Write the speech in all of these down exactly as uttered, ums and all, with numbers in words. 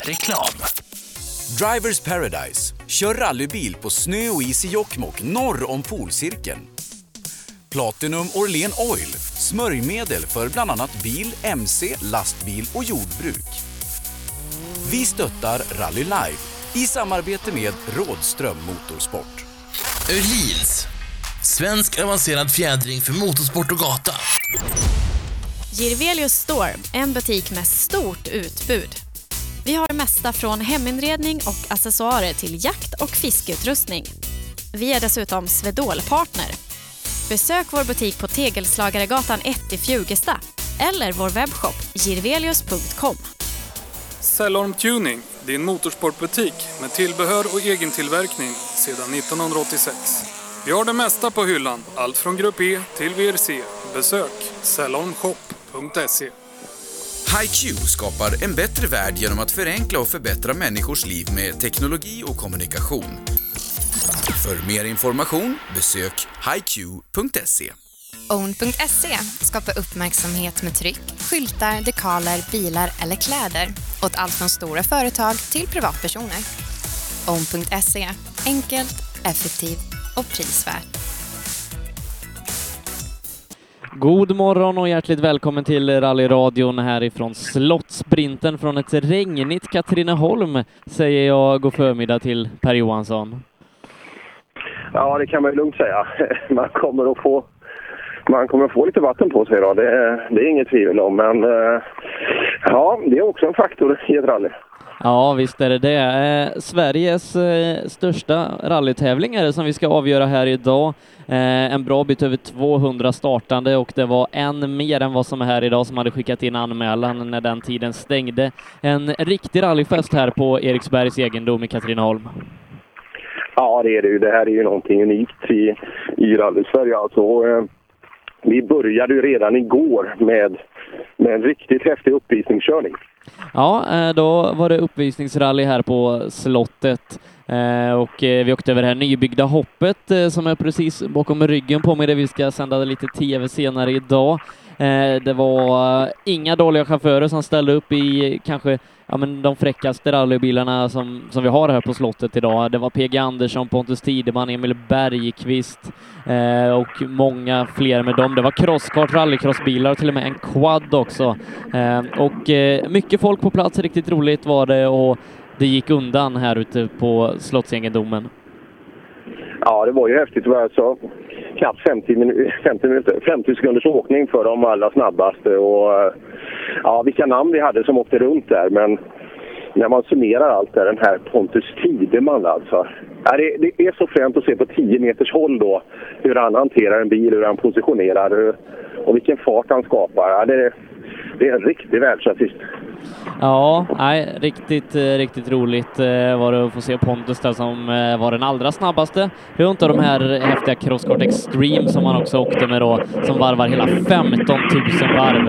Reklam. Drivers Paradise. Kör rallybil på snö och is i Jokkmokk norr om polcirkeln. Platinum Orlen Oil. Smörjmedel för bland annat bil, M C, lastbil och jordbruk. Vi stöttar Rally Live i samarbete med Rådström Motorsport. Öhlins. Svensk avancerad fjädring för motorsport och gata. Jirvelius Store, en butik med stort utbud. Vi har det mesta från heminredning och accessoarer till jakt- och fiskeutrustning. Vi är dessutom Swedol-partner. Besök vår butik på Tegelslagaregatan ett i Fjugesta eller vår webbshop jirvelius punkt com. Cellorm Tuning, din motorsportbutik med tillbehör och egen tillverkning sedan nittonhundraåttiosex. Vi har det mesta på hyllan, allt från Grupp E till V R C. Besök cellorm shop punkt se. HiQ skapar en bättre värld genom att förenkla och förbättra människors liv med teknologi och kommunikation. För mer information, besök hiq punkt se. own punkt se skapar uppmärksamhet med tryck, skyltar, dekaler, bilar eller kläder åt allt från stora företag till privatpersoner. own punkt se. Enkelt, effektivt och prisvärt. God morgon och hjärtligt välkommen till rallyradion härifrån Slottsprinten från ett regnigt Katrineholm, säger jag god förmiddag till Per Johansson. Ja, det kan man ju lugnt säga. Man kommer att få, man kommer att få lite vatten på sig idag, det, det är inget tvivel om. Men ja, det är också en faktor i ett rally. Ja, visst är det det. Eh, Sveriges eh, största rallytävling är det som vi ska avgöra här idag. Eh, en bra bit över tvåhundra startande och det var en mer än vad som är här idag som hade skickat in anmälan när den tiden stängde. En riktig rallyfest här på Eriksbergs egendom i Katrineholm. Ja, det är det ju. Det här är ju någonting unikt i, i rally-Sverige. Alltså, eh, vi började ju redan igår med, med en riktigt häftig uppvisningskörning. Ja, då var det uppvisningsrally här på slottet och vi åkte över det här nybyggda hoppet som är precis bakom ryggen på mig där vi ska sända lite tv senare idag. Det var inga dåliga chaufförer som ställde upp i kanske ja, men de fräckaste rallybilarna som, som vi har här på slottet idag. Det var P G Andersson, Pontus Tideman, Emil Bergqvist eh, och många fler med dem. Det var crosskart, rallycrossbilar och till och med en quad också. Eh, och eh, mycket folk på plats, riktigt roligt var det och det gick undan här ute på slottsegendomen. Ja, det var ju häftigt. Det var alltså knappt femtio, minu- femtio minuter, femtio sekunders åkning för de allra snabbaste. Och ja, vilka namn vi hade som åkte runt där. Men när man summerar allt där, den här Pontus Tideman alltså. Ja, det, det är så fränt att se på tio meters håll då hur han hanterar en bil, hur han positionerar och vilken fart han skapar. Ja, det, det är en riktig världsartist. Ja, nej, riktigt, riktigt roligt var det att få se Pontus där som var den allra snabbaste runt av de här häftiga crosskart Extreme som han också åkte med då, som varvar hela femton tusen varv.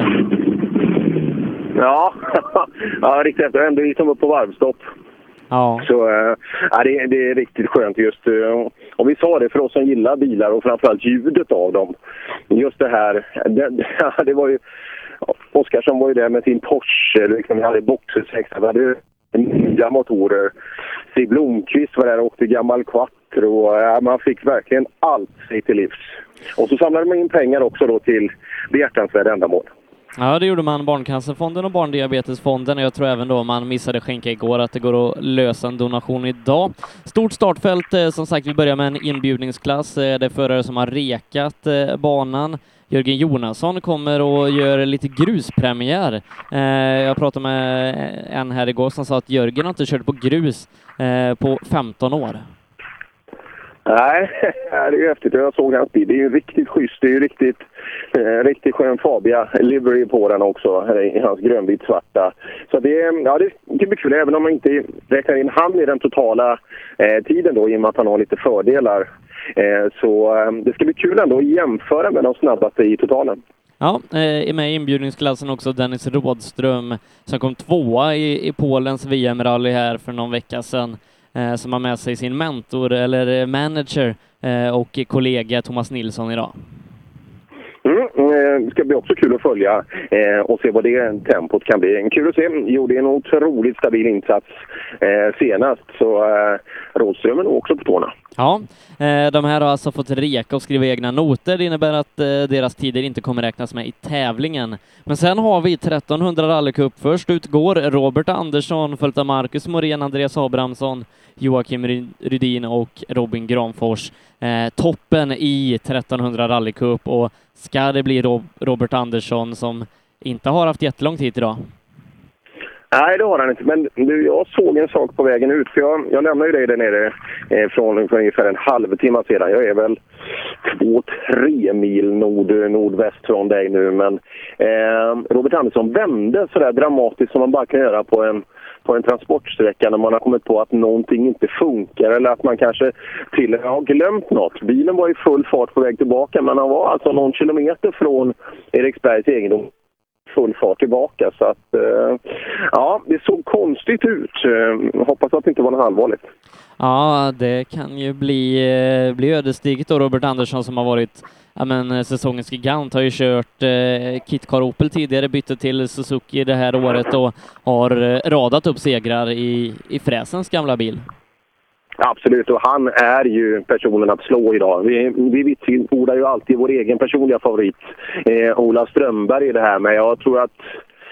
Ja, ja riktigt efter. Ändå gick de upp på varvstopp. Ja. Så ja, det, det är riktigt skönt just. Och vi sa det för oss som gillar bilar och framförallt ljudet av dem. Just det här, det, det var ju Oskarsson var ju där med sin Porsche, liksom, vi hade boxersex, vi hade nya motorer. Stig Blomqvist var där och åkte gammal Quattro och ja, man fick verkligen allt sig till livs. Och så samlade man in pengar också då till behjärtansvärda ändamål. Ja, det gjorde man, Barncancerfonden och Barndiabetesfonden, och jag tror även då man missade skänka igår att det går att lösa en donation idag. Stort startfält, som sagt, vi börjar med en inbjudningsklass. Det är förare som har rekat banan. Jörgen Jonasson kommer och gör lite gruspremiär. Jag pratade med en här igår som sa att Jörgen har inte kört på grus på femton år. Nej, det är ju häftigt. Jag såg hans bil. Det är ju riktigt schysst. Det är ju riktigt, eh, riktigt skön Fabia livery på den också. I hans grönvit svarta. Så det, ja, det blir kul. Även om man inte räknar in han i den totala eh, tiden då. I och med att han har lite fördelar. Eh, så eh, det ska bli kul ändå att jämföra med de snabbaste i totalen. Ja, är med i inbjudningsklassen också Dennis Rådström som kom tvåa i, i Polens V M-rally här för någon vecka sedan. Eh, som har med sig sin mentor eller manager eh, och kollega Thomas Nilsson idag. Mm, det ska bli också kul att följa eh, och se vad det tempot kan bli. Kul att se. Gjorde en otroligt stabil insats eh, senast, så eh, Rådström är nog också på tårna. Ja, eh, de här har alltså fått reka och skriva egna noter. Det innebär att eh, deras tider inte kommer räknas med i tävlingen. Men sen har vi trettonhundra rallycup. Först ut går Robert Andersson, följt av Marcus Morén, Andreas Abrahamsson, Joakim Rydin och Robin Granfors. Eh, toppen i trettonhundra rallycup, och ska det bli Rob- Robert Andersson som inte har haft jättelång tid idag? Nej, det har han inte. Men du, jag såg en sak på vägen ut. För jag, jag lämnade ju dig där nere eh, från för ungefär en halvtimme sedan. Jag är väl två, tre mil nord, nordväst från dig nu. Men eh, Robert Andersson vände så där dramatiskt som man bara kan göra på en, på en transportsträcka när man har kommit på att någonting inte funkar. Eller att man kanske till och med har glömt något. Bilen var i full fart på väg tillbaka, men han var alltså någon kilometer från Eriksbergs egendom. Full fart tillbaka, så att eh, ja, det såg konstigt ut. Eh, hoppas att det inte var något allvarligt. Ja, det kan ju bli, eh, bli ödesdigert då. Robert Andersson som har varit ja, men, säsongens gigant, har ju kört eh, Kit Car Opel tidigare, bytte till Suzuki det här året och har eh, radat upp segrar i, i Fräsens gamla bil. Absolut, och han är ju personen att slå idag. Vi, vi vitsordar ju alltid vår egen personliga favorit, eh, Ola Strömberg, i det här. Men jag tror att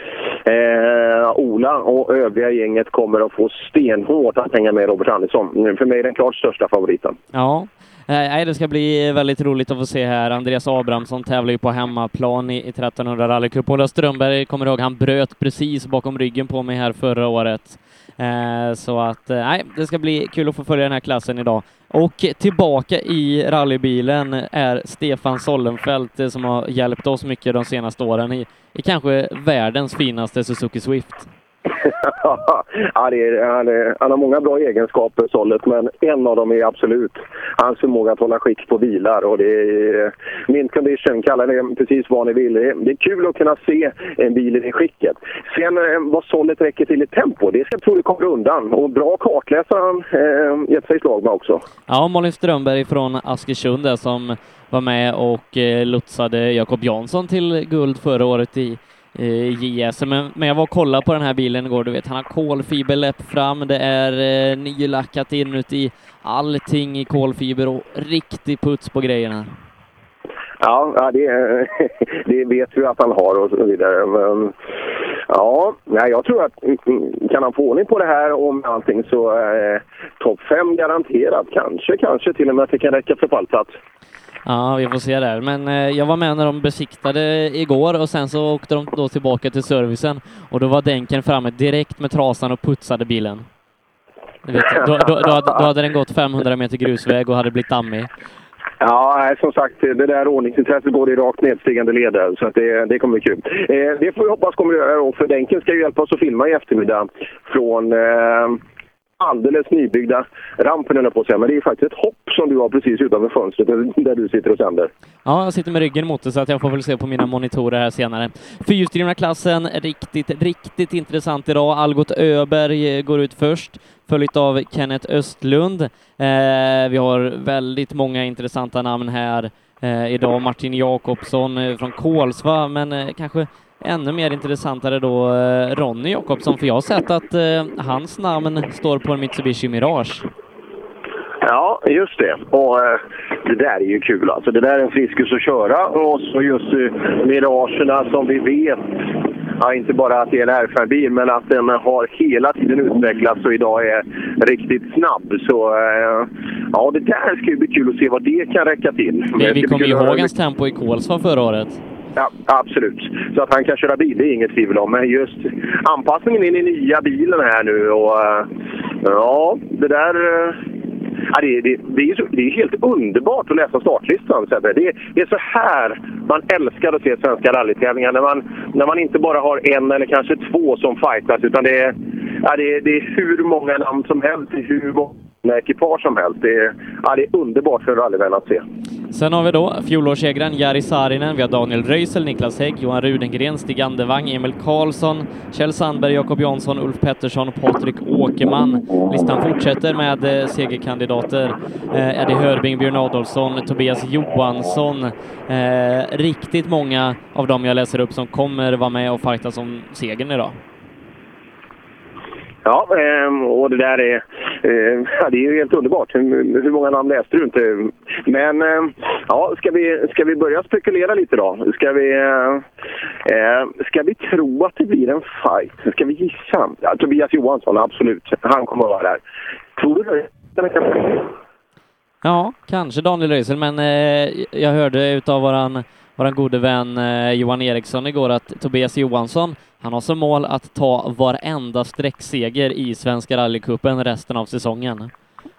eh, Ola och övriga gänget kommer att få stenhårt att hänga med Robert Andersson. För mig är den klart största favoriten. Ja, nej, det ska bli väldigt roligt att få se här. Andreas Abrahamsson tävlar ju på hemmaplan i, i trettonhundra rallycup. Ola Strömberg, kommer ihåg, han bröt precis bakom ryggen på mig här förra året. Eh, så att, nej, det ska bli kul att få följa den här klassen idag. Och tillbaka i rallybilen är Stefan Sollenfelt, eh, som har hjälpt oss mycket de senaste åren i, i kanske världens finaste Suzuki Swift. Ja, det är, han, är, han har många bra egenskaper, Sollet, men en av dem är absolut hans förmåga att hålla skick på bilar, och det är mint condition, kallar det precis vad ni vill. Det är, det är kul att kunna se en bil i det skicket. Sen vad Sollet räcker till i tempo, det ska jag tro det kommer undan, och bra kartläsare han eh, gett sig slag med också. Ja, Malin Strömberg från Askersund där, som var med och eh, lotsade Jakob Jansson till guld förra året i J S. Men, men jag var och kollade på den här bilen igår, du vet, han har kolfiberläpp fram, det är eh, nylackat inuti, allting i kolfiber och riktig puts på grejerna. Ja, det, det vet vi att han har och så vidare. Men, ja, jag tror att kan han få ordning på det här om allting, så är eh, topp fem garanterat. Kanske, kanske till och med att det kan räcka för pallplats. Ja, vi får se där. Men eh, jag var med när de besiktade igår, och sen så åkte de då tillbaka till servicen, och då var dänken framme direkt med trasan och putsade bilen. Du vet, då, då, då, hade, då hade den gått femhundra meter grusväg och hade blivit dammig. Ja, som sagt, det där ordningsintresset går i rakt nedstigande leder, så att det, det kommer bli kul. Eh, det får vi hoppas kommer att göra, och för dänken ska ju hjälpa oss att filma i eftermiddag från eh, alldeles nybyggda rampen på sig. Men det är faktiskt ett hopp som du har precis utanför fönstret där du sitter och sänder. Ja, jag sitter med ryggen mot det, så att jag får väl se på mina monitorer här senare. Fyrhjulsdrivna klassen, riktigt, riktigt intressant idag. Algot Öberg går ut först, följt av Kenneth Östlund. Eh, vi har väldigt många intressanta namn här eh, idag. Martin Jakobsson eh, från Kolsva, men eh, kanske ännu mer intressantare då eh, Ronny Jakobsson, för jag har sett att eh, hans namn står på en Mitsubishi Mirage. Ja, just det. Och eh, det där är ju kul alltså. Det där är en friskus att köra, och så just eh, Miragerna som vi vet, ja, inte bara att det är en R fem-bil, men att den har hela tiden utvecklats och idag är riktigt snabb. Så eh, ja, det där ska ju bli kul att se vad det kan räcka till. Vi, vi kommer ju ihåg hans tempo i Kolsva förra året. Ja, absolut. Så att han kan köra bil, det är inget tvivel om. Men just anpassningen in i nya bilen här nu, och ja, det där... Ja, det, det, det, är så, det är helt underbart att läsa startlistan. Det är, det är så här man älskar att se svenska rallytävlingar. När man, när man inte bara har en eller kanske två som fightas, utan det är, ja, det är, det är hur många namn som helst, hur många ekipage som helst. Det är, ja, det är underbart för rallyvän att se. Sen har vi då fjolårssegraren Jari Saarinen, vi har Daniel Röisel, Niklas Hägg, Johan Rudengren, Stig Andevang, Emil Karlsson, Kjell Sandberg, Jakob Jansson, Ulf Pettersson och Patrik Åkerman. Listan fortsätter med eh, segerkandidater. Eh, Eddie Hörbing, Björn Adolfsson, Tobias Johansson. Eh, riktigt många av dem jag läser upp som kommer vara med och fightas om segern idag. Ja, och det där är, det är ju helt underbart. Hur många namn läste du inte? Men ja, ska vi, ska vi börja spekulera lite då? Ska vi, ska vi tro att det blir en fight? Ska vi gissa? Ja, Tobias Johansson, absolut. Han kommer att vara där. Tror du det? Ja, kanske Daniel Röisel, men eh, jag hörde utav våran, våran gode vän eh, Johan Eriksson igår att Tobias Johansson, han har som mål att ta varenda sträckseger i Svenska rallycupen resten av säsongen.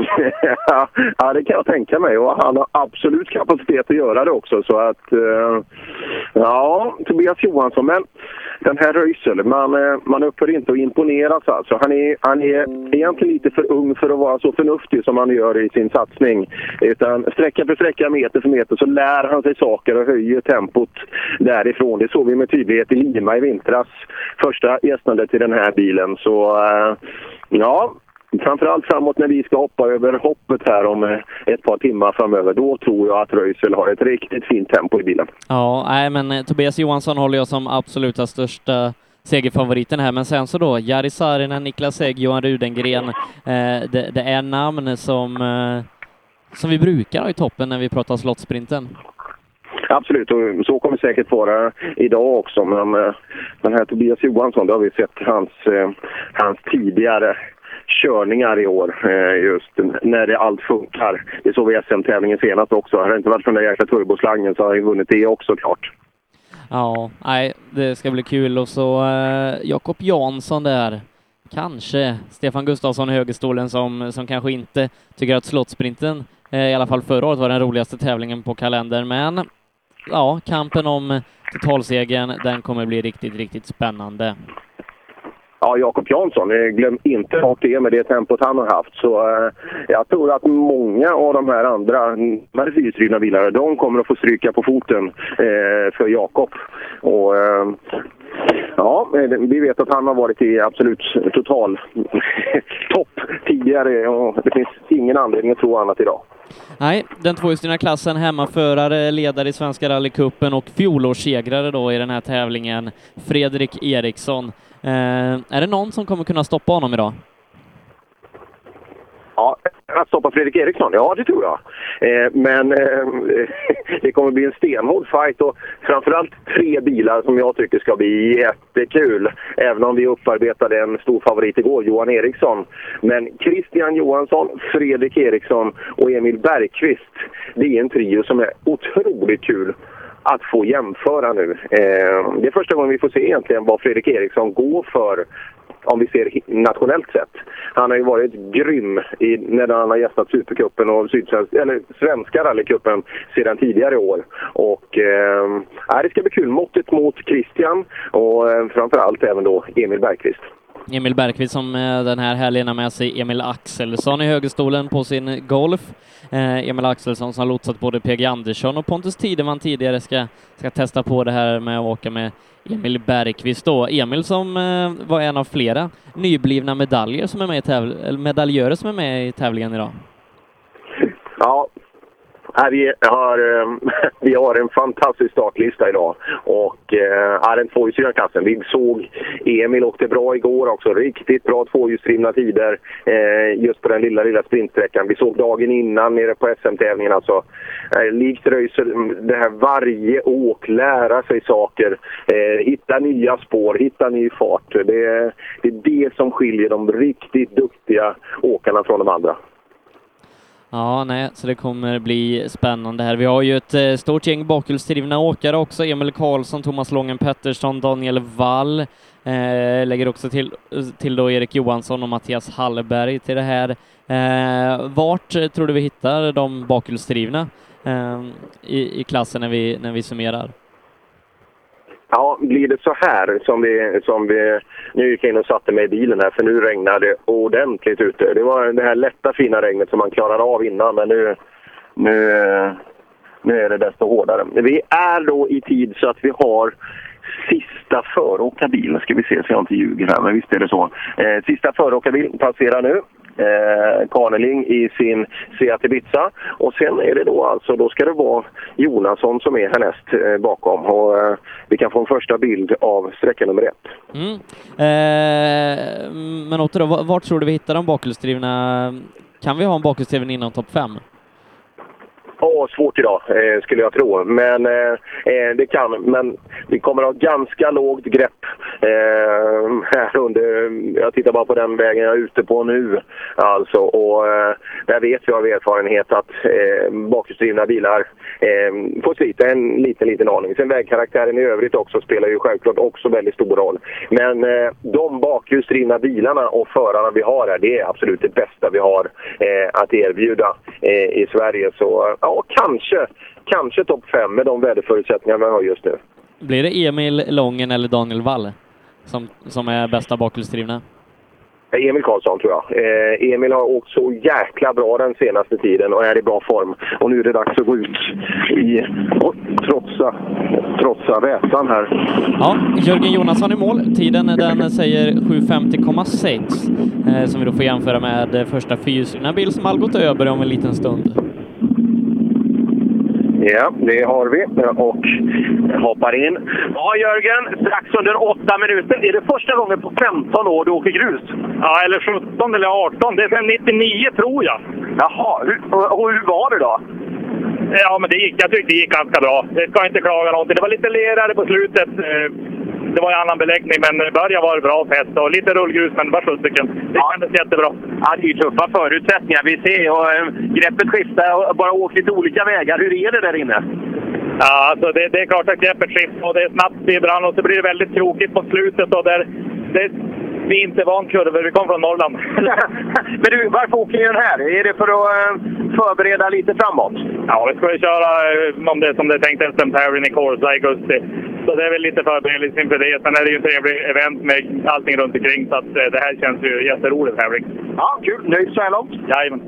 Ja, det kan jag tänka mig, och han har absolut kapacitet att göra det också, så att uh, ja, Tobias Johansson, men den här Röisel, man, man upphör inte att imponeras alltså. Han är, han är egentligen lite för ung för att vara så förnuftig som han gör i sin satsning, utan sträcka för sträcka, meter för meter, så lär han sig saker och höjer tempot därifrån. Det såg vi med tydlighet i Lima i vintras, första gästandet till den här bilen, så uh, ja, framförallt framåt när vi ska hoppa över hoppet här om ett par timmar framöver, då tror jag att Röisel har ett riktigt fint tempo i bilen. Ja, nej, men Tobias Johansson håller jag som absoluta största segerfavoriten här, men sen så då Jari Saarinen, Niklas Hägg, Johan Rudengren, eh, det, det är namn som, eh, som vi brukar ha i toppen när vi pratar slottsprinten. Absolut, och så kommer det säkert vara idag också, men den här Tobias Johansson, då har vi sett hans, hans tidigare körningar i år, just när det allt funkar. Det såg vi S M-tävlingen senast också. Har det inte varit från den jäkla turboslangen så har han vunnit det också, klart. Ja, nej, det ska bli kul. Och så eh, Jakob Jansson där. Kanske Stefan Gustafsson i högerstolen som, som kanske inte tycker att slottsprinten, eh, i alla fall förra året, var den roligaste tävlingen på kalendern. Men ja, kampen om totalsegern, den kommer bli riktigt, riktigt spännande. Ja, Jakob Jansson, glöm inte bort det med det tempot han har haft. Så eh, jag tror att många av de här andra fyrhjulsdrivna bilarna, de kommer att få stryka på foten eh, för Jakob. Och eh, ja, vi vet att han har varit i absolut total topp tidigare, och det finns ingen anledning att tro annat idag. Nej, den tvåhjulsdrivna klassen, hemmaförare, ledare i Svenska rallycupen och fjolårssegrare då i den här tävlingen, Fredrik Eriksson. Eh, är det någon som kommer kunna stoppa honom idag? Ja, att stoppa Fredrik Eriksson, ja det tror jag. Eh, men eh, det kommer bli en stenhård fight, och framförallt tre bilar som jag tycker ska bli jättekul. Även om vi upparbetade en stor favorit igår, Johan Eriksson. Men Christian Johansson, Fredrik Eriksson och Emil Bergqvist, det är en trio som är otroligt kul att få jämföra nu. Eh, det är första gången vi får se egentligen vad Fredrik Eriksson går för, om vi ser nationellt sett. Han har ju varit grym i, när han har gästat Supercupen och Sydsvensk, eller Svenska rallycupen sedan tidigare år. Och eh, det ska bli kul. Måttet mot Christian och eh, framförallt även då Emil Bergqvist. Emil Bergqvist som eh, den här helgen har med sig Emil Axelsson i högerstolen på sin Golf. Eh, Emil Axelsson som har lotsat både P G Andersson och Pontus Tideman tidigare ska, ska testa på det här med att åka med Emil Bergqvist då. Emil som eh, var en av flera nyblivna medaljer som är med i täv- eller medaljörer som är med i tävlingen idag. Ja, vi har, vi har en fantastisk startlista idag, och är en tvåhjulsdrivna klassen. Vi såg Emil åkte bra igår också, riktigt bra tvåhjulsdrivna tider just på den lilla lilla sprintsträckan. Vi såg dagen innan nere på S M-tävlingen, alltså likt Röisel, det här varje åk, lära sig saker, hitta nya spår, hitta ny fart. Det, det är det som skiljer de riktigt duktiga åkarna från de andra. Ja, nej, så det kommer bli spännande här. Vi har ju ett eh, stort gäng bakhjulsdrivna åkare också. Emil Karlsson, Thomas Lången Pettersson, Daniel Wall. Eh, lägger också till, till då Erik Johansson och Mattias Hallberg till det här. Eh, vart tror du vi hittar de bakhjulsdrivna eh, i, i klassen när vi, när vi summerar? Ja, blir det så här som vi, som vi nu gick in och satte med i bilen här, för nu regnade det ordentligt ute. Det var det här lätta fina regnet som man klarade av innan, men nu, nu Nu är det desto hårdare. Vi är då i tid så att vi har sista föråkarbil. Ska vi se så jag inte ljuger här, men visst är det så. Eh, sista föråkarbil passerar nu. Eh, Kaneling i sin Seat Ibiza. Och sen är det då alltså, då ska det vara Jonasson som är härnäst eh, bakom. Och eh, vi kan få en första bild av sträcka nummer ett. Mm. Eh, men Otto då, vart tror du vi hittar de bakhjulsdrivna? Kan vi ha en bakhjulsdriven inom topp fem? Åh, svårt idag eh, skulle jag tro. Men eh, det kan. Men vi kommer att ha ganska lågt grepp eh, här under. Jag tittar bara på den vägen jag är ute på nu. Alltså, och eh, där vet vi av erfarenhet att eh, bakhjulsdrivna bilar eh, får slita en liten, liten aning. Sen vägkaraktären i övrigt också spelar ju självklart också väldigt stor roll. Men eh, de bakhjulsdrivna bilarna och förarna vi har här, det är absolut det bästa vi har eh, att erbjuda eh, i Sverige. Så ja, kanske, kanske topp fem med de väderförutsättningar vi har just nu. Blir det Emil Lången eller Daniel Wall som, som är bästa bakhjulsdrivna? Emil Karlsson tror jag. Eh, Emil har åkt så jäkla bra den senaste tiden och är i bra form. Och nu är det dags att gå ut i och trotsa, trotsa vätan här. Ja, Jörgen Jonasson i mål. Tiden den säger sju femtio komma sex eh, som vi då får jämföra med första fyrhjulsdrivna bil som har gått över om en liten stund. Ja, det har vi. Och hoppar in. Ja, Jörgen, strax under åtta minuter. Är det första gången på femton år du åker grus? Ja, eller sjutton eller arton. Det är sedan nittionio tror jag. Jaha, hur, och, och hur var det då? Ja, men det gick, jag tyckte det gick ganska bra. Det ska inte klaga någonting. Det var lite lerare på slutet. Det var en annan beläggning, men i början var det bra fest. Och lite rullgrus, men bara sju stycken. Det ja. kändes jättebra. Ja, det är ju tuffa förutsättningar. Vi ser och äh, greppet skiftar och bara åkt lite olika vägar. Hur är det där inne? Ja, alltså det, det är klart att greppet skiftar och det är snabbt ibland. Och så blir det väldigt krokigt på slutet. Och där, det, vi är inte van kurvor. Vi kommer från Norrland. Men du, varför åker ni den här? Är det för att äh, förbereda lite framåt? Ja, vi ska köra om det är som det är tänkt en Stemperien i Korsa i augusti. Så det är väl lite förberedelse inför det. Sen är det ju en trevlig event med allting runt omkring. Så att det här känns ju jätteroligt tävling. Ja, kul. Nöjd så här långt? Jajamän.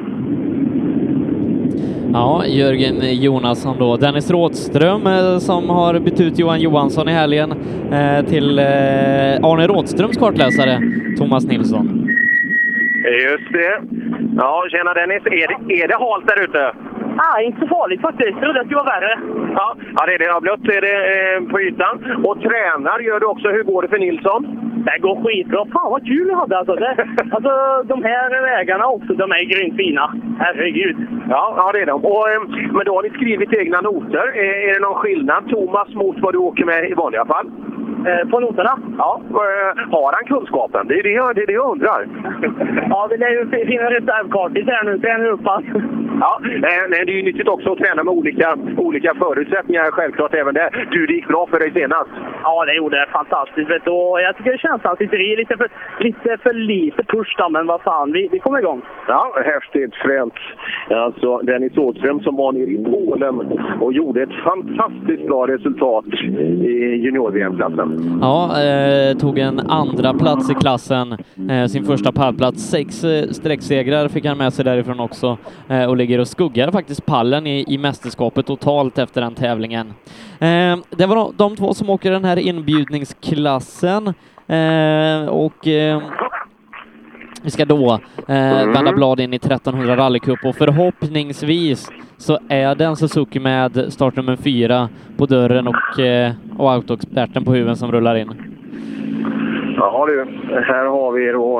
Ja, Jörgen Jonasson då. Dennis Rådström som har bytt ut Johan Johansson i helgen eh, till eh, Arne Rådströms kartläsare Thomas Nilsson. Just det. Ja, tjena Dennis. Är det, är det halt där ute? Ah, inte så farligt faktiskt. Jag trodde att det var värre. Ja, ja det är det. Ja, blött är det eh, på ytan. Och tränar gör du också. Hur går det för Nilsson? Det går skitbra. Fan vad kul jag hade. Alltså, det, alltså de här vägarna också, de är grymt fina. Herregud. Ja, ja det är de. Och, eh, men då har ni skrivit egna noter. Är, är det någon skillnad, Thomas, mot vad du åker med i vanliga fall? Eh, på noterna? Ja. Eh, har han kunskapen? Det är det jag, det är det jag undrar. Ja, det är ju fina reservkartor här nu. Tränar upp allt. Ja, eh, nej, det är ju nyttigt också att träna med olika, olika förutsättningar, självklart även där. Du, det gick bra för dig senast. Ja, det gjorde det fantastiskt. Vet du. Och jag tycker det känns alltid det är lite för lite, för lite push då, men vad fan, vi, vi kommer igång. Ja, häftigt, fränt. Alltså, Dennis Åström som var nere i Polen och gjorde ett fantastiskt bra resultat i junior-V M-klassen. Ja, eh, tog en andra plats i klassen, eh, sin första pallplats. Sex eh, sträcksegrar fick han med sig därifrån också eh, och ligger och skuggar faktiskt pallen i, i mästerskapet totalt efter den tävlingen. Eh, det var de, de två som åker den här inbjudningsklassen eh, och eh, vi ska då eh, vända blad in i trettonhundra rallycup och förhoppningsvis så är det en Suzuki med startnummer fyra på dörren och, eh, och autoexperten på huven som rullar in. Ja du, här har vi då...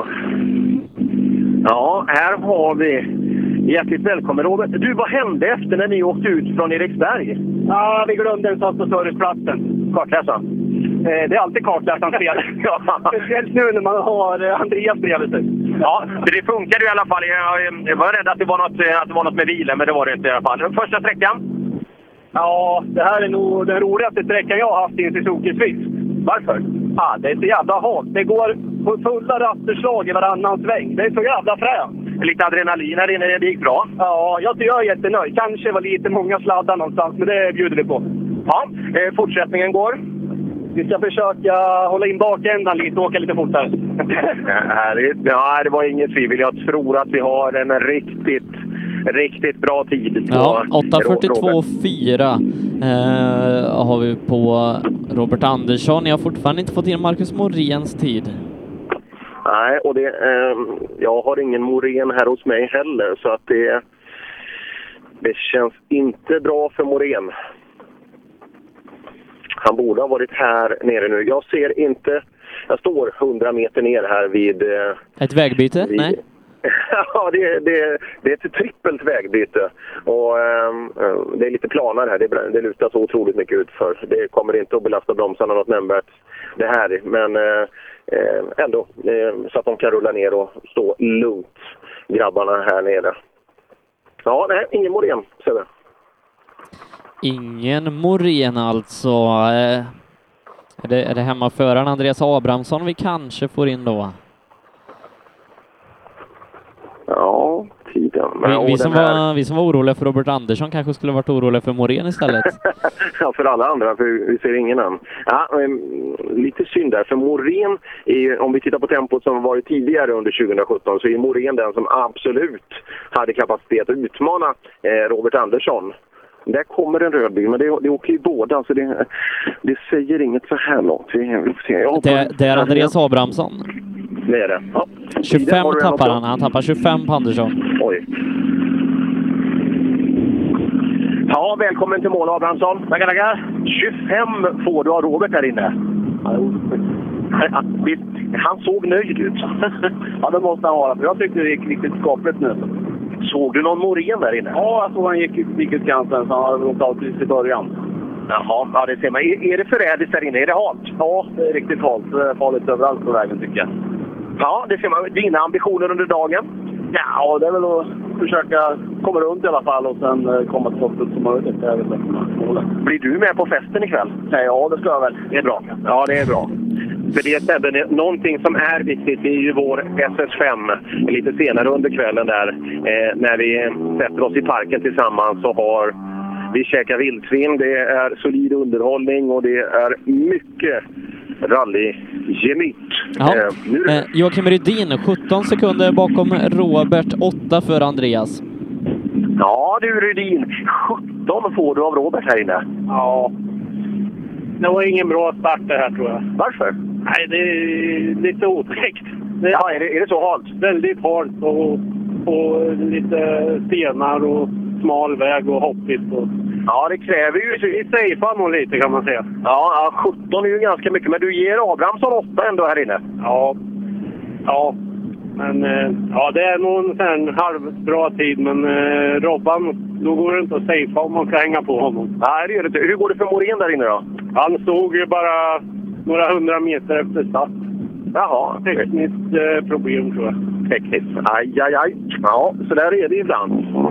Ja, här har vi... Hjärtligt välkommen Robert. Du, vad hände efter när ni åkte ut från Eriksberg? Ja, vi glömde en sak på serviceplatsen. Kartläsaren? Eh, det är alltid kartläsaren fel. Ja. Speciellt nu när man har eh, Andreas bredvid sig. Ja, det funkade i alla fall. Jag, jag var rädd att det var något, att det var något med bilen, men det var det inte i alla fall. Första sträckan? Ja, det här är nog den roligaste sträckan jag har haft i en Suzuki Swift. Varför? Ja, det är så jävla halt. Det går på fulla ratterslag i varannan sväng. Det är så jävla främt. Lite adrenalin här inne, det gick bra. Ja, jag är jättenöjd. Kanske var lite många sladdar någonstans, men det bjuder vi på. Ja, eh, fortsättningen går. Vi ska försöka hålla in bakändan lite och åka lite fortare. Ja, härligt. Ja, det var inget tvivel. Jag tror att vi har en riktigt, riktigt bra tid på Ja, åtta fyrtiotvå fyra eh, har vi på Robert Andersson. Jag har fortfarande inte fått in Marcus Moréns tid. Nej, och det, eh, jag har ingen Morén här hos mig heller, så att det, det känns inte bra för Morén. Han borde ha varit här nere nu. Jag ser inte, jag står hundra meter ner här vid... Eh, Ett vägbyte? vid, Nej. Ja, det, det, det är ett trippelt vägbyte. Och eh, det är lite planare här. Det, det lutar så otroligt mycket ut för. Det kommer inte att belasta bromsarna något nämnvärt det här. Men eh, ändå, eh, så att de kan rulla ner och stå lugnt, grabbarna här nere. Ja, nej, ingen Morén, ser vi. Ingen Morén alltså. Eh, är, det, är det hemmaföraren Andreas Abrahamsson vi kanske får in då? Ja, tiden. Men, vi, vi, som här... var, vi som var oroliga för Robert Andersson kanske skulle varit oroliga för Morén istället. Ja, för alla andra, för vi ser ingen än. Ja, lite synd där, för Morén, är, om vi tittar på tempot som varit tidigare under tjugohundrasjutton, så är Morén den som absolut hade kapacitet att utmana eh, Robert Andersson. Där kommer en röd bil, men det, det åker ju båda, så det, det säger inget så här långt. Vi, vi får se. Jag det, det är Andreas Abrahamsson. Det är det. Ja. tjugofem tappar han. Han tappar tjugofem på Andersson. Oj. Ja, välkommen till mål, Abrahamsson. Tackar, tackar. tjugofem får du av Robert här inne. Han såg nöjd ut. Ja, det måste han vara. Jag tyckte det gick riktigt skapligt nu. Såg du någon Morén där inne? Ja, jag såg han gick, gick ut kanten, så han hade gått av precis i början. Jaha, ja, det ser man. Är, är det förrädiskt där inne? Är det halt? Ja, det är riktigt halt. Det är farligt överallt på vägen, tycker jag. Ja, det ser man. Dina ambitioner under dagen? Ja, det är väl att försöka komma runt i alla fall och sen komma till toppen som möjligt. Blir du med på festen ikväll? Ja, det ska jag väl. Det är bra. Ja, det är bra. För det är även någonting som är viktigt, det är ju vår S S fem lite senare under kvällen där. Eh, när vi sätter oss i parken tillsammans så har vi käkat vildsvin. Det är solid underhållning och det är mycket rallygemyt. Ja. Eh, nu det... eh, Joakim Rydin, sjutton sekunder bakom Robert, åtta för Andreas. Ja du Rydin, sjutton får du av Robert här inne. Ja. Det var ingen bra start det här, tror jag. Varför? Nej, det är lite otäckt. Det är, ja, är det, är det så halt? Väldigt halt och, och lite stenar och smal väg och hoppigt. Och... Ja, det kräver ju... Vi safear nog lite, kan man säga. Ja, ja, sjutton är ju ganska mycket, men du ger Abrahamsson åtta ändå här inne. Ja, ja. Men ja, det är nog en sån halvbra tid, men eh, Robban, då går det inte att safea om man ska hänga på honom. Nej, det gör det inte. Hur går det för Morén där inne då? Han stod ju bara några hundra meter efter start. Jaha. Tekniskt eh, problem, tror jag. Tekniskt. Aj, aj, aj. Ja, så där är det ibland.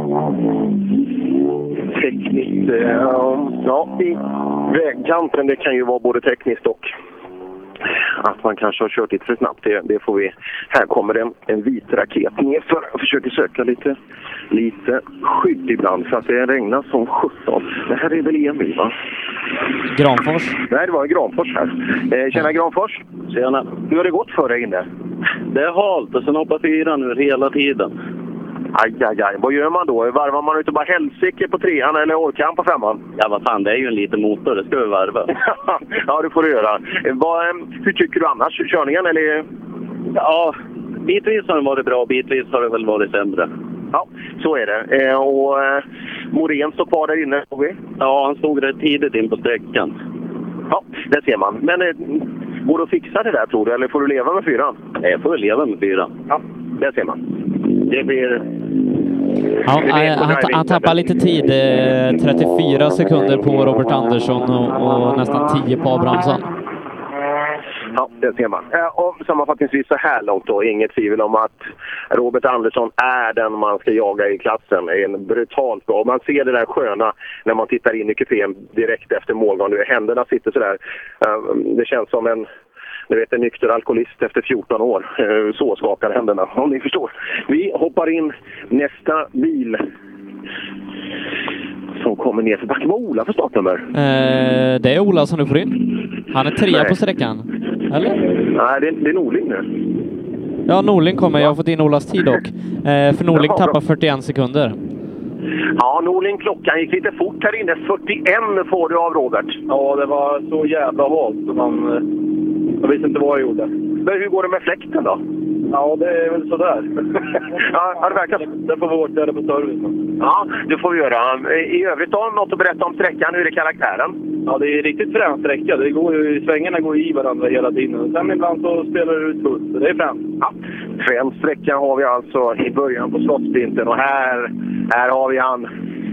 Tekniskt. Eh, ja, i vägkanten, det kan ju vara både tekniskt och att man kanske har kört lite för snabbt. Det, det får vi... Här kommer en, en vit raket ner för att försöka söka lite, lite skydd ibland för att det regnar som sjutton. Det här är väl Emil, va? Granfors? Nej, det var en Granfors här. Eh, tjena Granfors. Tjena. Hur har det gått för dig inne? Det är halt och sen hoppar fyran ur hela tiden. Aj, aj, aj. Vad gör man då? Varvar man ut och bara helsike på trean eller orkar han på femman? Ja, vad fan, det är ju en liten motor. Det ska vi varva. Ja, det får du göra. Vad, hur tycker du annars? Körningen eller? Ja, bitvis har det varit bra. Bitvis har det väl varit sämre. Ja, så är det. Eh, och eh, Morén står kvar där inne, får vi? Ja, han stod rätt tidigt in på sträckan. Ja, det ser man. Men eh, går det att fixa det där, tror du? Eller får du leva med fyran? Nej, jag får leva med fyran. Ja, det ser man. Det blir... Ja, han, han tappar lite tid. trettiofyra sekunder på Robert Andersson och, och nästan tio på Abrahamsson. Ja, det ser man. Och sammanfattningsvis så här långt då, inget tvivel om att Robert Andersson är den man ska jaga i klassen. Det är en brutalt bra. Man ser det där sköna när man tittar in i kupén direkt efter målgång. Händerna sitter sådär. Det känns som en... Du vet, en nykter alkoholist efter fjorton år. Så skakar händerna, om ni förstår. Vi hoppar in nästa bil som kommer ner för backen. Vad Ola för startnummer? Eh, det är Ola som du får in. Han är trea på sträckan. Eller? Nej, det är, det är Norling nu. Ja, Norling kommer. Jag har fått in Olas tid dock. Eh, för Norling Jaha, tappar bra. fyrtioen sekunder. Ja, Norling, klockan gick lite fort här inne. fyrtioen får du av Robert. Ja, det var så jävla halt. Man, jag visste inte vad jag gjorde. Men hur går det med fläkten då? Ja, det är väl sådär. Ja, det verkar... Det får vi åtgärda på servicen. Ja, det får vi göra. I övrigt då, något att berätta om sträckan. Hur är karaktären? Ja, det är riktigt frän sträcka. Det går ju, svängarna går i varandra hela tiden. Sen ibland så spelar det ut fullt. Så det är frän. Ja, frän sträcka har vi alltså i början på slottsvintern. Och här, här har vi han.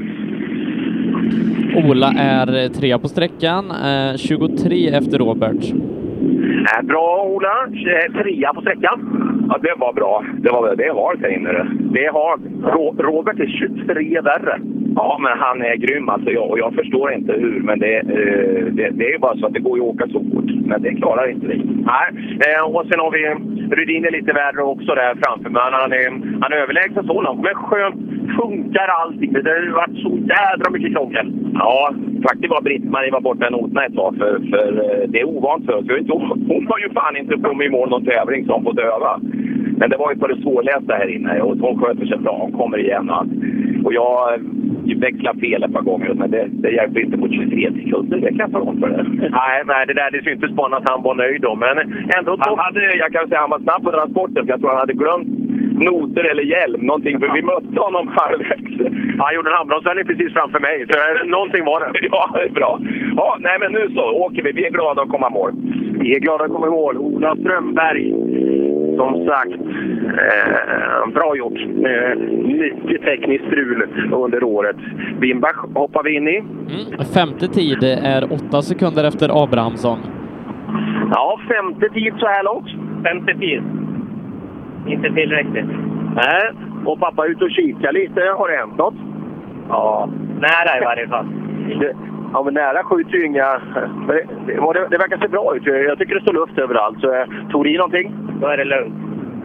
Ola är trea på sträckan, eh, tjugotre efter Robert. Äh, bra Ola, trea på sträckan. Ja, det var bra. Det var det har här inne. Det har Ro- Robert är tjugotre värre. Ja, men han är grym alltså. Jag, och jag förstår inte hur, men det, eh, det, det är ju bara så att det går ju att åka så fort. Men det klarar inte vi. Nej, eh, och sen har vi Rydin är lite värre också där framför. Men han är, han är överlägsen så långt. Men skönt funkar allting. Det har varit så jädra mycket krångel. Ja, faktiskt var Britt-Marie var borta med noterna ett tag. För, för det är ovant för oss. Hon har ju fan inte kommit i mål någon tävling som får döva. Men det var ju på det svårlästa här inne. Och hon sköter sig bra. Hon kommer igen. Och, och jag växlar fel ett par gånger. Men det, det hjälper inte mot tjugotre sekunder. Det kan jag ta om för det. Nej, nej, det där det syntes på att han var nöjd då. Men ändå... Han hade, jag kan säga han var snabb på transporten. För jag tror han hade glömt noter eller hjälm. Någonting. För vi mötte honom halvvägs. Han gjorde en handbromsvändning precis framför mig. Så någonting var det. Ja, det är bra. Ja, nej men nu så åker vi. Vi är glada att komma i mål. Vi är glada att komma i mål. Ola Strömberg. Som sagt, eh, bra gjort. Eh, mycket tekniskt strul under året. Wimbach hoppar vi in i. Mm. Femte tid är åtta sekunder efter Abrahamsson. Ja, femte tid så här långt. Femte tid. Inte tillräckligt. Nej, och pappa är ute och kikar lite. Har det hänt något? Ja, nära i varje fall. Det, ja, men nära skjuter ju inga... Det, det, det verkar se bra ut. Jag tycker det står luft överallt. Så, tog du i någonting? Då är det lugnt.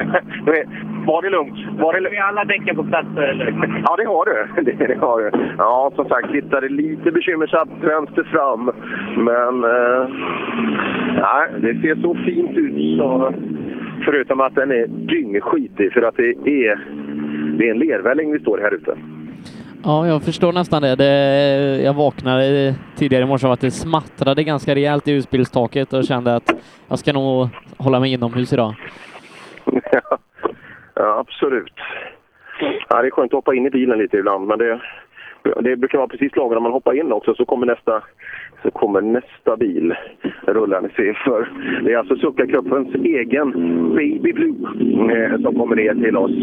Var det lugnt? Var det lugnt? Med alla däcken på plats så är det lugnt. Ja, det har du. Det, det har du. Ja, som sagt, hittade lite bekymmersamt vänster fram. Men... Eh, nej, det ser så fint ut. Så, förutom att den är dyngskitig. För att det är, det är en lervälling vi står här ute. Ja, jag förstår nästan det. det. Jag vaknade tidigare i morse av att det smattrade ganska rejält i husbilstaket och kände att jag ska nog hålla mig inomhus idag. Ja, ja absolut. Ja, det är skönt att hoppa in i bilen lite ibland, men det, det brukar vara precis lagom när man hoppar in också, så kommer nästa, så kommer nästa bil rullande sig för. Det är alltså Succa-gruppens egen Baby Blue eh, som kommer ner till oss.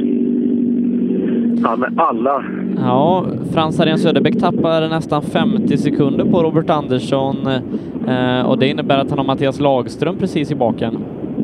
Ja, med alla. Ja, Frans Arjen Söderbäck tappar nästan femtio sekunder på Robert Andersson eh, och det innebär att han har Mattias Lagström precis i baken.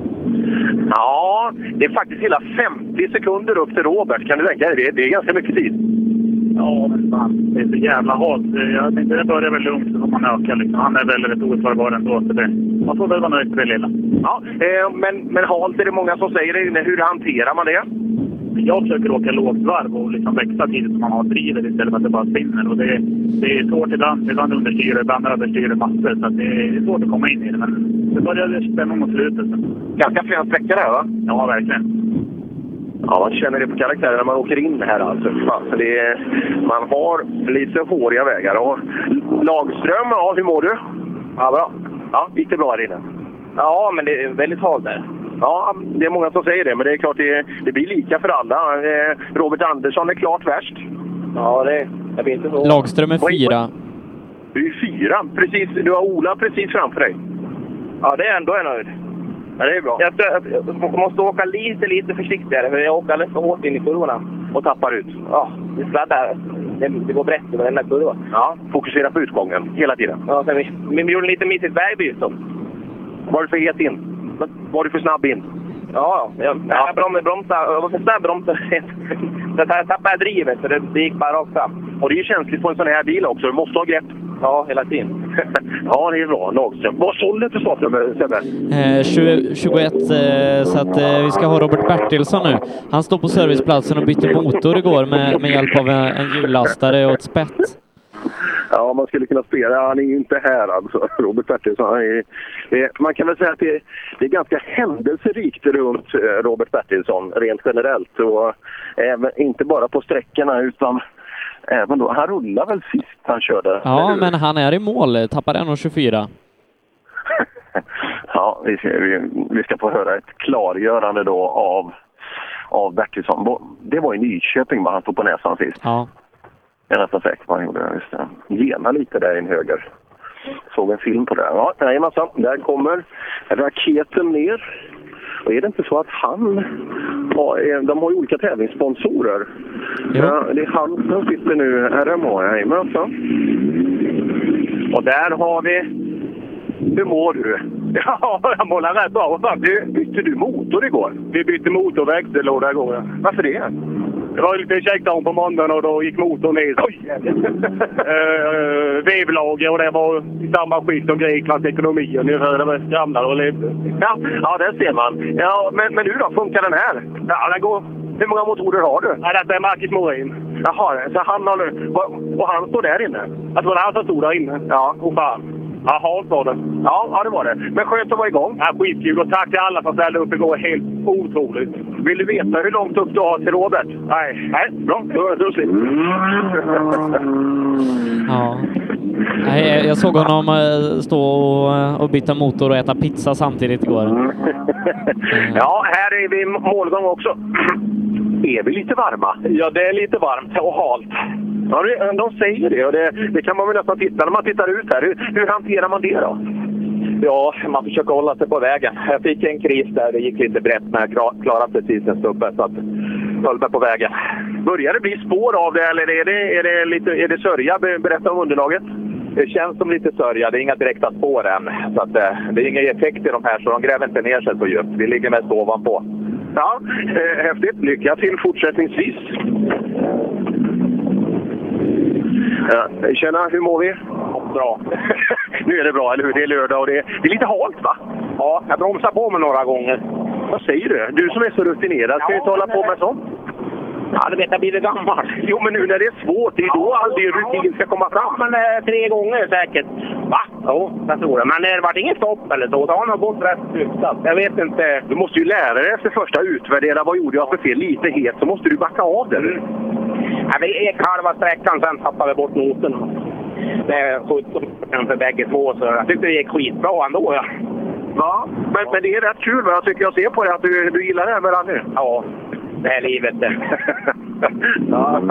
Ja, det är faktiskt hela femtio sekunder upp till Robert. Kan du tänka dig det? Det är ganska mycket tid. Ja, men det är så jävla halt. Jag tänkte det börjar väl lugnt om man ökar. Liksom. Han är väl rätt oerfarbar ändå. Så det, man får väl vara nöjd för det lilla. Ja, eh, men, men halt är det många som säger det. Hur hanterar man det? Jag försöker åka lågt varv och liksom växa tidigt så man har drivet istället för att det bara spinner. Och det, det är svårt ibland. Ibland understyr det, ibland överstyr det massor. Så att det är svårt att komma in i det. Men det börjar spänna mot slutet. Ganska flera sträckor här, va? Ja, verkligen. Ja, man känner det på karaktären när man åker in här alltså. Fan, det är, man har lite håriga vägar. Och Lagström, ja, hur mår du? Ja, bra. Ja, gick det bra här inne? Ja, men det är väldigt halt där. Ja, det är många som säger det, men det är klart det, det blir lika för alla. Robert Andersson är klart värst. Ja, det, jag vet inte så. Lagström är fyra. Du är fyra, precis. Du har Ola precis framför dig. Ja, det är ändå jag nöjd. Ja, det är bra. Jag, jag, jag måste åka lite, lite försiktigare, för jag åker alldeles för hårt in i kurvorna. Och tappar ut. Ja, det sladdar. Det, det går brett över den där kurvan. Ja, fokusera på utgången hela tiden. Ja, sen vi, vi gjorde lite mitt i ett vägbyte. Var du för het in? Var du för snabb in? Ja, jag, jag bromsade, bromsade, jag var för snabb bromsade. Så jag tappade drivet, så det, det gick bara rakt fram. Och det är ju känsligt på en sån här bil också. Du måste ha grepp. Ja, hela tiden. Ja, det är bra. Lagström. Vad sålde för startnummer, Sebbe? Eh, tjugoett, eh, så att eh, vi ska ha Robert Bertilsson nu. Han står på serviceplatsen och bytte motor igår med, med hjälp av en, en hjullastare och ett spett. Ja, man skulle kunna spela. Han är ju inte här alltså, Robert Bertilsson. Han är, det, man kan väl säga att det, det är ganska händelserikt runt Robert Bertilsson rent generellt. Och även, inte bara på sträckorna utan Även då, han rullar väl sist han körde. Ja, men han är i mål. Tappar en tjugofyra. Ja, vi ska, vi, vi ska få höra ett klargörande då av, av Bertilsson. Det var i Nyköping, var han stod på näsan sist. Ja. Jag är nästan säker på han gjorde det. Just det. Gena lite där i en höger. Såg en film på det. Ja, nej, massa. Där kommer raketen ner. Och är det inte så att han har, de har ju olika tävlingssponsorer. Ja. Ja, det är han som sitter nu, R M A här med alltså. Och där har vi, hur mår du? Ja, jag mår rätt bra. Du, bytte du motor igår? Vi bytte motor och växellåda igår. Ja. Varför det? Det var lite checkdown på måndagen och då gick motorn ner. Oj! uh, Vevlager och det var i samma skick som Greklands ekonomi. Och nu hörde det skramlar och levde. Ja, ja, det ser man. Ja, men, men nu då, funkar den här? Ja, den går. Hur många motorer har du? Ja, det är Marcus Morin. Jaha, så han har nu... Och han står där inne? Jag tror det han som stod där inne. Ja. Och fan. Ja, halt var det. Ja, ja, det var det. Men skönt att vara igång. Ja, skitkul. Och tack till alla som ställde upp igår. Helt otroligt. Vill du veta hur långt upp du har till Robert? Nej. Nej, bra. Då, då slipper Ja. Nej, jag såg honom stå och, och byta motor och äta pizza samtidigt igår. Ja, här är vi i målgång också. Är vi lite varma? Ja, det är lite varmt och halt. Ja, de säger det och det, det kan man väl nästan titta när man tittar ut här. Hur, hur hanterar man det då? Ja, man försöker hålla sig på vägen. Jag fick en kris där, det gick lite brett men jag klarade precis en stubbe så att jag höll mig på vägen. Börjar det bli spår av det eller är det, är det, lite, är det sörja? Berätta om underlaget. Det känns som lite sörja, det är inga direkta spår än. Så att, det är ingen effekt i de här så de gräver inte ner sig så djupt. Vi ligger mest ovanpå. Ja, eh, häftigt. Lycka till fortsättningsvis. Ja, tjena, hur mår vi? Bra. Nu är det bra, eller hur? Det är lördag och det är, det är lite halt, va? Ja, jag bromsar på mig några gånger. Vad säger du? Du som är så rutinerad, ska ja, ju inte hålla på med sånt? Ja, det vet jag blir det gammal. Jo, men nu när det är svårt, det är då all din rutin ska komma fram. Ja, men eh, tre gånger säkert. Va? Jo, jag tror det. Men det var inget stopp eller så. Det har nog gått rätt hyfsat. Jag vet inte. Du måste ju lära dig efter första utvärdera. Vad gjorde jag för fel? Lite het. Så måste du backa av den. Mm. Ja, vi gick halva sträckan, sen tappade vi bort noten. Det är sjutton för bägge två, så jag tyckte det gick skitbra ändå. Ja, ja men, men det är rätt kul. Jag tycker jag ser på det att du, du gillar det här med nu. Ja, det är livet det. Ja.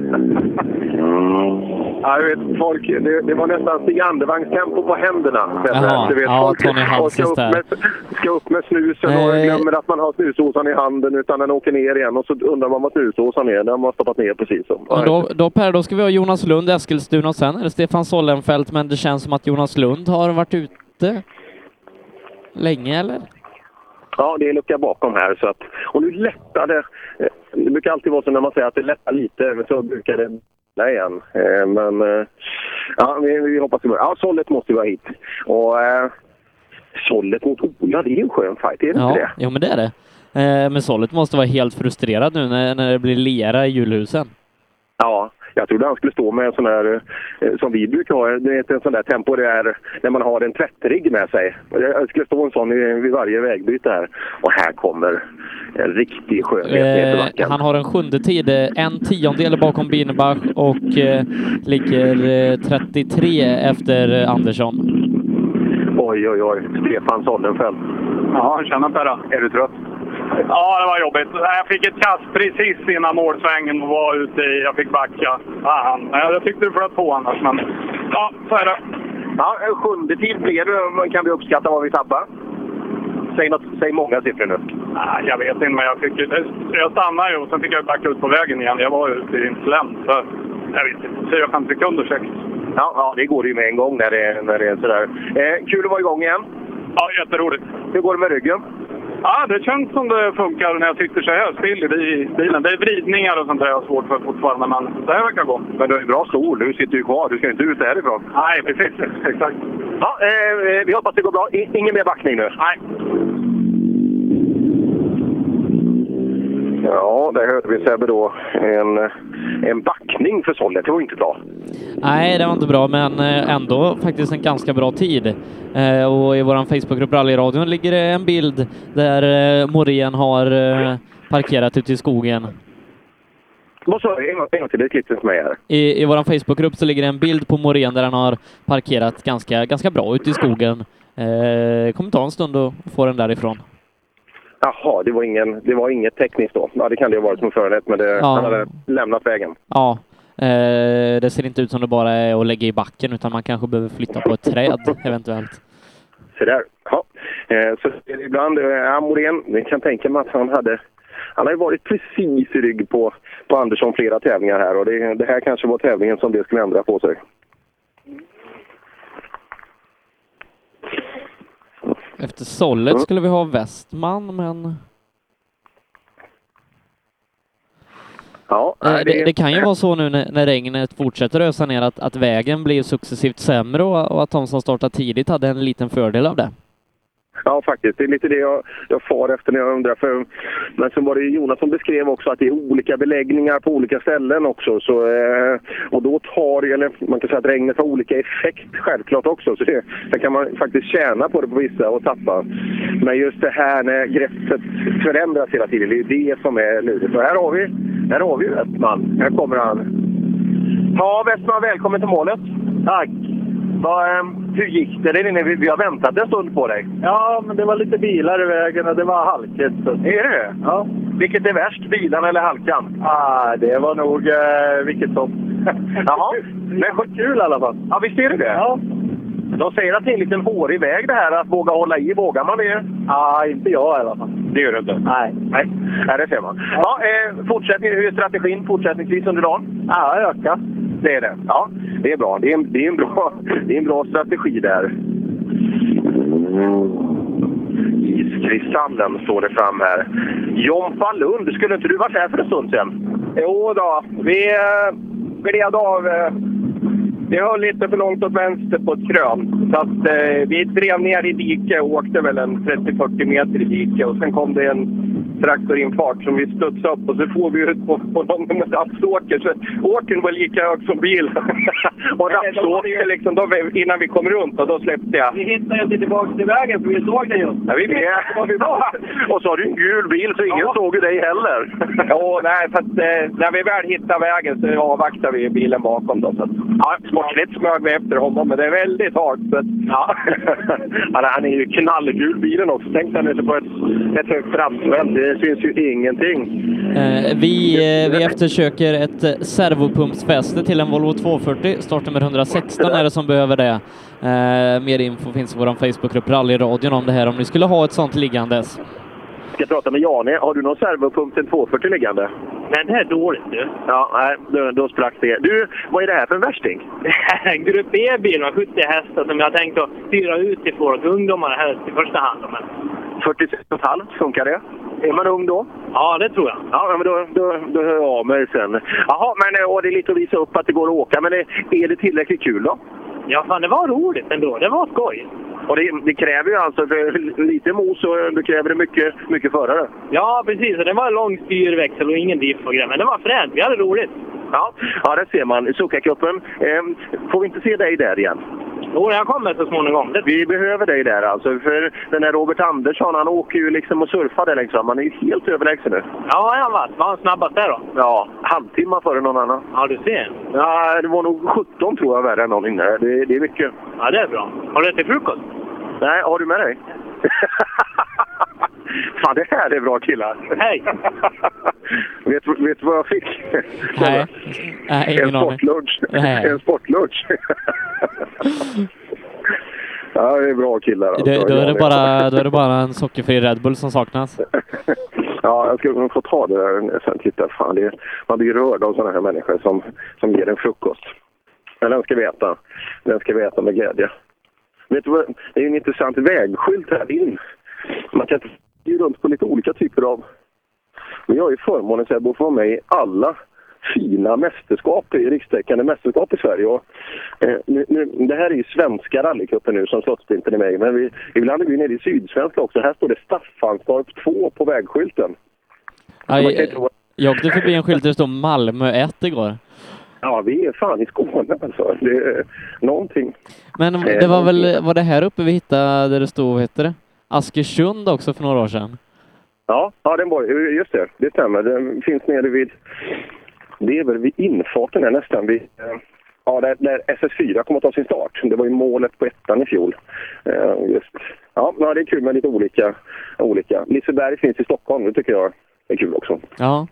Ja, jag vet, folk, det, det var nästan Stig Andervangstempo på händerna. Jaha, du vet, ja, folk Tony Hanses ska, upp med, ska upp med snusen och eh. glömmer att man har snusåsan i handen utan den åker ner igen. Och så undrar man vad snusåsan är. Den har man stoppat ner precis. Så. Och då, då Per, då ska vi ha Jonas Lund, Eskilstuna och sen är det Stefan Sollenfelt. Men det känns som att Jonas Lund har varit ute länge, eller? Ja, det är lucka bakom här. Så att, och nu lättar det. Det brukar alltid vara så när man säger att det lättar lite, så brukar det lätta igen. Men ja, vi, vi hoppas det. Ja, Sollet måste ju vara hit. Och eh, Sollet mot Ola, det är ju en skön fight, är det ja, inte det? Ja, men det är det. Eh, men Sollet måste vara helt frustrerad nu när, när det blir lera i julhusen. Ja, jag trodde han skulle stå med en sån här, som vi brukar ha, det är en sån där tempo där, när man har en tvättrigg med sig. Jag skulle stå en sån vid varje vägbyte här. Och här kommer en riktig skönhet. Eh, han har en sjunde tid, en tiondel bakom Binebach och eh, ligger eh, trettiotre efter Andersson. Oj, oj, oj. Stefan Sollenfelt. Ja, tjena Perra. Är du trött? Ja, det var jobbigt. Jag fick ett kast precis innan målsvängen och var ute i... Jag fick backa. Ah, jag tyckte du flöt på annars, men... Ja, så är det. Ja, en sjunde tid blir det. Kan vi uppskatta vad vi tappar? Säg, något, säg många siffror nu. Ah, jag vet inte, men jag fick... Jag stannade ju och sen fick jag backa ut på vägen igen. Jag var ute i en slem, så... Jag vet inte. fyra fem sekunder säkert. Ja, ja, det går ju med en gång när det, när det är sådär. Eh, kul att vara igång igen. Ja, jätteroligt. Hur går det med ryggen? Ja, det känns som det funkar när jag sitter så här still i bilen. Det är vridningar och sånt där jag har svårt för fortfarande, men det här verkar gå. Men du har ju bra stol, du sitter ju kvar, du ska inte ut därifrån. Nej, precis. Exakt. Ja, eh, vi hoppas det går bra. I, ingen mer backning nu. Nej. Ja, där hörde vi Sebbe då. En, en backning för Sollet, det var inte bra. Nej, det var inte bra, men ändå faktiskt en ganska bra tid. Och i vår Facebookgrupp Rallyradion ligger det en bild där Morén har parkerat ute i skogen. Vad sa du? En gång till, det är klippet som är här. I, i vår Facebookgrupp så ligger det en bild på Morén där han har parkerat ganska, ganska bra ute i skogen. Eh, kommer ta en stund att få den därifrån. Jaha, det var, ingen, det var inget tekniskt då. Ja, det kan det ha varit som förrätt, men det, ja. han hade lämnat vägen. Ja, eh, det ser inte ut som det bara är att lägga i backen, utan man kanske behöver flytta på ett träd eventuellt. Så där. Ja. Eh, så ibland, ja, Morén, jag kan tänka mig att han hade... Han har ju varit precis i rygg på, på Andersson flera tävlingar här, och det, det här kanske var tävlingen som det skulle ändra på sig. Efter Sollet skulle vi ha Westman, men... Ja, eh, det... Det, det kan ju vara så nu när, när regnet fortsätter ösa ner att, att vägen blir successivt sämre och, och att de som startar tidigt hade en liten fördel av det. Ja, faktiskt. Det är lite det jag, jag far efter när jag undrar. För, men så var det Jonas som beskrev också att det är olika beläggningar på olika ställen också. Så, eh, och då tar, eller man kan säga att regnet har olika effekt självklart också. Så det, det kan man faktiskt tjäna på det på vissa och tappa. Men just det här när greppet förändras hela tiden, det är det som är lurigt. Så här har vi, här har vi Westman. Här kommer han. Ja, Westman, välkommen till målet. Tack. Va, hur gick det? det vi, vi har väntat en stund på dig. Ja, men det var lite bilar i vägen och det var halkigt. Så. Är det? Ja. Vilket är värst, bilarna eller halkan? Ah, det var nog eh, vilket som. Jaha. Men var kul i alla fall. Ja, visst är det det? Ja. De säger att det är en liten hårig väg det här att våga hålla i. Vågar man det? Ah, inte jag i alla fall. Det gör du inte? Nej. Nej, Nej det ser man. Ja, eh, fortsättning, hur är strategin fortsättningsvis under dagen? Ja, öka. Det är det. Ja, det är bra. Det är en, det är en, bra, det är en bra strategi där. Iskristallen står det fram här. Jompa Lund, skulle inte du varit här för en stund sedan? Jo då, vi eh, gled av... Eh, vi höll lite för långt åt vänster på ett krön. Så att eh, vi drev ner i diket och åkte väl en trettio till fyrtio meter i diket. Och sen kom det en traktorinfart som vi studsade upp och så får vi ut på, på någon med rapsåker. Så åkern var lika hög som bil. och rapsåker liksom, då, innan vi kom runt och då släppte jag. Vi hittade inte tillbaka till vägen för vi såg det just. Ja, vi vet. Och så har du en gul bil så ingen ja. såg ju dig heller. ja, nej, för att, eh, när vi väl hittar vägen så avvaktar vi bilen bakom då. Så att, ja, sportsligt smög vi efter honom, men det är väldigt hårt. Så att, ja. Han är ju knallgul bilen också. Tänk dig nu på ett, ett högt rapsvält. Det syns ju ingenting. Eh, vi, eh, vi eftersöker ett eh, servopumpsfäste till en Volvo tvåhundrafyrtio. Startnummer etthundrasexton är det som behöver det. Eh, mer info finns i vår Facebookgrupp Rallyradion om det här, om ni skulle ha ett sånt liggandes. Jag ska prata med Jane. Har du någon servopump till tvåhundrafyrtio liggande? Nej, det här är dåligt du. Ja, nej, då, då sprack det. Du, vad är det här för en värsting? En grupp E-bil med sjuttio hästar som jag tänkt att styra ut ifrån ungdomar här i första hand. Men... fyrtiosex komma fem, funkar det? Är man ung då? Ja, det tror jag. Ja, men då, då, då hör jag av mig sen. Jaha, men och det är lite att visa upp att det går att åka. Men är, är det tillräckligt kul då? Ja, fan, det var roligt ändå. Det var skoj. Och det, det kräver ju alltså för lite mos och det kräver det mycket, mycket förare. Ja, precis. Det var en lång styrväxel och ingen diff och grejer. Men det var fränt. Vi hade roligt. Ja, ja det ser man. Suzuka-cupen. Eh, får vi inte se dig där igen? Jo, jag kommer så småningom. Det... Vi behöver dig där alltså. För den här Robert Andersson, han åker ju liksom och surfar där liksom. Han är ju helt överlägsen nu. Ja, han var. Var han snabbast där då? Ja, halvtimme före någon annan. Ja, du ser. Ja, det var nog sjutton tror jag värre än någon inne. Det, det är mycket. Ja, det är bra. Har du ätit frukost? Nej, har du med dig? Fan, det här är bra killar. Hej! vet, vet du vad jag fick? Nej, Nej en sportlunch. En sportlunch. Ja, det är bra killar. Alltså. Det, då, är det bara, då är det bara en sockerfri Red Bull som saknas. Ja, jag skulle nog få ta det där sen. Titta, fan, det är, man blir rörd av sådana här människor som, som ger en frukost. Men den ska veta. Den ska veta med glädje. Vet du vad? Det är ju en intressant vägskylt här in. Man kan gå runt på lite olika typer av... Men jag har ju förmånen att jag borde få vara med i alla fina mästerskap i rikstäckande mästerskap i Sverige. Och, eh, nu, nu, det här är ju svenska rallycupen nu som slottsprinten är med. Men vi, ibland är vi nere i sydsvenska också. Här står det Staffanstorp två på vägskylten. Aj, jag, jag åkte förbi en skylt där det står Malmö ett igår. Ja, vi är fan i Skåne alltså. Det är någonting. Men det var väl, var det här uppe vi hittade där det stod, vad heter det? Askersund också för några år sedan. Ja, ja den var, just det. Det stämmer. Den finns nere vid, Det är väl vid infarten här nästan vid... Ja, där, där S S fyra kommer att ta sin start. Det var ju målet på ettan i fjol. Uh, just. Ja, det är kul med lite olika. olika. Liseberg finns i Stockholm, det tycker jag är kul också. Ja.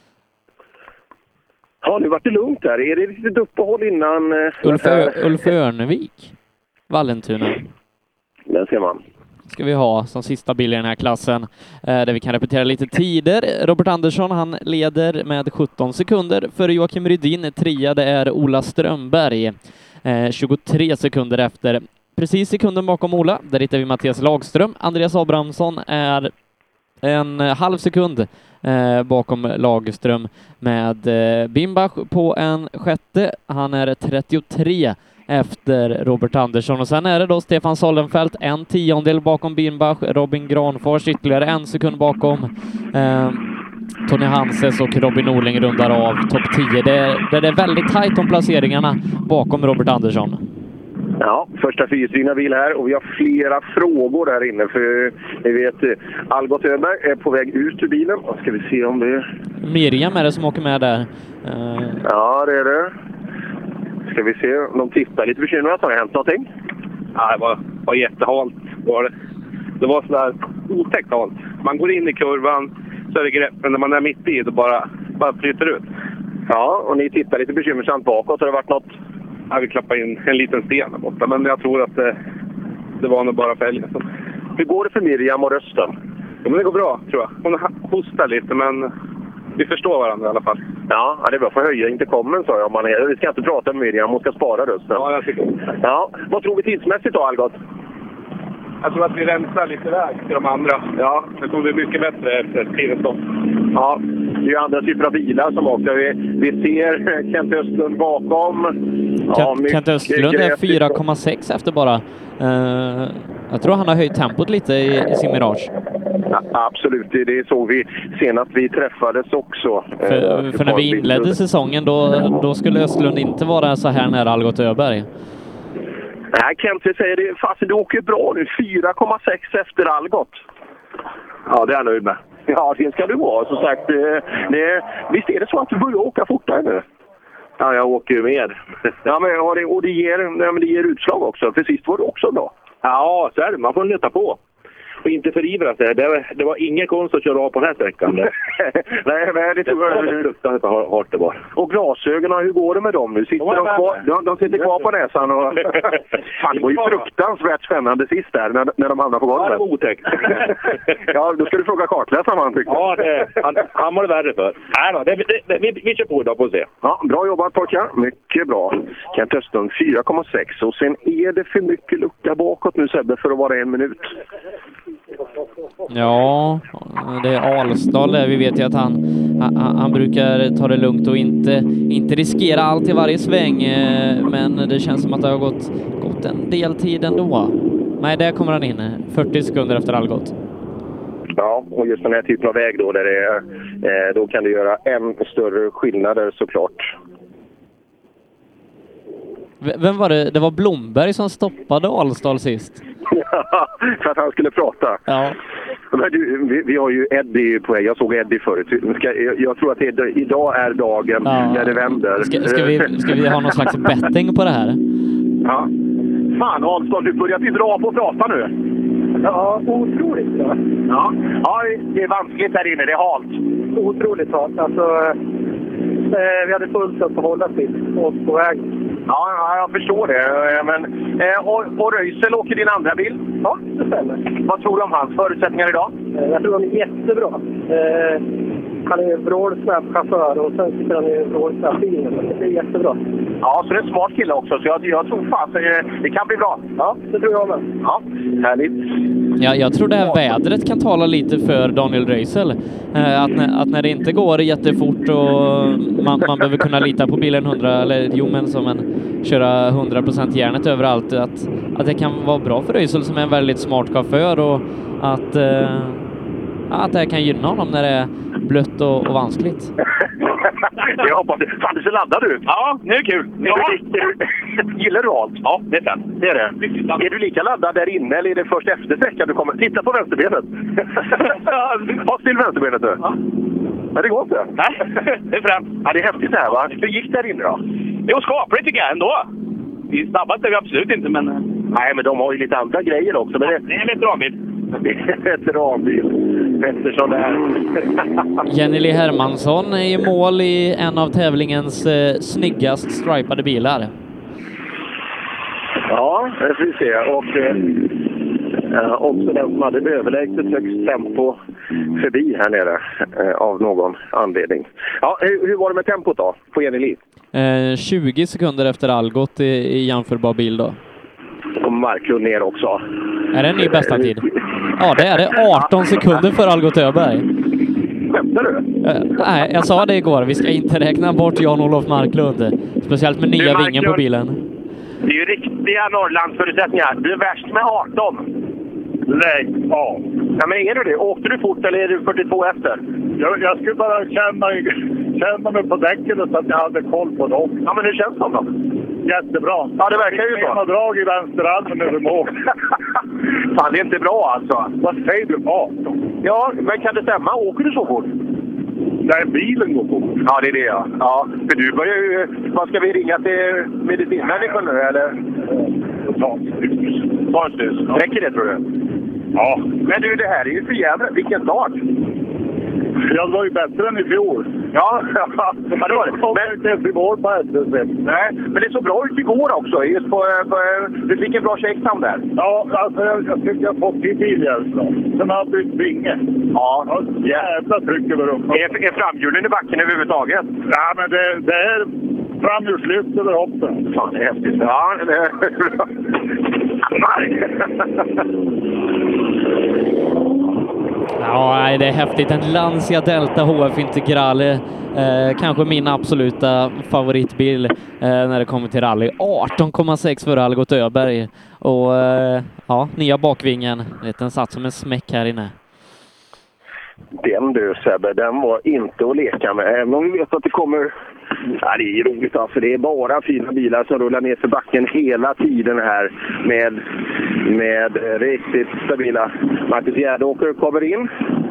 Ja, nu vart det lugnt där. Är det lite uppehåll innan... Uh, Ulf, Ö- Ulf Örnevik, Vallentuna. Den ser man. Ska vi ha som sista bil i den här klassen, eh, där vi kan repetera lite tider. Robert Andersson, han leder med sjutton sekunder. För Joakim Rydin, trea, det är Ola Strömberg. Eh, tjugotre sekunder efter. Precis sekunden bakom Ola, där hittar vi Mattias Lagström. Andreas Abrahamsson är en halv sekund eh, bakom Lagström med eh, Bimbach på en sjätte. Han är trettiotre efter Robert Andersson, och sen är det då Stefan Sollenfelt en tiondel bakom Bimbach, Robin Granfors ytterligare en sekund bakom, eh, Tony Hanses och Robin Norling rundar av topp tio. Det är, det är väldigt tajt om placeringarna bakom Robert Andersson. Ja, första fyrhjulsdrivna bil här, och vi har flera frågor där inne, för ni vet, Algot Öberg är på väg ut ur bilen. Och ska vi se om det är... Miriam är det som åker med där. Uh... Ja, det är det. Ska vi se om de tittar lite bekymrat. Har det hänt någonting? Ja, det var, var jättehalt. Var det. det var sådär otäckt halt. Man går in i kurvan så är det grepp, men när man är mitt i det bara, bara flyter ut. Ja, och ni tittar lite bekymmersamt bakåt. Har det varit något? Ja, vi klappade in en liten sten där borta, men jag tror att det, det var nog bara fälgen. Hur går det för Miriam och rösten? Ja, men det går bra, tror jag. Hon hostar lite, men vi förstår varandra i alla fall. Ja, det är bra för höja inte kommen, sa jag. Man är, vi ska inte prata med Miriam, hon ska spara rösten. Ja, jag tycker. Ja, vad tror vi tidsmässigt då, Algot? Jag tror att vi rensar lite väg till de andra. Ja, det kommer bli mycket bättre efter tidens stopp. Ja, det är ju andra typer av bilar som åker. Vi, vi ser Kent Östlund bakom. Ja, Kent, Kent Östlund är fyra komma sex efter bara. Uh, jag tror han har höjt tempot lite i, i sin Mirage. Ja, absolut, det, det såg vi senast vi träffades också. För, uh, för när vi inledde säsongen, då, då skulle Östlund inte vara så här nära Algot Öberg. Nej, Kent säger det. Fast du åker bra nu. fyra komma sex efter Algot. Ja, det är jag nöjd med. Ja, det ska du vara. Som sagt, det, visst är det så att du börjar åka fortare nu? Ja, jag åker ju mer. Ja, men, och, det, och det, ger, ja, men det ger utslag också. För sist var det också bra. Ja, så är det. Man får nöta på. Och inte förivra sig. Det var, det var ingen konst att köra av på den här sträckan. nej, nej, det tror jag. Det var fruktansvärt hårt det var. Och glasögonen, hur går det med dem nu? Sitter de, de, kvar, de, de sitter kvar på näsan och... Fan, det var ju fruktansvärt spännande sist där, när, när de hamnade på golvet. Ja, det var otäckt. Ja, då ska du fråga kartläsaren, han tyckte. Ja, det, han, han var det värre för. Nej då, det, det, det, vi, vi kör på idag på att se. Ja, bra jobbat pojkar. Mycket bra. Kent Östlund fyra komma sex. Och sen är det för mycket lucka bakåt nu, Sebbe, för att vara en minut. Ja, det är Alsdal där. Vi vet ju att han, han, han brukar ta det lugnt och inte, inte riskera allt i varje sväng. Men det känns som att det har gått, gått en del tid ändå. Nej, där kommer han in. fyrtio sekunder efter Algot. Ja, och just den här typen av väg då, där det är, eh, då kan det göra än större skillnader såklart. Vem var det? Det var Blomberg som stoppade Alsdal sist. Ja, för att han skulle prata. Ja. Men du, vi, vi har ju Eddie på väg. Jag såg Eddie förut. Ska, jag, jag tror att det, idag är dagen ja. när det vänder. Ska, ska, vi, ska vi ha någon slags betting på det här? Ja. Fan, Alsdal, du börjar bli bra på att prata nu. Ja, otroligt bra. Ja. Ja, det är vanskligt här inne. Det är halt. Otroligt halt. Alltså, eh, vi hade fullt upp att hålla till oss på väg. Ja, ja, jag förstår det. Men, eh, och, och Röisel åker din andra bil? Ja, det stämmer. Vad tror du om hans förutsättningar idag? Eh, jag tror de är jättebra. Eh, han är en vrålsnabb chaufför och sen sitter han i en vrålsnabb bil. Det är jättebra. Ja, så det är en smart kille också. Så jag, jag tror fan det, det kan bli bra. Ja, det tror jag med. Ja, härligt. Ja, jag tror det här vädret kan tala lite för Daniel Röisel. Eh, att, när, att när det inte går jättefort och man, man behöver kunna lita på bilen hundra, eller jo men som en köra hundra procent järnet överallt, att, att det kan vara bra för Röisel som är en väldigt smart chaufför, och att, eh, att det här kan gynna honom när det är blött och, och vanskligt. Jag hoppas det. Fan, du så laddar du. Ja, det är kul. Ja. Gillar du allt? Ja, det är fett. Det är det. Är du lika laddad där inne eller är det först efter sträckan du kommer? Titta på vänsterbenet. Ha still vänsterbenet du. Ja. Men det går inte. Nej, det är främst. Ja, det är häftigt det här, va? Hur gick det här inne då? Det var skapligt tycker jag ändå. Det är snabbast är vi absolut inte, men... Nej, men de har ju lite andra grejer också. Men det... det är en veteranbil. Det är en veteranbil. Pettersson där. Jenny Lee Hermansson är i mål i en av tävlingens eh, snyggast stripade bilar. Ja, det får vi se. Och eh, också den som hade överlägset högst tempo förbi här nere eh, av någon anledning. Ja, hur, hur var det med tempot då på Jenny Lee? Eh, tjugo sekunder efter Algot i, i jämförbar bil då. Och Marklund ner också. Är det en ny bästa tid? Ja, det är det. arton sekunder för Algot Öberg. Skämtar du? Eh, nej, jag sa det igår. Vi ska inte räkna bort Jan-Olof Marklund. Speciellt med nya du, vingen på bilen. Det är ju riktiga Norrlandsförutsättningar. Du är värst med arton. Nej, ja. Ja, men är du det? Åkte du fort eller är du fyrtiotvå efter? Jag, jag skulle bara känna, känna mig på däcken så att jag hade koll på dem. Ja, men hur känns det då? Jättebra. Ja, det verkar ju så. Jag har drag i vänsterarmen över mål. Fan, det är inte bra alltså. Vad säger du? arton? Ja, men kan det stämma? Åker du så fort? Nej, bilen går fort. Ja, det är det ja. Ja, för du börjar ju... Vad ska vi ringa till medicinmänniskor nu, eller? Ta en snus. Räcker det, tror du? Ja. Men du, det här är ju för jävla. Vilken start! Jag var ju bättre än i fjol. Ja, ja det var det. Men inte ens i mål på S S C. Nej, men det är så bra ut igår också. Just på, på, du fick en bra checksam där. Ja, alltså jag, jag tycker jag har fått till tidigare. Sen har jag bytt vinge. Ja. ja jävla tryck över upp. Är, är framhjulen i backen överhuvudtaget? Ja, men det, det är framhjulslyft över hoppen. Fan, det är häftigt. Ja, det är Ja, det är häftigt. En Lancia Delta H F Integral. Eh, kanske min absoluta favoritbil eh, när det kommer till rally. arton komma sex för Algot Öberg. Och eh, ja, nya bakvingen. Den satt som en smäck här inne. Den du Sebbe, den var inte att leka med. Även om vi vet att det kommer... Ja, det är roligt alltså. Det är bara fina bilar som rullar ner för backen hela tiden här med, med riktigt stabila. Marcus Gärdåker kommer in.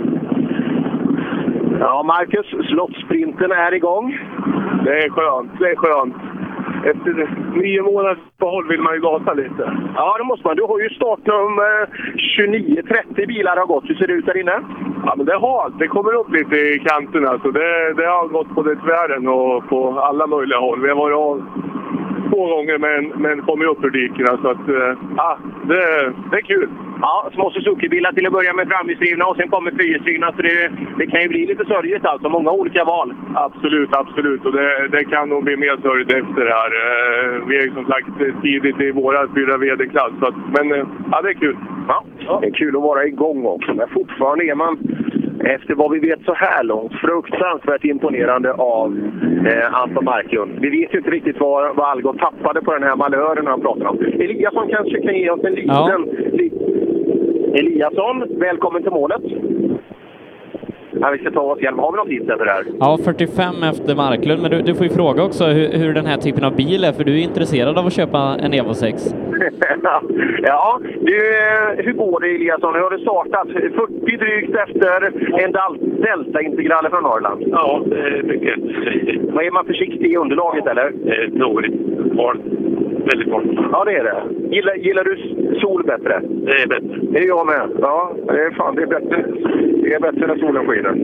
Ja, Marcus, slottsprinten är igång. Det är skönt, det är skönt. Efter nio månaders behåll vill man ju gasa lite. Ja, det måste man. Du har ju startnummer tjugonio trettio bilar har gått. Hur ser det ut där inne? Ja, men det har det kommer upp lite i kanterna. Så det, det har gått på det tvären och på alla möjliga håll. Vi har varit av två gånger men, men kommer upp ur dikerna. Så att, ja, det, det är kul. Ja, små Suzuki-bilar till att börja med framhjulsdrivna och sen kommer fyrhjulsdrivna. Så det, det kan ju bli lite sörjigt alltså. Många olika val. Absolut, absolut. Och det, det kan nog bli mer sörjigt efter det här. Vi är ju som sagt tidigt i våra fyra V D-klass. Men ja, det är kul. Ja, det är kul att vara igång också. Men fortfarande är man, efter vad vi vet så här långt, fruktansvärt imponerande av eh, Anton Marklund. Vi vet ju inte riktigt vad, vad Algot tappade på den här malören han pratar om. Eliasson kanske kan ge oss en liten... Ja. Li- Eliasson, välkommen till målet. Ja, vi ska ta oss igen. Har vi något hit efter det här? Ja, fyrtiofem efter Marklund. Men du, du får ju fråga också hur, hur den här typen av bil är, för du är intresserad av att köpa en Evo sex. Ja, du, hur går det Eliasson? Hur har du startat? fyrtio drygt efter en Delta-integrale från Norrland. Ja, det är mycket. Vad är man försiktig i underlaget eller? Eh, något varmt. Väldigt varmt. Ja, det är det. Gillar, gillar du sol bättre? Det är bättre. Det är jag med. Ja, det är fan, det är bättre. Det är bättre när solen skiner.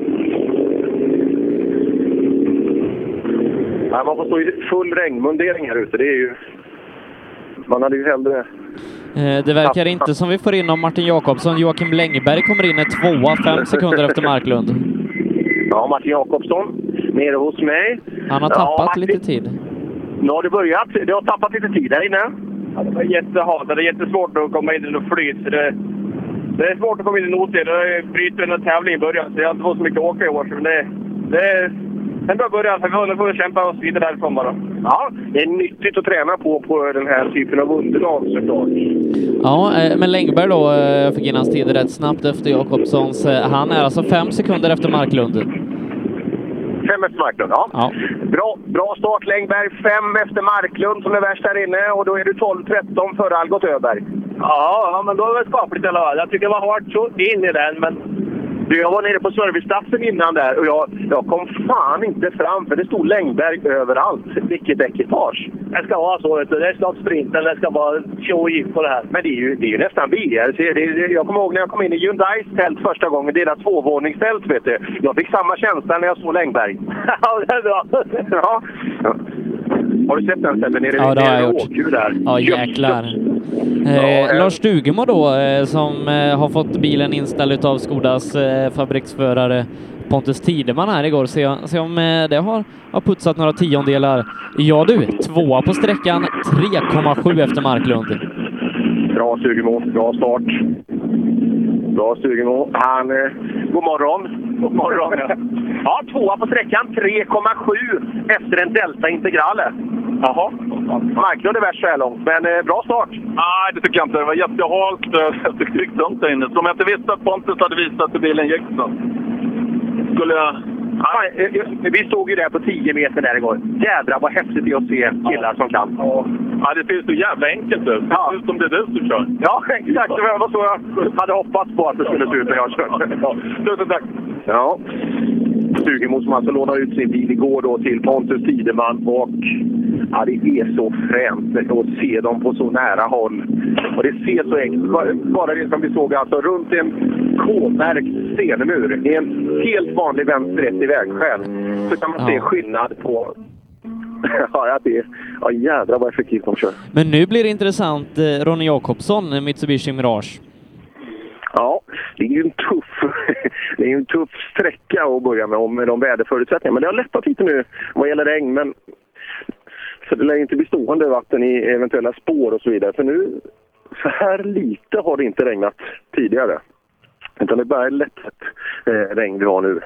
Ja, man får stå i full regnmundering här ute. Det är ju... Man hade ju hellre... Eh, det verkar inte som vi får in om Martin Jakobsson. Joakim Längberg kommer in ett tvåa, fem sekunder efter Marklund. Ja, Martin Jakobsson nere hos mig. Han har tappat ja, Martin... lite tid. Nu har det börjat. Det har tappat lite tid här inne. Ja, det var jättehalt. Det är jättesvårt att komma in i något flyt. Det, det är svårt att komma in i något. Det bryter en tävling i början. Så jag har inte fått så mycket åka i år. Men det, det är en bra början. Så vi får kämpa oss vidare därifrån bara. Ja, det är nyttigt att träna på, på den här typen av underlag såklart. Ja, men Längberg då fick in hans tid rätt snabbt efter Jakobssons. Han är alltså fem sekunder efter Marklund. Fem efter Marklund, ja. ja. Bra, bra start Längberg. Fem efter Marklund som är värst där inne. Och då är du tolv tretton före Algot Öberg. Ja, ja, men då är det skapligt i alla fall. Jag tycker det var hårt så in i den, men Du, jag var nere på serviceplatsen innan där och jag, jag kom fan inte fram för det stod Längberg överallt. Vilket ekipage. Det ska vara så, vet du. Det är snart sprinten, det ska vara tjo och gift på det här. Men det är ju, det är ju nästan billigare. Det, det, jag kommer ihåg när jag kom in i Hyundais tält första gången, deras tvåvåningstält, vet du. Jag fick samma känsla när jag såg Längberg. Ja, det är bra. Ja. Har du sett den ställen nere, ja, det har nere jag i gjort. Åkur där? Ja, jäklar. Eh, ja, Lars Stugemo då, eh, som eh, har fått bilen inställd av Skodas eh, fabriksförare Pontus Tideman här igår. Se, se om eh, det har, har putsat några tiondelar. Ja du, tvåa på sträckan, tre komma sju efter Marklund. Bra Stugemo, bra start. Bra Stugemo. Han, eh, god morgon. God morgon. Ja, ja tvåa på sträckan, tre komma sju efter en Delta Integrale. Jaha. Marklund är värst så här långt, men eh, bra start. Nej, det tycker jag inte. Det var jättehalt. Jag tyckte det runt där inne. Så om jag inte visste att Pontus hade visat hur bilen gick så skulle jag... Ja, vi stod ju där på tio meter där igår. Jädrar vad häftigt det är att se killar som kan. Ja, det ser så jävla enkelt ut. Det ser ut som det är du som kör. Ja, exakt. Det var så jag hade hoppats på att det skulle se ut när jag körde. Tusen tack. Ja. Stugemo som alltså lånade ut sin bil igår då till Pontus Tideman och ja, det är så främt att se dem på så nära håll. Och det ser så enkelt. Bara det som vi såg alltså runt en K-märkt stenmur i en helt vanlig vänsterrättig vägskäl så kan man ja. se skillnad på ja, det är, ja, jädrar vad effektivt de kör. Men nu blir det intressant. Ronny Jakobsson, Mitsubishi Mirage. Ja, det är ju en tuff, det är en tuff sträcka att börja med med de väderförutsättningarna. Men det har lättat lite nu vad gäller regn. Men för det lär inte bli stående vatten i eventuella spår och så vidare. För nu, så här lite har det inte regnat tidigare. Utan det är bara lättat eh, regn vi har nu.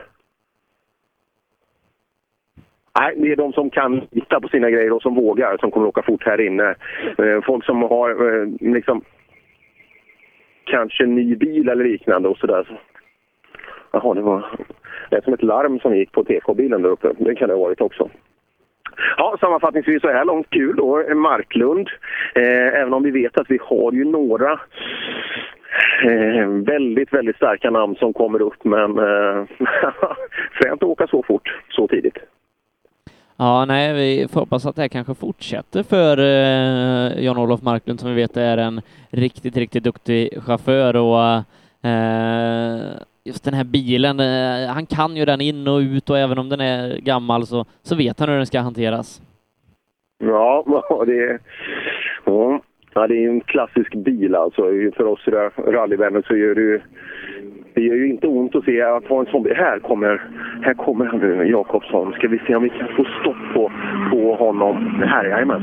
Nej, det är de som kan lita på sina grejer och som vågar som kommer att åka fort här inne. Eh, folk som har eh, liksom kanske en ny bil eller liknande och sådär. Så. Jaha, det var det är som ett larm som gick på T K-bilen där uppe. Det kan det ha varit också. Ja, sammanfattningsvis så här långt kul då. Marklund. Eh, även om vi vet att vi har ju några eh, väldigt, väldigt starka namn som kommer upp. Men eh, främt att åka så fort, så tidigt. Ja, nej, vi får hoppas att det här kanske fortsätter för eh, Jan-Olof Marklund som vi vet är en riktigt, riktigt duktig chaufför och eh, just den här bilen, eh, han kan ju den in och ut och även om den är gammal så, så vet han hur den ska hanteras. Ja, det är, ja, det är en klassisk bil alltså. För oss rallyvänner så gör det ju Det gör ju inte ont att se att ha en sån bil. Här kommer, här kommer han nu, Jakobsson. Ska vi se om vi kan få stopp på, på honom. Här är jag med.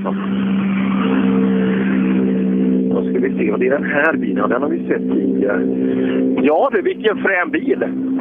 Då ska vi se. Och det är den här bilen. Den har vi sett tidigare. Ja, det vilken frän bil.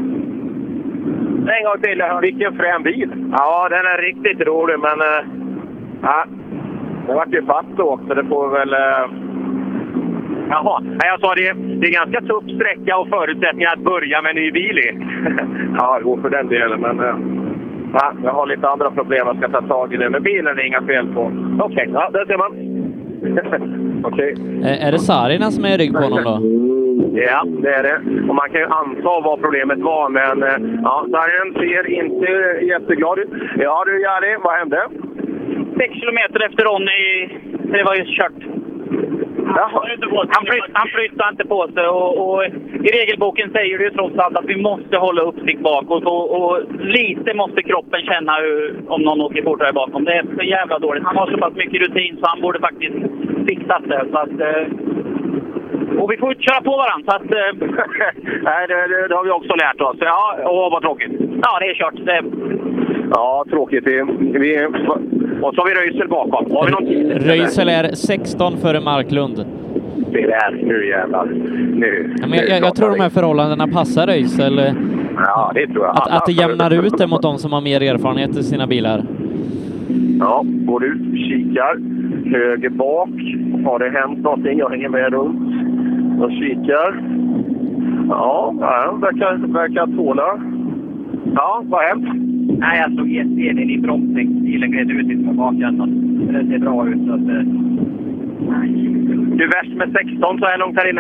En gång till. Vilken frän bil. Ja, den är riktigt rolig. Men äh, ja, det vart ju fast också. Det får väl... Äh, Jaha, jag sa det, det är ganska tuff sträcka och förutsättningar att börja med en ny bil i. Ja, det går för den delen, men ja, jag har lite andra problem jag ska ta tag i det. Men bilen är inga fel på. Okej, okay, ja, där ser man. Okej. Okay. Är det Sarina som är i rygg på honom då? Ja, det är det. Och man kan ju anta vad problemet var, men ja, Sarina ser inte jätteglad ut. Ja du, Jari, vad hände? Sex kilometer efter Ronny, det var ju kört. Han, flytt, han flyttar inte på sig och, och i regelboken säger det ju trots allt att vi måste hålla uppsikt bakåt och, och lite måste kroppen känna hur, om någon åker fortare bakom. Det är så jävla dåligt. Han har så pass mycket rutin så han borde faktiskt fixa det. Så att, och vi får inte köra på varandra. Så att, nej, det, det, det har vi också lärt oss. Ja, och vad tråkigt. Ja, det är kört. Det... Ja, tråkigt. Vi, vi, och så har vi Röisel bakom. Har vi någon tid? Röisel är sexton före Marklund. Det är där. Nu jävlar. Nu. Ja, men jag, jag, jag tror de här förhållandena passar Röisel. Ja, det tror jag. Att, att det jämnar ut det mot de som har mer erfarenhet i sina bilar. Ja, går ut, kikar. Höger bak. Har det hänt någonting? Jag hänger med runt. Och kikar. Ja, ja verkar, verkar tåla. Ja, vad har hänt? Nej, jag såg jätteenig i bromsning. Bilen gled ut i bakändan. Det ser bra ut. Så att, du är värst med sexton så här långt här inne?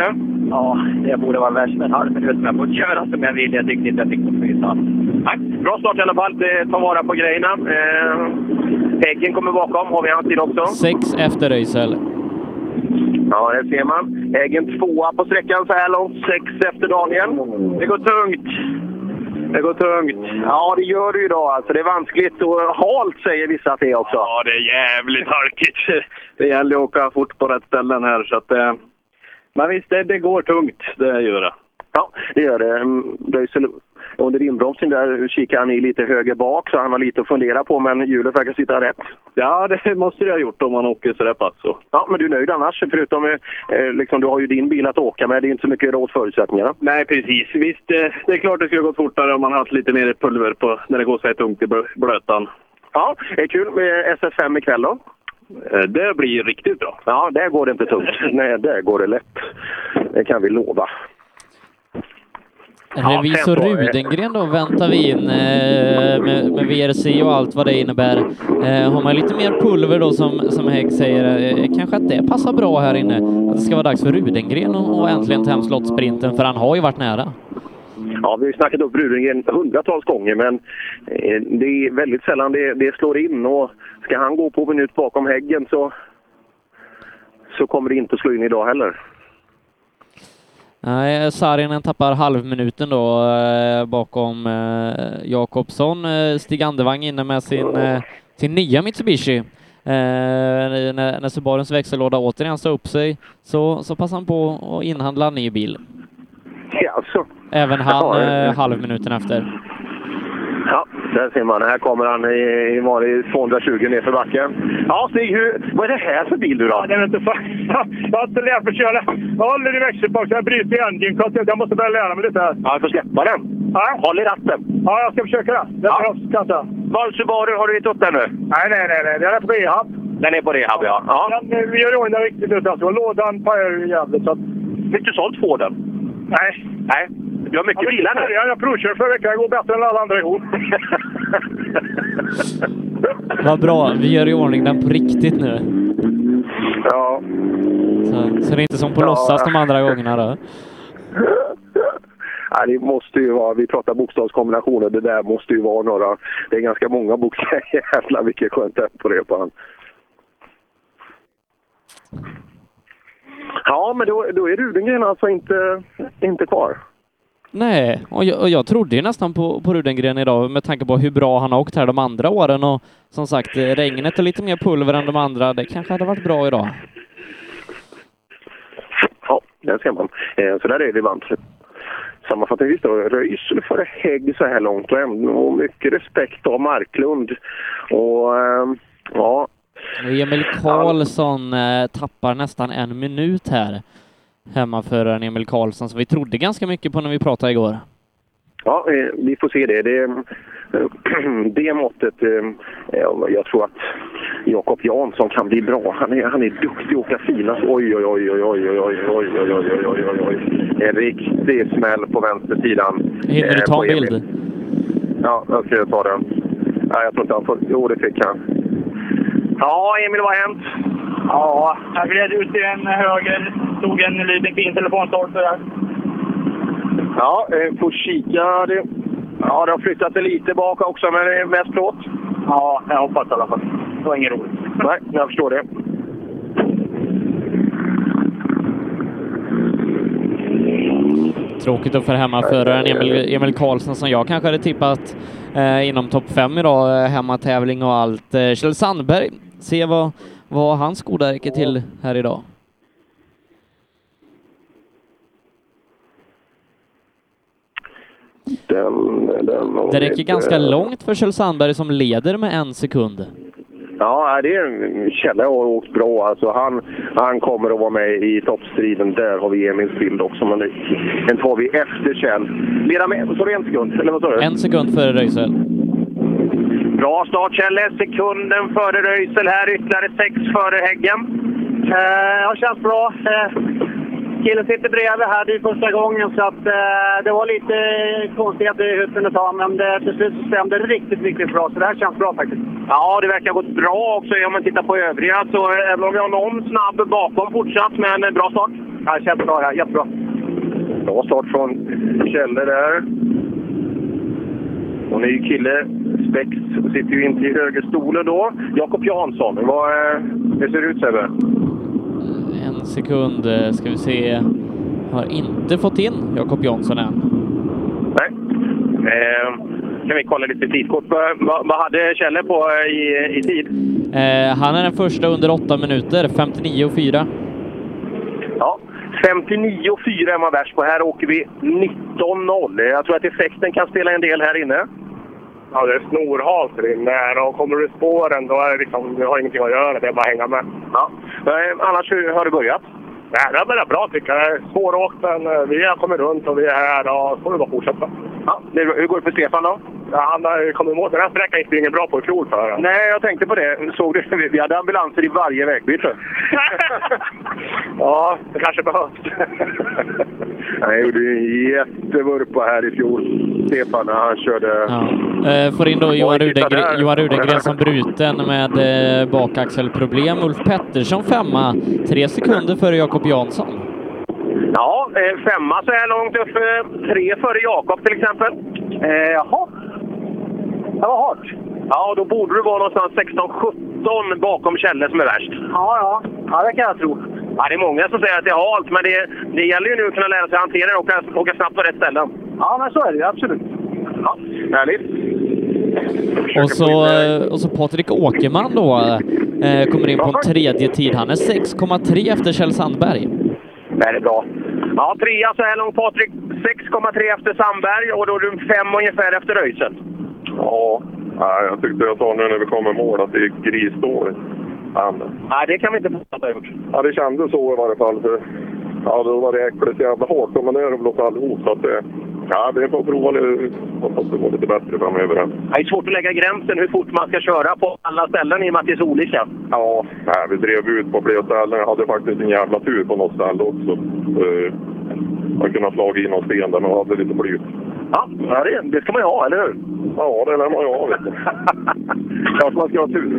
Ja, det borde vara värst med en halv minut, men jag får köra som jag vill. Jag tyckte inte jag fick något fysa. Nej, bra start i alla fall. Ta vara på grejerna. Eh, Häggen kommer bakom. Har vi hans tid också? Sex efter Röisel. Ja, det ser man. Häggen tvåa på sträckan så här långt. Sex efter Daniel. Det går tungt. Det går tungt. Ja, det gör det ju idag. Alltså, det är vanskligt och halt, säger vissa att det är också. Ja, det är jävligt halkigt. Det gäller att åka fort på rätt ställen här. Så att, eh... Men visst, det, det går tungt. Det gör det. Ja, det gör det. Röisel, under inbromsning där kikar han i lite höger bak, så han har lite att fundera på, men hjulet verkar sitta rätt. Ja, det måste det ha gjort om man åker så där pass. Så. Ja, men du är nöjd annars, förutom eh, liksom, du har ju din bil att åka med, det är inte så mycket råd förutsättningarna. Nej, precis. Visst, eh, det är klart det skulle ha gått fortare om man haft lite mer pulver på när det går så här tungt i blötan. Ja, det är kul med S S fem ikväll då. Det blir riktigt bra. Ja, där går det inte tungt. Nej, där går det lätt. Det kan vi lova. Revisor Rudengren då väntar vi in eh, med, med V R C och allt vad det innebär. Eh, har man lite mer pulver då som, som Hägg säger, eh, kanske att det passar bra här inne. Att det ska vara dags för Rudengren och, och äntligen ta hem slottsprinten, för han har ju varit nära. Ja, vi har ju snackat upp Rudengren hundratals gånger, men eh, det är väldigt sällan det, det slår in, och ska han gå på minut bakom Häggen så, så kommer det inte att slå in idag heller. Nej, Saarinen tappar halvminuten då eh, bakom eh, Jakobsson. Eh, Stig Andevang inne med sin, eh, sin nya Mitsubishi. Eh, när, när Subarus växellåda återigen står upp sig så, så passar han på att inhandla en ny bil. Ja, alltså. Även han eh, halvminuten efter. Ja, där ser man. Här kommer han i, i vanlig tvåhundratjugo ner för backen. Ja, Stig, hur, vad är det här för bil du då? Ja, det är inte för... Jag har inte lärt mig köra. Jag håller i växelbox, jag bryter i engine. Jag måste börja lära mig lite här. Ja, jag får släppa den. Ja. Håll i ratten. Ja, jag ska försöka det. Det ja. behövs kanske. Var Subaru, har du inte upp den nu? Nej, nej, nej, nej. Den är på rehab. Den är på rehab, ja. ja. Den, vi gör ju den riktigt ut. Alltså. Lådan pajar ju jävligt. Så att... Fick du sålt få den? Nej. Nej. Du har mycket ja, bilar nu. Ja, jag provkör förra veckan. Det går bättre än alla andra ihop. Vad bra. Vi gör i ordning den på riktigt nu. Ja. Så, så det är inte som på ja. låtsas de andra gångerna då. Ja, det måste ju vara, vi pratar bokstavskombinationer, det där måste ju vara några, det är ganska många bokstäver. Jävlar vilket skönt tempo det är på han. Ja, men då, då är Rudengren alltså inte, inte kvar. Nej, och jag, och jag trodde ju nästan på, på Rudengren idag med tanke på hur bra han har åkt här de andra åren, och som sagt, regnet och lite mer pulver än de andra, det kanske hade varit bra idag. Ja, det ser man. Eh, så där är det vant. Sammanfattningsvis då, Röisel för Hägg så här långt, och ändå mycket respekt av Marklund. Och eh, ja... Emil Karlsson eh, tappar nästan en minut här. Hemmaföraren Emil Karlsson, som vi trodde ganska mycket på när vi pratade igår. Ja, eh, vi får se det. Det, eh, det måttet, eh, jag tror att Jakob Jansson kan bli bra. Han är, han är duktig att åka finast. Oj, oj, oj, oj, oj, oj, oj, oj, oj, oj, oj, oj, oj. En riktig smäll på vänstersidan. Hinner du ta en bild? Ja, jag ska ta den. Nej, jag tror inte han får... Jo, det fick han. Ja, Emil, vad har hänt? Ja, jag gled ut i en höger. Stod en liten fin telefonstolpe där. Ja, får kika. Det, ja, det har flyttat det lite bak också, men det är mest plåt. Ja, jag hoppas i alla fall. Det var ingen roligt. Nej, jag förstår det. Tråkigt att för hemmaföraren Emil, Emil Karlsson, som jag kanske hade tippat eh, inom topp fem idag, eh, hemmatävling och allt. Eh, Kjell Sandberg, se vad, vad hans goda räcker till här idag. Den, den det räcker ganska långt för Kjell Sandberg som leder med en sekund. Ja, det är Kjell har åkt bra. Alltså han, han kommer att vara med i toppstriden. Där har vi Emils bild också. Men den tar vi efter Kjell. Leda med, så är det en sekund? Eller vad sa du? En sekund före Röisel. Bra start, Kjell. Sekunden före Röisel här. Ytterligare sex före Häggen. Eh, ja, känns bra. Eh, killen sitter bredvid här. Det är första gången. Så att, eh, det var lite konstigt hur det kunde ta. Men det, till slut så stämde riktigt, riktigt bra. Så det här känns bra faktiskt. Ja, det verkar ha gått bra också om man tittar på övriga. Så även om vi har någon snabb bakom fortsatt, men bra start. Ja, det känns bra här. Jättebra. Bra start från Kjelle där. Och ny kille, Spex, sitter ju inte i högerstolen då. Jakob Jansson, vad det ser ut, Sebbe? En sekund ska vi se. Har inte fått in Jakob Jansson än. Nej. Eh, kan vi kolla lite tidkort. Vad, vad hade Kjelle på i, i tid? Eh, han är den första under åtta minuter, femtionio fyra. Ja, femtionio fyra är man värst på. Här åker vi nitton noll. Jag tror att effekten kan spela en del här inne. Ja, det är snorhalt här inne. Och kommer du spåren, då är det liksom, du har ingenting att göra. Det är bara att hänga med. Ja. Eh, annars, hur har det börjat? Nej, det har börjat bra tycker jag. Svåråkt, men vi har kommit runt och vi är här och får vi bara fortsätta. Ja, hur går det för Stefan då? Ja, han har kommit emot. Den här sträckan gick ingen bra på i fjol för honom. Nej, jag tänkte på det. Såg du? Vi hade ambulanser i varje vägbyte. Ja, det kanske behövs. Han gjorde en jättevurpa här i fjol. Stefan, när han körde... Ja. Eh, får in då Johan, Rudengren, Johan Rudengren som bruten med eh, bakaxelproblem. Ulf Pettersson femma. Tre sekunder före Jakob Jansson. Ja, eh, femma så här långt upp. Eh, tre före Jakob till exempel. Eh, jaha. Det var hårt. Ja, då borde du vara någonstans sexton sjutton bakom Kjelle som är värst. Ja, ja. Ja, det kan jag tro. Ja, det är många som säger att det är halt, men det, det gäller ju nu att kunna lära sig hantera det och åka, åka snabbt på rätt ställen. Ja, men så är det ju, absolut. Ja, härligt. Och så, och så Patrik Åkerman då eh, kommer in på en tredje tid. Han är sex komma tre efter Kjell Sandberg. Det är bra. Ja, trea så här långt Patrik. sex komma tre efter Sandberg och då är du fem ungefär efter Röjsen. Ja, jag tyckte jag sa nu när vi kom i mål att det är grisdåligt. Nej, det kan vi inte få att ha gjort. Ja, det kändes så i varje fall. För, ja, då var det äckligt jävla hårt. Men det är det väl åt allihop. Så att det, ja, det får prova det. Hoppas det går lite bättre framöver. Det är svårt att lägga gränsen hur fort man ska köra på alla ställen i och med att det är så olika. Ja, nej, vi drev ut på flera ställen. Jag hade faktiskt en jävla tur på något ställe också. Jag kunde ha slagit in någon sten där, men jag hade lite blyt. Ja, det, det ska man ju ha, eller hur? Ja, det lär man ju ha, vet du. Klart man ska ha tur.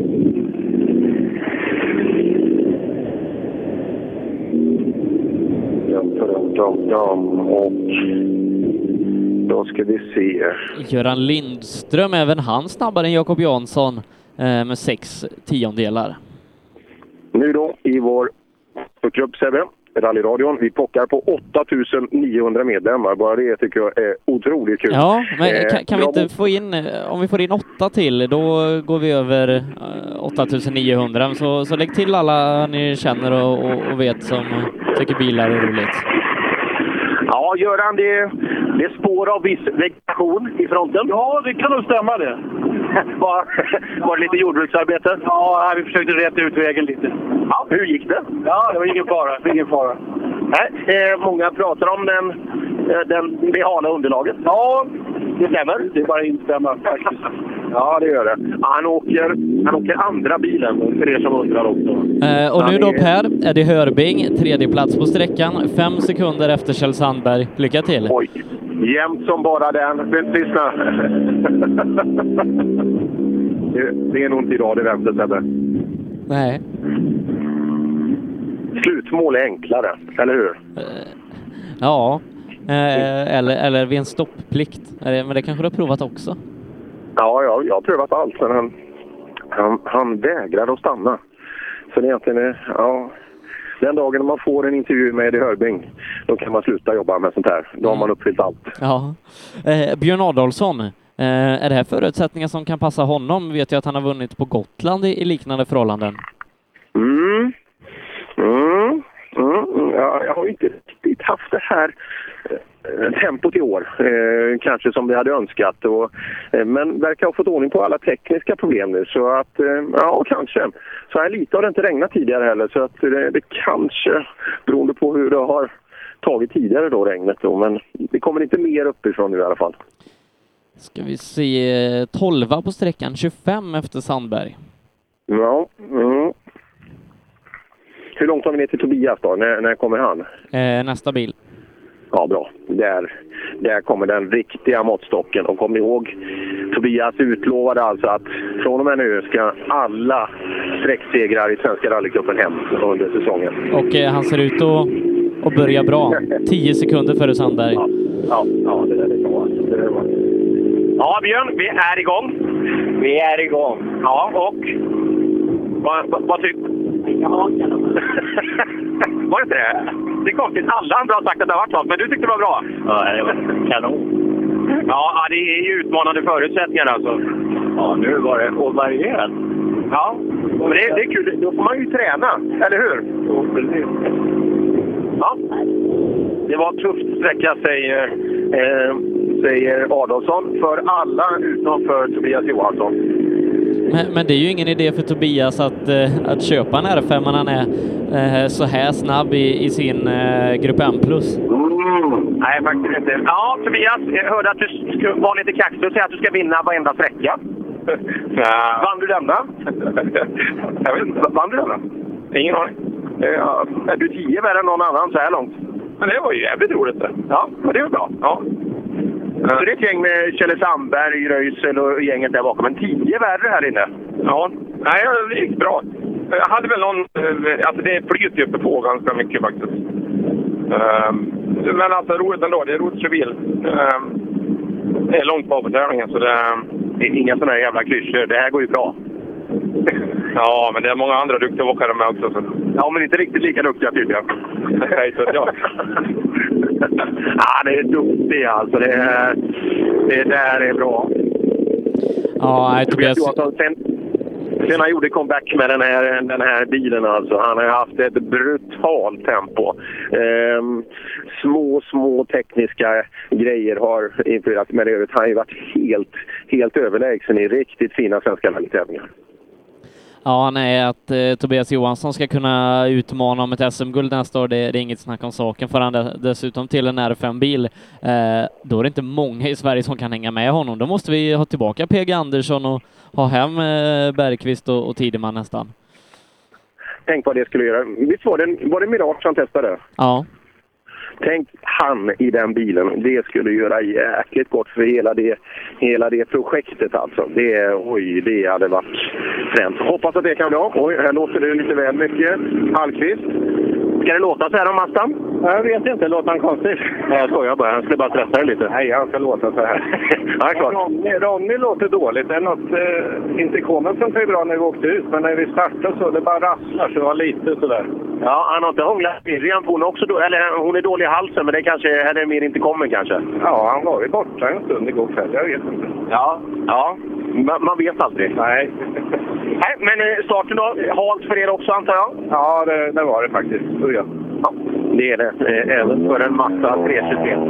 Och då ska vi se. Göran Lindström, även han snabbare än Jakob Jansson eh, med sex tiondelar. Nu då i vår klubb Sebbe, rallyradion. Vi pockar på åtta tusen niohundra medlemmar. Bara det tycker jag är otroligt kul. Ja, men eh, kan, kan vi inte få in, om vi får in åtta till, då går vi över eh, åtta tusen niohundra. Så, så lägg till alla ni känner och, och, och vet som tycker bilar är roligt. Ja, Göran, det, det är spår av viss vegetation i fronten. Ja, det kan nog stämma det. var, var det lite jordbruksarbete? Ja, vi försökte rätta ut vägen lite. Ja, hur gick det? Ja, det var ingen fara. Ingen fara. Nej, eh, många pratar om den, den, det hala underlaget. Ja, det stämmer. Det är bara instämma faktiskt. Ja, det gör det. Han åker, han åker andra bilen, för er som undrar också. Eh, och nu då Per, Eddie Hörbing, tredje plats på sträckan, fem sekunder efter Kjell Sandberg. Lycka till! Oj, jämnt som bara den. Lyssna. det, det är nog inte idag det väntar, Sebbe. Nej. Slutmål är enklare, eller hur? Eh, ja, eh, eller, eller vid en stopplikt. Men det kanske du har provat också? Ja, jag, jag har prövat allt, men han, han, han vägrar att stanna. Så det egentligen är, ja, den dagen man får en intervju med Eddie Hörbing, då kan man sluta jobba med sånt här. Då har man uppfyllt allt. Ja. Eh, Björn Adolfsson, eh, är det här förutsättningar som kan passa honom? Vet jag att han har vunnit på Gotland i, i liknande förhållanden. Mm. Mm. Mm. Ja, jag har inte riktigt haft det här tempot i år, eh, kanske som vi hade önskat. Och, eh, men verkar ha fått ordning på alla tekniska problem nu. Så att, eh, ja, kanske. Så här lite har det inte regnat tidigare heller. Så att det, det kanske, beroende på hur det har tagit tidigare då, regnet då. Men det kommer inte mer uppifrån nu i alla fall. Ska vi se, tolva på sträckan, tjugofem efter Sandberg. Ja, mm. Hur långt har vi ner till Tobias då? När, när kommer han? Eh, nästa bil. Ja, bra. Där, där kommer den riktiga måttstocken. Och kom ihåg, Tobias utlovade alltså att från och med nu ska alla sträcksegrar i Svenska rallycupen hem under säsongen. Och eh, han ser ut att, och börja bra. Tio sekunder före Sandberg. Ja, ja, ja det där är bra. Det där är bra. Ja, Björn, vi är igång. Vi är igång. Ja, och vad, vad, vad tycker du? Ja, var det inte det? Det är konstigt. Alla andra har sagt att det har varit sånt, men du tyckte det var bra. Ja, det var kanon. Ja, det är ju utmanande förutsättningar alltså. Ja, nu var det varierat. Ja, men det, det är kul. Då får man ju träna, eller hur? Jo, precis. Ja. Det var tufft sträcka, säger, eh, säger Adolfsson, för alla utom för Tobias Johansson. Men, men det är ju ingen idé för Tobias att, eh, att köpa en R fem när han är eh, så här snabb i, i sin eh, Grupp M plus. Mm. Nej, faktiskt inte. Ja, Tobias, jag hörde att du skulle vara lite kaxig och säga att du ska vinna varenda sträcka. Ja. Vann du denna? Jag vet inte. Vann du denna? Ingen aning. Ja, är du tio värre än någon annan så här långt? Men det var ju jävligt roligt det. Ja, men det var bra. Ja. Så det är ett gäng med Kjelle Sandberg, Röisel och gänget där bakom. Men tio värre här inne. Ja, nej, det gick bra. Jag hade väl någon... Alltså det flyter ju på ganska mycket faktiskt. Men alltså roligt ändå. Det är roligt för bil. Det är långt bak på tävlingen så det... Det är inga sådana här jävla klyschor. Det här går ju bra. Ja, men det är många andra duktiga åkare med också. Så. Ja, men inte riktigt lika duktiga tydligen. Nej, så ja. Ja, det är duktigt alltså. Det, är, det där är bra. Ja, nej, Tobias... Sen, sen han gjorde comeback med den här, den här bilen alltså. Han har haft ett brutalt tempo. Ehm, små, små tekniska grejer har influerat med det. Han har ju varit helt, helt överlägsen i riktigt fina svenska rallytävlingar. Ja, nej, att eh, Tobias Johansson ska kunna utmana om ett S M-guld nästa år, det, det är inget snack om saken. För han dessutom till en R fem-bil, eh, då är det inte många i Sverige som kan hänga med honom. Då måste vi ha tillbaka P G Andersson och ha hem eh, Bergqvist och, och Tideman nästan. Tänk vad det skulle göra. Visst var det, var det Mirage han testade? Ja. Tänk han i den bilen. Det skulle göra jäkligt gott för hela det, hela det projektet alltså. Det, oj, det hade varit främt. Hoppas att det kan bli av. Oj, här låter det lite väl mycket. Hallqvist. Ska det låta så här om Mastan? Jag vet inte, låter han konstigt? Nej, jag skojar bara. Han skulle bara stressa det lite. Nej, han ska låta så här. Ja, klart. Ronny, Ronny låter dåligt. Det är något, eh, intercomen funkar ju bra när vi åkte ut, men när vi startade så det bara rasslar så det var lite sådär. Ja, han har inte hånglat Miriam. Hon, också då, eller, hon är dålig i halsen, men det kanske är det mer intercomen kanske. Ja, han var ju borta en stund igår kväll, jag vet inte. Ja, ja. Man, man vet aldrig. Nej. Nej, men starten då, halt för er också antar jag? Ja, det, det var det faktiskt. Så ja. Ja, det är det. Eh, även för en massa tre tjugotre.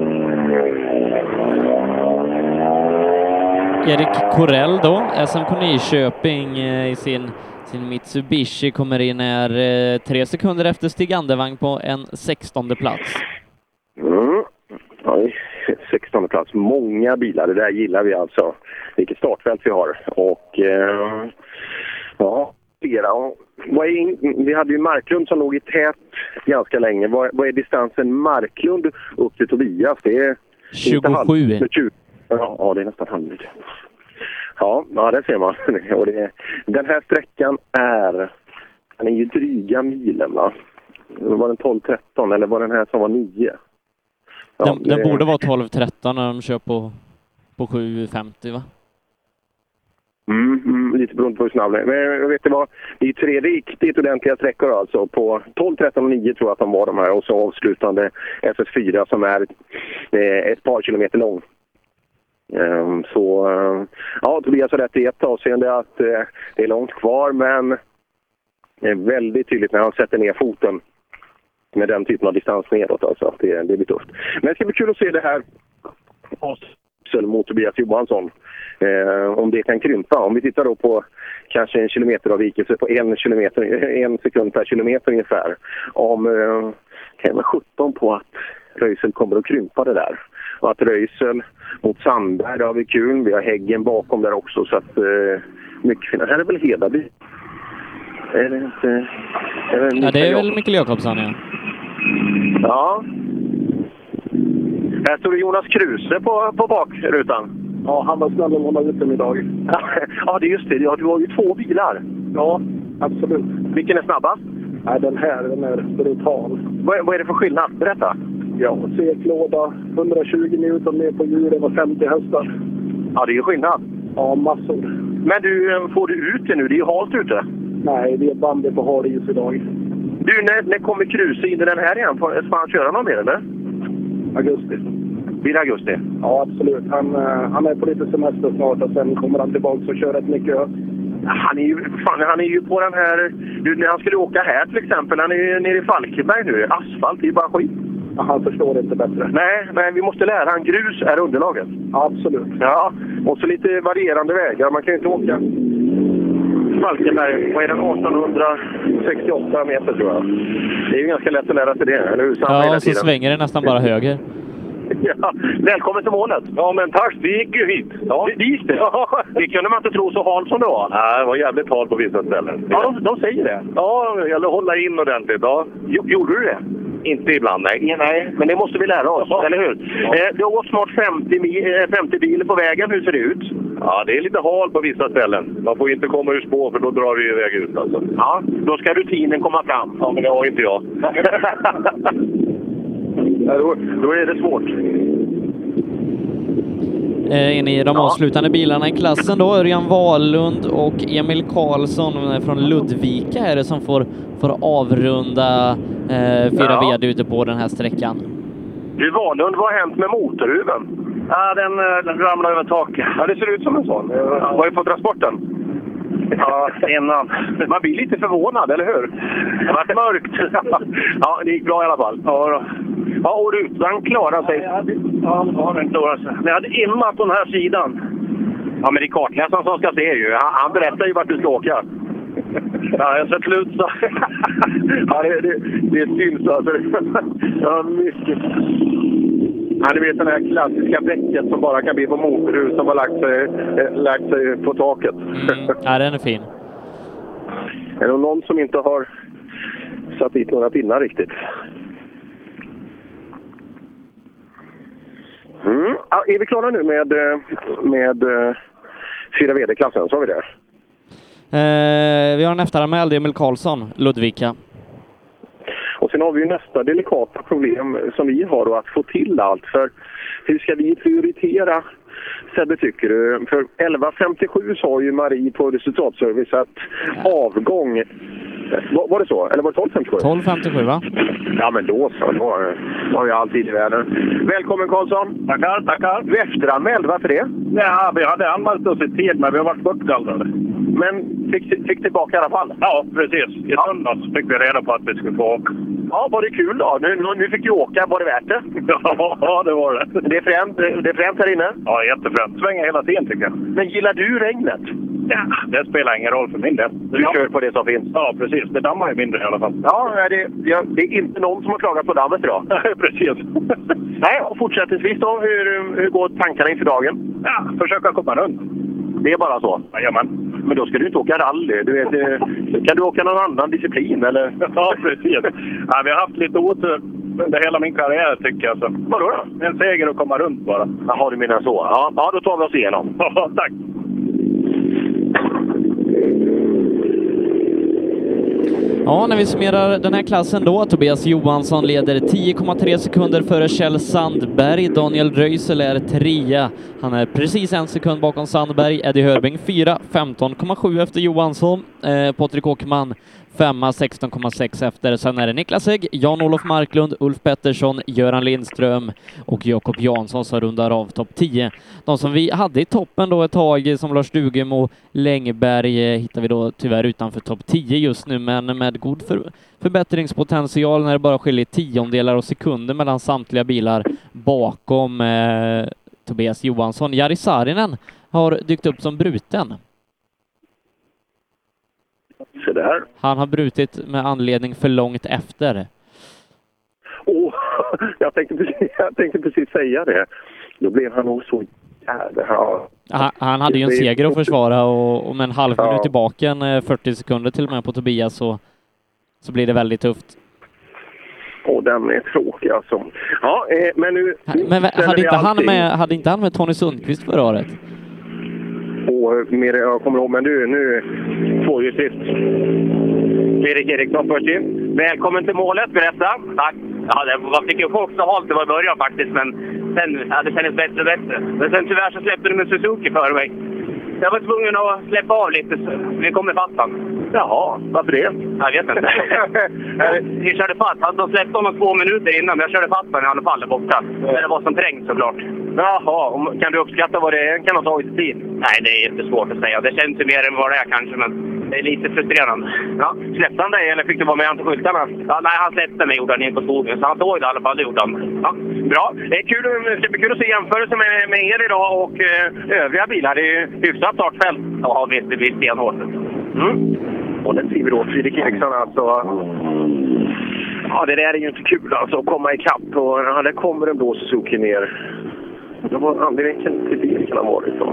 Erik Korell då, S M K Nyköping eh, i sin, sin Mitsubishi kommer in här eh, tre sekunder efter Stig Andevang på en sextonde plats. Mm. Oj, sextonde plats. Många bilar, det där gillar vi alltså. Vilket startfält vi har. Och eh, ja, flera. Vad är in, vi hade ju Marklund som låg i tät ganska länge. Vad, vad är distansen Marklund upp till Tobias? Det är tjugosju. tjugo. Ja, ja, det är nästan halvt. Ja, ja, det ser man. Och det, den här sträckan är, den är ju dryga milen va? Var den tolv tretton eller var den här som var nio? Ja, den, det... den borde vara tolv tretton när de kör på, på sju femtio va? Mm, mm, lite beroende på hur snabb det är. Men jag vet det var, det är tre riktigt ordentliga sträckor alltså. På tolv, tretton och nio tror jag att de var de här. Och så avslutande S S fyra som är eh, ett par kilometer lång. Um, så uh, ja, Tobias har rätt i ett avseende att uh, det är långt kvar. Men det är väldigt tydligt när han sätter ner foten med den typen av distans nedåt. Alltså. Det, det blir tufft. Men det ska bli kul att se det här mot Tobias Johansson. Eh, om det kan krympa. Om vi tittar då på kanske en kilometeravvikelse på en, kilometer, en sekund per kilometer ungefär. Om eh, kan jag sjutton på att Röisel kommer att krympa det där. Och att Röisel mot Sandberg, det har vi kul. Vi har Häggen bakom där också. Så att eh, mycket fint. Här är väl Hedaby. Är det inte... Är det ja, det är väl Mikael Jakobsson, ja. Ja. Här står det Jonas Kruse på, på bakrutan. Ja, han var snäll och låna ut den idag. Ja, det är just det. Ja, du har ju två bilar. Ja, absolut. Vilken är snabbast? Nej, den här den är brutal. Vad, vad är det för skillnad? Berätta. Ja, seklåda, hundratjugo newton mer på hjulen och femtio hästar. Ja, det är ju skillnad. Ja, massor. Men du, får du ut det nu? Det är ju halt ute. Nej, det är bandet på hal is idag. Du, när, när kommer Kruse in i den här igen? Får han köra någon mer, eller? Augusti. Blir det augusti? Ja, absolut. Han, han är på lite semester snart och sen kommer han tillbaka och kör rätt mycket. Han är ju, fan, han är ju på den här... Du, när han skulle åka här till exempel, han är ju nere i Falkenberg nu. Asfalt är ju bara skit. Ja, han förstår inte bättre. Nej, men vi måste lära han. Grus är underlaget. Absolut. Ja, och så lite varierande vägar. Man kan ju inte åka Falkenberg, vad är den, arton sextioåtta meter tror jag. Det är ju ganska lätt att lära sig det, eller hur? Samma ja, så svänger det nästan bara höger. Ja, välkommen till målet. Ja, men tack. Det gick ju hit. Ja. Det gick det. Ja. Det kunde man inte tro så halt som det var. Nej, det var jävligt halt på vissa ställen. Ja, de, de säger det. Ja, det gäller att hålla in ordentligt. Ja. Gjorde du det? Inte ibland, nej. nej. Men det måste vi lära oss, ja. Eller hur? Ja. Eh, det har gått snart femtio, femtio bilar på vägen. Hur ser det ut? Ja, det är lite halt på vissa ställen. Man får inte komma ur spår för då drar vi iväg ut. Alltså. Ja, då ska rutinen komma fram. Ja, men det har inte jag. Ja, då, då är det svårt. Eh, in i de avslutande bilarna i klassen då, Örjan Wahlund och Emil Karlsson från Ludvika är det som får, får avrunda eh, fyra ja. V D ute på den här sträckan. Du Wahlund, vad har hänt med motorhuven? Ja, den, den ramlade över taket. Ja, det ser ut som en sån. Ja. Vad är på transporten? Ja, innan. Man blir lite förvånad, eller hur? Det har varit mörkt. Ja, det gick bra i alla fall. Ja, då. Ja, och rutan klarar sig. Ja, ja, den klarar sig. Men jag hade immat på den här sidan. Ja, men det är kartläsaren som ska se ju. Han, han berättar ju vart du ska åka. Ja, jag ska sluta. Ja, det, det, det syns alltså. Ja, mycket. Ja, du vet den här klassiska däcket som bara kan bli på motorhus som har lagt sig, äh, lagt sig på taket. Mm. Ja, den är fin. Är det någon som inte har satt dit några pinnar riktigt? Mm. Ja, är vi klara nu med, med fyra V D-klassen? Så har vi det. Eh, vi har en efteranmäld, Emil Karlsson, Ludvika. Och sen har vi ju nästa delikata problem som vi har då, att få till allt. För hur ska vi prioritera, Sebbe, tycker du? För elva femtiosju sa ju Marie på resultatservice att avgång... Var, var det så? Eller var det tolv femtiosju? tolv femtiosju, va? Ja, men då så. Då har, då har vi alltid i världen. Välkommen, Karlsson. Tackar, tackar. Du efteranmäld, varför det? Ja, vi hade anmält oss i tid, men vi har varit bortgallrade. Men fick, fick tillbaka i alla fall? Ja, precis. I ja. söndags fick vi reda på att vi skulle få åka. Ja, var det kul då? Nu, nu fick du åka. Var det värt det? Ja, det var det. Det är främt, det är främt här inne? Ja, jättefrämt. Svänger hela tiden, tycker jag. Men gillar du regnet? Ja, det spelar ingen roll för min del. Du ja. kör på det som finns? Ja, precis. Det dammar ju mindre i alla fall. Ja, det, ja, det är inte någon som har klagat på dammet idag. Precis. Nej, och fortsättningsvis då, hur, hur går tankarna inför dagen? Ja, försöka komma runt. Det är bara så? Jajamän. Men då ska du inte åka rally. Du vet, kan du åka någon annan disciplin, eller? Ja, precis. Ja, vi har haft lite otur under hela min karriär, tycker jag. Så. Vadå då? En seger att komma runt bara. Jaha, du menar så. Ja, ja, då tar vi oss igenom. Ja, tack. Ja, när vi summerar den här klassen då, Tobias Johansson leder tio komma tre sekunder före Kjell Sandberg. Daniel Röisel är trea. Han är precis en sekund bakom Sandberg. Eddie Hörbing fyra, femton komma sju efter Johansson. Eh, Patrik Åkerman femma, sexton komma sex efter. Sen är det Niklas Egg, Jan-Olof Marklund, Ulf Pettersson, Göran Lindström och Jakob Jansson som rundar av topp tio. De som vi hade i toppen då ett tag, som Lars Dugem och Längberg, hittar vi då tyvärr utanför topp tio just nu, men med god för förbättringspotential när det bara skiljer tiondelar och sekunder mellan samtliga bilar bakom eh, Tobias Johansson. Jari Saarinen har dykt upp som bruten. Så där. Han har brutit med anledning för långt efter. Oh, jag, tänkte precis, jag tänkte precis säga det. Då blev han nog så jävla... Ja. Han, han hade ju en seger att försvara och, och med en halv minut ja. tillbaka, en fyrtio sekunder till och med på Tobias, så, så blir det väldigt tufft. Och den är tråkig alltså. Ja, eh, men nu... Men hade inte, han med, hade inte han med Tony Sundqvist förra året? två mer jag kommer ihåg, men du, nu tvåhjulsdrift. Fredrik Eriksson först in. Välkommen till målet, berätta. Tack. Ja, det var, fick ju också halt det var i början faktiskt, men sen ja, det kändes bättre och bättre. Men sen tyvärr så släppte de en Suzuki för mig. Jag var tvungen att släppa av lite så vi kom i fattan. Jaha, varför det? Jag vet inte. Vi körde fatt. De släppte honom två minuter innan, men jag körde fattan i alla fall där borta. Men det var som trängt såklart. Jaha, kan du uppskatta vad det kan ha tagit i tid? Nej, det är inte svårt att säga. Det känns ju mer än vad det är kanske, men det är lite frustrerande. Ja, släppte han dig eller fick du vara med han till skyltarna? Ja, nej, han släppte mig gjorde han in på skogen. Så han såg det i alla fall, det gjorde han. Ja, bra. Det är kul, superkul att se jämförelse med, med er idag och eh, övriga bilar. Det är ju hyfsat startfält. Ja, visst, det blir stenhårt. Mm. Och den ser vi då, Fredrik Eriksson alltså. Ja, det där är ju inte kul alltså att komma ikapp. Och ja, där kommer den då Suzuki ner. Det var anledningen till bil kan ha varit då.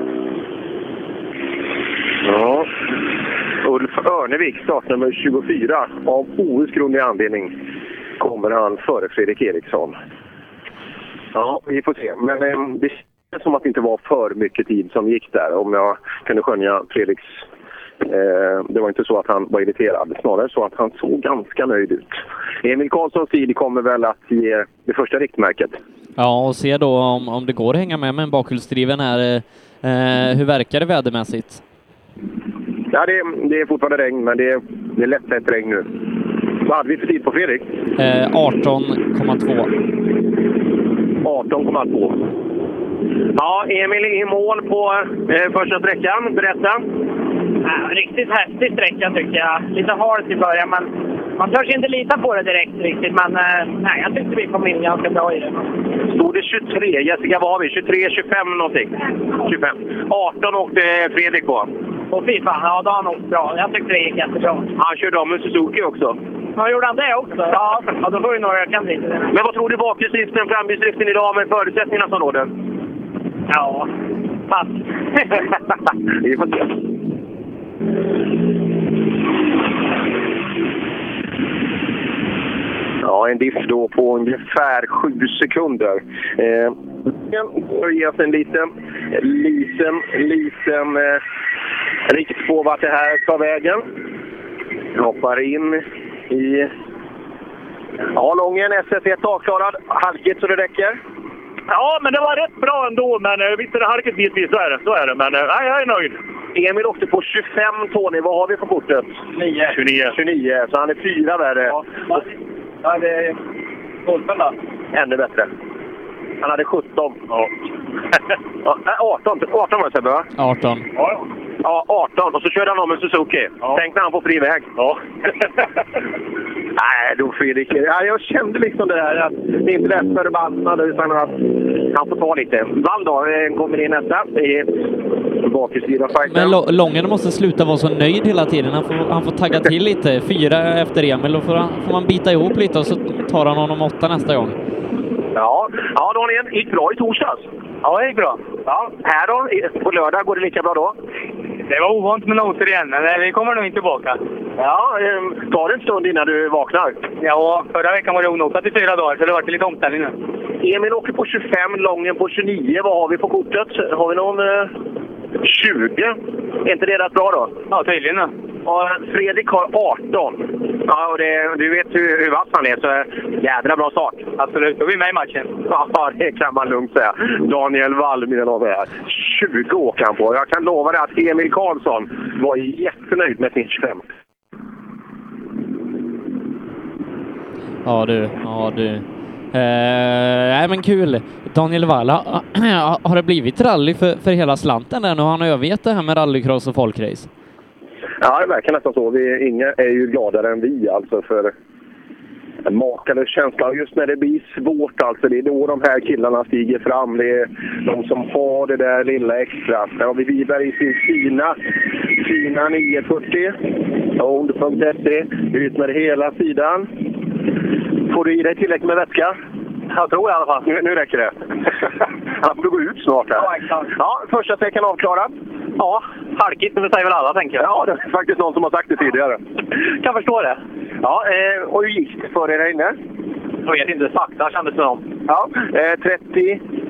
Ja. Ulf Örnevik, startnummer tjugofyra. Av outgrundlig anledning kommer han före Fredrik Eriksson. Ja, vi får se. Men eh, det känns som att det inte var för mycket tid som gick där. Om jag kunde skönja Fredriks... Eh, det var inte så att han var irriterad. Snarare så att han såg ganska nöjd ut. Emil Karlssons tid kommer väl att ge det första riktmärket. Ja, och se då om, om det går att hänga med med en bakhjulsdriven här. Eh, hur verkar det vädermässigt? Ja, det, det är fortfarande regn, men det, det är lätt ett regn nu. Vad hade vi för tid på Fredrik? Eh, arton komma två. arton komma två. Ja, Emil är i mål på eh, första sträckan. Berätta. Ja, riktigt häftig sträcka tycker jag. Lite halt i början, men man törs inte lita på det direkt riktigt. Men eh, nej, jag tyckte vi kom in ganska bra i det. Stod det tjugotre? Jessica, vad har vi? tjugotre, tjugofem någonting? tjugofem. arton åkte Fredrik på. Och fy fan, ja då har han åkt bra. Jag tyckte det gick jättebra. Han körde om med Suzuki också. Ja, gjorde han det också? Ja, ja då får vi nog öka lite. Men vad tror du bakhjulsdriften, framhjulsdriften idag med förutsättningarna som råder? Ja, pass. Vi får se. Ja, en diff då på ungefär sju sekunder. Eh, det ges en liten, liten, liten eh, rikt på vart det här tar vägen. Hoppar in i ja, Lången, S S ett avklarad. Halkigt så det räcker. Ja, men det var rätt bra ändå. Men uh, visst är det halkigt bitvis, så är det. Så är det. Men uh, nej, jag är nöjd. Emil åkte på tjugofem, Tony. Vad har vi på kortet? nio. tjugonio. tjugonio, så han är fyra värre. Ja, ja det är Golfen då. Ännu bättre. Han hade sjutton. Ja. ja, arton, arton var det Sebbe, va? arton. Ja, ja, arton. Och så körde han om en Suzuki. Ja. Tänk när han får fri väg. Ja. Nej, då Fredrik. Ja, jag kände liksom det där att det inte är lätt förbannad utan att han får ta lite. Vall då kommer in nästa i bakhjulsdriven fighten. Men L- Lången måste sluta vara så nöjd hela tiden. Han får, han får tagga till lite. Fyra efter Emil och får, han, får man bita ihop lite och så tar han honom åtta nästa gång. Ja, ja Daniel, gick bra i torsdags. Ja, det gick bra. Ja, här då, på lördag går det lika bra då? Det var ovant med noter igen, men vi kommer nog inte tillbaka. Ja, eh, tar det en stund innan du vaknar? Ja, förra veckan var det onotat i fyra dagar, så det har varit lite omställning nu. Emil åker på tjugofem, Lången på tjugonio. Vad har vi på kortet? Har vi någon eh, tjugo? Är inte det rätt bra då? Ja, tydligen. Ja. Och Fredrik har arton. Ja, och det, du vet hur, hur vass han är, så jädra bra start. Absolut, då är vi med i matchen. Ja, det kan man lugnt säga. Daniel Wall, mina damer här. tjugo åker han på. Jag kan lova dig att Emil Karlsson var jättenöjd med sin tjugofem. Ja du, ja du. Eh, nej men kul. Daniel Wall, ha, har det blivit rally för, för hela slanten där nu? Har han övergett det här med rallycross och folkrace? Ja, det verkar nästan så. Vi, inga är ju gladare än vi alltså för en makalös känsla. Just när det blir svårt alltså, det är då de här killarna stiger fram. Det är de som har det där lilla extra. Där har vi Wiberg i sin fina, fina nio fyrtio. Old punkt se. Ut med det hela sidan. Får du i dig tillräckligt med vätska? Jag tror i alla fall. Nu, nu räcker det. Han får gå ut snart här. Ja, exakt. Ja, första sträckan avklarad. Ja, halkigt, men det säger väl alla, tänker jag. Ja, det är faktiskt någon som har sagt det tidigare. Kan förstå det. Ja, eh, och hur gick det för er här inne? Jag vet inte, sakta kändes det som. Ja, eh, trettio,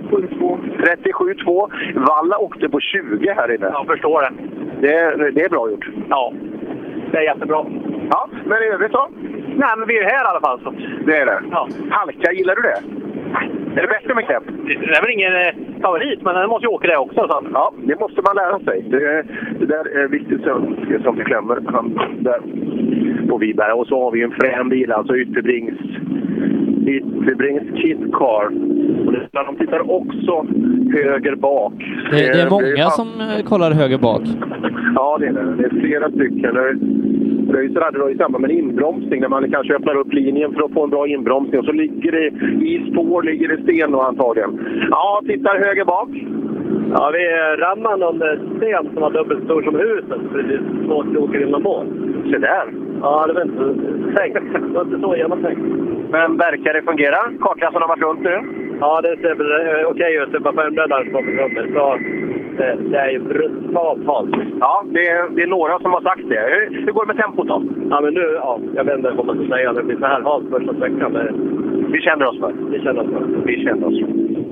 trettiosju två. Valla åkte på tjugo här inne. Jag förstår det. Det, det är bra gjort. Ja, det är jättebra. Ja, men i övrigt då? Nej, men vi är här i alla fall. Så. Det är det. Ja. Halka, gillar du det? Är det bättre med knäpp? Det är väl ingen eh, favorit, men den måste ju åka det också. Så. Ja, det måste man lära sig. Det, det där är viktigt som, som vi glömmer. Han, där på Viberg. Och så har vi en frän bil, alltså Ytterbrings, Ytterbrings Kit Car. Och det, de tittar också höger bak. Det, det är många som kollar höger bak. Ja, det är det. Det är flera stycken. Röjser hade då i samband med en inbromsning när man kanske öppnar upp linjen för att få en bra inbromsning. Och så ligger det i spår, ligger det sten då antagligen. Ja, tittar höger bak. Ja, vi rammar någon sten som var dubbelt stor som huset. Precis två krokar inom mål. Se där. Ja, det var inte tänkt. Det var inte så genomtänkt. Men verkar det fungera? Kartläsaren har varit runt nu. Ja, det ser okej okay ut. Det var färmbläddaren som har runt. Så det, det är ju brutalt halt. Ja, det är, det är några som har sagt det. Hur, hur går det med tempot då? Ja, men nu, ja, jag vet inte vad man ska säga. Det blir så här halt första veckan. Men... Vi känner oss för. Vi känner oss för. Vi känner oss för.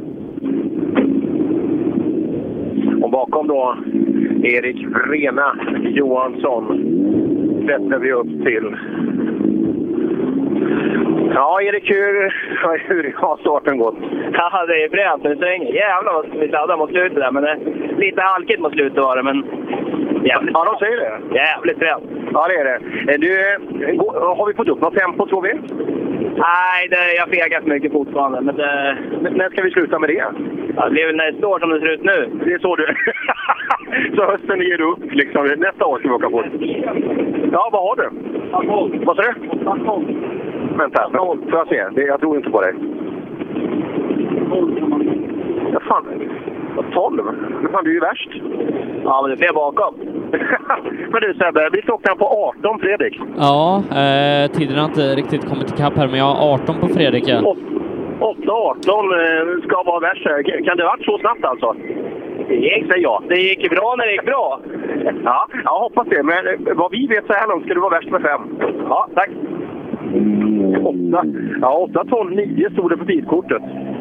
Och bakom då Erik Vrena Johansson sätter vi upp till. Ja, Erik, hur, hur har starten gått? Ja, det är bränt nu svänger. Jävlar vad vi sladdar mot slutet där, men det, lite halkigt mot slutet var det, men jävligt. Ja, de säger det. Jävligt bränt. Ja, det är det. Du, har vi fått upp något tempo, tror vi? Nej, det, jag fegar för mycket fortfarande, men det... Men när ska vi sluta med det? Ja, det blir väl när det står som det ser ut nu. Det är så du... Så hösten ger du upp, liksom. Nästa år ska vi åka på. Ja, vad har du? Vad sa du? Vänta, får jag se? Det, jag tror inte på dig. Ja, fan. tolv? Men fan, du är ju värst. Ja, men det är fler bakom. Men du Sebbe, vi åkte han på arton, Fredrik. Ja, eh, tiden har inte riktigt kommit ikapp här, men jag har arton på Fredrik. Ja. åtta arton eh, ska vara värst. Kan det ha varit så snabbt alltså? Det gick, säger jag. Det gick bra när det gick bra. Ja, jag hoppas det. Men eh, vad vi vet så här långt ska du vara värst med fem. Ja, tack. åtta. Ja, åtta tolv nio stod det på tidkortet.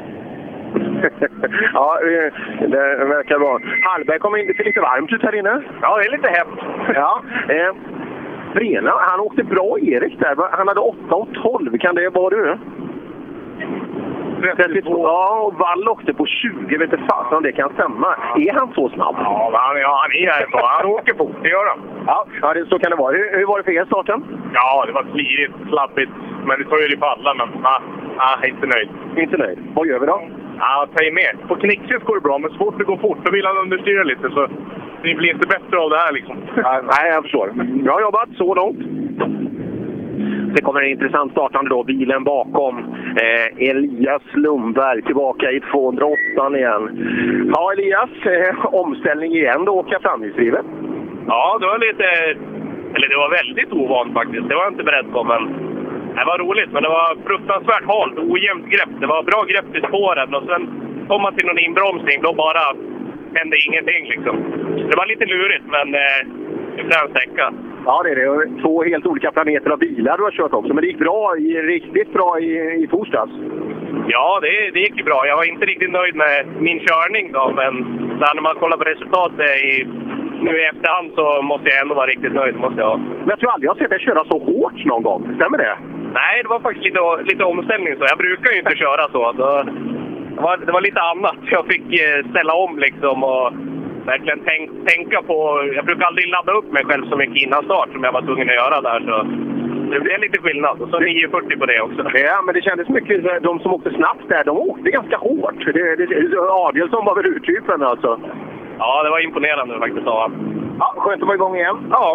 Ja, det verkar bra. Hallberg kommer in. Det ser lite varmt ut här inne. Ja, det är lite hett. Ja, eh, Vrena, han åkte bra Erik där. Han hade åtta och tolv. Kan det vara du? trettiotvå. Ja, och Wall åkte på tjugo. Vet inte fan om det kan stämma. Är han så snabb? Ja, han, ja, han är här. Han åker fort, det gör han. Ja, ja det, så kan det vara. Hur, hur var det för er starten? Ja, det var slirigt, slappigt. Men det tar ju det på alla, men ah, ah, inte nöjd. Inte nöjd. Vad gör vi då? Ja, ta med. På knickset går det bra, men så fort det går fort, då vill han understyra lite. Så det blir inte bättre av det här liksom. Ja, nej, jag förstår. Jag har jobbat så långt. Det kommer en intressant startande då. Bilen bakom. Eh, Elias Lundberg tillbaka i tvåhundraåtta igen. Ja, Elias. Eh, omställning igen då. Åka framhjulsdrivet. Ja, det var lite... Eller det var väldigt ovant faktiskt. Det var jag inte beredd på, men... Det var roligt, men det var fruktansvärt halt och ojämnt grepp. Det var bra grepp i spåren och sen kom man till någon inbromsning. Då bara hände ingenting liksom. Det var lite lurigt, men eh, det blev en sträcka. Ja, det är det. Två helt olika planeter av bilar du har kört också. Men det gick bra, riktigt bra i, i torsdags. Ja, det, det gick ju bra. Jag var inte riktigt nöjd med min körning då, men när man kollar på resultatet i, nu i efterhand så måste jag ändå vara riktigt nöjd. Måste jag. Men jag tror aldrig jag har sett dig köra så hårt någon gång. Stämmer det? Nej, det var faktiskt lite, lite omställning så. Jag brukar ju inte köra så. så det, var, det var lite annat. Jag fick ställa om liksom och verkligen tänk, tänka på... Jag brukar aldrig ladda upp mig själv så mycket innan start som jag var tvungen att göra där. Så det blev lite skillnad. Och så nio fyrtio på det också. Ja, men det kändes mycket... De som åkte snabbt där, de åkte ganska hårt. Det, det, Adielsson var väl urtypen alltså. Ja, det var imponerande faktiskt. Ja, skönt att vara igång igen. Ja.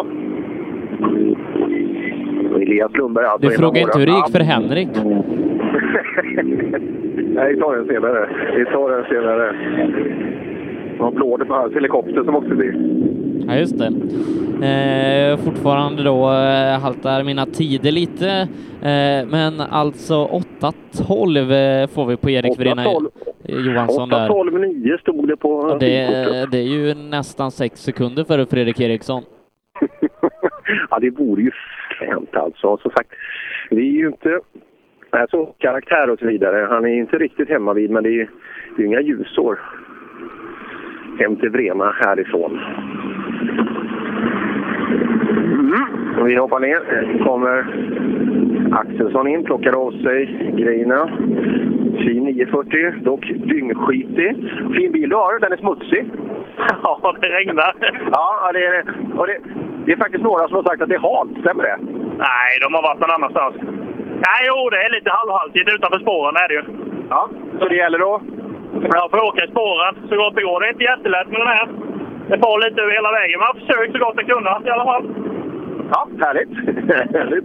Elias Lundberg alltså. Du frågar inte hur det gick för Henrik. Nej, vi tar den senare. Vi tar den senare. Det var blåde på hans helikopter som åkte dit. Ja, just det. Eh, fortfarande då eh, haltar mina tider lite. Eh, men alltså åtta tolv eh, får vi på Erik Vrena Johansson där. åtta tolv nio stod det på. Och det, det är ju nästan sex sekunder före Fredrik Eriksson. Ja, det vore ju fränt alltså. Som sagt, vi är ju inte Alltså karaktär och så vidare. Han är inte riktigt hemma vid, men det är, det är inga ljusår hem till Vrena härifrån. Mm. Vi hoppar ner. Kommer Axelsson in, plockar av sig grejerna. Fin nio fyrtio, dock dyngskitig. Fin bil du har, den är smutsig. Ja, det regnar. Ja, det är, och det, det är faktiskt några som har sagt att det är halt, stämmer det? Nej, de har varit någon annanstans. Nej, jo, det är lite halvhaltigt utanför spåren är det ju. Ja, så det gäller då? Ja, för att åka i spåren så gott det går. Det är inte jättelätt med den här. Det får lite över hela vägen. Man har försökt så gott det kunde i alla fall. Ja, härligt. härligt.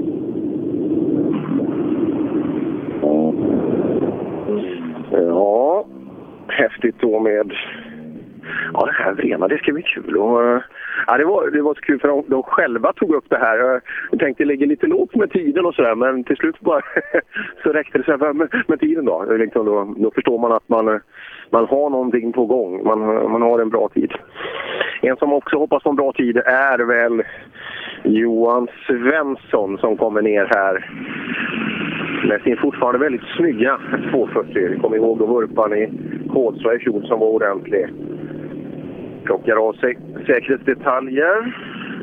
Ja, häftigt då med... Ja, det här Vrena, det ska bli kul. Och, ja, det, var, det var så kul för de, de själva tog upp det här. Jag tänkte lägga lite lågt med tiden och sådär, men till slut bara så räckte det så med, med tiden då. Då. Då förstår man att man, man har någonting på gång. Man, man har en bra tid. En som också hoppas på en bra tid är väl Johan Svensson som kommer ner här med sin fortfarande väldigt snygga tvåhundrafyrtio. Kom ihåg då vurpan i Kolsva i fjol som var ordentlig. Plockar av sig säkerhetsdetaljer.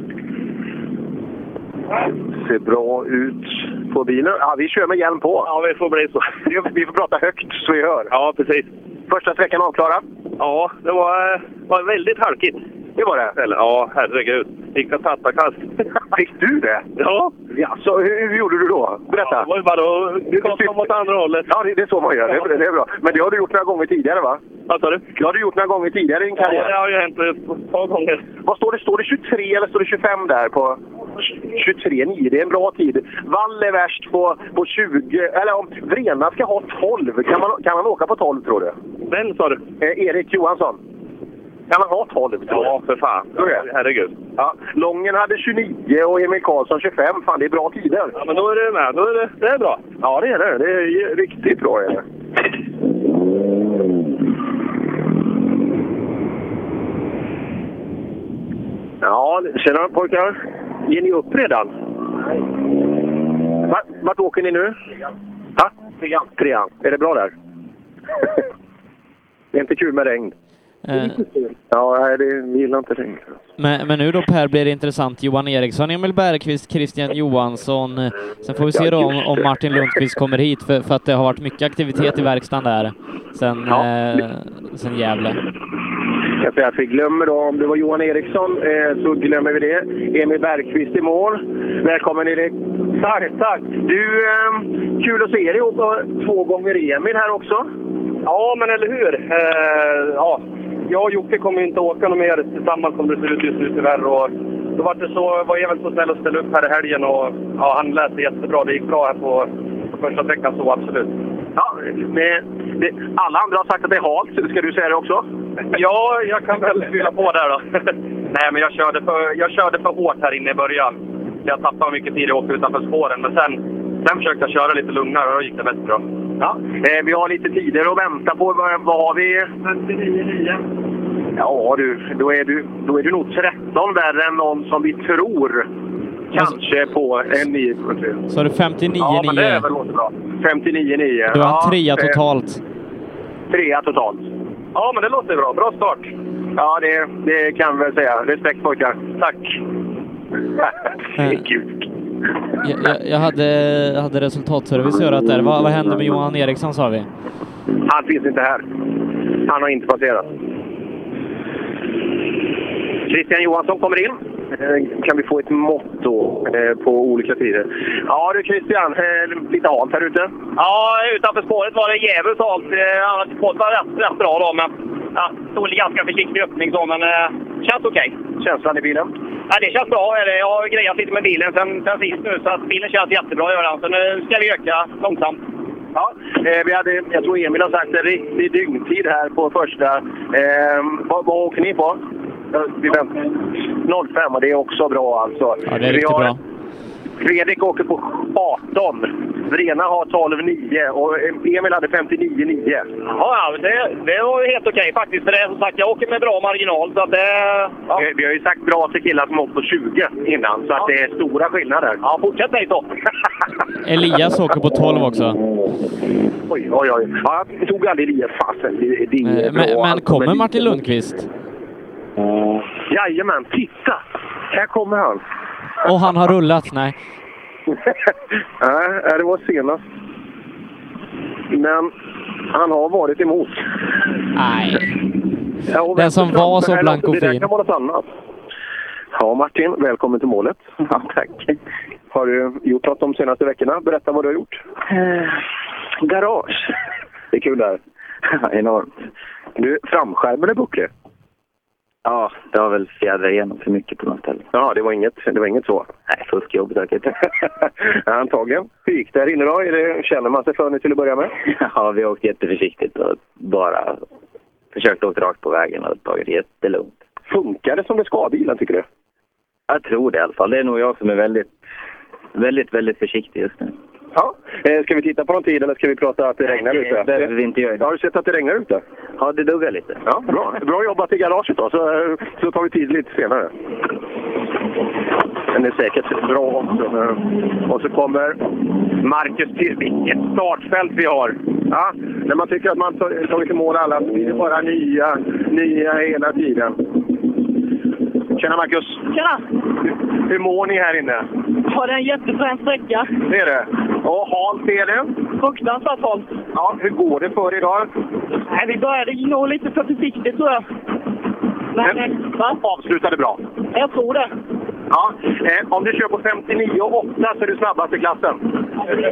Ser bra ut på bilen. Ja, vi kör med hjälm på. Ja, vi får bli så. Vi får prata högt så vi hör. Ja, precis. Första sträckan avklarad? Ja, det var, var väldigt halkigt. Det var det? Eller, ja, herregud. Fick jag tatta kast. Fick du det? Ja. Ja, så hur, hur gjorde du då? Berätta. Ja, det var ju bara då. Du kom som åt andra hållet. Ja, det, det är så man gör. Det, det är bra. Men det har du gjort några gånger tidigare, va? Vad sa du? Det har du gjort några gånger tidigare i din karriär. Ja, det har ju hänt ett par gånger. Vad står det? Står det tjugotre eller står det tjugofem där på tjugotre nio? Det är en bra tid. Vall är värst på, på tjugo. Eller om Vrena ska ha tolv. Kan man, kan man åka på tolv, tror du? Vem sa du? Eh, Erik Johansson. Kan man ha tolv? Ja, för fan. Ja, herregud. Ja. Lången hade tjugonio och Emil Karlsson tjugofem. Fan, det är bra tider. Ja, men då är det med. Då är det, det är bra. Ja, det är det. Det är riktigt bra. Är det. Ja, tjena pojkar. Ger ni upp redan? Nej. Vart, vart åker ni nu? Ja, trean. Trean. Är det bra där? Det är inte kul med regn. Eh, ja, nej, det gillar inte regn. men, men nu då Per blir det intressant. Johan Eriksson, Emil Bergqvist, Christian Johansson. Sen får vi se då om, om Martin Lundqvist kommer hit för, för att det har varit mycket aktivitet i verkstaden där sen, ja. eh, sen Gävle. Jag säger att vi glömmer då, om det var Johan Eriksson eh, så glömmer vi det. Emil Bergqvist i mål. Välkommen Erik. Tack, tack. Du, eh, kul att se dig åka två gånger Emil här också. Ja, men eller hur? Eh, ja. Jag och Jocke kommer inte åka något mer tillsammans som det ser ut just nu tyvärr. Och då var det så, var Emil så snäll att ställa upp här i helgen och ja, han läste jättebra. Det gick bra här på, på första sträckan, så absolut. Ja, det, det, alla andra har sagt att det är halt. Ska du säga det också? Ja, jag kan väl fylla på där då. Nej, men jag körde, för, jag körde för hårt här inne i början. Jag tappade mycket tid och åkte utanför spåren. Men sen, sen försökte jag köra lite lugnare och då gick det bättre bra. Ja, eh, vi har lite tider att vänta på. Vad, vad har vi? femtionio nio. Ja du, då är du, då är du nog tretton värre än någon som vi tror. Kanske på en nio. Så är det femtionio nio. Ja, men det är väl låter bra. femtionio nio. Du har en ja, trea totalt. Eh, trea totalt. Ja, men det låter bra. Bra start. Ja, det, det kan vi väl säga. Respekt pojkar. Tack. Gud. Jag, jag, jag hade, hade resultatservice görat där. Vad, vad hände med Johan Eriksson, sa vi? Han finns inte här. Han har inte passerat. Christian Johansson kommer in. Kan vi få ett mått då på olika tider? Ja du Christian, lite halt här ute. Ja, utanför spåret var det jävligt halt. Annars spåret var rätt, rätt bra då, men ja, stod ganska försiktig öppning så, men eh, känns okej. Okay. Känslan i bilen? Ja, det känns bra. Jag har grejat lite med bilen sen, sen sist nu, så att bilen känns jättebra. Gör den. Så nu ska vi öka långsamt. Ja, eh, vi hade, jag tror Emil har sagt en riktig dygntid här på första. Eh, vad, vad åker ni på? Vi väntar. noll fem, och det är också bra alltså. Ja, det är riktigt bra. Fredrik åker på arton. Vrena har tolv nio och Emil hade femtionio nio. Ja, det, det var helt okej faktiskt. För det är som sagt, jag åker med bra marginal. Så att det, ja. vi, vi har ju sagt bra till killar som åkt på tjugo innan. Så ja. Att det är stora skillnader. Ja, fortsätt dig så. Elias åker på tolv också. Oj, oj, oj. Ja, jag tog aldrig Elias fasen. Det, det är eh, men, bra, men alltså, kommer men... Martin Lundqvist? Jajamän, titta! Här kommer han. Och han har rullat, nej. Nej, det var senast. Men han har varit emot. Nej. Ja, den som var så blank och fin. Det fin. kan vara något annat. Ja, Martin, välkommen till målet. Ja, tack. Har du gjort något de senaste veckorna? Berätta vad du har gjort. Eh, garage. Det är kul där. Ja, enormt. Du, framskärm eller buckle? Ja, det har väl fjädrat igenom för mycket på något ställe. Ja, det var inget, det var inget så. Nej, fuskjobb säkert. Ja, antagligen. Hur gick det här inne då? Är det, känner man sig för nu till att börja med? Ja, vi har åkt jätteförsiktigt och bara försökt åka rakt på vägen och tagit det jättelugnt. Funkar det som det ska bilen, tycker du? Jag tror det i alla fall. Det är nog jag som är väldigt, väldigt, väldigt försiktig just nu. Ja. Eh, ska vi titta på någon tid eller ska vi prata att det regnar ute? Det behöver vi inte göra idag. Har du sett att det regnar ute? Ja, det duggar lite. Ja, bra. Bra jobbat i garaget då, så, så tar vi tid lite senare. Den är säkert bra också. Och så kommer Marcus till. Vilket startfält vi har. Ja, när man tycker att man tagit i mål alla så blir det bara nya, nya hela tiden. Tjena Marcus! Tjena! Hur, hur mår ni här inne? Ja, det är en jättefrän sträcka. Det är det. Och halt är det? Fruktansvärt halt. Ja, hur går det för idag? Nej, vi började nog lite för försiktigt tror jag. Men, Men va? avslutade bra. Jag tror det. Ja, eh, om du kör på femtionio och åtta så är du snabbast i klassen.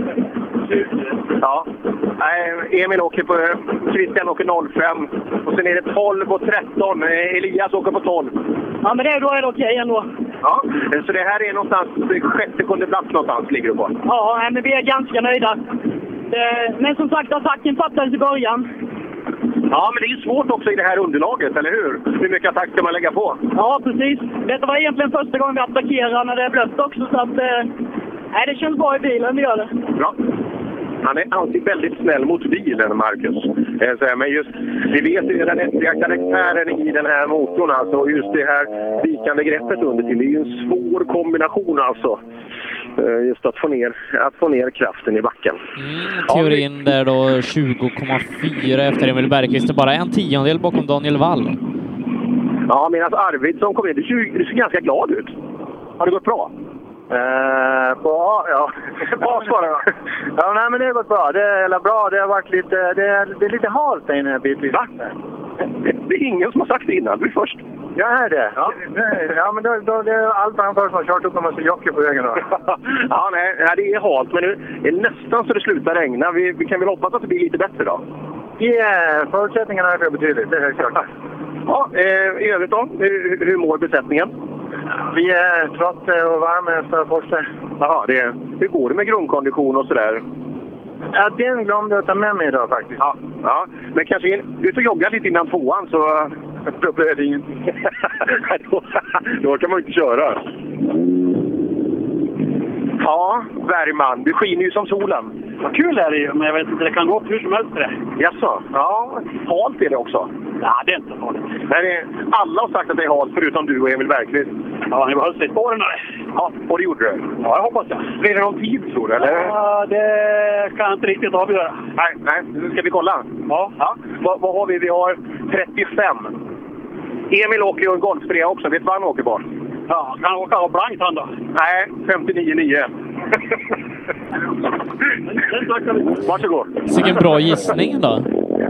Ja. Eh, Emil åker på, Christian åker noll fem. Och sen är det tolv och tretton. Eh, Elias åker på tolv. Ja, men det, då är det okej ändå. Ja, så det här är någonstans, sjätte kunde plats någonstans ligger du på. Ja, nej, men vi är ganska nöjda. Det, men som sagt, attacken fattades i början. Ja, men det är ju svårt också i det här underlaget, eller hur? Hur mycket attack ska man lägga på? Ja, precis. Detta var egentligen första gången vi attackerar när det är blött också, så att... Eh, nej, det känns bra i bilen, vi gör det. Bra. Han är alltid väldigt snäll mot bilen, Marcus. Men just, vi vet ju den äckliga karaktären i den här motorn, alltså. Just det här vikande greppet under till. Det är ju en svår kombination, alltså. Just att få ner, att få ner kraften i backen. Mm, teorin där då tjugo komma fyra efter Emil Bergqvist. Bara en tiondel bakom Daniel Wall. Ja, medan Arvidsson kom in. Du ser, du ser ganska glad ut. Har det gått bra? Uh, bra, ja. Bra svar då. Ja, nej, men det har gått bra. Det är bra. Det har varit lite, det är, det är lite halt där inne bitvis. Va? Det är ingen som har sagt det innan. Du är först. Jag är det. Ja, ja men då, då det är allt han först som har kört upp en massa jockey på vägen då. Ja, nej, det är halt. Men nu är det nästan så det slutar regna. Vi, vi kan väl hoppas att det blir lite bättre då? Ja, yeah, förutsättningarna är betydligt. Det är helt klart. Ja, eh, i övrigt då? Hur, hur mår besättningen? Vi är trötta och varma efter Forster. Jaha, det, hur går det med grundkondition och sådär? Ja, den glömde jag ta med mig idag faktiskt. Ja, ja. Men kanske ut och jogga lite innan tvåan så då blir det ingenting. då, då kan man inte köra. Ja, Bergman, du skiner ju som solen. Vad kul är det ju, men jag vet inte, det kan gå upp hur som helst för det. Jaså? Ja, halt är det också. Ja, det är inte farligt. Men det, alla har sagt att det är halt förutom du och Emil Bergqvist. Ja, ni behöll sig i spåren där. Ja, och det gjorde du? Ja, jag hoppas det. Blir det någon tid, tror du, eller? Ja, det kan jag inte riktigt avgöra. Nej, nej, nu ska vi kolla. Ja. Ja. Vad, vad har vi? Vi har trettiofem. Emil åker ju en golfsprea också. Vet du vad han åker på? Ja, kan han åka av blankt han då? Nej, femtionio nio. Varsågod. Vilken bra gissning då.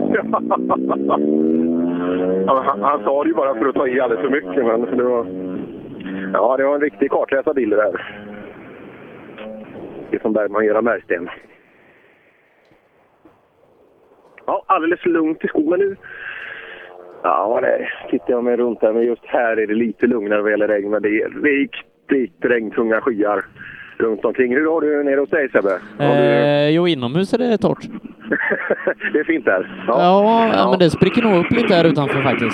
Ja, han, han sa det ju bara för att ta i alldeles för mycket, men det var... Ja, det var en riktig kartläsad bild där. Det är som Bergman gör av märgsten. Ja, alldeles lugnt i skogen nu. Ja, det tittar jag mig runt där, men just här är det lite lugnare vad gäller regn, men det är riktigt regntunga skyar runt omkring. Hur har du nere hos dig, Sebbe? Eh, du... Jo, inomhus är det torrt. Det är fint där. Ja, ja, ja, men det spricker nog upp lite här utanför faktiskt.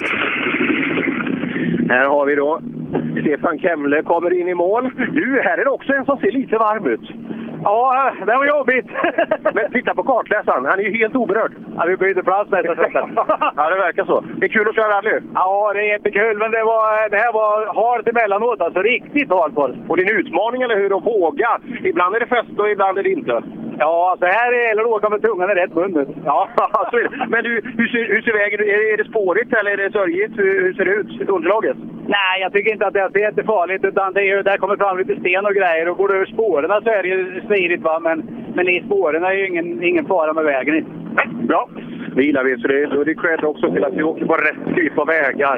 Här har vi då Stefan Kemle kommer in i mål. Du, här är det också en som ser lite varm ut. Ja, det var jobbigt. Men titta på kartläsaren, han är ju helt oberörd. Ja, vi byter plats nästa sättet. Ja, det verkar så. Det är kul att köra rally. Ja, det är jättekul, men det, var, det här var halt emellanåt, alltså riktigt halt var det. Och det är en utmaning, eller hur, att våga. Ibland är det fäste och ibland är det inte. Ja, alltså här gäller det att åka med tungan i rätt bunden. Ja, så är det. Men du, hur ser, hur ser vägen ut? Är det, är det spårigt eller är det sörjigt? Hur, hur ser det ut, underlaget? Nej, jag tycker inte att det är jättefarligt, utan det är, där kommer fram lite sten och grejer. Och går du över spåren så är det ju smidigt, va? Men, men i spåren är ju ingen, ingen fara med vägen. Inte. Bra, det gillar vi. Så det, då är det cred också till att vi åker på rätt typ av vägar.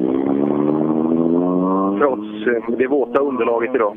Trots det våta underlaget idag.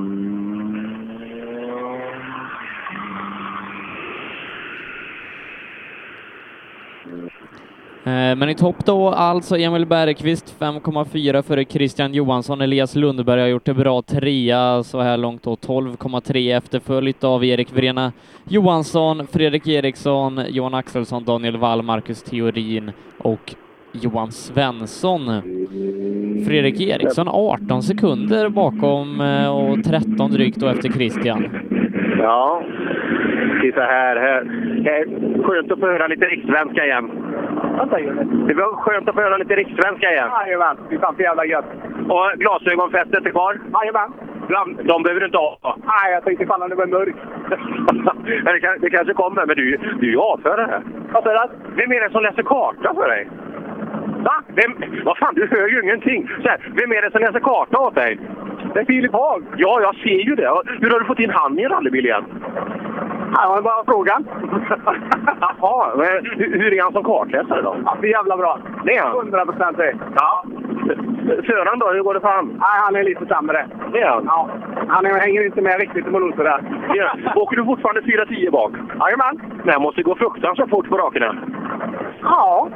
Men i topp då alltså Emil Bergqvist fem komma fyra före Christian Johansson. Elias Lundberg har gjort det bra, trea så här långt då, tolv komma tre efterföljt av Erik Vrena Johansson, Fredrik Eriksson, Johan Axelsson, Daniel Wall, Marcus Theorin och Johan Svensson. Fredrik Eriksson arton sekunder bakom och tretton drygt då efter Christian. Ja, titta här, här. här. Skönt att få höra lite rikssvenska igen. Det var skönt att få höra lite rikssvenska igen. Jajamän, det är fan för jävla gött. Och glasögonfästet är kvar? Jajamän. De behöver du inte ha. Nej, jag tänkte fan om det var mörkt. det, kan, det kanske kommer, men du, du är ju avförare här. Vad säger du? Vem är det som läser karta för dig? Va? Vem? Vad fan, du hör ju ingenting. Så här, vem är det som läser karta åt dig? Det är Filip Hag. Ja, jag ser ju det. Hur har du fått in han i en rallybil igen? Ja, det var bara frågan. Jaha, men hur är han som kartläsare då? Ja, det är jävla bra. Det är han? hundra procent det. Ja. Sören då, hur går det för han? Nej, han är lite sämre. Det är han? Ja. Han är, hänger inte med riktigt i monoter där. Ja. Åker du fortfarande fyra tio bak? Jajamän. Nej, måste gå fruktansvärt fort på rakerna. Ja.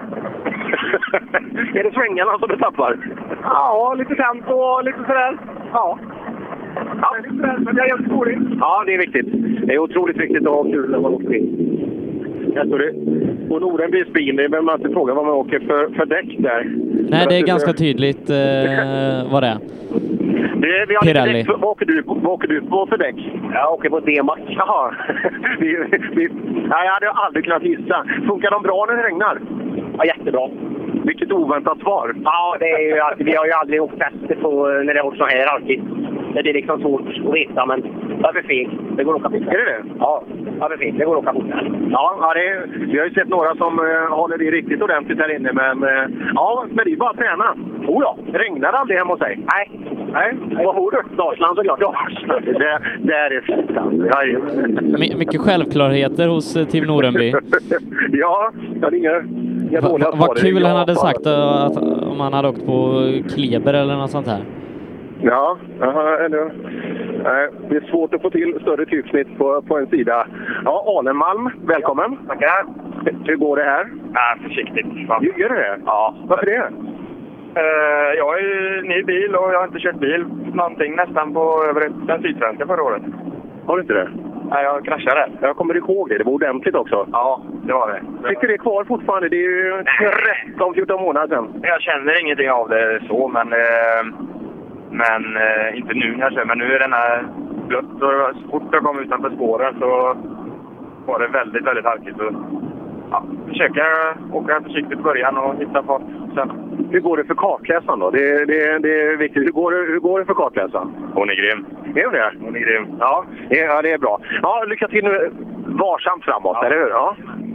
Är det svängarna som du tappar? Ja, lite tempo och lite sådär. Ja. Ja, det är lite sådär, men det är jävligt roligt. Ja, det är viktigt. Det är otroligt viktigt att ha kul när man åker in. Jag tror det. På Nordenbys bil, det behöver man inte fråga vad man åker för, för däck där. Nej, det är ganska tydligt eh, vad det är. Det, vi har Pirelli. lite däck. Vad åker du, vad åker du på för däck? Jag åker på D-Max. Jaha. vi, vi, nej, jag hade aldrig kunnat gissa. Funkar de bra när det regnar? Ja, jättebra. Vilket oväntat svar. Ja, det är ju att vi har ju aldrig åkt fäste på när det har varit så här alltid. Det är liksom svårt att veta, men varför fel? Det går att åka fort. Är det det? Ja, varför fel? Det går att åka fort. Ja, ja det är, vi har ju sett några som uh, håller det riktigt ordentligt här inne, men uh, ja, men det är bara att träna. Oh ja, regnar det aldrig hemma hos sig? Nej. Nej, vad får du? Dalsland såklart. Dalsland, det, det är fint. Ja, ja. My, mycket självklarheter hos uh, Team Nordenby. ja, jag har inga, inga dåliga Va, Vad kul ja, han hade sagt uh, att, om han hade åkt på Kleber eller något sånt här. Ja, aha, eller, nej, det är svårt att få till större typsnitt på, på en sida. Ja, Alenmalm, välkommen. Tackar. Hur går det här? Ja, försiktigt. Gör det det? Ja. Varför det? Uh, jag är ju ny bil och jag har inte kört bil någonting nästan på över den sydsvenska förra året. Har du inte det? Nej, jag kraschade. Jag kommer ihåg det. Det var ordentligt också. Ja, det var det. Sitter det kvar fortfarande? Det är ju tretton fjorton månader sedan. Jag känner ingenting av det så, men... Uh... Men eh, inte nu kanske, men nu är den här blött. Så fort jag kom utanför spåren så var det väldigt, väldigt halkigt. Så, ja, försöka åka försiktigt i början och hitta fart sen. Hur går det för kartläsaren då? Det, det, det är viktigt. Hur går det, hur går det för kartläsaren? Hon är grym. Är hon det? Hon är grym. Ja, ja, det är bra. Ja, lycka till nu. Varsamt framåt, ja. Eller hur? Ja.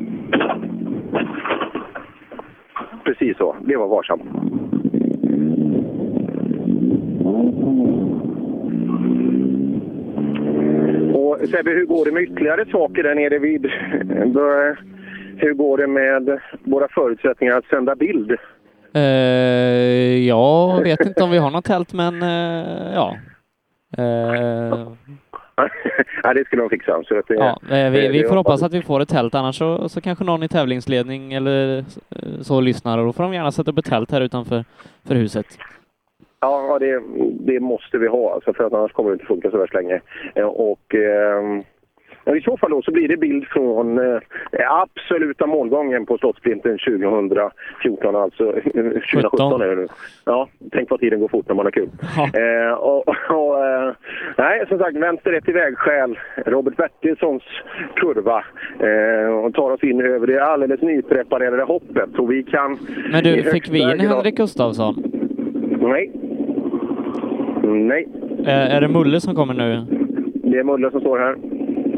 Precis så. Det var varsamt. Och Sebbe, hur går det med ytterligare saker där nere vid... Hur går det med våra förutsättningar att sända bild? Uh, jag vet inte om vi har något tält, men uh, ja. Uh... ja, det skulle de fixa. Så att det, ja, vi, vi får hoppas att vi får ett tält, annars så, så kanske någon i tävlingsledning eller så lyssnar, och då får de gärna sätta upp ett tält här utanför för huset. Ja, det, det måste vi ha, alltså, för att annars kommer det inte funka så värst länge. Och eh, I så fall då så blir det bild från eh, absoluta målgången på Slottsprinten tjugofjorton, alltså tjugosjutton är det nu. Ja, tänk vad tiden går fort när man har kul. Ja. Eh, och, och, eh, nej, som sagt, vänster rätt i vägskäl. Robert Bertilssons kurva eh, och tar oss in över det alldeles nypreparerade hoppet. Så vi kan... Men du, fick vi in Henrik Gustafsson? Nej. Nej. Eh, är det Mulle som kommer nu? Det är Mulle som står här.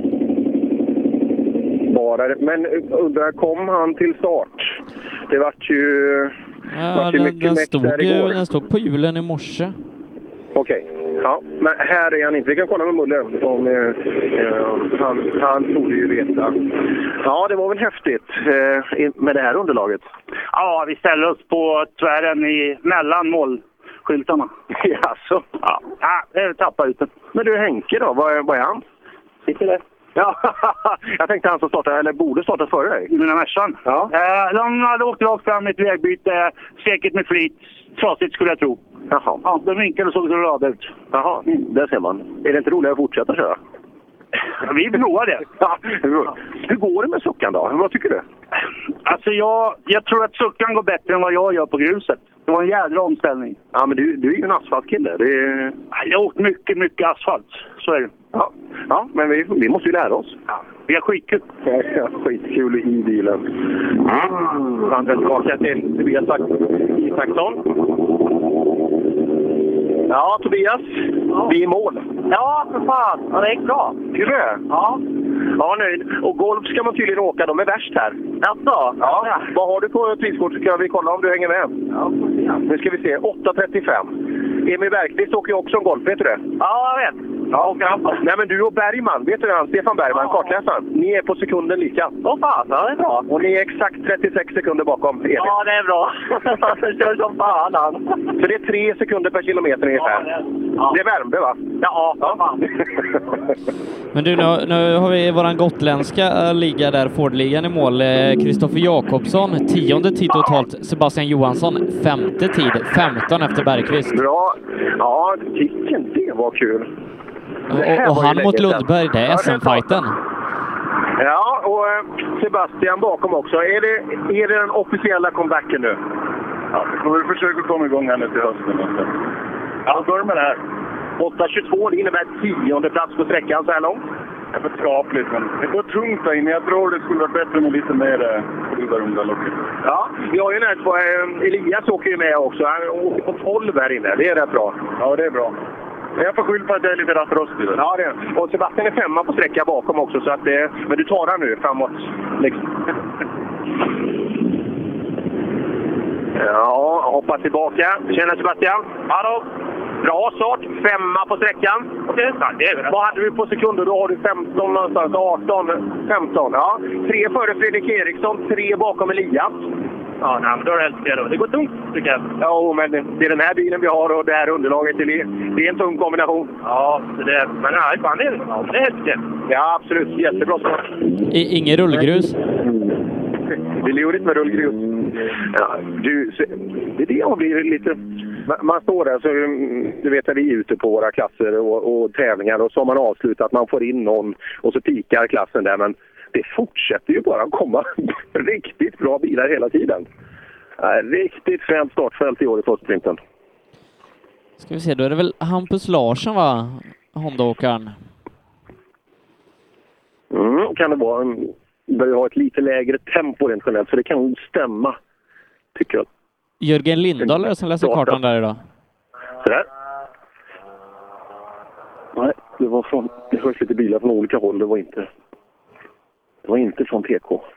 Bara, men undrar, kom han till start? Det vart ju... Ja, vart ju den, mycket den, meck stod där ju, igår. den stod på hjulen i morse. Okej, okay. Ja, men här är han inte. Vi kan kolla med Mulle om eh, eh, han, han borde ju veta. Ja, det var väl häftigt eh, med det här underlaget. Ja, vi ställer oss på tvären i mellan målskyltarna. Jaså? Ja, ja, det tappar ut den. Men du, Henke då? Vad är, vad är han? Sitter där. Ja, jag tänkte han som startade, eller borde starta före dig. Mina Mercan. Ja. Eh, de hade åkt rakt fram i ett vägbyte, säkert med flit. Trasigt skulle jag tro. Jaha. Ja, de vinkade och såg så glada ut. Jaha, mm. Där ser man. Är det inte roligt att fortsätta köra? Ja, vi provar det. Ja, hur går det med suckan då? Vad tycker du? Alltså jag, jag tror att suckan går bättre än vad jag gör på gruset. Det var en jädra omställning. Ja, men du, du är ju en asfaltkille. Det är... Jag har åkt mycket, mycket asfalt. Så är det. Ja, ja men vi, vi måste ju lära oss. Ja, vi har skitkul. Ja, skitkul i bilen. Mm. Vandrar tillbaka till Tobias Isaksson. Ja, Tobias. Ja. Vi är i mål. Ja, för fan. Ja, det gick bra. Tycker du? Ja. Ja, nöjd. Och golf ska man tydligen åka. De är värst här. Jaså? Ja. ja. Vad har du på tidskort? Så kan vi kolla om du hänger med. Ja, ja. Nu ska vi se. åtta trettiofem. Emil Bergqvist åker ju också en golf, vet du det? Ja, jag vet. Ja, åker han. Nej, men du och Bergman, vet du det? Stefan Bergman, ja. Kartläsaren. Ni är på sekunden lika. Åh fan, ja, det är bra. Och ni är exakt trettiosex sekunder bakom Emil. Ja, det är bra. Jag kör som fan han. Så det är tre sekunder per kilometer ungefär. Ja, det, ja. Det är värmde, va? Ja, ja. Fan. Men du, nu, nu har vi våran gotländska liga där, Ford-ligan i mål. Kristoffer Jakobsson, tionde tid totalt. Sebastian Johansson, femte tid. femton efter Bergqvist. Bra. Ja, vilken det var kul. Och, och han mot Lundberg, det är S M-fighten. Ja, och eh, Sebastian bakom också. Är det, är det den officiella comebacken nu? Ja, vi får väl försöka komma igång här nu till hösten. Ja, börjar med det här. åtta tjugotvå, det innebär tionde plats på sträckan så här långt. Det är för skapligt, men det går tungt där inne. Jag tror det skulle vara bättre med lite mer eh, där under locket. Ja, vi har ju närt på eh, Elias åker ju med också. Han åker på tolv här inne. Det är rätt bra. Ja, det är bra. Jag får skylla på att det är lite rattrostig. Ja, det är. Och Sebastian är femma på sträcka bakom också. Så att det, men du tar han nu framåt. Liksom. Ja, hoppa tillbaka. Tjena Sebastian. Hallå. Bra start. Femma på sträckan. Okej, okay. Det är det. Vad hade du på sekunder? Då har du femton någonstans. arton, femton. Ja. Tre före Fredrik Eriksson. Tre bakom Elias. Ja, nej, men då är det helt det då. Det går tungt, tycker jag. Ja, men det är den här bilen vi har och det här underlaget. Det är en tung kombination. Ja, det är, men nej, fan, det är det. Är helt ja, absolut. Jättebra start. I, ingen rullgrus? Det är lurigt med rullgrus. Ja, du, det är det jag blir lite... Man står där, så du vet att vi är ute på våra klasser och, och tävlingar och så har man avslutat, man får in någon och så pikar klassen där, men det fortsätter ju bara att komma riktigt bra bilar hela tiden. Ja, riktigt främt startfält i år i Slottsprinten. Ska vi se, då är det väl Hampus Larsson, va? Honda-åkaren. Mm, kan det vara. En, börjar ha ett lite lägre tempo rent generellt, så det kan stämma, tycker jag. Jörgen Lindahl är det som läser kartan där idag. Så där. Nej, det var från... Det hörs lite bilar från olika håll. Det var inte... Det var inte från T K.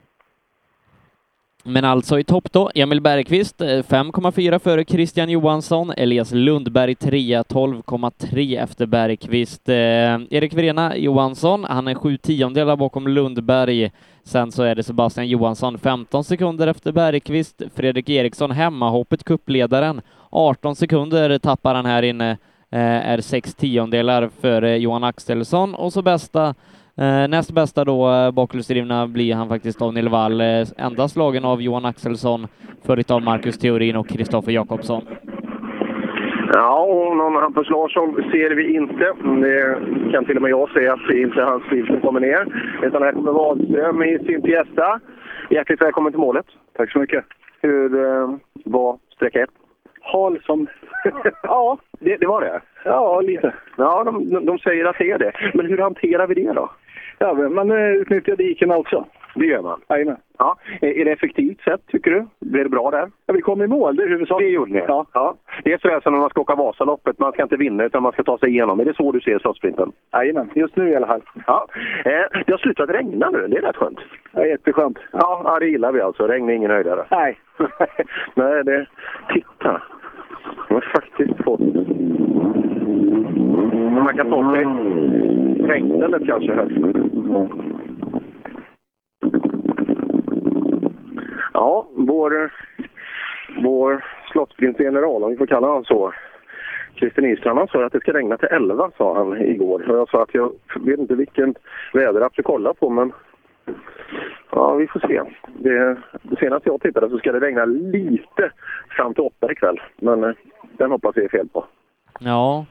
Men alltså i topp då, Emil Bergqvist fem komma fyra före Christian Johansson, Elias Lundberg trea, tolv komma tre efter Bergqvist. Eh, Erik Verena Johansson, han är sju tiondelar bakom Lundberg. Sen så är det Sebastian Johansson femton sekunder efter Bergqvist. Fredrik Eriksson, hemmahoppet kuppledaren, arton sekunder tappar han här inne, eh, är sex tiondelar före Johan Axelsson. Och så bästa Eh, näst bästa då, bakhjulsdrivna, blir han faktiskt Daniel Wall, eh, enda slagen av Johan Axelsson, följt av Marcus Theorin och Kristoffer Jakobsson. Ja, och någon Hampus Larsson ser vi inte. Det kan till och med jag säga att det inte är hans bil som kommer ner. Utan här kommer Wahlström i sin Fiesta. Hjärtligt välkommen till målet. Tack så mycket. Hur eh, var sträcka ett? Hal som... ja, det, det var det. Ja, lite. Ja, de, de säger att det är det. Men hur hanterar vi det då? Ja, man utnyttjar dikerna också. Det gör man. Jajamän. Ja. Är det effektivt sätt, tycker du? Blir det bra där? Ja, vi kom i mål, det är huvudsaken. Det gjorde ni. Ja. Ja. Det är så som när man ska åka Vasaloppet. Man ska inte vinna utan man ska ta sig igenom. Är det så du ser slottsprinten? Jajamän, just nu i alla fall. Ja. Eh, det har slutat regna nu, det är rätt skönt. Ja, jätteskönt. Ja, ja, det gillar vi alltså. Regn är ingen höjdare. Nej. Nej, det... Titta. De har faktiskt fått... Man kan ta sig regnstället kanske här. Ja, vår, vår slottsprinsgeneral, om vi får kalla honom så, Christer Nystrand, han sa att det ska regna till elva, sa han igår. Och jag sa att jag vet inte vilken väderapp du kollar på, men ja, vi får se. Det, det senaste jag tittade så ska det regna lite fram till åtta ikväll, men eh, den hoppas jag är fel på. Ja.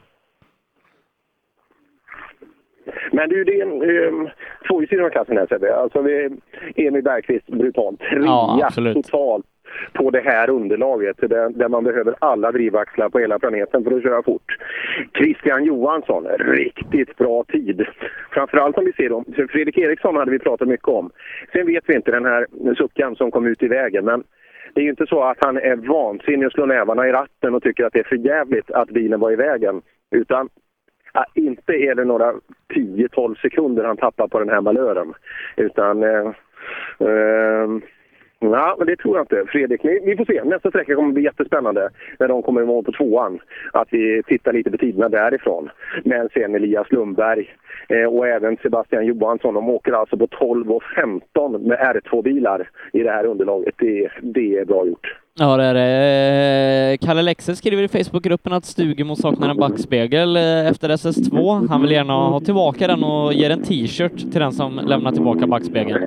Men det är ju det, um, två i sidan av klassen här, Sebbe. Alltså vi, Emil Bergqvist brutalt trea ja, totalt på det här underlaget där, där man behöver alla drivaxlar på hela planeten för att köra fort. Christian Johansson, riktigt bra tid. Framförallt om vi ser dem. Fredrik Eriksson hade vi pratat mycket om. Sen vet vi inte den här suckan som kom ut i vägen, men det är ju inte så att han är vansinnig och slår nävarna i ratten och tycker att det är för jävligt att bilen var i vägen, utan ja, inte är det några tio tolv sekunder han tappar på den här malören. Utan, eh, eh, ja, men det tror jag inte. Fredrik, vi får se. Nästa sträcka kommer bli jättespännande när de kommer vara på tvåan. Att vi tittar lite på tiderna därifrån. Men sen Elias Lundberg eh, och även Sebastian Johansson, de åker alltså på tolv och femton med R två-bilar i det här underlaget. Det, det är bra gjort. Ja, det är det. Kalle Lexe skriver i Facebookgruppen att Stugemo saknar en backspegel efter S S två. Han vill gärna ha tillbaka den och ger en t-shirt till den som lämnar tillbaka backspegeln.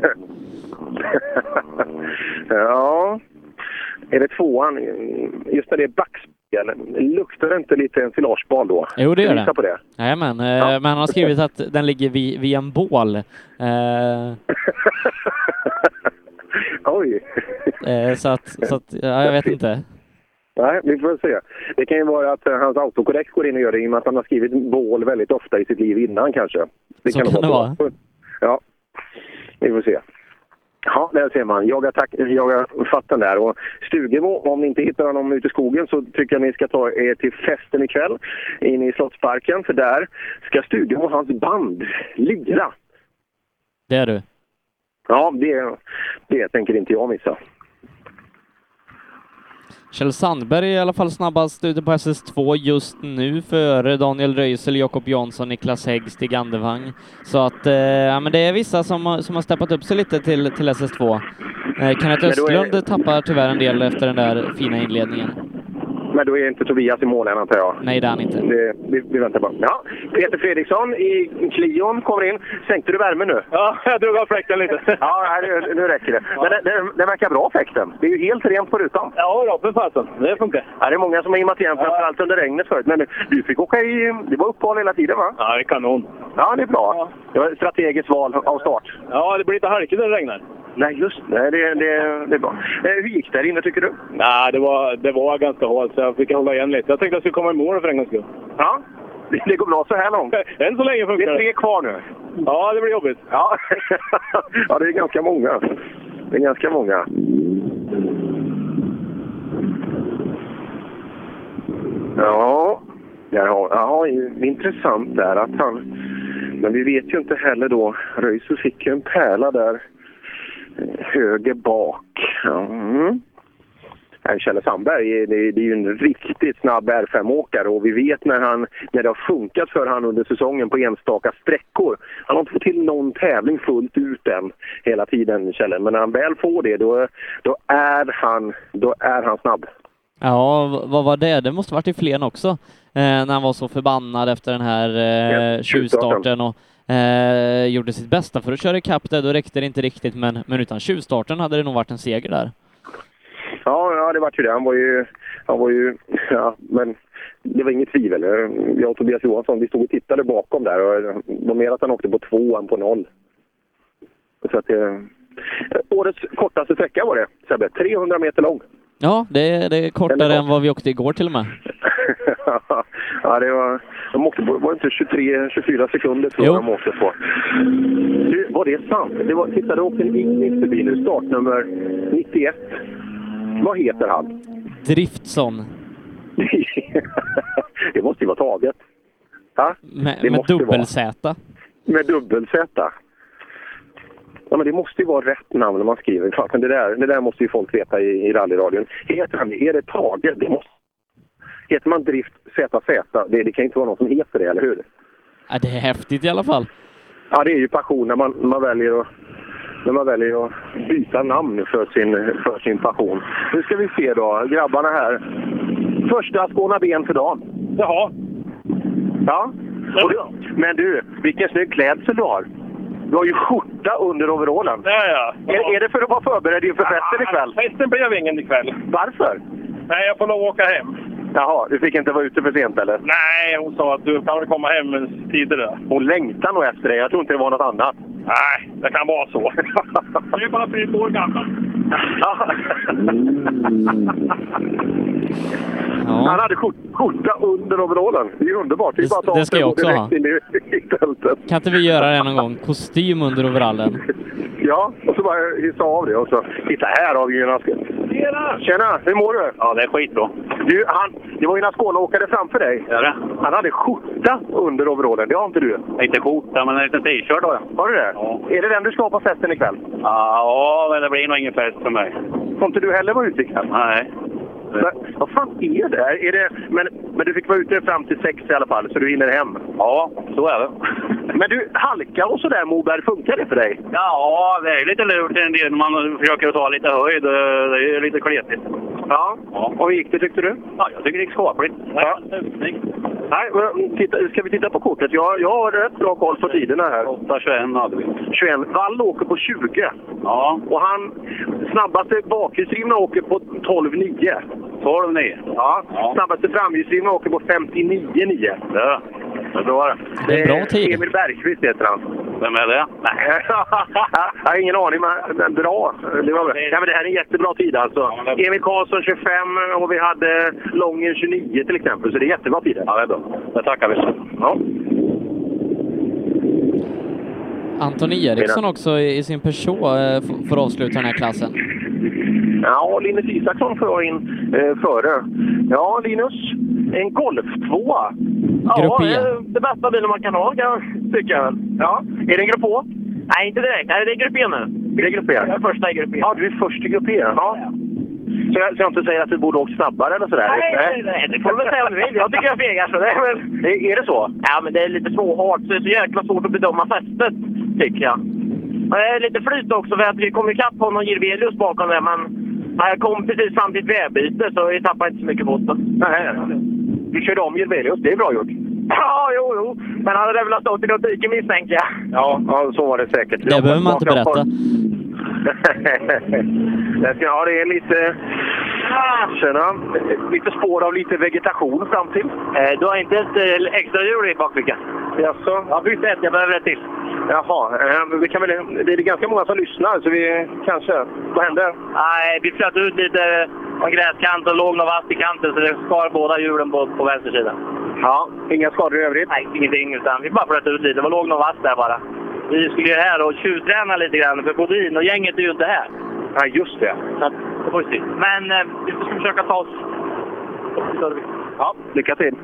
Ja, är det tvåan? Just när det är backspegeln, luktar det inte lite ensilagebal då? Jo, det gör det. På det. Jajamän, ja. Men han har skrivit att den ligger vid, vid en bål. Eh... Oj. Eh, så att, så att ja, jag vet inte. Nej, vi får se. Det kan ju vara att hans autokorrekt går in och gör det i och med att han har skrivit bål väldigt ofta i sitt liv innan kanske. Det så kan, kan det vara. vara. Ja, vi får se. Ja, där ser man. Jag har fatten där. Och Stugemo, om ni inte hittar honom ute i skogen så tycker jag ni ska ta er till festen ikväll inne i Slottsparken. För där ska Stugemo och hans band lira. Det är du. Ja, det, det tänker inte jag missa. Kjell Sandberg är i alla fall snabbast ute på S S två just nu före Daniel Röisel, Jakob Jansson, Niklas Hägg, Stig Andevang. Så att eh, ja, men det är vissa som, som har steppat upp sig lite till, till S S två. Eh, Kenneth Östlund är... tappar tyvärr en del efter den där fina inledningen. Men då är inte Tobias i mål än, antar jag. Nej, det är han inte. Det, vi, vi väntar bara. Ja, Peter Fredriksson i Clion kommer in. Sänkte du värmen nu? Ja, jag drog av fläkten lite. Ja, nu, nu räcker det. Men det, det, det verkar bra, fläkten. Det är ju helt rent på rutan. Ja, då, för fasen. Det funkar. Ja, det är många som har immat igen, framförallt under regnet förut. Men du fick åka i... Det var uppehåll hela tiden, va? Ja, det är kanon. Ja, det är bra. Ja. Det var ett strategiskt val av start. Ja, det blir lite halkigt när det regnar. Nej, just det. Det, det, det är bra. Hur gick det här inne, tycker du? Nej, det var, det var ganska halt, så jag fick hålla igen lite. Jag tänkte att jag skulle komma i mål för en gångs skull. Ja, det, det går bra så här långt. Än så länge funkar det. Det är tre kvar nu. Ja, det blir jobbigt. Ja, ja det är ganska många. Det är ganska många. Ja, där har, ja, intressant där att han... Men vi vet ju inte heller då. Röisel fick ju en pärla där höger bak. Ja. Mm. Kjell Sandberg, det, det är ju en riktigt snabb R fem-åkare och vi vet när, han, när det har funkat för han under säsongen på enstaka sträckor. Han har inte fått till någon tävling fullt ut än hela tiden, Kjell. Men när han väl får det, då, då, är, han, då är han snabb. Ja, vad var det? Det måste varit i Flen också. Eh, när han var så förbannad efter den här eh, tjuvstarten och eh, gjorde sitt bästa för att köra ikapp det. Då räckte det inte riktigt, men, men utan tjuvstarten hade det nog varit en seger där. Ja, ja, det var ju det. Han var ju, han var ju, ja, men det var inget tvivel. Jag och Tobias Johansson, vi stod och tittade bakom där. Och det var mer att han åkte på två än på noll. Så att, eh, årets kortaste sträcka var det, Sebbe. trehundra meter lång. Ja, det är, det är kortare än vad vi åkte igår till och med. Ja, det var... De åkte på, var inte tjugotre tjugofyra sekunder tror jag de åkte på. Du, var det sant? Det var, titta, det åkte en Ignis förbi nu, startnummer nittioett. Vad heter han? Driftsson. Det måste ju vara taget. Ha? Med, det med måste dubbel-Z. Med dubbel-Z. Ja, men det måste ju vara rätt namn när man skriver. Ja, men det, där, det där måste ju folk veta i, i rallyradion. Heter han, är det taget? Det måste... Heter man Drift Z Z? Det, det kan inte vara någon som heter det, eller hur? Ja, det är häftigt i alla fall. Ja, det är ju passion när man, man väljer att... När man väljer att byta namn för sin, för sin passion. Nu ska vi se då, grabbarna här. Första Skåna ben för dagen. Jaha. Ja. Och du, men du, vilken snygg klädsel du har. Du har ju skjorta under overallen. Ja, ja. Är, är det för att vara förberedd inför festen ikväll? Festen blev ingen ikväll. Varför? Nej, jag får nog åka hem. Jaha, du fick inte vara ute för sent eller? Nej, hon sa att du kan väl komma hem tidigare. Hon längtar nog efter dig, jag tror inte det var något annat. Nej, det kan vara så. Du är bara fyra år gammal. Ja. Han hade skjorta under overallen. Det är ju underbart. Det, är bara det ska jag också ha. In i, i kan inte vi göra det någon gång? Kostym under overallen. Ja, och så bara hissa av det. Och så, titta här har vi ju en Tjena! Tjena, hur mår du? Ja, det är skitbra. Du, han, det var ju en Skåneåkare framför dig. Ja, det. Han hade skjorta under overallen, det har inte du? Inte skjorta, men en liten t-shirt har jag. Har du det? Ja. Är det den du ska ha på festen ikväll? Ja, men det blir nog ingen fest för mig. Får inte du heller vara ute ikväll? Nej. Men, vad fan är det? Är det men, men du fick vara ute fram till sex i alla fall, så du hinner hem? Ja, så är det. Men du, halka och sådär, Moberg, funkar det för dig? Ja, det är lite lurt en del när man försöker ta lite höjd. Det är lite kletigt. Ja. ja. Och hur gick det, tyckte du? Ja, jag tycker det gick skapligt. Ja. Nej, men titta, ska vi titta på kortet? Jag, jag har rätt bra koll på tiderna här. åtta tjugoett hade vi. tjugoett. Wall åker på tjugo. Ja. Och han snabbaste bakhjulsdrivna åker på tolv nio. tolv nio? Ja. ja. Snabbaste framhjulsdrivna åker på femtionio nio. Ja, det är bra. Det är en bra tid. Emil Bergqvist heter han. Vem är det? Nej. Jag har ingen aning, men bra. Det, var bra. Ja, men det här är en jättebra tid alltså. Ja, är... Emil Karlsson tjugofem och vi hade Lången tjugonio till exempel, så det är jättebra tider. Ja, det är bra. Det tackar vi. Ja. Anton Eriksson också i sin Peugeot får avsluta den här klassen. Ja, Linus Isaksson får jag in eh, före. Ja, Linus, en Golf två. Ja, det är det bästa bilen man kan ha, tycker jag. Ja. Är det en grupp H? Nej, inte direkt. Nej, det är grupp E nu. Det är grupp E? Jag är första i grupp E. Ja, du är först i grupp E. Ja. Ja. Så, jag, så jag inte säger att du borde åka snabbare eller sådär? Nej, nej, nej, det får du väl säga om du vill. Jag tycker jag fegar så. Det är, väl... är, är det så? Ja, men det är lite svårt. Så det är så jäkla svårt att bedöma fästet, tycker jag. Och det är lite flyt också, för att vi kom ikapp på någon Jirvelius bakom det, men jag kom precis fram till ett vägbyte, så vi tappade inte så mycket fot. Nej, du körde om Jirvelius, det är bra gjort. Ja, jo, jo. Men han hade väl stått i notiken, misstänker jag. Ja, ja, så var det säkert. Det behöver man inte berätta. Ja, det är lite... Tjena. Lite spår av lite vegetation fram till. Eh, du har inte ett eh, extra djur i bakfickan? Jaså? Jag har bytt ett, jag behöver ett till. Jaha, eh, vi kan väl, det är ganska många som lyssnar, så vi kanske... Vad händer? Nej, vi flöt ut lite på gräskant och låg något vass i kanten, så det skar båda hjulen på, på vänster sida. Ja, inga skador i övrigt? Nej, ingenting, utan vi bara flöt ut lite. Det var låg något vass där bara. Vi skulle ju här och tjuvträna lite grann, för Bodin och gänget är ju inte här. Nej, just det. Så det var ju synd. Men eh, vi ska försöka ta oss. Ja, lycka till.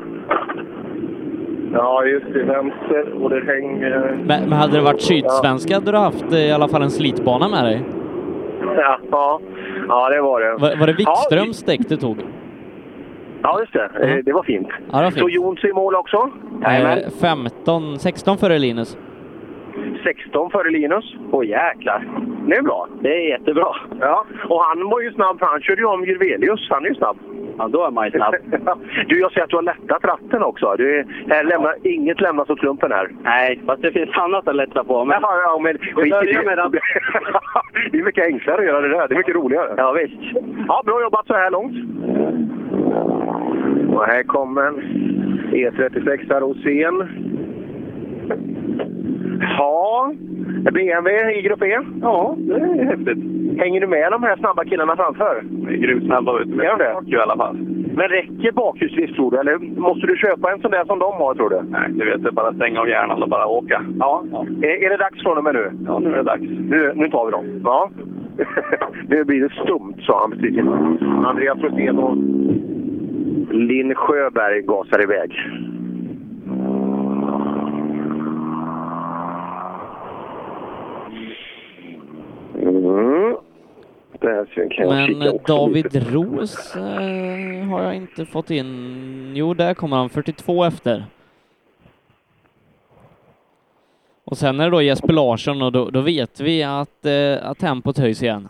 Ja, just det. Vänster och det hänger... Men, men hade det varit sydsvenska, hade du haft i alla fall en slitbana med dig? Ja, ja. Ja, det var det. Var, var det Wikströms däck du tog? Ja, just det. Mm. Det var fint. Ja, det var fint. Så Jons i mål också? Eh, femton, sexton före Linus. sexton före Linus. Åh jäklar. Det är bra. Det är jättebra. Ja, och han var ju snabb, för han körde ju om Jirvelius. Han är ju snabb. Ja, då är man ju snabb. Du, jag ser att du har lättat ratten också. Du, här lämnar, inget lämnas åt klumpen här. Nej, fast det finns annat att lätta på. Men... Ja, ja, men skit i det. Med det. Det är mycket enklare att göra det där. Det är mycket roligare. Ja, visst. Ja, bra jobbat så här långt. Och här kommer E trettiosex Rosén. Ja, B M W i grupp E. Ja, det är häftigt. Hänger du med de här snabba killarna framför? Det är grymt snabba ut. Är de det? I alla fall. Men räcker bakhjulsdrift tror du? Eller måste du köpa en sån där som de har tror du? Nej, du vet, det är bara stänga av hjärnan och bara åka. Ja. ja. Är, är det dags från och med nu? Ja, nu är det dags. Nu, nu tar vi dem. Ja. Nu blir det stumt, sa han precis. Andreas Rosén och Linn Sjöberg gasar iväg. Mm. Men David Ros eh, har jag inte fått in. Jo, där kommer han fyrtiotvå efter. Och sen är det då Jesper Larsson och då, då vet vi att, eh, att tempot höjs igen.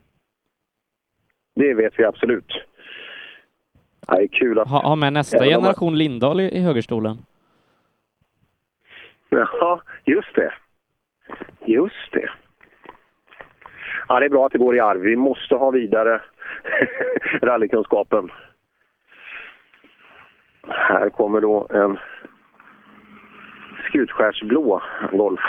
Det vet vi absolut. Ja, det är kul att... Ha, ha med nästa ja, generation har... Lindahl i, i högerstolen. Ja, just det. Just det. Ja, det är bra att det går i arv. Vi måste ha vidare rallykunskapen. Här kommer då en skutskärsblå Golf.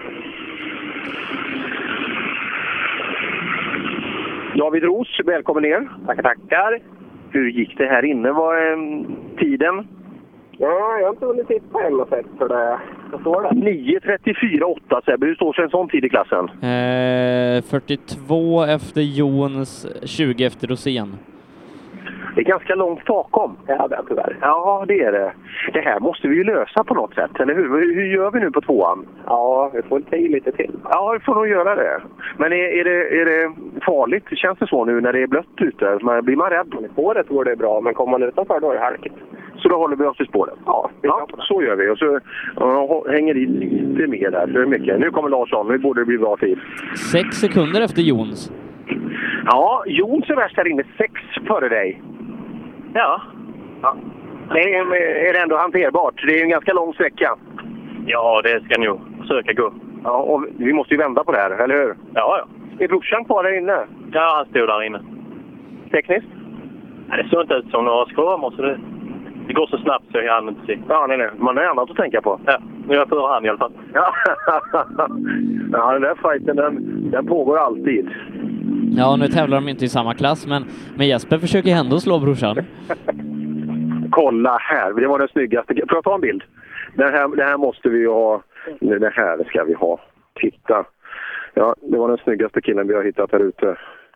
David Ros, välkommen ner. Tackar, tackar. Hur gick det här inne? Var eh, tiden? Ja, jag har inte hunnit titta än och sett för det. Vad står det? nio trettiofyra åtta, Sebbe. Hur står sig en sån tid i klassen? Eh, fyrtiotvå efter Jons, tjugo efter Rosén. Det är ganska långt bakom. Ja, det är tyvärr. Ja, det är det. Det här måste vi ju lösa på något sätt, eller hur? Hur, hur gör vi nu på tvåan? Ja, vi får ta i lite till. Ja, vi får nog göra det. Men är, är, det, är det farligt? Känns det så nu när det är blött ute? Blir man rädd? I spåret går det bra, men kommer man utanför då är det halkigt. Så då håller vi oss i spåret? Ja, ja så gör vi. Och så uh, hänger i lite mer där. Det är mycket. Nu kommer Larsson. Nu borde det bli bra tid. Sex sekunder efter Jons. Ja, Jons är värst här inne. Sex före dig. Ja. ja. Det är, är det ändå hanterbart. Det är en ganska lång sträcka. Ja, det ska nog försöka gå. Ja, och vi måste ju vända på det här, eller hur? Ja, ja. Är brorsan kvar där inne? Ja, han stod där inne. Tekniskt? Ja, det såg inte ut som några skråmor, så det, det går så snabbt så jag hann inte se. Ja, nej, nej. Man har annat att tänka på. Ja, nu är jag för han i alla fall. Ja, ja den där fighten, den, den pågår alltid. Ja, nu tävlar de inte i samma klass, men, men Jesper försöker ändå slå brorsan. Kolla här, det var den snyggaste. Får jag ta en bild? Den här, det här måste vi ju ha. Det här ska vi ha. Titta. Ja, det var den snyggaste killen vi har hittat här ute.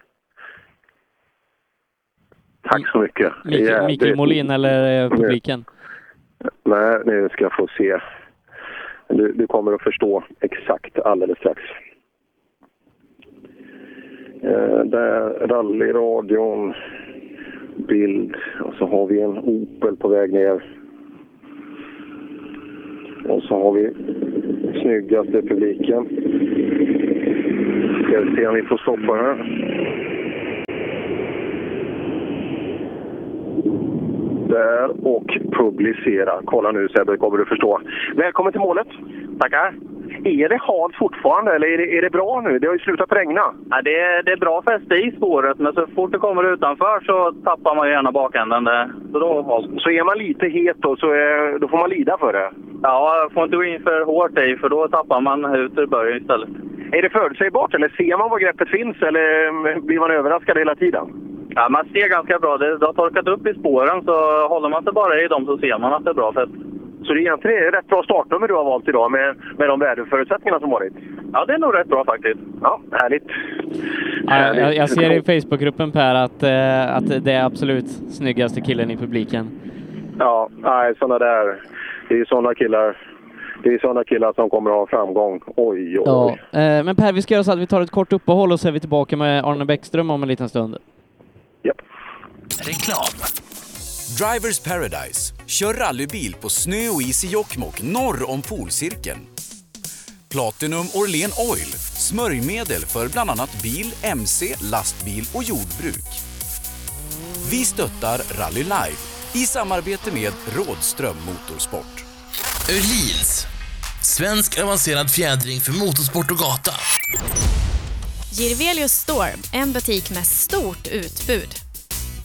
Tack så mycket. Mikael, ja, Mikael Molin eller publiken? Nej, nu ska jag få se. Du, du kommer att förstå exakt alldeles strax. Eh, där, rallyradion, bild, och så har vi en Opel på väg ner. Och så har vi snyggaste publiken. Ska vi se om vi får stoppa här. Där och publicera. Kolla nu Sebbe, kommer du förstå. Välkommen till målet. Tackar. Är det halt fortfarande eller är det, är det bra nu? Det har ju slutat regna. Ja, det, är, det är bra fäste i spåret, men så fort det kommer utanför så tappar man ju gärna bakänden. Så, då, så är man lite het då, så är, då får man lida för det? Ja, får inte gå in för hårt i, för då tappar man ut ur början istället. Är det förutsägbart eller ser man var greppet finns eller blir man överraskad hela tiden? Ja, man ser ganska bra. Det, det har torkat upp i spåren, så håller man sig bara i dem så ser man att det är bra fäste. Så det är egentligen ett rätt bra startnummer du har valt idag med, med de väderförutsättningarna som varit? Ja, det är nog rätt bra faktiskt. Ja, härligt. Ja, härligt. Jag, jag ser i Facebookgruppen Per att, äh, att det är absolut snyggaste killen i publiken. Ja, nej, sådana där. Det är sådana killar. Det är sådana killar som kommer att ha framgång. Oj, oj. Ja, äh, men Per, vi ska göra så att vi tar ett kort uppehåll och så är vi tillbaka med Arne Bäckström om en liten stund. Japp. Reklam. Drivers Paradise. Kör rallybil på snö och is i Jokkmokk norr om polcirkeln. Platinum Orlen Oil. Smörjmedel för bland annat bil, mc, lastbil och jordbruk. Vi stöttar Rally Live i samarbete med Rådström Motorsport. Öhlins. Svensk avancerad fjädring för motorsport och gata. Girvelius Store, en butik med stort utbud.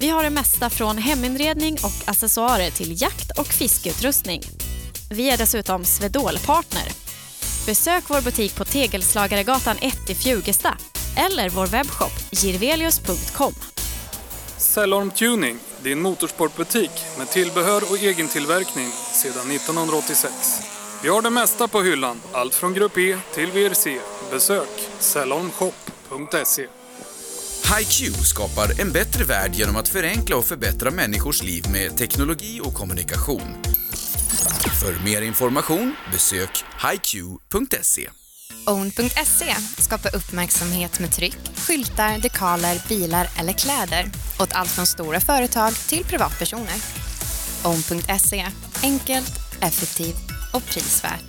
Vi har det mesta från heminredning och accessoarer till jakt- och fiskeutrustning. Vi är dessutom Swedol-partner. Besök vår butik på Tegelslagaregatan ett i Fjugesta eller vår webbshop girvelius punkt com. Cellorm Tuning, din motorsportbutik med tillbehör och egen tillverkning sedan nittonhundraåttiosex. Vi har det mesta på hyllan, allt från Grupp E till V R C. Besök cellorm shop punkt se. HiQ skapar en bättre värld genom att förenkla och förbättra människors liv med teknologi och kommunikation. För mer information besök hiq punkt se. own punkt se skapar uppmärksamhet med tryck, skyltar, dekaler, bilar eller kläder åt allt från stora företag till privatpersoner. own punkt se. Enkelt, effektivt och prisvärt.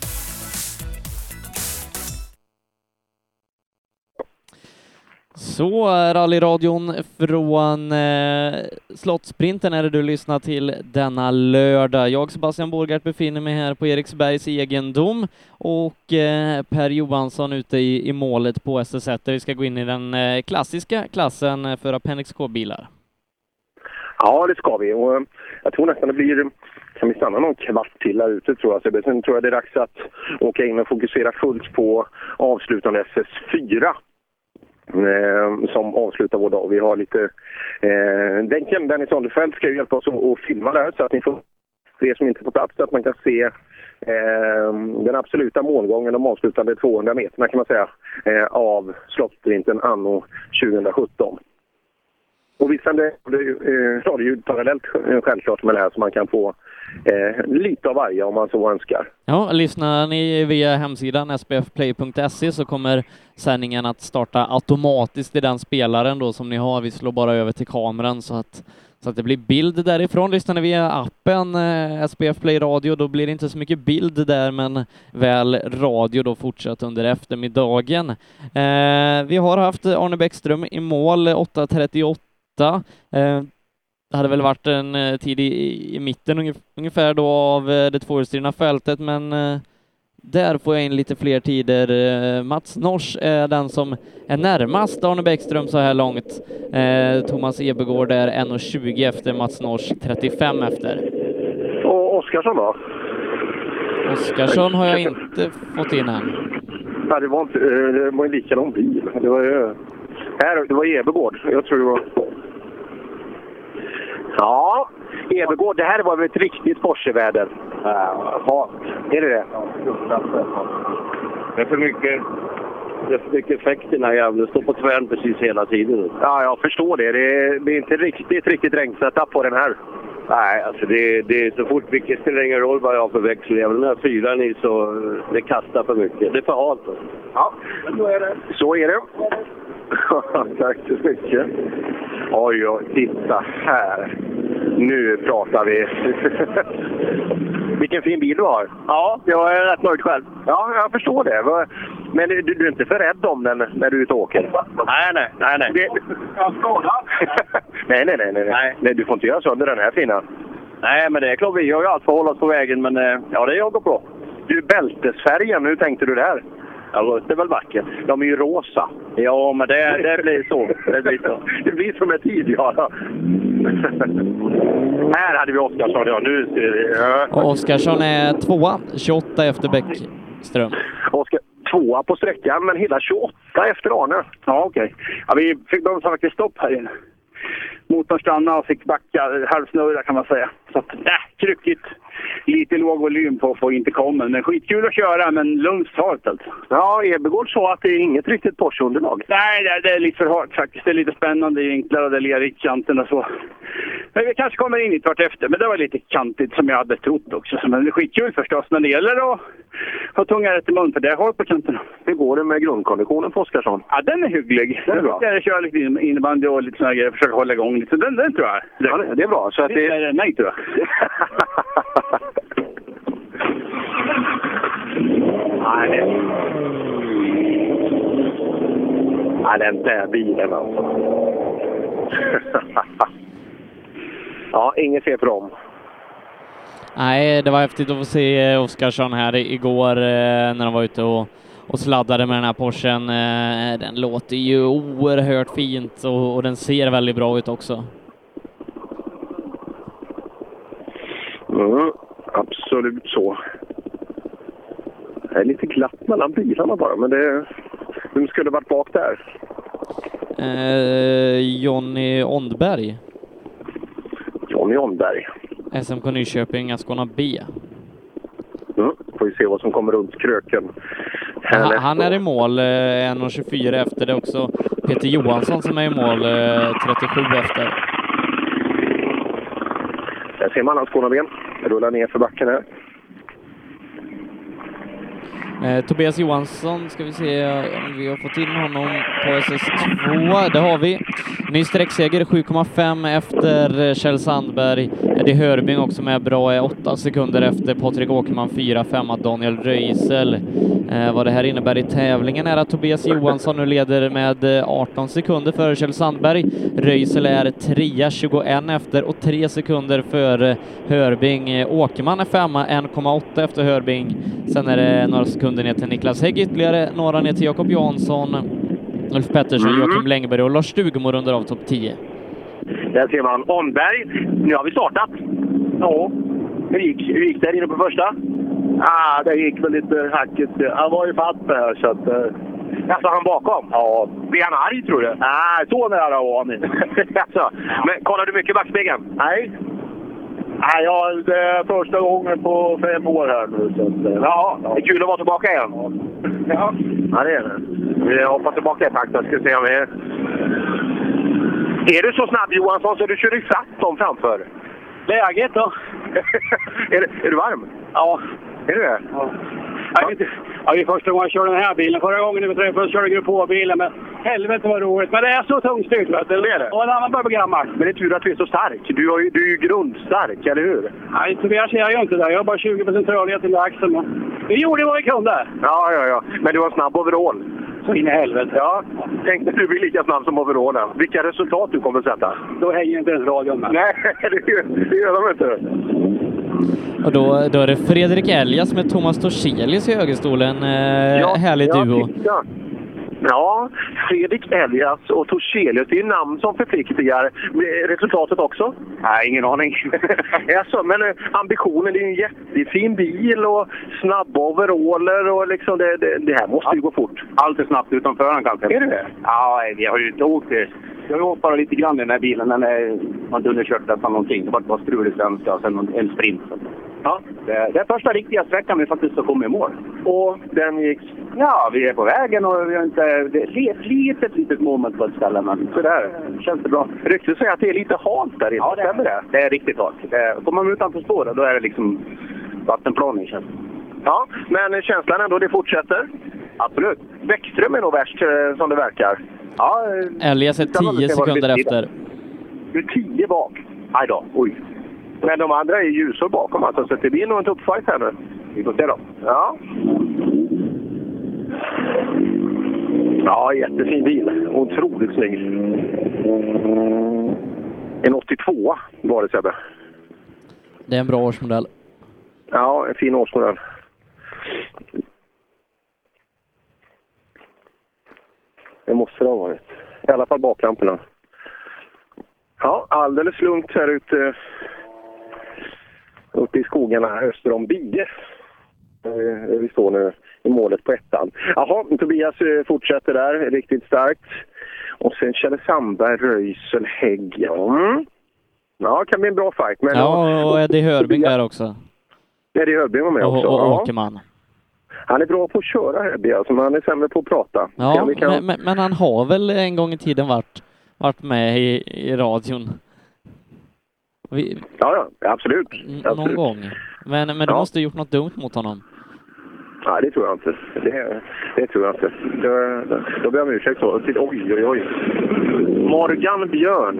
Så, rallyradion från eh, Slottsprinten är det du lyssnar till denna lördag. Jag, Sebastian Borgart, befinner mig här på Eriksbergs egendom och eh, Per Johansson ute i, i målet på S S ett där vi ska gå in i den eh, klassiska klassen för Appendix K-bilar. Ja, det ska vi. Och jag tror nästan det blir... Kan vi stanna någon kvart till här ute, tror jag. Sen tror jag det är dags att åka in och fokusera fullt på avslutande S S fyra. Eh, som avslutar vår dag. Vi har lite eh, Denken, Dennis Anderfelt ska ju hjälpa oss att, att filma där så att ni får, för er som inte är på plats, så att man kan se eh, den absoluta målgången, de avslutande tvåhundra meterna kan man säga, eh, av Slottsprinten anno tjugohundrasjutton. Och visst är det, det är ju parallellt självklart med det här, så man kan få eh, lite av varje om man så önskar. Ja, lyssnar ni via hemsidan s b f play punkt se så kommer sändningen att starta automatiskt i den spelaren då som ni har. Vi slår bara över till kameran så att, så att det blir bild därifrån. Lyssnar ni via appen eh, S B F Play Radio, då blir det inte så mycket bild där, men väl radio då fortsatt under eftermiddagen. Eh, vi har haft Arne Bäckström i mål åtta trettioåtta. Eh, det hade väl varit en eh, tid i, i mitten ungefär då av eh, det tvåhjulsdrivna fältet, men eh, där får jag in lite fler tider. Eh, Mats Nors är den som är närmast Arne Bäckström så här långt. Eh, Thomas Ebergård är en tjugo efter, Mats Nors trettiofem efter. Och Oskarsson då? Oskarsson har jag inte fått in än. Nej, det var inte, det var en likadan bil. Det var ju här, det var Ebergård. Jag tror det var... Ja, Ebergård, det här var väl ett riktigt Porsche-väder. Ja, är det det? Det är för mycket, det är för mycket effekt i den här jävla. Det står på tvären precis hela tiden. Ja, jag förstår det. Det är, det är inte riktigt, riktigt regnsätta på den här. Nej, alltså det, det är så fort, vilket spelar ingen roll vad jag har för växel. Även den här fyran i så det kastar för mycket. Det är för halt. Ja, så är det. Så är det. Tack så mycket. Oj, oj, titta här. Nu pratar vi. Vilken fin bil du har. Ja, jag är rätt nöjd själv. Ja, jag förstår det. Men du, du är inte för rädd om den när du är ute och åker? Nej, nej, nej, nej. Det... Jag skadar. nej, nej, nej, nej, nej. Nej, du får inte göra sönder den här fina. Nej, men det är klart vi gör ju allt för att hålla oss på vägen, men ja, det går bra. Du, bältesfärgen, hur tänkte du där? Ja, det är väl vackert. De är ju rosa. Ja, men det, det blir så. Det blir så. Det blir som ett tid, ja. Här hade vi Oskarsson, ja. Nu ser vi. Ja. Och Oskarsson är tvåa, tjugoåtta efter Bäckström. Oskar, tvåa på sträckan, men hela tjugoåtta efter Arne. Ja, okej. Okay. Ja, vi fick de faktiskt stopp här inne. Motorn stannade och fick backa halvsnurra kan man säga. Så att, äh, tryckigt. Lite låg volym på att få inte komma. Men skitkul att köra, men lugnt start alltså. Ja, Ebergård sa att det är inget riktigt Porsche-underlag. Nej, det, det är lite för hårt faktiskt. Det är lite spännande, det är enklare och det är lerigt kanten och så. Men vi kanske kommer in i vart efter. Men det var lite kantigt som jag hade trott också. Men det är skitkul förstås. Men det gäller att ha tunga rätt i mun för det har på kanterna. Hur går det med grundkonditionen på Oskarsson? Ja, den är hygglig. Den är bra. Jag kör lite innebandy och lite sådana grejer. Försöker hålla igång lite. Den, den tror jag. Ja, det är bra. Så att det, det är nej tror jag. Nej, ja, den där bilen alltså. Ja, inget fel för dem. Nej, det var häftigt att få se Oskarsson här igår när de var ute och, och sladdade med den här Porschen. Den låter ju oerhört fint och, och den ser väldigt bra ut också. Mm, absolut så. Det är lite glatt mellan bilarna bara, men det... Vem skulle varit bak där? Eh, Jonny Ondberg. Jonny Ondberg. S M K Nyköping, Ascona B. Mm, får vi se vad som kommer runt kröken. Han, han är i mål eh, en tjugofyra efter. Det också Peter Johansson som är i mål eh, trettiosju efter. Där ser man Ascona B. Rullar ner för backen här. Eh, Tobias Johansson, ska vi se om vi har fått in honom på S S två. Det har vi. Ny sträckseger sju komma fem efter Kjell Sandberg. Eddie Hörbing också med bra, är åtta sekunder efter Patrik Åkerman, fyra femma Daniel Röisel. Eh, vad det här innebär i tävlingen är att Tobias Johansson nu leder med arton sekunder för Kjell Sandberg. Röisel är trea, tjugoett efter och tre sekunder för Hörbing. Åkerman är femma, en komma åtta efter Hörbing. Sen är det några sekunder ner till Niklas Hägg, ytterligare några ner till Jakob Jansson, Ulf Pettersson, mm. Joakim Längberg och Lars Stugemo runder av topp tio. Där ser man Ondberg. Nu har vi startat. Ja. Hur gick, hur gick det inne på första? Ah, det gick väl lite hackigt. Han var ju fatt med här så att... Uh... Alltså han bakom? Ja. Blir han arg tror du? Nej, ah, så nära var han inte. Alltså, men kollar du mycket i backspegeln? Nej. Nej, ja, det är första gången på fem år här nu. Så att, ja, ja, det är kul att vara tillbaka igen. Ja, ja det är det. Vi hoppar tillbaka ett takt. Ska se om vi är... Är du så snabb Johansson så du kör ifatt dem framför? Läget då? är, du, är du varm? Ja. Är du det? Ja. Ja. Ja, det är första gången jag kör den här bilen. Förra gången vi träffades körde jag på bilen, men helvete vad roligt. Men det är så tungstyrt, vet du. Det är det. Och en annan börjar bli gammal. Men det är tur att du är så stark. Du är ju, du är ju grundstark, eller hur? Nej, tyvärr ser jag ju inte det. Jag har bara tjugo procent rörlighet i axeln. Men vi gjorde vad vi kunde. Ja, ja, ja. Men du har snabb overall. Så in i helvete. Ja, tänk att du blir lika snabb som overallen. Vilka resultat du kommer sätta? Då hänger inte ens radion med. Nej, det gör de inte. Och då, då är det Fredrik Elias med Thomas Torselius i högerstolen. Eh, ja, härlig ja, duo. Titta. Ja, Fredrik Elias och Torselius, det är namn som förpliktigar. Resultatet också? Nej, ingen aning. Alltså, men ambitionen, det är en jättefin bil och snabba overaller och liksom det, det, det här måste ju gå fort. Allt är snabbt utan föraren kanske. Är det det? Ja, vi har ju inte åkt det. Jag har åkt bara lite grann i den här bilen, men man underkört nästan någonting. Det var bara strul i svenska och sen en sprint. Ja, det är, det är första riktiga sträckan vi faktiskt har kommit i mål. Och den gick? Ja, vi är på vägen och vi har inte... Det är ett litet, litet moment på ett ställe, men sådär känns det bra. Ryktet säger att det är lite halt där inne. Ja, det är det. Det är riktigt halt. Kommer man utanför spåret, då är det liksom vattenplaning, känns det. Ja, men känslan ändå, det fortsätter? Absolut. Bäckström är nog värst som det verkar. Ja, Elias är tio sekunder efter. Du är tio bak. Aj då, oj. Men de andra är ljusår bakom alltså, så det blir nog en tuppfight här nu. Vi får se då. Ja. Ja, jättefin bil. Otroligt snygg. En åttiotvå var det, Sebbe. Det är en bra årsmodell. Ja, en fin årsmodell. Det måste det ha varit. I alla fall baklamporna. Ja, alldeles lugnt här ute uppe i skogarna öster om Bie. Vi står nu i målet på ettan. Jaha, Tobias fortsätter där, riktigt starkt. Och sen Kjell Sandberg, Röisel, Hägg. Ja, ja, kan bli en bra fight. Men ja, och Eddie Hörbing där också. Eddie Hörbing var med och, också. Och, och ja. Åkerman. Han är bra på att köra, Eddie, alltså, men han är sämre på att prata. Ja, kan vi kan... men, men, men han har väl en gång i tiden varit, varit med i, i radion. Vi... Ja, ja, absolut. N- absolut. Någon gång. Men, men du ja. måste ha gjort något dumt mot honom. Nej, det tror jag inte. Det, det tror jag inte. Det, då ber jag om ursäkt så. Oj, oj, oj. Morgan Björn.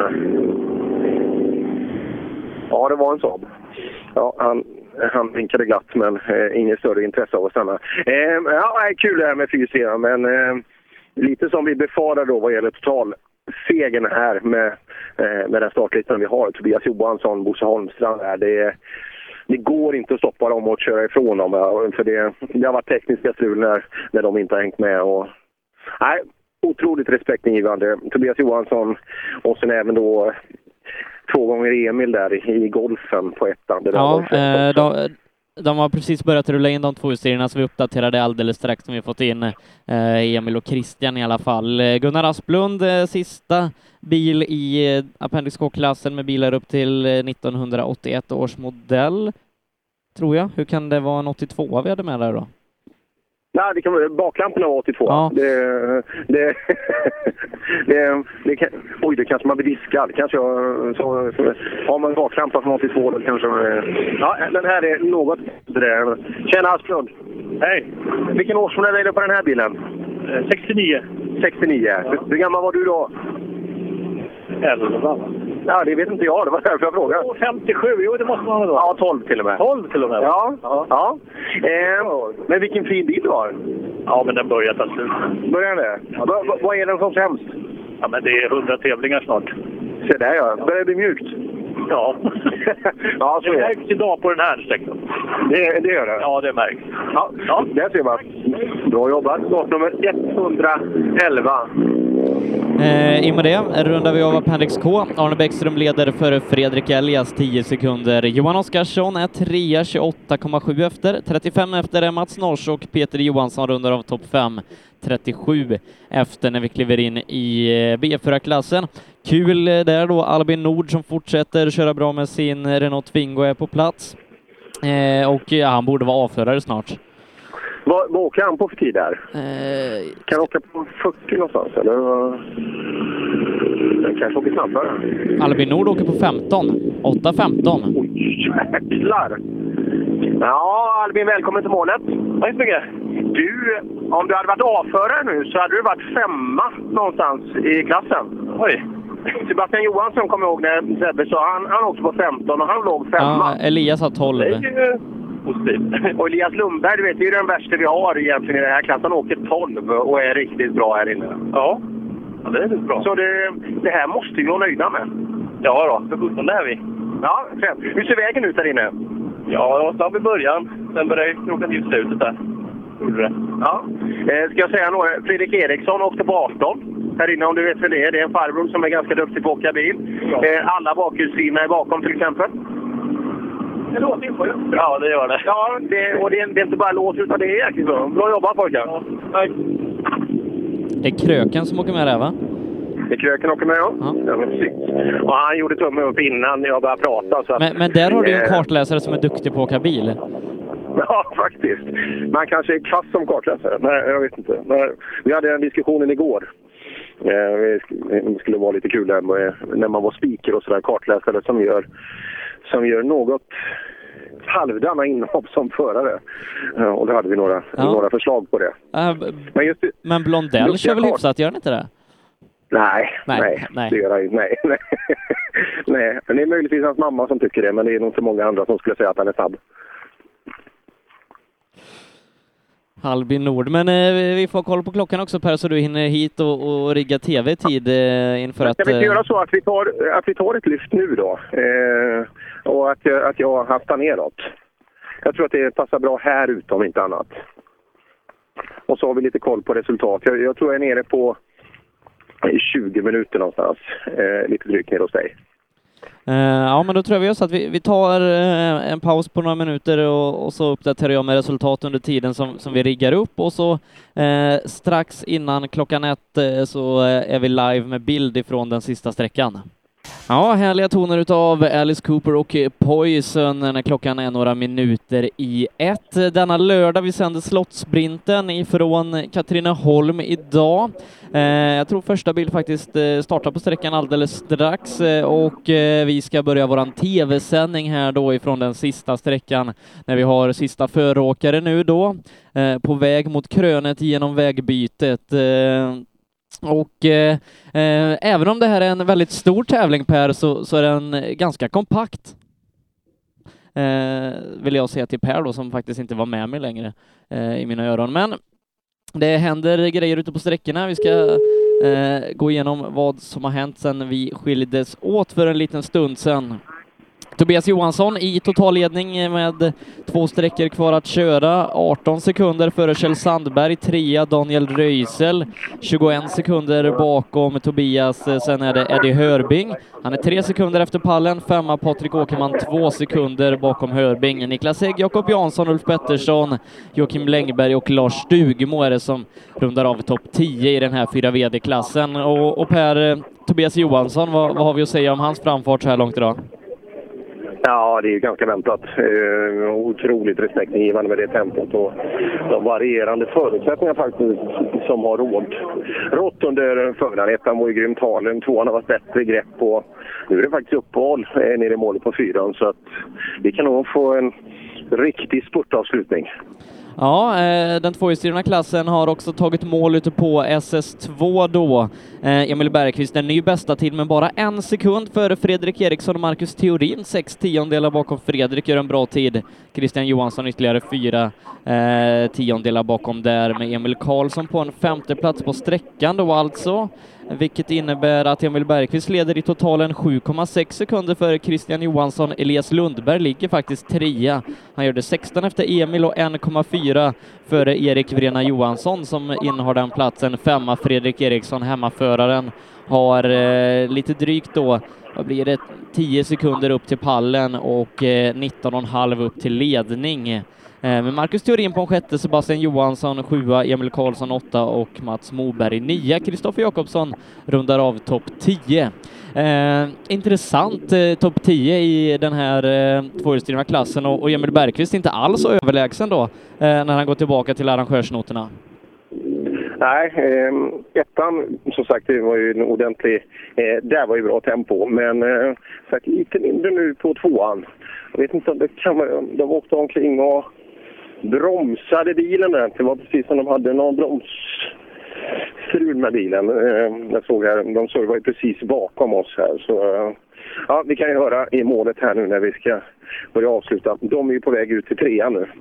Ja, det var en Saab. Ja, han, han vinkade glatt, men eh, ingen större intresse av att stanna. Eh, ja, det är kul det här med fyra, men eh, lite som vi befarar då vad gäller total segern här med, eh, med den startlistan vi har. Tobias Johansson, Bosse Holmstrand här. Det, det går inte att stoppa dem och köra ifrån dem. För det, det har varit tekniska strul när, när de inte har hängt med. Och, nej, otroligt respektingivande. Tobias Johansson och sen även då två gånger Emil där i, i golfen på ettan. Det där ja, var eh, de, de har precis börjat rulla in de två serierna, så vi uppdaterade alldeles strax som vi fått in eh, Emil och Christian i alla fall. Eh, Gunnar Asplund, eh, sista bil i eh, Appendix K-klassen med bilar upp till eh, nittonhundraåttioett års modell, tror jag. Hur kan det vara en åttiotvå vi hade med där då? Nej, det kan vara baklamporna var åttiotvå. Ja. Det, det, det, det kan, oj, det kanske man blir diskad. Kanske jag, så, så, har man baklampa från åttiotvå då kanske... Ja, den här är något... Där. Tjena Asplund. Hej. Vilken årsmodell är det på den här bilen? sextionio. sextionio. Ja. Hur, hur gammal var du då? elva. Ja, det vet inte jag. Det var därför jag frågade. femtiosju, jo det måste man ha då. Ja, tolv till och med. tolv till och med? Ja. ja. ja. Eh, men vilken fin bil du har. Ja, men den börjar ta slut. Börjar det? Ja, va, va, vad är den som sämst? Ja, men det är hundra tävlingar snart. Se där ja. Börjar det bli mjukt? Ja. ja, så det är märks idag på den här sträckan. Det, det gör det? Ja, det märks. Ja, ja. Där ser man. Bra jobbat. Startnummer etthundraelva. Eh, I och med det rundar vi av Appendix K. Arne Bäckström leder för Fredrik Elias tio sekunder. Johan Oskarsson är trea, tjugoåtta komma sju efter. trettiofem efter är Mats Nors och Peter Johansson rundar av topp fem. trettiosju efter när vi kliver in i B fyra-klassen. Kul där då, Albin Nord som fortsätter köra bra med sin Renault Twingo är på plats. Eh, och ja, han borde vara avförare snart. Vad, vad åker han på för tid där? Eh, kan han åka på fyrtio någonstans? Eller? Den kanske åker snabbare. Albin Nord åker på femton. åtta femton. Oj, jäklar! Ja, Albin, välkommen till målet. Tack så mycket. Du, om du hade varit avförare nu så hade du varit femma någonstans i klassen. Oj. Sebastian Johansson kommer ihåg när Sebbe sa, han, han åkte på femton och han låg femma. Ja, Elias har tolv. Det är ju positivt. Och Elias Lundberg, du vet, det är den värsta vi har egentligen i den här klassen. Han åker tolv och är riktigt bra här inne. Ja, ja det är riktigt bra. Så det, det här måste vi vara nöjda med. Ja då, för sjutton det är vi. Ja, fem. Hur ser vägen ut där inne? Ja, det var snabb i början. Sen började jag kroka till slutet där. Ja. Eh, ska jag säga några? Fredrik Eriksson åkte på arton. Här inne, om du vet vem det är. Det är en farbror som är ganska duktig på att åka bil. Ja. Eh, alla bakhjulsdrivna är bakom till exempel. Det låter info ju. Ja, det gör det. Ja, det, och det är, det är inte bara låt utan det är jäkligt bra. Bra jobbat pojkar. Ja. Tack. Det är Kröken som åker med där, va? Det är Kröken åker med, ja. Ja. Ja, men, och han gjorde tumme upp innan jag började prata. Så att, men, men där har du ju en kartläsare som är duktig på att åka bil. Ja, faktiskt. Man kanske är klass som kartläsare. Nej, jag vet inte. Men vi hade en diskussion igår. Det skulle vara lite kul där med, när man var speaker och sådär, kartläsare som gör, som gör något halvdana inhopp som förare. Och då hade vi några, ja. några förslag på det. Äh, men, just, men Blondell kör väl hyfsat, gör han inte det? Nej, nej, nej, nej. det gör han inte. Nej, nej. nej, men det är möjligtvis hans mamma som tycker det, men det är nog inte många andra som skulle säga att han är snabb. Albin Nord, men eh, vi får koll på klockan också Per, så du hinner hit och, och rigga tv-tid eh, inför att... Ska vi inte göra så att vi tar, att vi tar ett lyft nu då? Eh, och att, att jag hastar neråt. Jag tror att det passar bra här ute om inte annat. Och så har vi lite koll på resultat. Jag, jag tror jag är nere på tjugo minuter någonstans. Eh, lite drygt ner hos dig. Uh, ja, men då tror jag vi gör så att vi, vi tar uh, en paus på några minuter och, och så uppdaterar jag med resultat under tiden som, som vi riggar upp, och så uh, strax innan klockan ett uh, så uh, är vi live med bild ifrån den sista sträckan. Ja, härliga toner utav Alice Cooper och Poison när klockan är några minuter i ett. Denna lördag vi sänder Slottssprinten ifrån Katrineholm idag. Eh, jag tror första bil faktiskt eh, startar på sträckan alldeles strax eh, och eh, vi ska börja våran tv-sändning här då ifrån den sista sträckan när vi har sista föråkare nu då eh, på väg mot krönet genom vägbytet. Eh, Och eh, eh, även om det här är en väldigt stor tävling, Per, så, så är den ganska kompakt. Eh, vill jag säga till Per då, som faktiskt inte var med mig längre eh, i mina öron. Men det händer grejer ute på sträckorna. Vi ska eh, gå igenom vad som har hänt sedan vi skildes åt för en liten stund sedan. Tobias Johansson i totalledning med två sträckor kvar att köra. arton sekunder före Kjell Sandberg, trea Daniel Röisel, tjugoen sekunder bakom Tobias. Sen är det Eddie Hörbing. Han är tre sekunder efter pallen, femma Patrik Åkerman, två sekunder bakom Hörbing. Niklas Hägg, Jakob Jansson, Ulf Pettersson, Joakim Längberg och Lars Stugemo är det som rundar av topp tio i den här fyra V D-klassen. Och, och Per, Tobias Johansson, vad, vad har vi att säga om hans framfart så här långt idag? Ja, det är ju ganska väntat. Uh, otroligt respektingivande med det tempot och de varierande förutsättningar faktiskt som har råd. Rått under förmiddagen. Ettan var ju grymt halen, tvåan har varit bättre grepp och nu är det faktiskt uppehåll eh, nere i målet på fyran så att vi kan nog få en riktig spurtavslutning. Ja, den tvåhjulsdrivna klassen har också tagit mål ute på S S två då. Emil Bergqvist en ny bästa tid men bara en sekund före Fredrik Eriksson och Marcus Theorin. Sex tiondelar bakom Fredrik gör en bra tid. Christian Johansson ytterligare fyra eh, tiondelar bakom där med Emil Karlsson på en femte plats på sträckan då alltså. Vilket innebär att Emil Bergqvist leder i totalen sju komma sex sekunder för Christian Johansson. Elias Lundberg ligger faktiskt trea. Han gör det sexton efter Emil och en komma fyra före Erik Vrena Johansson som innehar den platsen. Femma Fredrik Eriksson, hemmaföraren, har eh, lite drygt då, vad blir det, tio sekunder upp till pallen och eh, nitton komma fem upp till ledning. Men Marcus Theorin på en sjätte, Sebastian Johansson sjua, Emil Karlsson åtta och Mats Moberg nia. Kristoffer Jakobsson rundar av topp tio. Eh, intressant eh, topp tio i den här eh, tvåhjulsdrivna klassen och, och Emil Bergqvist inte alls så överlägsen då eh, när han går tillbaka till arrangörsnoterna. Nej, eh, ettan som sagt det var ju en ordentlig, eh, där var ju bra tempo men eh, sagt, lite mindre nu på tvåan. Jag vet inte om det kan vara, de åkte omkring och bromsade bilen där. Det var precis som de hade någon bromsstrul med bilen. Jag såg här, de servar ju precis bakom oss här. Så ja, vi kan ju höra i målet här nu när vi ska börja avsluta. De är ju på väg ut till trean nu.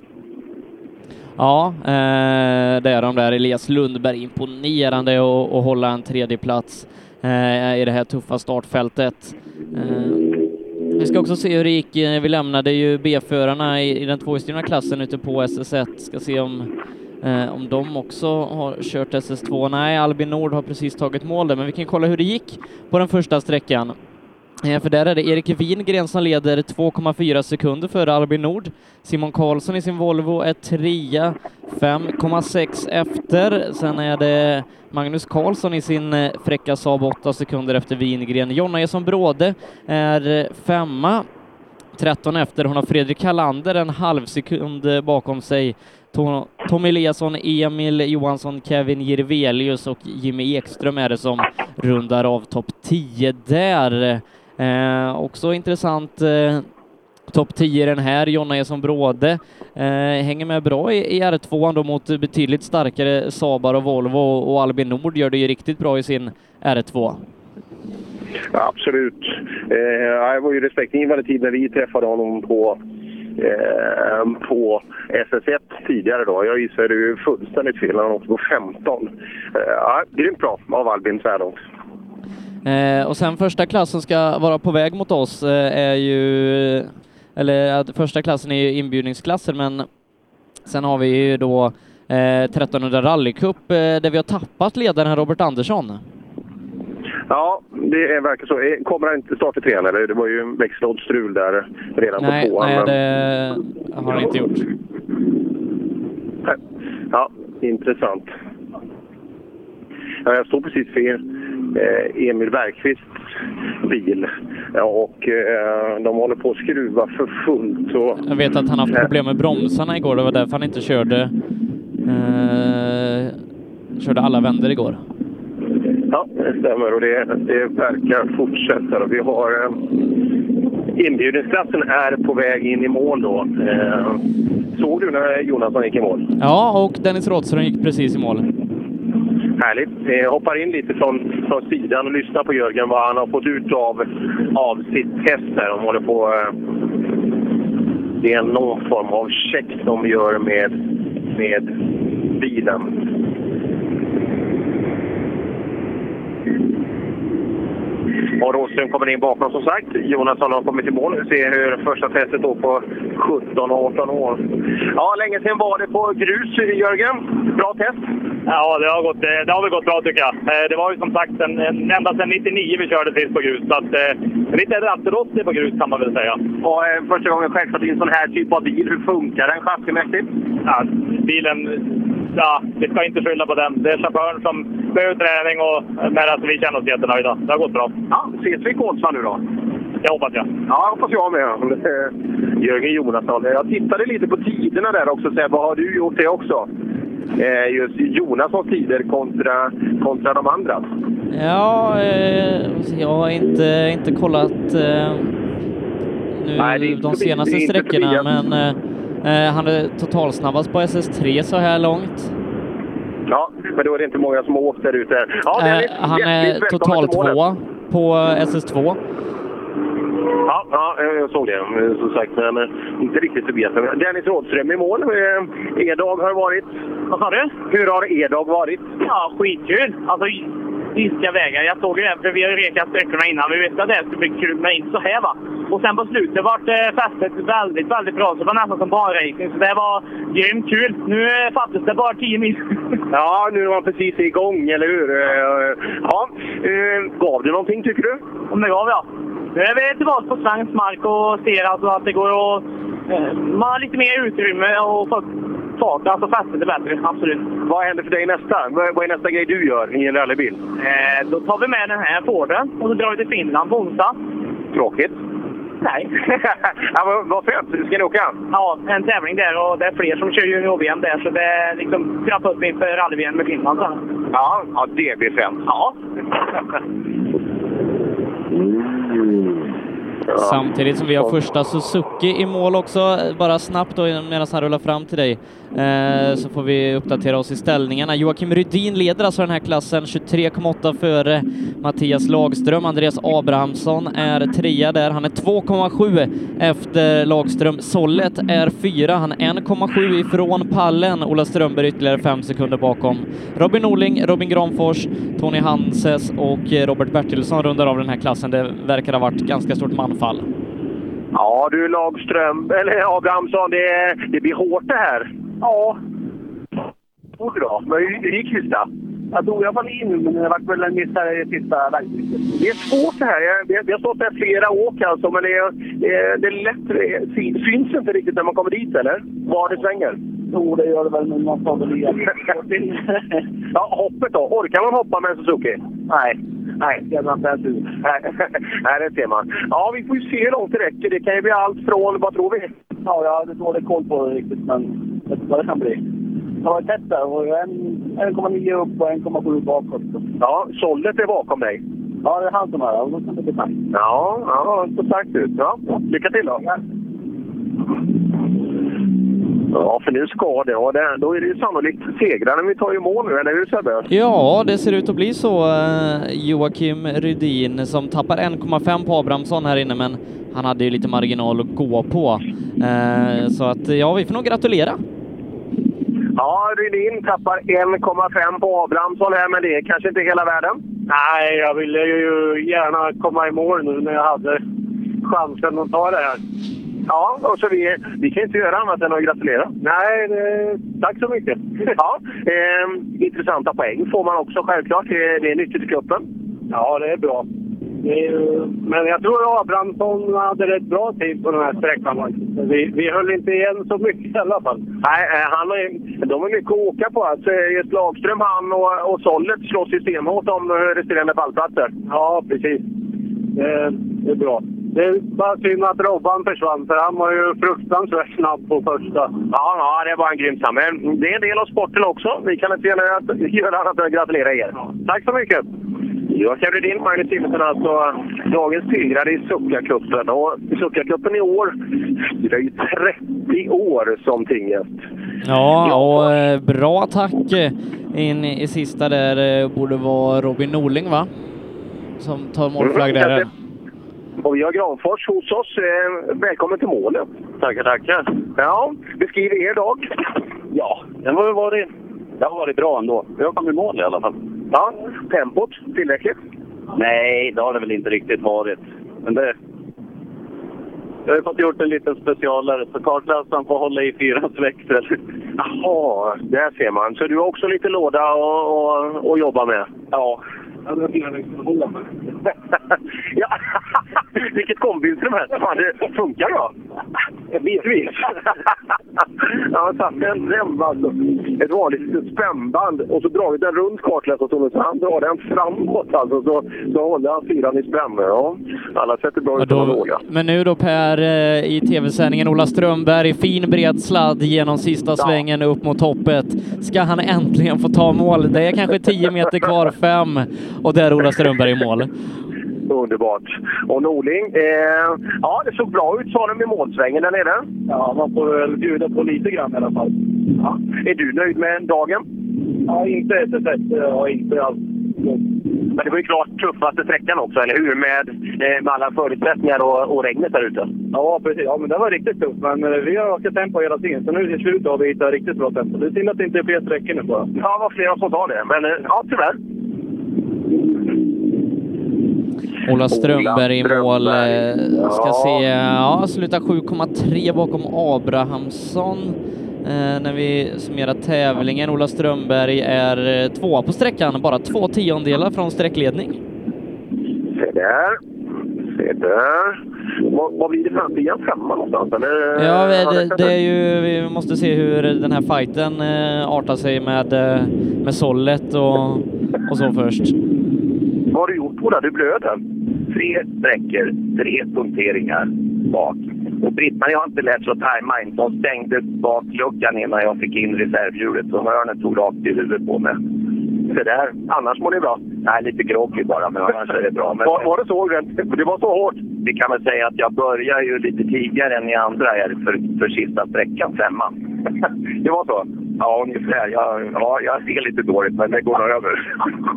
Ja, eh, det är de där. Elias Lundberg imponerande och, och hålla en tredje plats eh, i det här tuffa startfältet. Eh, Vi ska också se hur det gick. Vi lämnade ju B-förarna i, i den tvåhjulsdrivna klassen ute på S S ett. Ska se om, eh, om de också har kört S S två. Nej, Albin Nord har precis tagit mål där. Men vi kan kolla hur det gick på den första sträckan. Eh, för där är det Erik Wingren som leder två komma fyra sekunder före Albin Nord. Simon Karlsson i sin Volvo är trea, fem komma sex efter. Sen är det Magnus Karlsson i sin fräcka Saab åtta sekunder efter Wingren. Jonna Eson Bråde är femma, tretton efter. Hon har Fredrik Kallander en halv sekund bakom sig. Tom Eliasson, Emil Johansson, Kevin Jirvelius och Jimmy Ekström är det som rundar av topp tio där. Eh, också intressant eh, topp tio den här. Jonna Eson Bråde eh, hänger med bra i, i R två då mot betydligt starkare Saabar och Volvo och, och Albin Nord gör det ju riktigt bra i sin R två. Ja, absolut. Eh, det var ju respektingivande tid när vi träffade honom på eh, på S S ett tidigare då. Jag gissar det är ju fullständigt fel när han åkte på femton. Eh, ja, grymt bra av Albin så här långt. Eh, och sen första klassen ska vara på väg mot oss eh, är ju, eller att första klassen är ju inbjudningsklassen, men sen har vi ju då eh, trettonhundra rallycup eh, där vi har tappat ledaren Robert Andersson. Ja, det är verkar så. Kommer han inte starta trean eller? Det var ju en växellådstrul där redan nej, på tvåan. Nej, men... det har han inte gjort. Ja, intressant. Ja, jag står precis för eh, Emil Bergqvists bil. Ja, och eh, de håller på att skruva för fullt. Och, jag vet att han har haft problem med bromsarna igår. Det var därför han inte körde, eh, körde alla vänder igår. Ja, det stämmer och det, det verkar fortsätta. Vi har eh, inbjudningsklassen är på väg in i mål då. Eh, såg du när Jonasson gick i mål? Ja, och Dennis Rådström gick precis i mål. Härligt. Eh, hoppar in lite från, från sidan och lyssnar på Jörgen vad han har fått ut av, av sitt test här. De håller på... Eh, det är någon form av check de gör med, med bilen. Och Rådström kommer in bakom som sagt. Jonasson har kommit i mål. Vi ser hur första testet då på sjutton och arton år. Ja, länge sedan var det på grus, Jörgen. Bra test. Ja, det har, gått, det har väl gått bra tycker jag. Det var ju som sagt en, en, ända sedan nittionio vi körde sist på grus. Så att, eh, lite rattrostig på grus kan man väl säga. Och eh, första gången självklart i en sån här typ av bil. Hur funkar den chassimässigt? Ja, bilen, ja, vi ska inte skylla på den. Det är chauffören som behöver träning och men alltså, vi känner oss jättenöjda. Det har gått bra. Ja, ses vi i Kolsva nu då? Jag hoppas jag. Ja, hoppas jag med. Jörgen Jonasson. Jag tittade lite på tiderna där också. Så vad har du gjort det också? Eh, just Jonassons tider kontra, kontra de andra. Ja, eh, jag har inte, inte kollat eh, nu, Nej, det är de senaste det är sträckorna, men eh, han är totalsnabbast på S S tre så här långt. Ja, men då är det inte många som har åkt där ute. Ja, eh, han är total två på S S två. Ja, ja, jag såg det. Som sagt, men inte riktigt förbi. Dennis Rådström i mål. E-dag har varit. Vad sa du? Hur har E-dag varit? Ja, skitkul. Alltså, iska vägar. Jag såg ju det, för vi har rekat sträckorna innan. Vi visste att det skulle bli kul, men inte så här va. Och sen på slutet var det fästet väldigt, väldigt bra. Så det var nästan som banracing. Så det var grymt kul. Nu fattas det bara tio mil. Ja, nu var man precis igång, eller hur? Ja, gav det någonting tycker du? Om det gav, ja. Nu är vi tillbaka på svensk mark och ser alltså att det går att eh, man har lite mer utrymme och få fart, alltså fästet är bättre, absolut. Vad händer för dig nästa? Vad är nästa grej du gör i en rallybil? Eh, då tar vi med den här Forden och så drar vi till Finland på onsdag. Tråkigt. Nej. Ja, vad, vad fint. Ska ni åka? Ja, en tävling där och det är fler som kör junior-V M där så det är liksom trappa upp inför rally-V M med Finland. Så. Ja, ja, det blir främt. Ja. Ja. Samtidigt som vi har första Suzuki i mål också, bara snabbt då medan han rullar fram till dig, eh, så får vi uppdatera oss i ställningarna. Joakim Rydin leder alltså den här klassen, tjugotre komma åtta före Mattias Lagström. Andreas Abrahamsson är trea där, han är två komma sju efter Lagström. Sollet är fyra, han är en komma sju ifrån pallen. Ola Strömberg ytterligare fem sekunder bakom. Robin Norling, Robin Granfors, Tony Hanses och Robert Bertilsson rundar av den här klassen. Det verkar ha varit ganska stort manfall. Ja du Lagström, eller Abrahamsson, det, det blir hårt det här. Ja. Hårt då, men det gick sista. Jag tror jag var in, men det var väl en missare i sista verkligheten. Det är svårt det här. Jag, jag har stått där flera åk alltså, men det är, det är lätt. Det syns inte riktigt när man kommer dit, eller? Var det svänger? Jo, det gör det väl, men man tar väl igen. Ja, hoppet då. Orkar man hoppa med Suzuki? Nej. Nej, det är inte tur. Nej, det ser man. Ja, vi får ju se hur långt det räcker. Det kan ju bli allt från, vad tror vi? Ja, jag hade dålig koll på det riktigt, men jag vet inte vad det kan bli. Det var tätt där och en komma nio upp och en komma sju bakåt. Ja, Sollet är bakom dig. Ja, det är han som är där. Och då kan det bli tack. Ja, ja, så starkt ut. Ja, lycka till då. Ja. Ja, för nu ska det. Och det, då är det ju sannolikt segraren vi tar ju mål nu, eller hur Sebbe? Ja, det ser ut att bli så. Joakim Rydin som tappar en komma fem på Abrahamsson här inne, men han hade ju lite marginal att gå på. Så att, ja, vi får nog gratulera. Ja, Rydin tappar en komma fem på Abrahamsson här, men det är kanske inte hela världen. Nej, jag ville ju gärna komma i mål nu när jag hade chansen att ta det här. Ja, och så vi, vi kan inte göra annat än att gratulera. Nej, det, tack så mycket. Ja, eh, intressanta poäng får man också självklart. Det, det är nyttigt i cupen. Ja, det är bra. Det är, men jag tror att Abrahamsson hade rätt bra tid på den här sträckan. Vi, vi höll inte igen så mycket i alla fall. Nej, han är, de har mycket att åka på. Alltså, just Lagström, han och, och Sollet slår systemhårt om resterande pallplatser. Ja, precis. Det, det är bra. Det är bara synd att Robban försvann, för han var ju fruktansvärt snabb på första. Ja, ja, det var en grym sam. Men det är en del av sporten också. Vi kan inte gärna göra annat än att gratulera er. Ja. Tack så mycket! Jag känner din Magnus Timmersen, alltså dagens segrare i Succa-cupen. Och Succa-cupen i år, det är ju trettio år som tinget. Ja, och eh, bra attack in i sista där borde vara Robin Norling, va? Som tar målflagg där. Mm, och vi har Granfors hos oss. Eh, välkommen till målet. Tackar, tackar. Ja, beskriv er dag. Ja, den har varit, det har varit bra ändå. Vi har kommit i mål i alla fall. Ja, tempot tillräckligt? Nej, det har det väl inte riktigt varit. Men det... Jag har fått gjort en liten specialare, så kartläsaren får hålla i fyra växel. Jaha, där ser man. Så du har också lite låda och, och, och jobba med? Ja. Ja, det är fyra växel att hålla med. Ja, vilket kombiinstrument. Fan, det funkar då. Bitvis. Ja, satt en rem, alltså. Ett vanligt litet spännband och så dragit den runt kartläsarstolen så han drar den framåt alltså. Så, så håller han fyran i spänn. Ja, alla sätter bra ut då, att våga. Men nu då Per, i tv-sändningen Ola Strömberg, fin bred sladd genom sista svängen upp mot toppet. Ska han äntligen få ta mål? Det är kanske tio meter kvar, fem. Och där är Ola Strömberg i mål. Underbart. Och Norling, eh, ja det såg bra ut sa de i målsvängen där nere. Ja, man får väl bjuda på lite grann i alla fall. Ja. Är du nöjd med dagen? Ja, inte ett sätt. Ja, inte alls. Men det var ju klart tuffaste sträckan också, eller hur? Med, eh, med alla förutsättningar och, och regnet där ute. Ja, precis. Ja, men det var riktigt tufft. Men eh, vi har ökat tempo hela tiden. Så nu i slutet har vi hittat riktigt bra tempo. Det är synd att det inte är fler sträckor nu bara. Ja, det var flera som sa det. Men eh, ja, tyvärr. Ola Strömberg i mål. Eh, ska ja. se. Ja, slutar sju komma tre bakom Abrahamsson. Eh, när vi summerar tävlingen. Ola Strömberg är eh, tvåa på sträckan. Bara två tiondelar från sträckledning. Se där. Se där. Vad, vad blir det fram till? En femma någonstans? Eller? Ja, det, det är ju... Vi måste se hur den här fighten eh, artar sig med, eh, med Sollet och, och så först. Vad har du gjort på det? Du blöder. Tre sträckor, tre punkteringar bak. Och Britt-Marie har inte lärt sig att tajma in. De stängde bakluckan innan jag fick in reservhjulet. Så hörnet tog rakt i huvudet på mig. Så där. Annars mår det bra. Nej, lite groggy bara, men annars är det bra. Men, var, var det så? Det var så hårt. Vi kan väl säga att jag börjar ju lite tidigare än ni andra här för, för sista sträckan, femman. Det var så? Ja, ungefär. Jag, ja, jag ser lite dåligt, men det går nog över.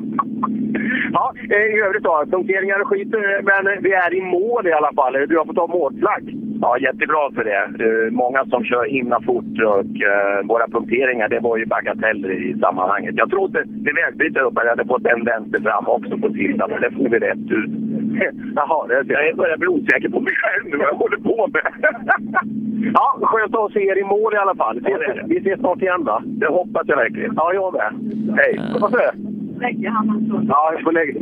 Ja, i övrigt då. Punkteringar och skit, men vi är i mål i alla fall. Du har fått ta målflagg. Ja, jättebra för det. Uh, många som kör himla fort och uh, våra punkteringar, det var ju bagateller i sammanhanget. Jag trodde vid vägbytet upp att jag hade fått en vänster fram också på sidan, men det får vi rätt ut. Jaha, det är jag börjar bli osäker på mig själv nu vad jag håller på med. Ja, skönt att se er i mål i alla fall. Vi ses, vi ses snart igen, va? Det hoppas jag verkligen. Ja, jag med. Hej. Vad säger du? Lägger han. Ja, jag får lägga.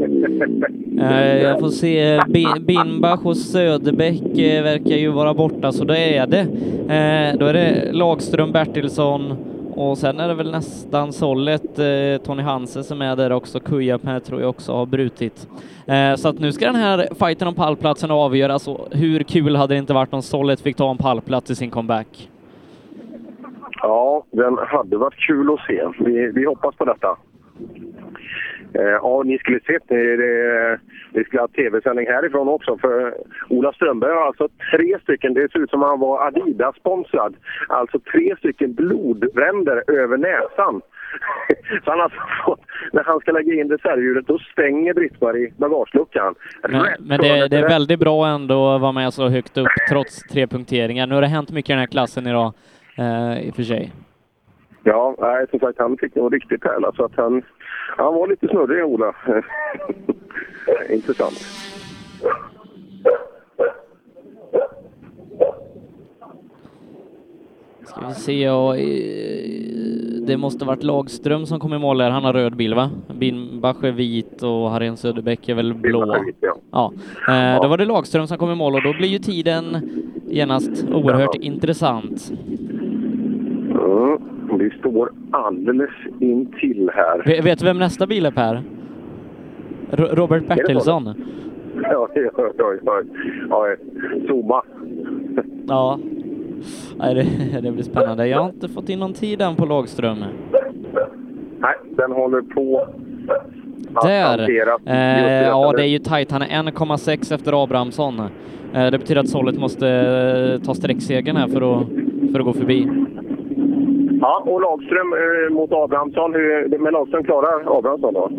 Uh, jag får se Binbach och Söderbäck uh, verkar ju vara borta, så då är det. Uh, då är det Lagström, Bertilsson och sen är det väl nästan Sollet, uh, Tony Hansen som är där också. Kujap här tror jag också har brutit. Uh, så att nu ska den här fighten om pallplatsen avgöras. Och hur kul hade det inte varit om Sollet fick ta en pallplats i sin comeback? Ja, den hade varit kul att se. Vi, vi hoppas på detta. Ja, ni skulle sett det, det, det skulle ha tv-sändning härifrån också, för Ola Strömberg har alltså tre stycken, det ser ut som han var Adidas-sponsrad, alltså tre stycken blodränder över näsan. Så han har fått, när han ska lägga in reservhjulet, då stänger Britt-Marie bagageluckan. Men, men det, det är väldigt bra ändå att vara med så högt upp trots tre punkteringar. Nu har det hänt mycket i den här klassen idag, eh, i och för sig. Ja, nej, som sagt, han fick nog riktigt härligt, så att han, han var lite snurrig, Ola. Intressant. Ska vi se, och det måste varit Lagström som kom i mål där. Han har röd bil, va? Binbach är vit och Harren Söderbäck är väl blå. Vit, ja. Ja. Eh, då var det Lagström som kom i mål och då blir ju tiden genast oerhört ja. intressant. Mm. Vi står alldeles in till här. V- vet du vem nästa bil är, Per? R- Robert Bertilsson. Ja, ja, ja, ja. ja. Zooma. Ja. Nej, det, det blir spännande. Jag har inte fått in någon tid än på Lagström. Nej, den håller på att där. Eh, ja, det är ju tajt. Han är en komma sex efter Abrahamsson. Eh, det betyder att Sollet måste eh, ta sträcksegern här för att, för att gå förbi. Ja, och Lagström eh, mot Abrahamsson. Hur, men Lagström klarar Abrahamsson då?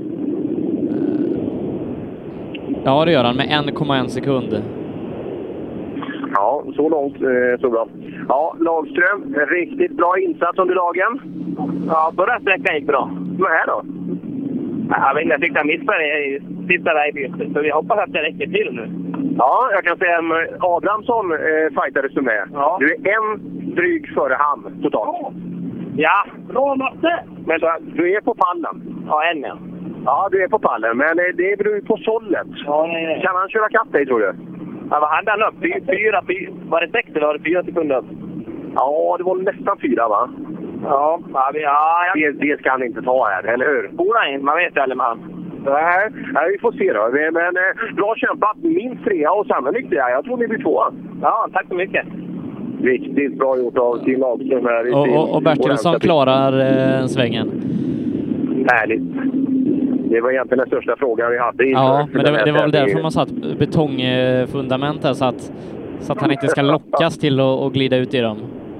Ja, det gör han med en komma en sekund. Ja, så långt eh, så bra. Ja, Lagström, riktigt bra insats under dagen. Ja, på rätt sträcka gick bra. Vad är då? Jag vet inte, jag tyckte han missade i sista vägbytet, så vi hoppas att det räcker till nu. Ja, jag kan säga att Abrahamsson eh, fightades du med. Ja. Du är en dryg före han totalt. Ja, bra matte! Men du, du är på pallen. Ja, en ja. Ja, du är på pallen, men eh, det beror ju på sållet. Ja, nej, nej. Kan han köra kapp dig, tror du? Ja, vad hade han upp? Fyra, fyra, fyra, var det sex eller var det fyra sekunder? Ja, det var nästan fyra, va? Ja, ja, vi, ja jag... det, det ska han inte ta här, eller hur? Borde inte, man vet ju aldrig med han. Nej, nej, vi får se då. Men eh, bra kämpat, minst trea och sannolikt trea. Jag tror ni blir tvåa. Ja, tack så mycket. Riktigt bra gjort av Tim Lagerström här i Och, och, och Bertilsson klarar eh, svängen. Härligt. Det var egentligen den största frågan vi hade. Ja, men det, det var väl därför man satt betongfundament där, så att, så att han inte ska lockas till att, att glida ut i dem.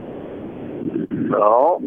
Ja.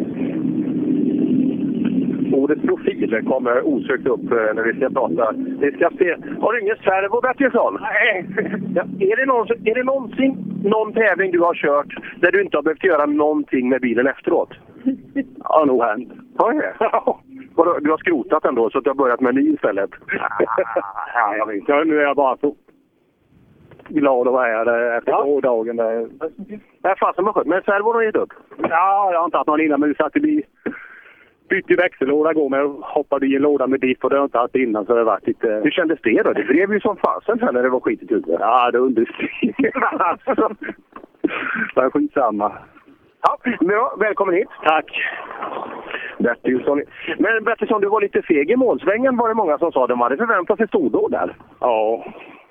Ordet profil kommer osökt upp när vi ska prata. Vi ska se. Har du ingen servo, Bertilsson? Nej. Ja, är, det någon, är det någonsin någon tävling du har kört där du inte har behövt göra någonting med bilen efteråt? Ja, nog hänt. Ja, ja. Du har skrotat ändå, så att du har börjat med ny istället. Ja, jag vet inte. Nu är jag bara så glad att vara här efter ja. två dagen. Där. Det är fasen vad skönt. Men servon har gett upp? Ja, jag har inte haft någon innan, men vi satt i bil. Bytte växellåda går med och hoppade i en låda med diff, och det har jag inte haft innan, så det har varit lite... Hur kändes det då? Det drev ju som fasen sen när det var skitigt ute. Ja, det understeg. Alltså. Det är skitsamma. Ja, bra. Välkommen hit. Tack. Bertilsson. Men Bertilsson, du var lite feg i målsvängen, var det många som sa. De hade förväntat sig stordåd där. Ja.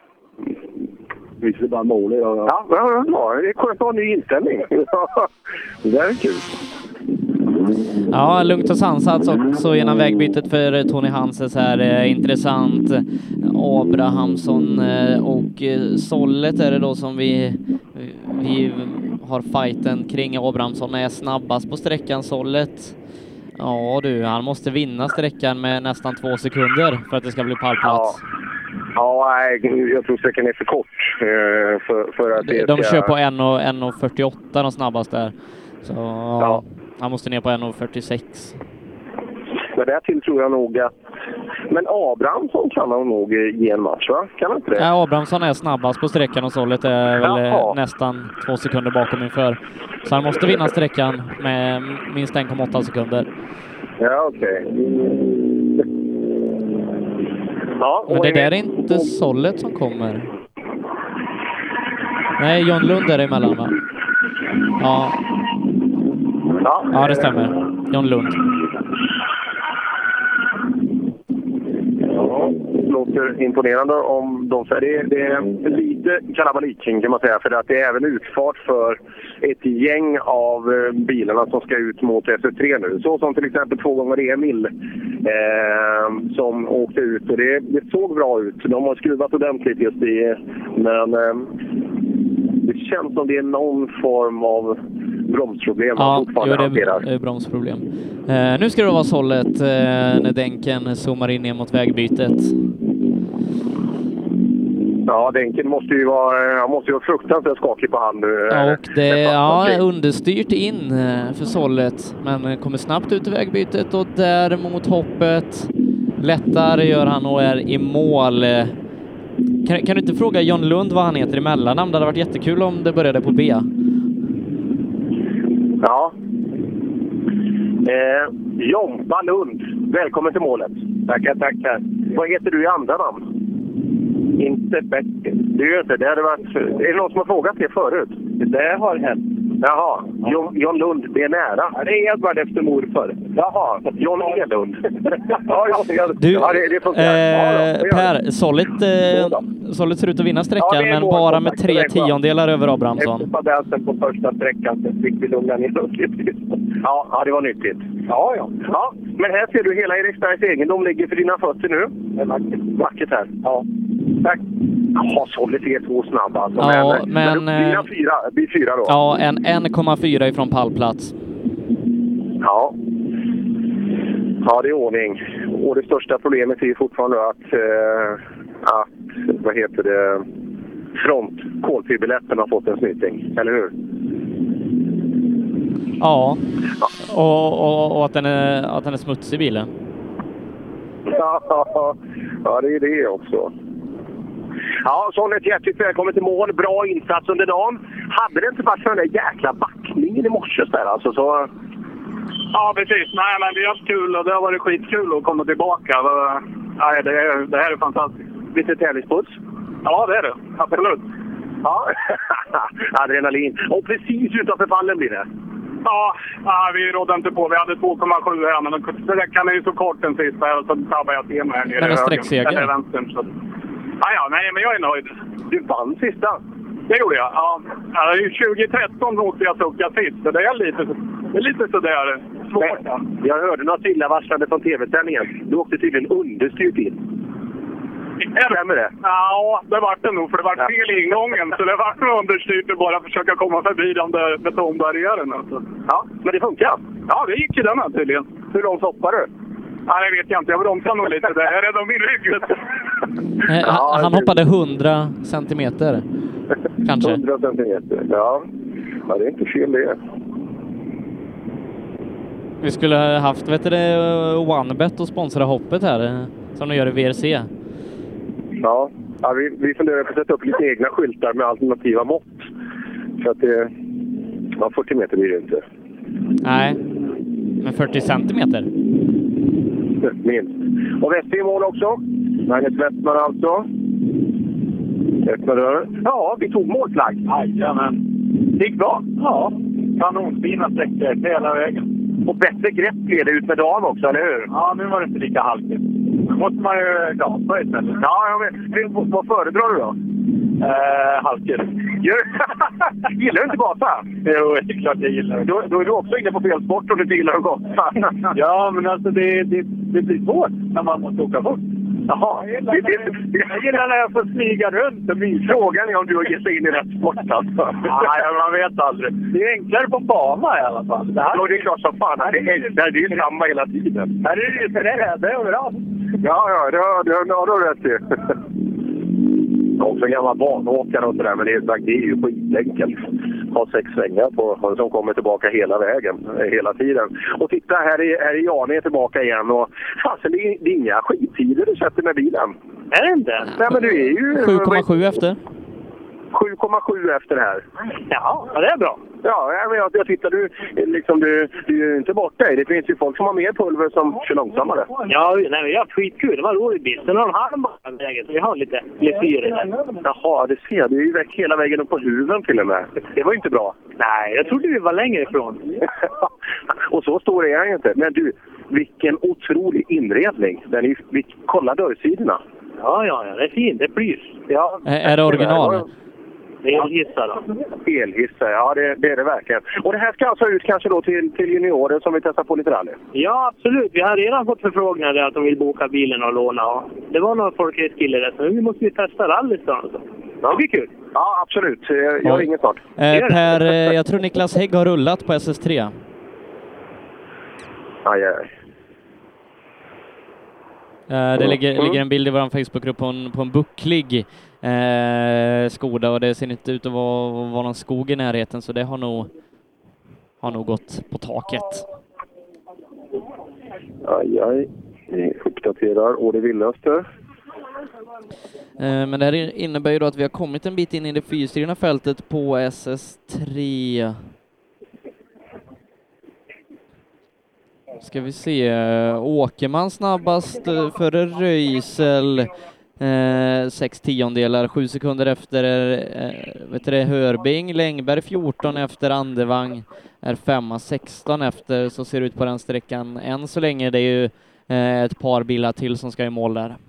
Vi ser bara mål i dag. Ja, ja, ja, det är skönt att ha en ny inställning. Det är kul. Ja, lugnt och sansat också genom vägbytet för Tony Hanses här. Eh, intressant. Abrahamsson eh, och eh, Sollet är det då som vi, vi har fighten kring. Abrahamsson är snabbast på sträckan. Sollet, ja du, han måste vinna sträckan med nästan två sekunder för att det ska bli pallplats. Ja. Ja, jag tror sträckan är för kort. För, för att de det de ska... kör på en fyrtioåtta de snabbast där. Så ja. Han måste ner på en fyrtiosex. Men där till tror jag nog att... Men Abrahamsson kan han nog ge en match, va? Kan han inte det? Ja, Abrahamsson är snabbast på sträckan och Sollet är väl Jaha. nästan två sekunder bakom inför. Så han måste vinna sträckan med minst en komma åtta sekunder. Ja, okej. Okay. Ja, men det där är inte Sollet som kommer. Nej, John Lund är emellan, va? Ja. Ja, ja, det stämmer. John Lund. Ja, det låter imponerande om de säger det. Det är lite kalabalik kan man säga, för att det är även utfart för ett gäng av bilarna som ska ut mot S ett tre nu. Så som till exempel två gånger Emil eh, som åkte ut, och det, det såg bra ut. De har skruvat ordentligt just i, men eh, det känns som det är någon form av bromsproblem. Ja, jo, det är bromsproblem. Eh, nu ska det vara Sollet eh, när Denken zoomar in ner mot vägbytet. Ja, Denken måste ju vara, han måste ju vara fruktansvärt skakig på hand nu. Ja, och det ja, är understyrt in för Sollet, men kommer snabbt ut i vägbytet och där mot hoppet. Lättare gör han och är i mål. Kan, kan du inte fråga John Lund vad han heter i mellannamn? Det hade varit jättekul om det började på B. Ja. Eh, Jompa Lund, välkommen till målet. Tackar, tackar. Vad heter du i andra namn? Inte Bertil. Du gör inte, det hade varit... Är det någon som har frågat det förut? Det har hänt. Jaha, ja. John, John Lund, det är nära. Ja, det är Edvard efter morfar. Jaha, John Edlund. ja, ja, ja, du, ja, det, det funkar. Eh, ja, Per, Sollet, eh, Sollet ser ut att vinna sträckan, ja, men bara med tre tiondelar över Abrahamsson. Efter paddelsen på första sträckan så fick vi lugna ner oss lite. Ja, ja, det var nyttigt. Ja, ja. ja. Men här ser du hela Eriksbergs egendom ligger för dina fötter nu. Det är vackert. Vackert här. Ja. Tack. Ja, Sollet är två snabba. Alltså. Ja, men... men blir fyra, blir fyra då. Ja, en en komma fyra ifrån pallplats. Ja. Ja, det är ordning. Och det största problemet är ju fortfarande att, eh, att vad heter det, front kolfiberbiljetten har fått en snyting, eller hur? Ja, ja. Och, och, och att, den är, att den är smutsig i bilen. Ja, ja, det är det också. Ja, så ett hjärtligt välkommen till mål. Bra insats under dagen. Hade det inte varit för den där jäkla backningen i morse där alltså så... Ja, precis. Nej, men det är haft kul och det har varit skitkul att komma tillbaka. Nej, det, är, det här är fantastiskt. Lite tävlingspuls? Ja, det är det. Absolut. Ja, adrenalin. Och precis utanför fallen blir det. Ja, ja, vi rådde inte på. Vi hade två komma sju här, men det kan ju så kort den sista här och så tappade jag till mig här nere. Men en sträckseger? Eller vänstern, så... Ja, ja, nej, men jag är nöjd. Du vann sista? Det gjorde jag, ja. ja tjugo tretton åkte jag sucka sist, så det är lite, det är lite sådär svårt. Men, jag hörde något illavarslande från tv-sändningen. Du åkte tydligen understyrt in. Stämmer det? Ja, det var det nog, för det var ja. fel ingången. Så det var nog understyrt att bara försöka komma förbi de där betongbarriären. Alltså. Ja, men det funkar. Ja, det gick ju den här tydligen. Hur långt hoppade du? Ja, det vet jag inte. Jag bromsade nog lite. Det här är de min rygg. Eh, han, han hoppade hundra centimeter. Kanske. hundra centimeter, ja. Ja, det är inte fel det. Vi skulle ha haft, vet du det, OneBet och sponsra hoppet här, som de gör i V R C. Ja, ja vi, vi funderar på att sätta upp lite egna skyltar med alternativa mått. Så att det... Ja, fyrtio meter blir det inte. Nej, men fyrtio centimeter. Minst. Och Wester i mål också. Magnus Westman alltså. Öppnar dörren. Ja, vi tog målflagg. Jajamän. Det gick bra. Ja, kanonfina sträckor hela vägen. Och bättre grepp blev det ut med dagen också, eller hur? Ja, nu var det inte lika halkigt. Nu måste man ju gasa istället. Ja, jag vet. Vad föredrar du då? Eh, halkigt. Gillar du inte gasa? Jo, det är klart jag gillar. Då, då är du också inne på fel sport om du inte gillar att gasa. Ja, men alltså det, det, det blir svårt när man måste åka fort. Jaha. Jag gillar, det, det, det, jag gillar när jag får smyga runt. Och frågan är om du har gett sig in i rätt sport alltså. Nej, man vet aldrig. Det är enklare på bana i alla fall. Det, här... ja, det är klart som fan. Det är, det är ju samma hela tiden. Här är det ju det, det är överallt. Ja, ja, det har, det har, det har du rätt till. Jag är också en gammal banåkare och sådär, men det är, det är ju skitenkelt. Ha sex svängar på som kommer tillbaka hela vägen, hela tiden. Och titta, här är, här är Jan tillbaka igen. Och alltså, det, är, det är inga skittider du sätter med bilen. Är det inte? Nej, men du är ju... sju komma sju efter. sju komma sju efter det här. Ja, det är bra. Ja, jag, jag tittar, du, liksom, du, du är ju inte borta. Det finns ju folk som har mer pulver som kör långsammare. Ja, nej, jag har skitkul. Det var en rolig bil. Sen har de halmbanan vägen, så vi har lite syre där. Jaha, det ser du. är ju väck hela vägen upp på huven till och med. Det var ju inte bra. Nej, jag trodde vi var längre ifrån. Och så stor är jag inte. Men du, vilken otrolig inredning. Den är, vi, kolla dörrsidorna. Ja, ja, ja. Det är fint. Det är plys. Ja. Är det original? Elhissar då? Elhissar, ja det, det är det verkligen. Och det här ska alltså ut kanske då till, till juniorer som vi testar på lite rally? Ja, absolut. Vi har redan fått förfrågningar där att de vill boka bilen och låna. Och det var några folkracekillar där, så nu måste vi testa rally då. Alltså. Ja. Det blir kul. Ja, absolut. Jag ringer snart. Eh, per, eh, jag tror Niklas Hägg har rullat på S S tre. Aj, aj. Eh, det ligger, mm. ligger en bild i vår Facebookgrupp på en, på en bucklig eh, Skoda, och det ser inte ut att vara, vara någon skog i närheten, så det har nog, har nog gått på taket. Aj, aj. Vi uppdaterar och det villaste. Eh, men det här innebär ju då att vi har kommit en bit in i det fyrstyrna fältet på S S tre. Ska vi se, Åkerman snabbast före Röisel, eh, sex tiondelar, sju sekunder efter eh, vet du, Hörbing, Längberg fjorton efter, Andevang är femma, sexton efter, så ser det ut på den sträckan än så länge. Det är ju eh, ett par bilar till som ska i mål där.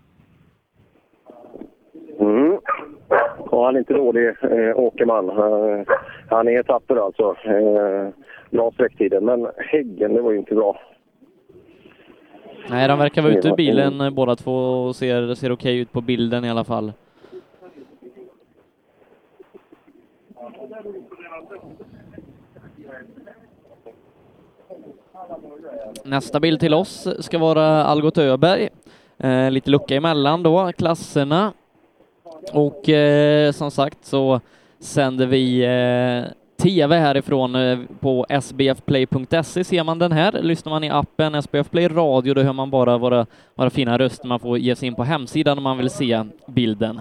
Mm. Ja, han är inte dålig, eh, Åkerman. Uh, han är etapper alltså. Uh, bra sträcktiden, men Häggen, det var ju inte bra. Nej, de verkar vara ute ur bilen mm. båda två och ser, ser okej ut på bilden i alla fall. Nästa bild till oss ska vara Algot Öberg. Eh, lite lucka emellan då, klasserna. Och eh, som sagt så sänder vi eh, T V härifrån på s b f play punkt se ser man den här. Lyssnar man i appen S B F Play Radio, då hör man bara våra, våra fina röster. Man får ge sig in på hemsidan om man vill se bilden.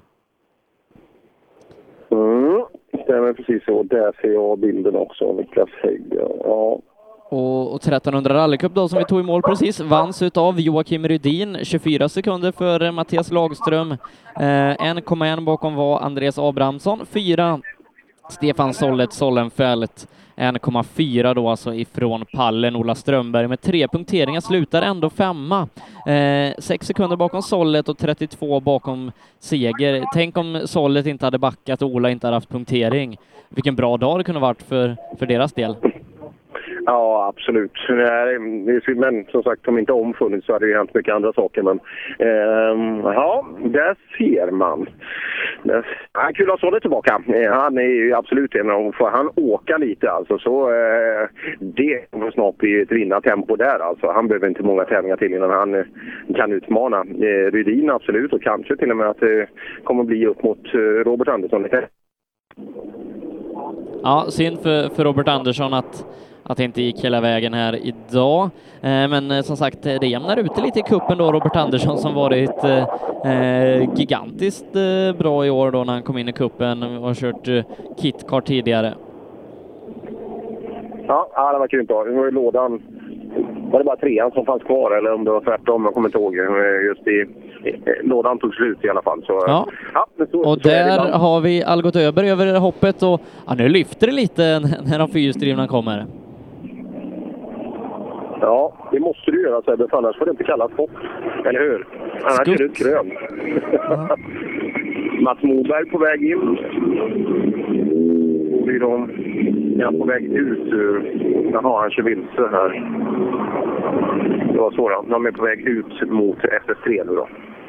Mm, stämmer precis så. Där ser jag bilden också, Niklas Hägg. Ja. Och, och trettonhundra rallycup då, som vi tog i mål precis, vanns utav Joakim Rydin, tjugofyra sekunder för Mattias Lagström. Eh, en komma ett bakom var Andreas Abrahamsson, fyra Stefan Sollet Sollenfält, en komma fyra då alltså ifrån pallen Ola Strömberg. Med tre punkteringar slutar ändå femma. Eh, sex sekunder bakom Sollet och trettiotvå bakom Seger. Tänk om Sollet inte hade backat och Ola inte hade haft punktering. Vilken bra dag det kunde varit för, för deras del. Ja, absolut. Men som sagt, om inte omfunnits så hade det hänt mycket andra saker. Men eh, ja, där ser man. Ja, kul att ha det tillbaka. Han är ju absolut en av, får han åka lite alltså, så eh, det kommer snart bli ett vinnartempo där alltså. Han behöver inte många tävlingar till innan han eh, kan utmana eh, Rydin absolut, och kanske till och med att det eh, kommer bli upp mot eh, Robert Andersson. Ja, synd för, för Robert Andersson att att det inte gick hela vägen här idag. Eh, men eh, som sagt, det jämnar ut lite i kuppen då. Robert Andersson som varit eh, gigantiskt eh, bra i år då när han kom in i kuppen och har kört eh, KitKar tidigare. Ja, ja, det var kul då. Det var i lådan. Var det bara trean som fanns kvar eller om det var tvärtom? Jag kommer inte ihåg. Just i, i lådan tog slut i alla fall. Så, ja. Ja, så, och så där har vi Algot Öberg över hoppet och ja, nu lyfter det lite när de fyrhjulsdrivna kommer. Ja, det måste du göra, Sebbe, för annars får det inte kallas hopp. Eller hur? Annars är det ett grön. Ja. Mats Moberg på väg in. Och blir de ja, på väg ut ur... Jaha, han kör vilse här. Det var så då. De är på väg ut mot S S tre nu då.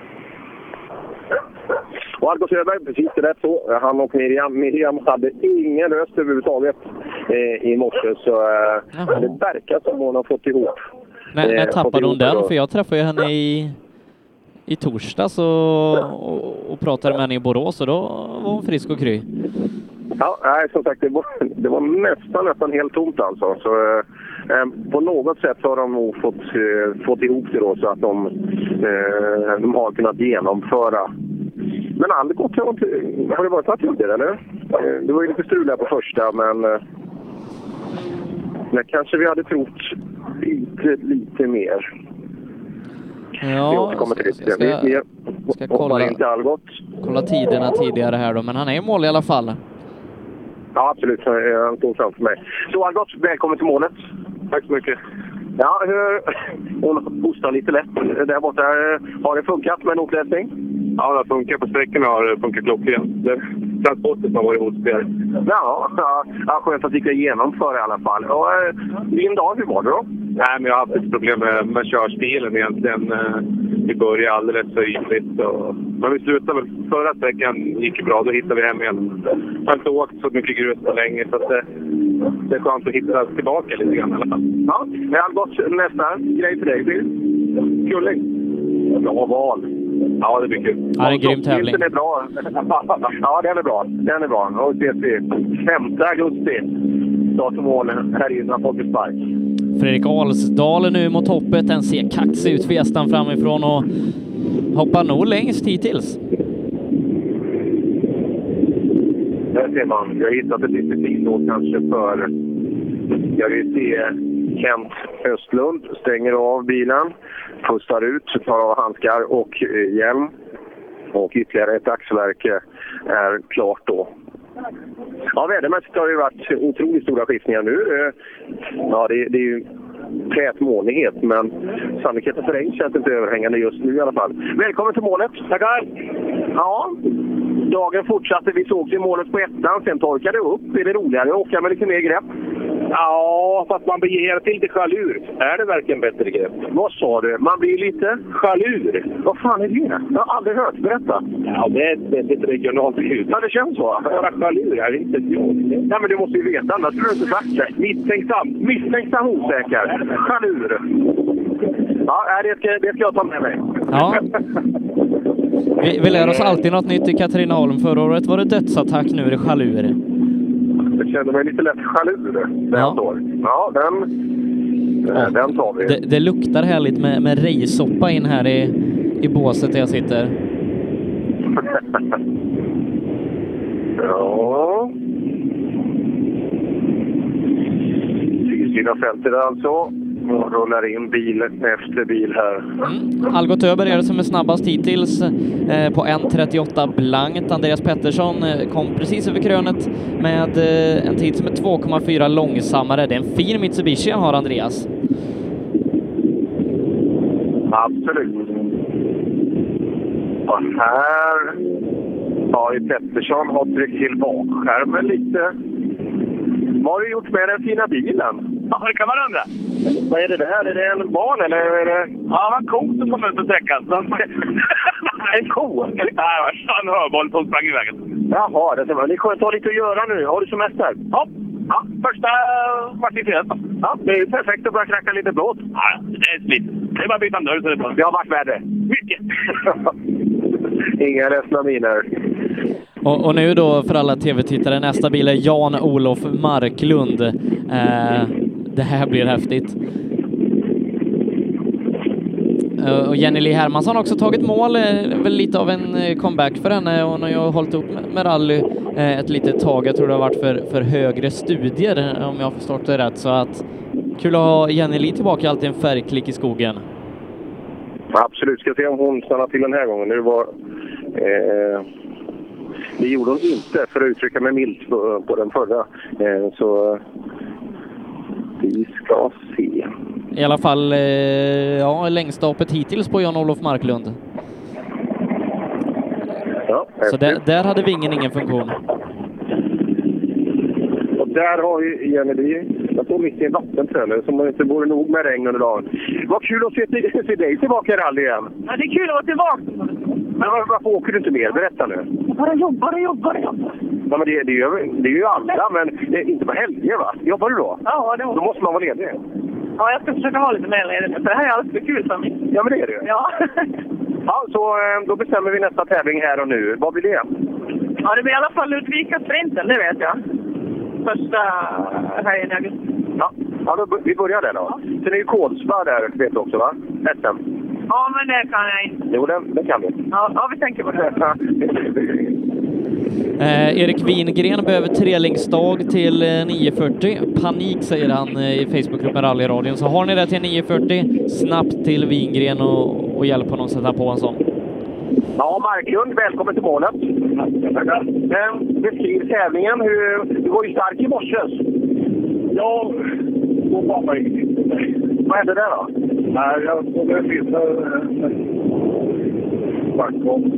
Och Algot Öberg, precis det rätt så. Han och Miriam, Miriam hade ingen röst överhuvudtaget eh, i morse. Så eh, det verkar som hon har fått ihop. När, när tappade hon den? För jag träffade ju henne i, i torsdags och, och, och pratade med henne i Borås och då var hon frisk och kry. Ja, nej, som sagt, det var, det var nästan, nästan helt tomt alltså. Så eh, på något sätt har de nog fått, eh, fått ihop det då så att de, eh, de har kunnat genomföra. Men Algot har, har det varit att gjort det, eller? Eh, det var ju lite strul där på första, men eh, men kanske vi hade trott lite, lite mer. Ja, vi återkommer till det. Jag ska, vi, vi ska kolla, inte Algot. kolla tiderna tidigare här då, men han är i mål i alla fall. Ja, absolut. Han står framför mig. Så Algot, välkommen till målet. Tack så mycket. Ja, hur... hon hostar lite lätt där borta. Har det funkat med notläsning? Ja, det har funkat på sträckorna har det funkat klockrent. Det är transporten som har varit hotspel. Ja, ja, ja, skönt att vi kan genomföra i alla fall. Och, din dag, hur var det då? Nej, men jag har haft ett problem med, med körstilen egentligen. Vi började alldeles för ytligt. Och... Men vi slutade väl förra sträckan gick ju bra. Då hittade vi hem igen. Jag har inte åkt så mycket grus på länge. Så att det, det är skönt att hitta tillbaka lite grann i alla fall. Ja, det har gått nästa grej för dig. Kulling. Bra val. Ja, det blir kul. Ja, det är en grym tävling. Den är bra. Ja, den är bra. Den är bra. Och det är femte augusti. Startmålen här i Folkets Park. Fredrik Alsdal nu mot hoppet. Den ser kaxig ut Fiestan framifrån och hoppar nog längst hittills. Där ser man. Jag har hittat ett litet fint då kanske för... Jag vill se Kent Östlund stänger av bilen. Pustar ut, tar av handskar och hjälm. Och ytterligare ett axelverke är klart då. Ja, vädermässigt har det varit otroligt stora skiftningar nu. Ja, det, det är ju tät molnighet, men sannolikheten för regn känns inte överhängande just nu i alla fall. Välkommen till målet. Tackar! Ja, dagen fortsatte. Vi såg till målet på ettan, sen torkade det upp. Är det roligare att åka med lite mer grepp? Ja, fast man blir hela tiden lite chalur. Är det verkligen bättre grepp? Vad sa du? Man blir lite chalur. Vad fan är det? Jag har aldrig hört. Berätta. Ja, det är ett väldigt regionalt ljud. Ja, det känns så. Bara chalur är inte ett jobb. Nej, men du måste ju veta. Annars skulle du inte sagt det. Misstänksam. Misstänksam, osäker. Chalur. Ja, det ska, det ska jag ta med mig. Ja. Vi, vi lär oss alltid något nytt i Katrineholm. Förra året var det dödsattack, nu är det chalur. kände mig lite lätt jalu där jag står. Ja, den, ja. den tar vi. Det, det luktar härligt med, med rejsoppa in här i, i båset där jag sitter. Ja. Sida fältet alltså. Och rullar in bil efter bil här. Mm. Algot Öberg är det som är snabbast hittills eh, på en trettioåtta blankt. Andreas Pettersson eh, kom precis över krönet med eh, en tid som är två komma fyra långsammare. Det är en fin Mitsubishi har Andreas. Absolut. Och här har ju Pettersson har tryckt till bakskärmen lite. Vad har du gjort med den fina bilen? Ja, det kan man undra. Vad är det där? Är det en barn eller är det... Ja, en ko som kom ut och sträckan. En ko? Nej, en hörboll som sprang i vägen. Jaha, det är skönt att ha lite att göra nu. Har du semester? Ja, ja första vart i fredag. Ja, det är ju perfekt att börja knacka lite blått. Ja, det är slitt. Det är bara att byta en dörr så det är bra. Det har varit värre. Mycket. Inga ledsna miner. Och, och nu då för alla tv-tittare, nästa bil är Jan-Olof Marklund. Eh, det här blir häftigt. Eh, och Jenny Lee Hermansson har också tagit mål, eh, väl lite av en comeback för henne. Hon har ju hållit upp med, med rally eh, ett litet tag. Jag tror det har varit för, för högre studier om jag har förstått det rätt. Så att kul att ha Jenny Lee tillbaka, alltid en färgklick i skogen. Absolut, ska se om hon stannar till den här gången. Det var... Eh... Det gjorde hon inte, för att uttrycka mig milt på, på den förra. Eh, så vi ska se. I alla fall eh, ja, längsta hoppet hittills på Jan-Olof Marklund. Ja, så där, där hade vingen ingen funktion. Och där har vi Jenny Lee. Jag står mitt i en vattentrölle som inte borde nog med regn under dagen. Vad kul att se, se dig tillbaka i rally igen. Ja, det är kul att vara tillbaka. Men varför åker du inte mer? Berätta nu. Bara jobbar och jobbar och jobbar. Ja, men det, det, är ju, det är ju alla, men det är inte på helger, va? Jobbar du då? Ja, det måste. Då måste man vara ledig. Ja, jag ska försöka ha lite mer ledigt, för det här är alldeles för kul för mig. Ja, men det är det ju. Ja. Ja, så då bestämmer vi nästa tävling här och nu. Vad blir det? Ja, det blir i alla fall Ludvika Sprinten, det vet jag. Första helgen i augusti. Ja, ja då, vi börjar där då. Ja. Sen är ju Kolsva där, vet du också, va? S M. Ja, men det kan jag inte. Jo, det, det kan vi. Ja, ja, vi tänker på det. Eh, Erik Wingren behöver trelingsdag till eh, nio fyrtio. Panik, säger han eh, i Facebookgruppen Rallyradion. Så har ni det till nio fyrtio, snabbt till Wingren och, och hjälp honom sätta på en sån. Ja, Marklund, välkommen till målet. Eh, beskriv tävlingen. Hur, du var ju stark i morse. Ja, då var man inte. Vad hände där då? Nej, jag skulle sitta bakom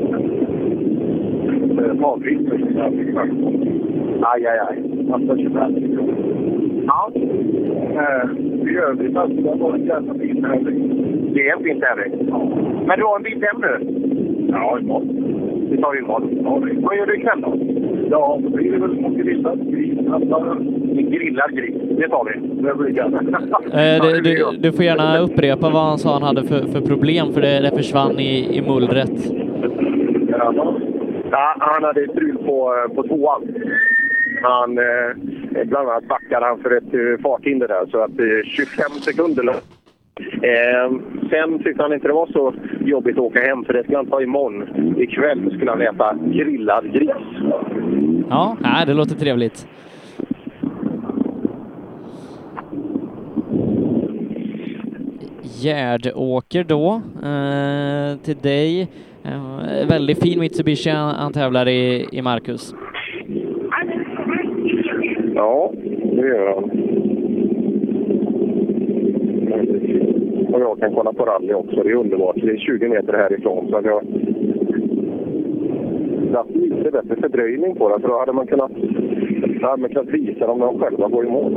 avgiften. Aj, aj, aj. Massa tjugofem. Ja. I övrigt alltså, det var en jävla fin tävling. Det är en fin tävling. Ja. Men du har en bit hem nu? Ja, imorgon. Vi tar imorgon. Ja, vad gör du ikväll då? Ja, då blir det väl som grillad gris. En grillad gris, det tar vi. Det blir gärna. Eh, det, du, du får gärna upprepa vad han sa han hade för, för problem, för det, det försvann i, i mullret. Ja, ja, han hade strul på, på tvåan. Han, eh, bland annat backade han för ett uh, farthinder där, så att eh, tjugofem sekunder. Eh, sen tyckte han inte det var så jobbigt att åka hem, för det skulle han ta imorgon. Ikväll skulle han äta grillad gris. Ja, nej, det låter trevligt. Gärdåker då eh, till dig. Eh, väldigt fin Mitsubishi han, han tävlar i, i Marcus. Ja, det gör han. Och jag kan kolla på rally också, det är underbart. Det är tjugo meter härifrån, så att jag har haft lite bättre fördröjning på det, för då hade man kunnat, då hade man kunnat visa dem när de själva går i mål.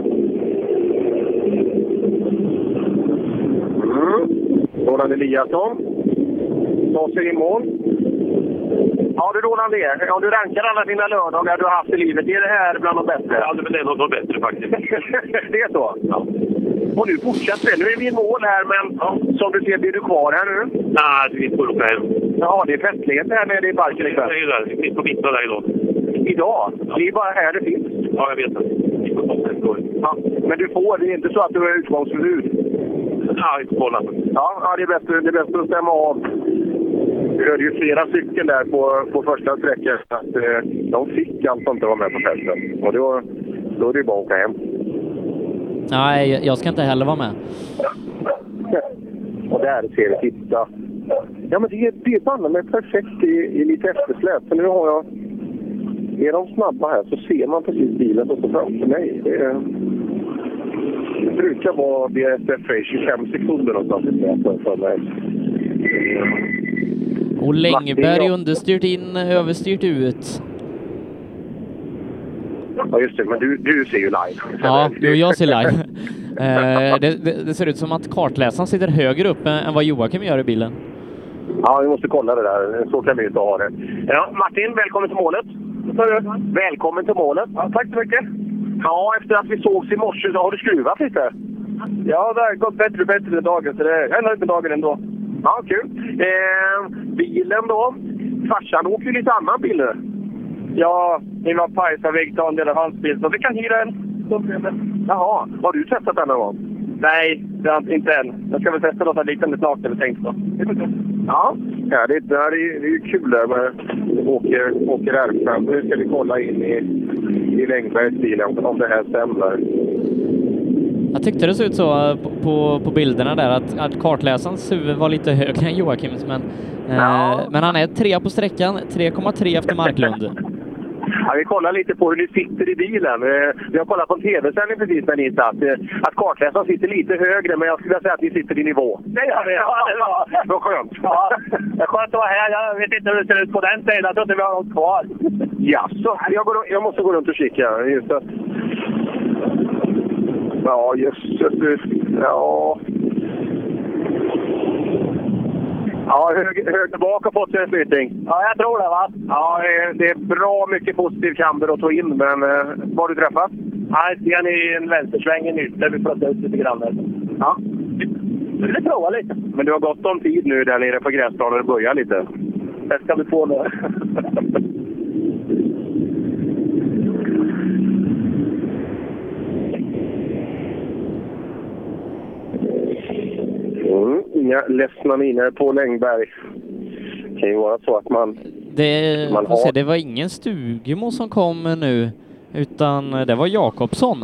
Mm. Roland Eliasson tar sig i mål. Ja du Roland, det. Om du rankar alla dina lördagar du har haft i livet, är det här bland de bättre? Ja, det är nog de bättre faktiskt. Det är så? Ja. Och nu fortsätter det. Nu är vi i mål här, men ja, som du ser, blir du kvar här nu? Nej, vi får åka hem. Ja, det är festlighet här nere i parken ikväll. Det är ju där. Vi finns på middag där idag. Idag? Ja. Det är bara här det finns. Ja, jag vet det. Ja, men du får, det är inte så att du är utgångsförbud? Ja, inte på den. Ja, ja, det är bäst, det är bäst att stämma av. Vi hörde ju flera stycken där på, på första sträckan att eh, de fick alltså inte vara med på festen. Och då, då är det ju bara att åka hem. Nej, jag ska inte heller vara med. Och där ser vi, titta. Ja, men det är, det är banne med perfekt i, i lite eftersläp. Så nu har jag... Är de snabba här så ser man precis bilen som står framför mig. Det, är, det brukar vara B S F tjugofem sekunder någonstans i släpet för mig. Och Längberg understyrt in, överstyrt ut. Ja, just det. Men du, du ser ju live. Ja, jo, jag ser live. eh, det, det, det ser ut som att kartläsaren sitter högre upp än vad Joakim gör i bilen. Ja, vi måste kolla det där. Så kan vi inte ha det. Ja, Martin, välkommen till målet. Välkommen till målet. Ja, tack så mycket. Ja, efter att vi sågs i morse så har du skruvat lite. Ja, det har gått bättre och bättre dagen, så det är nöjd med dagen ändå. Ja, kul. Eh, bilen då? Farsan åker ju lite annan bil nu. Ja, min var pajsarvägg ta en del av hans bil, så vi kan hyra en. Jaha, har du testat den någon gång? Nej, det har inte än. Jag ska väl testa något liknande snart, eller tänkt så. Ja, ja det, det, är, det är ju kul där med åker, åker R fem. Nu ska vi kolla in i, i Längbergs bil om det här stämmer. Jag tyckte det såg ut så på, på, på bilderna där att, att kartläsarens huvud var lite högre än Joakims, men, ja. eh, men han är tre på sträckan, tre komma tre efter Marklund. Ja, vi kollar lite på hur ni sitter i bilen. Vi har kollat på en tv-sändning precis när ni satt. Att kartläsaren sitter lite högre, men jag skulle säga att ni sitter i nivå. Det gör vi. Ja, det var skönt. Ja, det är skönt att vara här. Jag vet inte hur det ser ut på den sidan. Jag tror inte vi har något kvar. Ja, så jag, går, jag måste gå runt och kika. Just att... Ja, just det. Ja... Ja, höger, höger bak har fått sig en flytting. Ja, jag tror det, va? Ja, det är bra mycket positiv kamber att ta in, men eh, vad har du träffat? Nej, jag ser i en vänstersväng i nytt där vi flyttar ut lite grann. Ja. Du vill prova lite. Men du har gott om tid nu där nere på gräsplanen och börja lite. Det ska vi få nu. Mm, inga ledsna miner på Längberg. Det kan ju vara så att man... Det, man har... har... se, det var ingen Stugemo som kom nu, utan det var Jakobsson.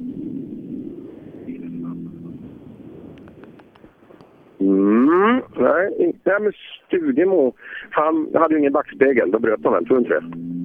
Mm, nej, inte med Stugemo. Han hade ju ingen backspegel, då bröt han väl, tror du inte det?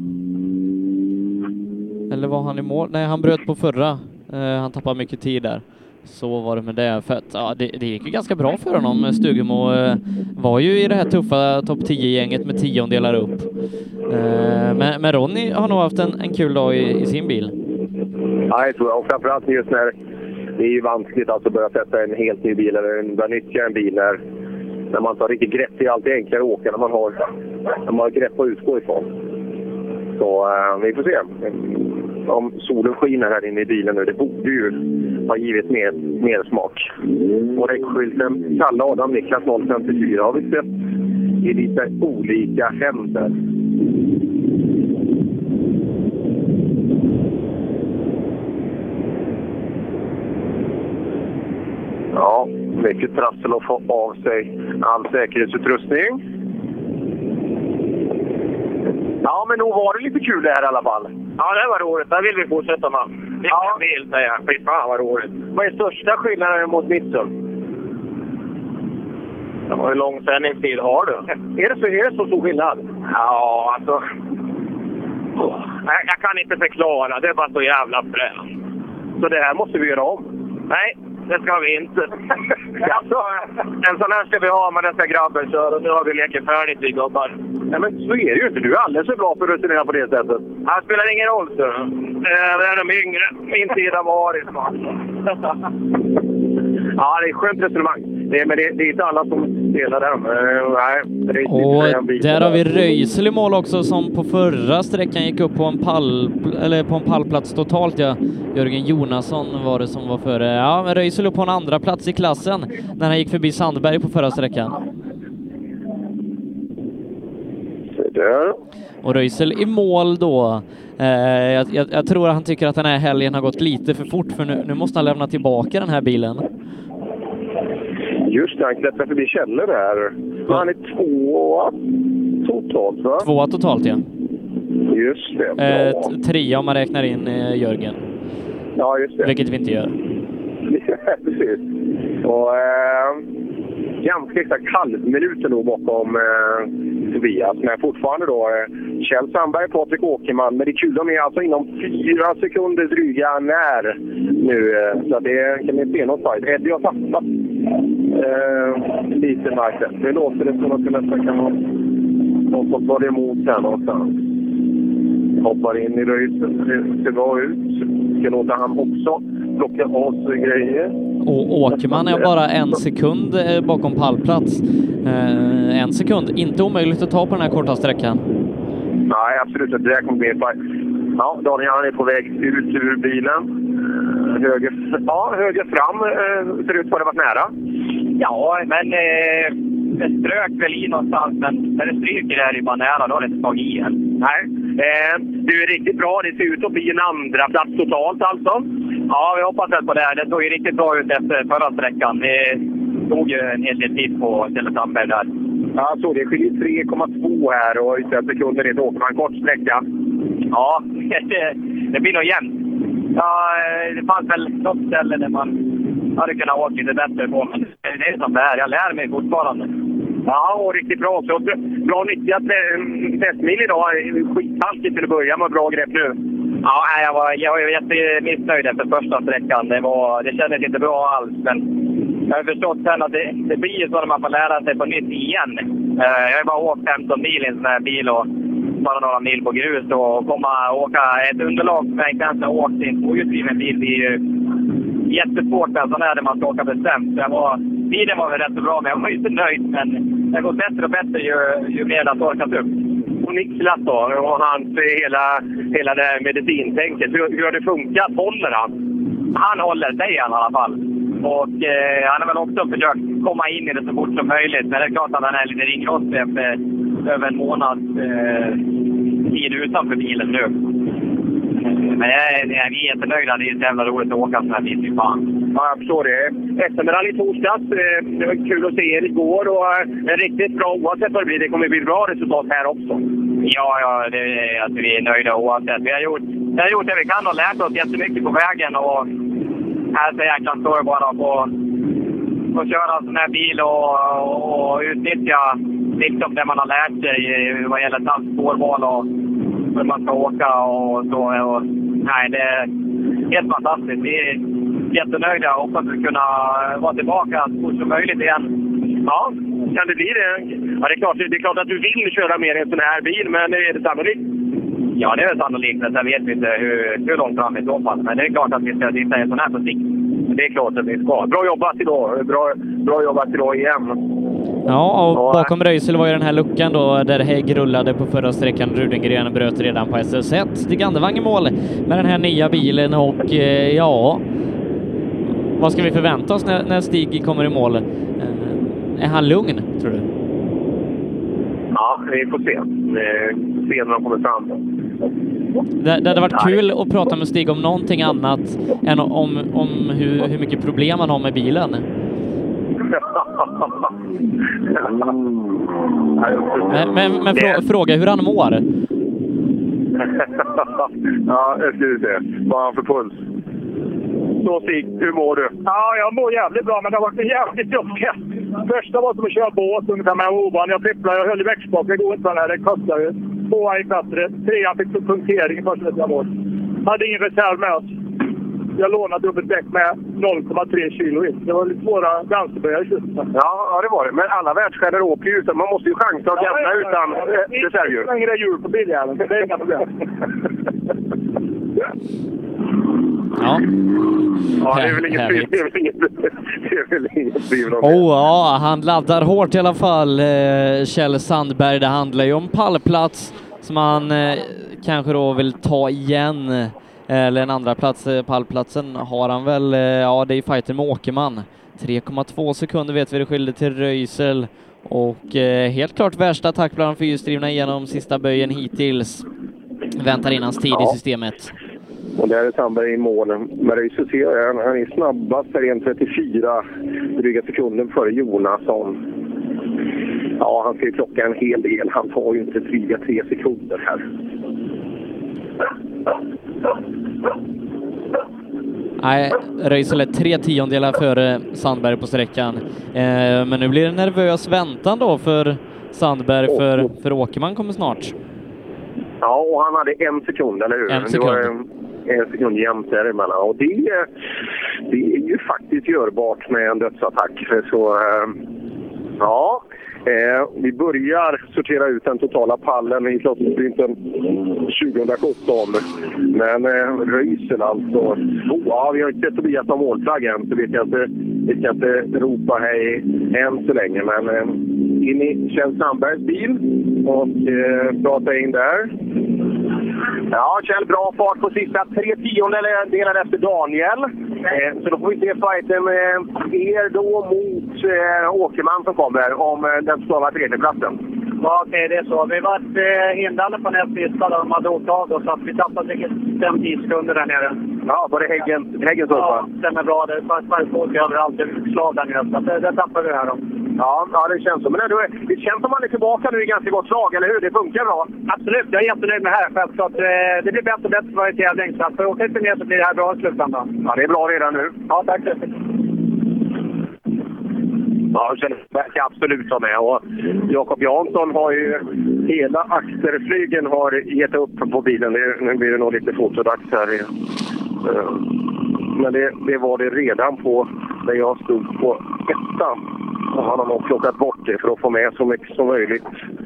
Eller var han i mål? Nej, han bröt på förra. Uh, han tappade mycket tid där. Så var det med det, för att ja, det, det gick ju ganska bra för honom. Stugemo eh, var ju i det här tuffa topp tio-gänget med tiondelar upp. Eh, men, men Ronny har nog haft en, en kul dag i, i sin bil. Ja, jag tror jag. Och framförallt just när det är ju vanskligt alltså att börja sätta en helt ny bil eller börja nyttja en bil när, när man tar riktigt grepp. Det är alltid enklare att åka när man har, när man har grepp att utgå ifrån. Så eh, vi får se. Om solen skiner här inne i bilen nu, det borde ju ha givit mer, mer smak. Och räckskylten Kalle Adam Niklas noll femtiofyra har vi sett i lite olika händer. Ja, mycket trassel att få av sig all säkerhetsutrustning. Ja, men nog var det lite kul det här i alla fall. Ja, det var roligt. Det vill vi fortsätta med. Vilken ja. bil, säger jag. Fy fan vad roligt. Vad är största skillnaden mot Mitchell? Ja, hur lång sändningstid har du? Är det så, är det så stor skillnad? Ja, alltså... Jag, jag kan inte förklara. Det är bara så jävla fränt. Så det här måste vi göra om? Nej, det ska vi inte. Alltså, en sån här ska vi ha, men den ska grabben köra. Nu har vi leken färdigt, vi gubbar. Nej, men så är det ju inte. Du är alldeles så bra för att rutinera på det sättet. Det spelar ingen roll, så. Det är de yngre. Min tid har varit. Ja, det är ett skönt resonemang. Det, men det, det är inte alla som delar den. Uh, nej, det är och där har vi Röisel i mål också, som på förra sträckan gick upp på en pall, eller på en pallplats totalt. Ja. Jörgen Jonasson var det som var före. Ja, men Röisel upp på en andra plats i klassen när han gick förbi Sandberg på förra sträckan. där. Och Röisel i mål då. Eh, jag, jag, jag tror att han tycker att den här helgen har gått lite för fort, för nu, nu måste han lämna tillbaka den här bilen. Just det, han klättrar förbi Kjelle där. Ja. Han är tvåa totalt, va? Tvåa totalt, ja. Just det. Eh, trea om man räknar in eh, Jörgen. Ja, just det. Vilket vi inte gör. Precis. Och eh, ganska exakt halvminuten då bakom eh, Tobias. Men fortfarande då eh, Kjell Sandberg, Patrik Åkerman. Men det är kul, de är alltså inom fyra sekunder dryga när nu. Eh, så det kan bli något fight. Eddie har tappat eh, lite marken. Det låter det som att det nästan kan ha någon som tar det emot här någonstans. Hoppar in i röjsen. Det ser bra ut. Ska låta han också plocka av sig grejer. Och Åkerman är bara en sekund bakom pallplats. Eh, en sekund. Inte omöjligt att ta på den här korta sträckan. Nej, absolut. Det där kommer bli en fight. Ja, Daniel är på väg ut ur bilen. Höger, ja, höger fram. Eh, ser ut som det varit nära. Ja, men eh, det strök väl i någonstans. Men när det stryker är det bara nära. Då har det inte tagit i än. Nej, eh, det är riktigt bra. Det ser ut att bli en andra plats totalt alltså. Ja, vi hoppas väl på det. Det såg ju riktigt bra ut efter förra sträckan. Det tog ju en hel del tid på Kjell Sandberg där. Ja, så det skiljer tre komma två här och i sex sekunder är det åker man kort sträcka. Ja, det, det blir nog jämnt. Ja, det fanns väl något ställe där man hade kunnat åka lite bättre på. Men det är som det är. Jag lär mig fortfarande. Ja, och riktigt bra. Så bra nyttjat testmil idag. Skithalkigt till att börja med bra grepp nu. Ja, jag var, jag var jättemissnöjd efter första sträckan. Det, var, det kändes inte bra alls. Men jag har förstått sen att det, det blir så att man får lära sig på nytt igen. Jag har bara åkt femton mil i en sån här bil och bara några mil på grus. Och komma och åka ett underlag som jag inte ens har åkt i en tvåhjulsdriven bil. Det är ju jättesvårt med sån här där man ska åka bestämt. Jag var, tiden var väl rätt så bra, men jag var inte nöjd. Men det går bättre och bättre ju, ju mer det torkat upp. Och Niklas då, och hans hela, hela det här medicintänket. Hur, hur har det funkat? Håller han? Han håller sig i alla fall. Och eh, han har väl också försökt komma in i det så fort som möjligt. Men det är klart att han är lite ringrostig efter över en månads eh, tid utanför bilen nu. Men jag är, jag är jättenöjd. Det är så jävla roligt att åka sån här bil. Fan. Ja, jag förstår det. S M-rally i torsdags. Det var kul att se er igår. Och en riktigt bra oavsett vad det blir. Det kommer bli bra resultat här också. Ja, ja det, alltså, vi är nöjda oavsett. Vi har, gjort, vi har gjort det vi kan och lärt oss jättemycket på vägen. Och här så jäkla står bara på att köra en sån här bil och, och utnyttja liksom det man har lärt sig vad gäller spårval och hur man ska åka och så. Och, nej, det är helt fantastiskt. Vi är jättenöjda och hoppas att kunna vara tillbaka så fort som möjligt igen. Ja, kan det bli det? Ja, det är klart, det är klart att du vill köra mer i en sån här bil, men är det sannolikt? Ja, det är sannolikt. Sen vet vi inte hur, hur långt fram i så fall. Men det är klart att vi ska sitta i en sån här på sikt. Det är klart att vi ska. Bra jobbat idag. Bra, bra jobbat idag igen. Ja, och bakom Röisel var ju den här luckan då där Hägg rullade på förra sträckan. Rudengren bröt redan på S S ett. Stig Andevang i mål med den här nya bilen och eh, ja, vad ska vi förvänta oss när, när Stig kommer i mål? Eh, är han lugn, tror du? Ja, vi får se. Eh, se när de kommer fram. Det, det hade varit kul att prata med Stig om någonting annat än om, om hur, hur mycket problem han har med bilen. Men, men, men frå, fråga hur han mår. Ja, jag ska se. Vad har han för puls? Så Stig, hur mår du? Ja, jag mår jävligt bra, men det har varit en jävligt jobbigt. Första var som att köra båt ungefär med ovan. Jag fipplade, jag höll i växtspak. Det går inte den här, det kostar ju. Tvåan gick bättre. Trean fick punktering första jag mål. Hade ingen reserv med oss. Jag lånade upp ett däck med noll komma tre kilo i. Det var lite svåra vänsterböjar i slutet. Ja, ja, det var det. Men alla världsstjärnor åker ju utan. Man måste ju chansa att jämna ja, utan ja, ja. reservdjur. Det är längre djur på biljäveln. Det är inga problem. Ja. Ja, det är väl inget tvivel. Det är väl inget, det är väl inget tvivel om det. Oh, ja, han laddar hårt i alla fall, eh, Kjell Sandberg. Det handlar ju om pallplats som han eh, kanske då vill ta igen. Eller en andra plats, pallplatsen har han väl, ja det är fighter med Åkerman. tre komma två sekunder vet vi det skiljer till Röisel Och eh, helt klart värsta attack bland de fyrhjulsdrivna genom sista böjen hittills. Väntar in hans tid ja. i systemet. Och där är Sandberg i mål. Men Röise ser jag, han är snabbast för en trettiofyra dryga sekunder före Jonasson. Ja, han ska ju klocka en hel del. Han tar ju inte dryga tre sekunder här. Nej, Röisel är tre tiondelar före Sandberg på sträckan. Eh, men nu blir det nervös väntan då för Sandberg, för, för Åkerman kommer snart. Ja, och han hade en sekund, eller hur? En sekund. Det var en sekund jämnt däremellan. Och det, det är ju faktiskt görbart med en dödsattack. Så, ja... Eh, vi börjar sortera ut den totala pallen i klassprinten tjugohundrasjutton. Men eh, Röisel alltså. Ja, vi har inte sett Tobias som målflagg än, så vi kan inte, vi kan inte ropa hej än så länge. Men eh, in i Kjell Sandbergs bil och eh, prata in där. Ja, Kjell, bra fart på sista tre tiondelar efter Daniel. Eh, så då får vi se fighten med er då mot eh, Åkerman som kommer om eh, den totala tredjeplatsen. Ja, okej, det är så. Vi var eh, hindrade på nästa sista där de hade åkt av oss, så att vi tappade säkert fem till tio sekunder där nere. Ja, var det Häggen, Häggen så? Ja, stämmer bra. Det är folk överallt. Det är slag där nere, så det, det tappade vi här då. Ja, ja, det känns så. Men ändå, det känns som man är tillbaka nu i ganska gott slag, eller hur? Det funkar bra. Absolut, jag är jättenöjd med det här. Självklart. Det blir bättre och bättre för varje tävling. Så att för åka lite mer så blir det här bra i slutändan. Ja, det är bra redan nu. Ja, tack. Ja, jag känner verkar absolut som med. Och Jakob Jansson har ju hela axelflygen har gett upp på bilen. Det, nu blir det nog lite fotodags här. Men det, det var det redan på när jag stod på ettan. Och han har nog plockat bort det för att få med så mycket som möjligt.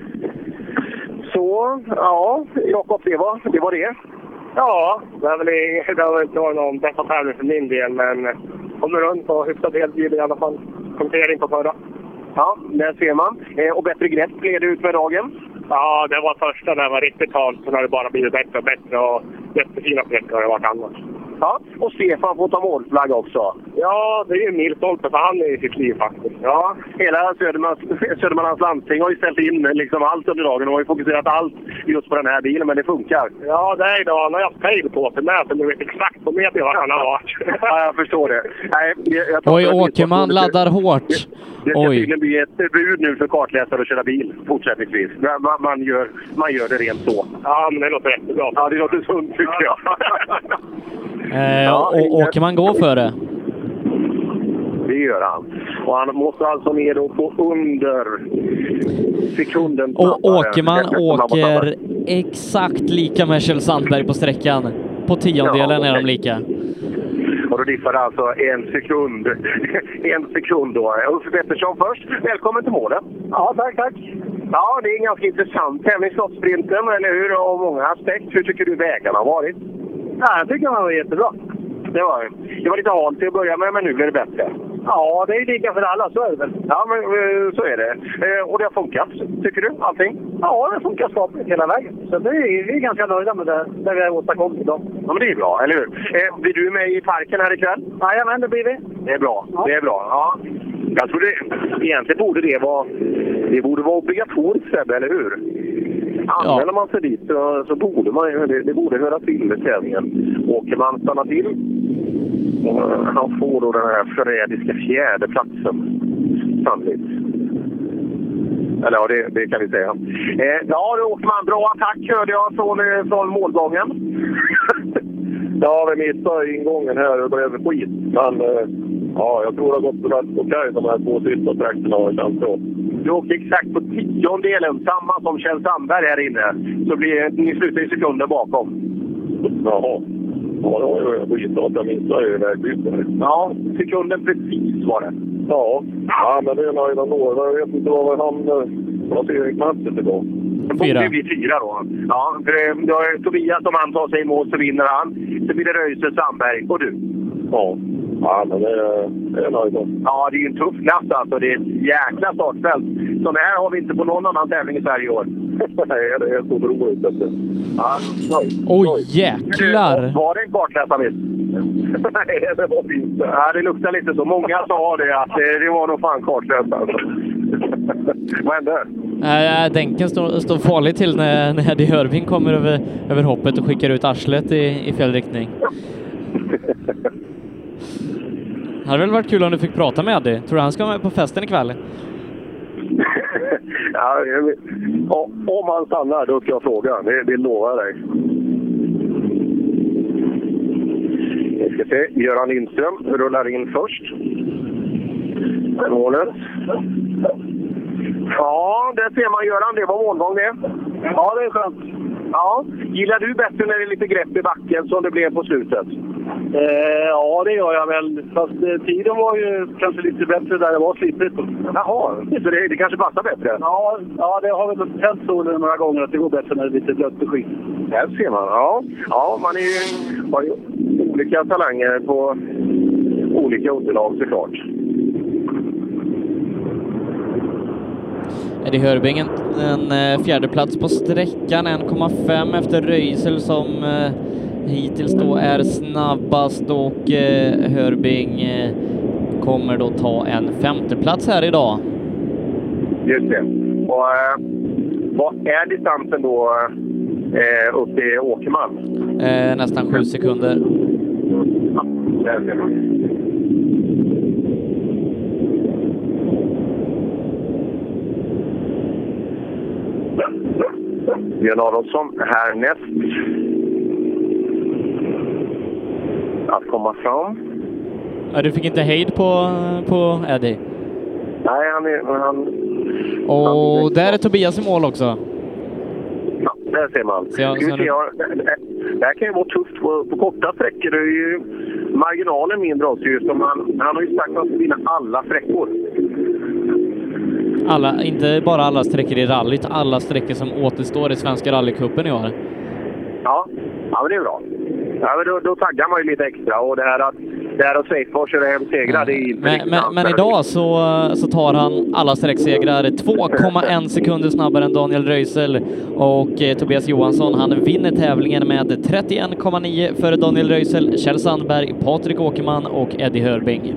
Så, ja, Jakob, det var det. Var det. Ja, det har väl, det har väl inte varit någon bästa tävling för min del, men kommer runt på hyfsat helbil i alla fall. Kommentering på förra. Ja, där ser man. Eh, och bättre grepp blev det ut med dagen? Ja, det var första där var riktigt halt. Sen har det bara blivit bättre och bättre och jättefina sträckor har det varit annars. Ja, och Stefan får ta målflagg också. Ja, det är ju en milstolpe för han i sitt liv faktiskt. Ja, hela Södermanlands, Södermanlands landsting har ju ställt in liksom allt under dagen och har ju fokuserat allt just på den här bilen, men det funkar. Ja, det är idag. Han har haft pejl på sig med, så nu vet exakt på meter vad han har varit. Ja, jag förstår det. Nej, jag Oj, Åkerman laddar hårt. Det, det ska tydligen bli ett förbud nu för kartläsare att köra bil fortsättningsvis. Man, man, gör, man gör det rent så. Ja, men det låter jättebra. Ja, det låter sunt tycker jag. Eh, ja, och Åkerman går för det. Det gör han. Och han måste alltså ner då på under sekunden. Och Åkerman åker exakt lika med Kjell Sandberg på sträckan. På tiondelen ja, är de lika. Och då diffar det alltså en sekund. en sekund då. Uffe Pettersson först. Välkommen till målet. Ja, tack, tack. Ja, det är en ganska intressant tävling, Slottssprinten, eller hur? Och många aspekter. Hur tycker du vägarna har varit? Ja, jag tycker han var jättebra. Det var, det var lite halt till att börja med, men nu blir det bättre. Ja, det är lika för alla, så är det väl. Ja, men så är det. Och det har funkat, tycker du? Allting? Ja, det funkar skapligt hela vägen. Så det är, vi är ganska nöjda med det, det vi har åstadkommit idag. Ja, men det är bra, eller hur? Eh, blir du med i parken här ikväll? Jajamän, det blir vi. Det är bra, ja. det är bra. Ja. Jag tror det, egentligen borde det vara, det borde vara obligatoriskt, eller hur? Använder ja. man sig dit så, så borde man det, det borde höra till med tävlingen. Åker man stanna till och han får då den här förrädiska fjärde platsen sannolikt. Eller ja, det, det kan vi säga. Eh, ja, då åker man. Bra attack hörde jag från, från målgången. Ja, vi missade ingången här och blev skit. Men eh, ja, jag tror det har gått rätt okej de här två sista sträckorna har känts bra. Du åkte exakt på tiondelen, samma som Kjell Sandberg här inne. Så blir ni slutar i sekunder bakom. Jaha. Ja, det var ju skit att jag missade ju vägbytet. Ja, sekunden precis var det. Ja, ja men det är nöjda då. Jag vet inte vad han placeringsmässigt idag. Det borde bli fyra då. Ja, för då är Tobias som han tar sig emot så vinner han. Så blir det Röise, Sandberg och du. Ja. Ja, men det är, det är nöjda. Ja, det är ju en tuff klass alltså. Det är ett jäkla startfält. Så det här har vi inte på någon annan tävling i Sverige i år. Nej, det är så roligt. Ja, oj, jäklar! Var det en kartläsarmiss? Nej, det var det inte. Ja, det luktar lite så. Många sa det att det, det var nog fan kartläsare. Vad hände? Äh, dänken står, står farligt till när, när Eddie Hörbing kommer över, över hoppet och skickar ut arslet i, i fel riktning. Det hade väl varit kul om du fick prata med Eddie. Tror du han ska vara med på festen ikväll? Ja, om han stannar då ska jag fråga. Det, det lovar jag dig. Vi ska se. Göran Lindström rullar in först. Målet. Ja, det ser man Göran. Det var målgång det. Ja, det är skönt. Ja. Gillar du bättre när det är lite grepp i backen som det blev på slutet? Eh, ja, det gör jag väl. Fast eh, tiden var ju kanske lite bättre där det var slipigt. Jaha, så det, det kanske passar bättre? Ja, ja, det har väl hänt så några gånger att det går bättre när det är lite blött beskid. Där ser man, ja. Ja, man är ju, har ju olika talanger på olika underlag såklart. Eddie Hörbing en, en fjärde plats på sträckan, en komma fem efter Röisel som eh, hittills då är snabbast, och eh, Hörbing eh, kommer då ta en femte plats här idag. Just det. Och eh, vad är distansen då eh, upp till Åkerman? Eh, nästan sju sekunder. Ja, där ser man. Björn Adolfsson härnäst att komma fram. Ja, du fick inte hejd på, på Eddie? Nej, han är... Han, och han där är Tobias i mål också. Ja, där ser man. Så jag, så se, jag, det här kan ju vara tufft på, på korta sträckor. Det är ju marginalen mindre också. Just som han, han har ju sagt att han ska vinna alla sträckor. Alla, inte bara alla sträckor i rallyt, alla sträckor som återstår i Svenska rallycupen i år. Ja, ja men det är bra. Ja, men då, då taggar man ju lite extra, och det här att, det här att Safebar köra hem segrar, det är inte men, men, men idag så, så tar han alla sträcksegrar två komma en sekunder snabbare än Daniel Röisel, och eh, Tobias Johansson, han vinner tävlingen med trettioen komma nio före Daniel Röisel, Kjell Sandberg, Patrik Åkerman och Eddie Hörbing.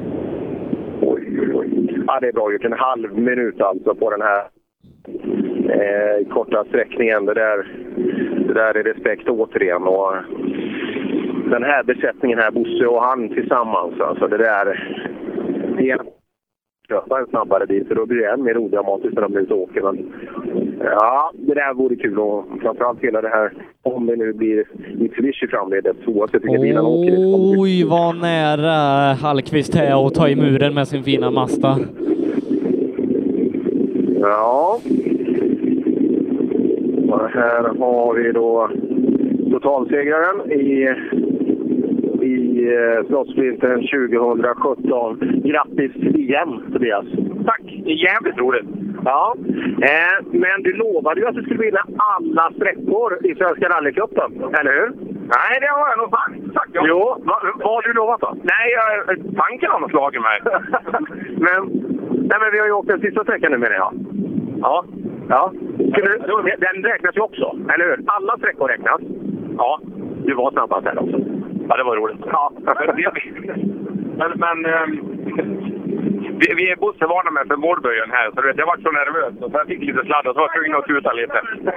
Ja, det är bra gjort. En halv minut alltså på den här eh, korta sträckningen. Det där, det där är respekt återigen. Och den här besättningen här, Bosse och han tillsammans. Alltså det där... Det köpa en snabbare bil, för då blir det än mer odramatiskt när de blir ute och åker. Men, ja, det där vore kul, och framförallt hela det här, om det nu blir Mitsubishi framledes, oavsett vilka bilar åker. Oj, vad nära Hallqvist är att ta i muren med sin fina Mazda. Ja. Och här har vi då totalsegraren i i Slottsvintern tjugo sjutton. Grattis igen, Tobias. Tack, det är jävligt roligt. Ja, eh, men du lovade ju att du skulle vinna alla sträckor i Svenska rallycupen, eller hur? Nej, det har jag nog sagt. Tack, ja. Jo, vad va har du lovat då? Nej, jag, tanken har nog slagit mig. men, nej, men vi har ju åkt den sista sträckan nu, menar jag. Ja. Ja. Du, den räknas ju också, eller hur? Alla sträckor räknas. Ja. Du var snabbast här också. Ja, det var roligt. Ja. men men ähm, vi, vi är bussvarna med för målböjen här, så du vet, jag var så nervös. Så jag fick lite sladd och så var jag tvungen att tuta lite.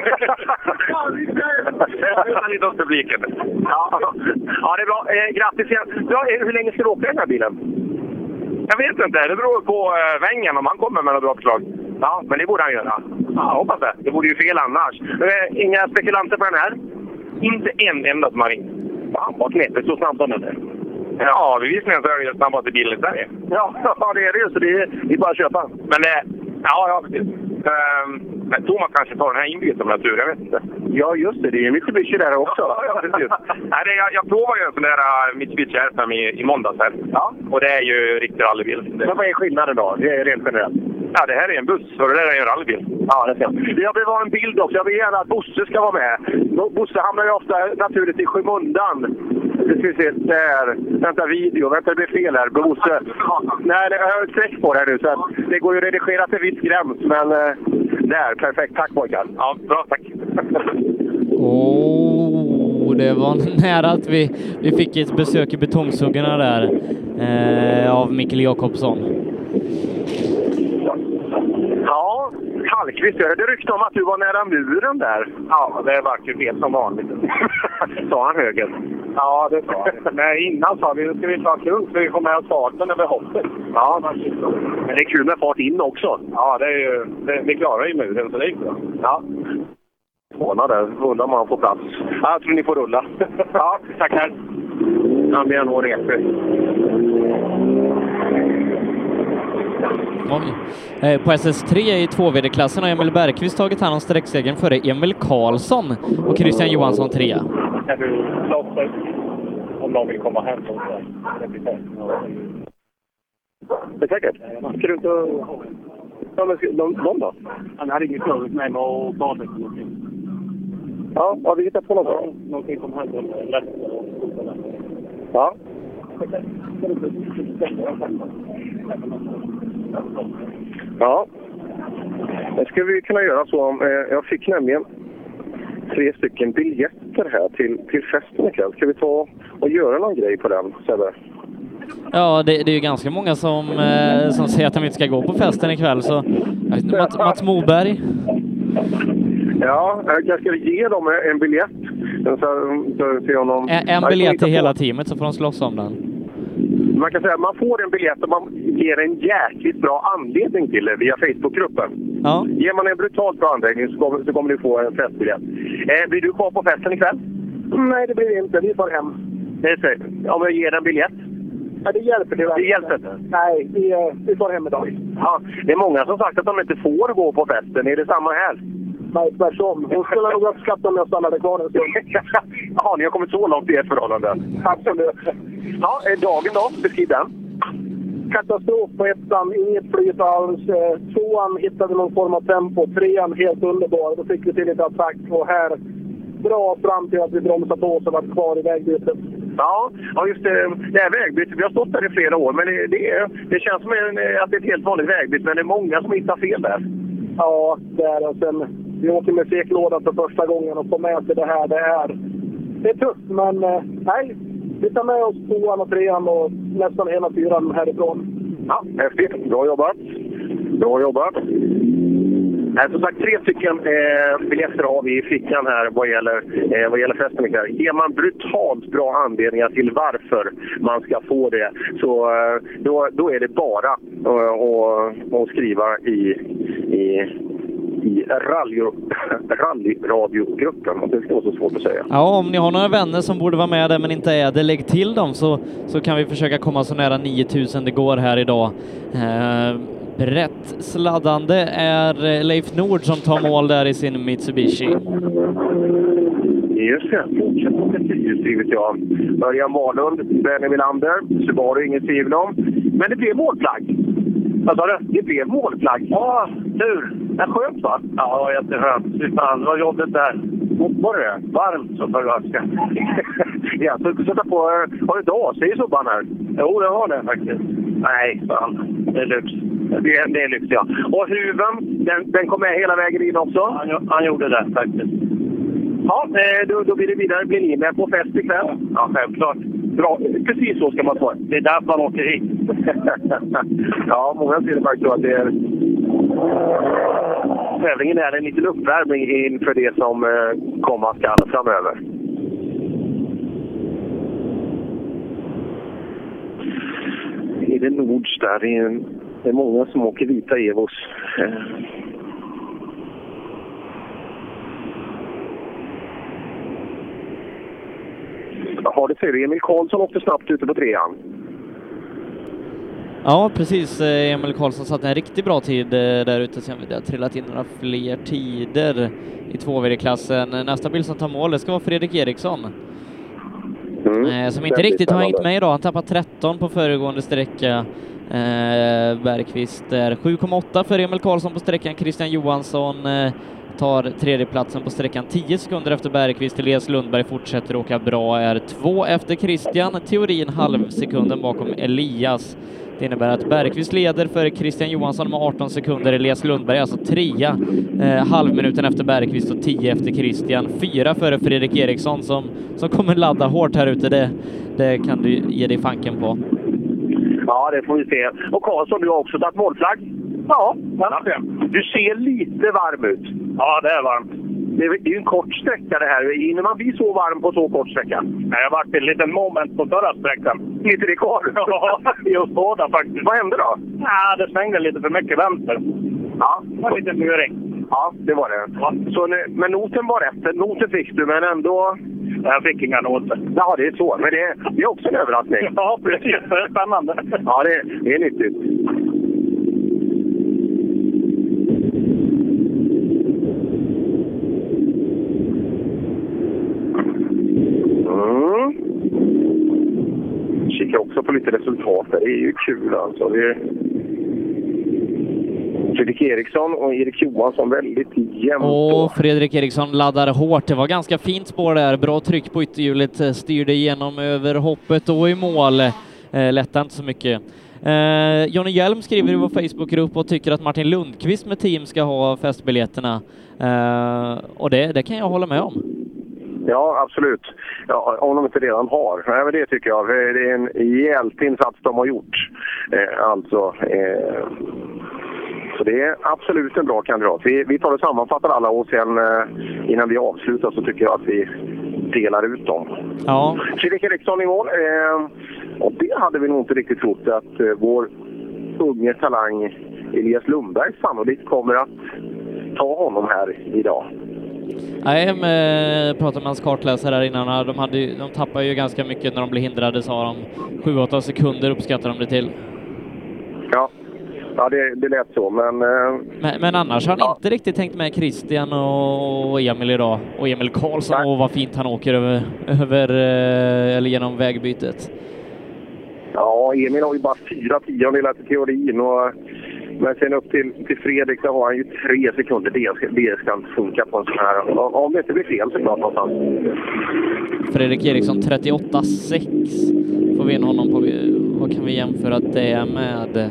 Tuta lite hos publiken. Ja, ja, det är bra. Eh, grattis igen. Ja, hur länge ska du åka den här bilen? Jag vet inte, det beror på äh, Vängen om han kommer med något bra förslag. Ja, men det borde han göra. Ja, hoppas det. Det borde ju fel annars. Eh, inga spekulanter på den här? Inte en enda som har ringt. Fan, vad knepigt, så snabbt som det är. Ja, vi visste inte att det är snabbaste bilen i Sverige. Ja, det är det, så det är, det är bara att köpa. Men det, ja, ja, precis. Um, men Thomas kanske tar den här inbyten om natur, jag vet inte. Ja, just det, det är ju Mitsubishi där också. Ja, ja, precis. Nej, det, jag, jag provade ju en sån där uh, Mitsubishi R fem i, i måndags här. Ja. Och det är ju riktigt rallybil. Men vad är skillnaden då? Det är rent generellt. Ja, det här är en buss och det där är en rallybil. Ja, det ser jag. vill ha en bild också. Jag vill gärna att Bosse ska vara med. Bosse hamnar ju ofta naturligt i skymundan. Det ska vi se. Där. Vänta, video. Vänta, det blir fel här. Bosse. Nej, jag har ett streck på det här nu. Så det går ju att redigera till viss gräns. Men äh, där, perfekt. Tack, pojkar. Ja, bra. Tack. Åh, oh, det var nära att vi, vi fick ett besök i Betongsuggarna där eh, av Mikael Jakobsson. Ja, Alkvist, jag hörde rykte om att du var nära muren där. Ja, det var ju fel som vanligt. Sa han höger? Ja, det sa han. Men innan sa vi, nu ska vi ta lugnt för vi kommer att ha farten över hoppet. Ja, men det är kul med fart in också. Ja, det är ju, det, vi klarar ju muren så det är bra. Ja. Håna där, undrar om han får plats. Ja, jag tror ni får rulla. Ja, tackar. Han blir nog repig. Oj. På S S tre i två V D-klassen har Emil Bergqvist tagit hand om sträcksegern före Emil Karlsson och Christian Johansson trea. Kan du slåss om de vill komma hem? Det är säkert. Ska du inte... Ja, men de, de då? Han hade inget klart med mig och bad efter någonting. Ja, har vi hittat på något bra? Någonting som hände rätt. Ja. Ja. Det ska vi kunna göra så. Jag fick nämligen tre stycken biljetter här till, till festen ikväll. Ska vi ta och göra någon grej på den, Sebbe? Ja, det, det är ju ganska många som, eh, som säger att de inte ska gå på festen ikväll. Så Mats, Mats Moberg. Ja, jag ska ge dem en biljett. Så, så ser jag någon... En, en biljett till hela teamet så får de slåss om den. Man kan säga att man får en biljett och man ger en jäkligt bra anledning till det via Facebookgruppen. Ja. Ger man en brutalt bra anledning så kommer, så kommer du få en festbiljett. Eh, blir du kvar på festen ikväll? Nej, det blir det inte. Vi får hem. Det är så. Om jag ger en biljett? Ja, det hjälper det. Det hjälper inte? Nej, vi, vi får hem idag. Ja, det är många som sagt att de inte får gå på festen. Är det samma här? Nej, tvärtom. Hon skulle nog uppskatta om jag stannade kvar en stund. Jaha, ni har kommit så långt i ert förhållande? Absolut. Ja, dagen då? Beskriv den. Katastrof på ettan, inget flyt alls. Tvåan hittade någon form av tempo. Trean helt underbar. Då fick vi till lite attack. Och här bra fram till att vi bromsade på oss och var kvar i vägbytet. Ja, ja, just det. Det är vägbyte. Vi har stått där i flera år. Men det, det, det känns som en, att det är ett helt vanligt vägbyte. Men det är många som hittar fel där. Ja, det är det. Sen, vi åker med seklåda för första gången och får med sig det här. Det är, det är tufft, men nej. Vi tar med oss tvåan och trean och nästan hela fyran härifrån. Ja, häftigt. Bra jobbat. Bra jobbat. Nej, som sagt, tre stycken eh, biljetter har vi i fickan här vad gäller, eh, vad gäller festen ikväll. Ger man brutalt bra anledningar till varför man ska få det, så eh, då, då är det bara eh, att skriva i, i, i rally, rallyradiogruppen. Det ska vara så svårt att säga. Ja, om ni har några vänner som borde vara med där men inte är det, lägg till dem så, så kan vi försöka komma så nära nio tusen det går här idag. Eh, Rätt sladdande är Leif Nord som tar mål där i sin Mitsubishi. Just det, fortsätter skrivit jag. Örjan Wahlund, Benny Wilander, Subaru inget tvivel om. Men det blev målflagg. Vad sa du? Det blev målflagg. Ja, tur. Det är skönt va? Ja, jätteskönt. Fy fan, det var jobbigt där. Var det varmt så förvärska? Ja, så sätta på, har du ett A C i subban här? Jo, det har det faktiskt. Nej, fan. Det är lyx. Det är, det är lyx, ja. Och huven, den, den kom med hela vägen in också? Han, han gjorde det faktiskt. Ja, då, då blir det vidare. Blir ni med på fest ikväll? Ja, självklart. Bra. Precis så ska man få. Det är därför man åker hit. Ja, många ser det faktiskt så att det är... Tävlingen är en liten uppvärmning inför det som eh, komma skall framöver. I det nords där det är, en, det är många som åker vita Evos. Jaha, det ser vi. Emil Karlsson åkte snabbt ute på trean. Ja, precis. Emil Karlsson satt en riktigt bra tid där ute. Sen vi har trillat in några fler tider i två V D-klassen. Nästa bil som tar mål, det ska vara Fredrik Eriksson. Mm. Som inte riktigt har hängt med idag. Han tappar tretton på föregående sträcka. Eh, Bergqvist är sju komma åtta för Emil Karlsson på sträckan. Christian Johansson eh, tar tredjeplatsen på sträckan tio sekunder efter Bergqvist. Elias Lundberg fortsätter åka bra, är två efter Christian. Teorin halvsekunden bakom Elias. Det innebär att Bergqvist leder för Christian Johansson med arton sekunder. Elias Lundberg är alltså trea, eh, halvminuten efter Bergqvist och tio efter Christian. Fyra före Fredrik Eriksson som, som kommer ladda hårt här ute. Det, det kan du ge dig fanken på. Ja, det får vi se. Och Karlsson, du har också tagit målflagg. Ja, Du ser lite varm ut. Ja, det är varmt. Det är ju en kort sträcka det här. Hinner man bli så varm på så kort sträcka? Nej, jag har varit en liten moment på förra sträckan. Lite det kvar? Ja, just båda faktiskt. Vad hände då? Ja, det svängde lite för mycket vänster. Ja. Det var lite muring. Ja, det var det. Ja. Så nu, men noten var rätt. Noten fick du, men ändå... Jag fick inga noter. Ja, det är så. Men det, det är också en överraskning. Ja, precis. Det är spännande. Ja, det, det är nyttigt. Mm. Kikar också på lite resultat. Det är ju kul alltså. Det är... Fredrik Eriksson och Erik Johansson väldigt jämnt. Och Fredrik Eriksson laddar hårt. Det var ganska fint spår där. Bra tryck på ytterhjulet. Styrde igenom över hoppet och i mål. Eh, lättar inte så mycket. Eh, Johnny Hjelm skriver i vår Facebookgrupp och tycker att Martin Lundqvist med team ska ha festbiljetterna. Eh, och det, det kan jag hålla med om. Ja, absolut. Ja, om de inte redan har. Nej, men det tycker jag. Det är en hjälteinsats de har gjort. Eh, alltså... Eh... Så det är absolut en bra kandidat. Vi, vi tar och sammanfattar alla och sen eh, innan vi avslutar så tycker jag att vi delar ut dem. Ja. Fredrik Eriksson i mål. Eh, och det hade vi nog inte riktigt trott att eh, vår unge talang Elias Lundberg sannolikt kommer att ta honom här idag. Nej, jag pratade med hans kartläsare här innan. De, hade, de tappar ju ganska mycket när de blir hindrade, sa de. sju åtta sekunder uppskattar de det till. Ja. Ja, det, det lät så, men... Eh, men, men annars har han ja. inte riktigt tänkt med Christian och Emil idag. Och Emil Karlsson, Nej. och vad fint han åker över, över eller genom vägbytet. Ja, Emil har ju bara fyra tiondelar till teorin. Och, men sen upp till, till Fredrik så har han ju tre sekunder. Det ska, det ska inte funka på en sån här. Om det inte blir fel så klart någonstans. Fredrik Eriksson trettioåtta sex. Får vi in honom på... Vad kan vi jämföra det med...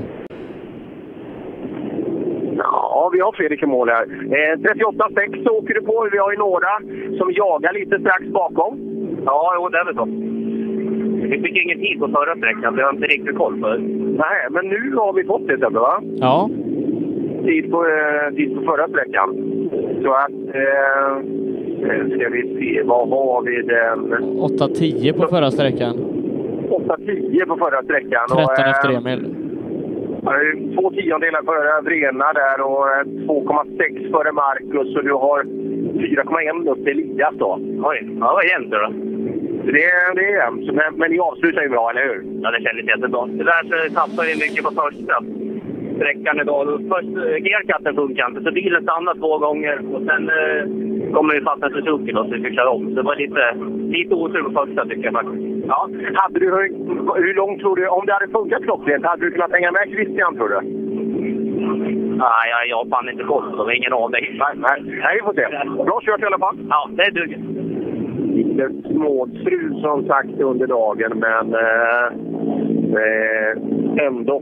Ja, vi har Fredrik i mål här. Eh, trettioåtta sex så åker du på. Vi har ju några som jagar lite strax bakom. Ja, jo, det är väl så. Vi fick ingen tid på förra sträckan. Det har inte riktigt koll för. Nej, men nu har vi fått det, va? Ja. Tid på, eh, tid på förra sträckan. Så att... Eh, ska vi se. Vad var vi den? åtta tio på förra sträckan. åtta tio på förra sträckan. tretton och, eh, efter Emil. Två tiondelar före Vrena där och två komma sex före Marcus och du har fyra komma ett upp till Elias då. Oj, ja, vad jämnt då? Det, det är jämnt, men, men ni avslutar ju bra, eller hur? Ja, det kändes jättebra. Det där så tappade vi mycket på första sträckan idag. Först gearkatten funkar inte, så bilen stannade två gånger och sen eh, kommer vi fastna till Suzuki då, så vi fick köra om. Så det var lite, lite otur på första tycker jag faktiskt. Ja, hade du, hur, hur långt tror du, om det hade funkat klockrent, hade du kunnat hänga med Christian tror du? Nej, jag, jag har fan inte koll på det, ingen aning. Nej, nej, nej, vi får se. Bra kört i alla fall. Ja, det är duger. Lite småstrul som sagt under dagen, men eh, eh, ändå,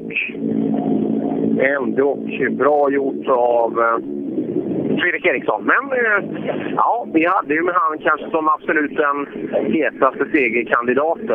ändå bra gjort av eh, Fredrik Eriksson. Men eh, ja, vi hade ju med han kanske som absolut den hetaste segerkandidaten.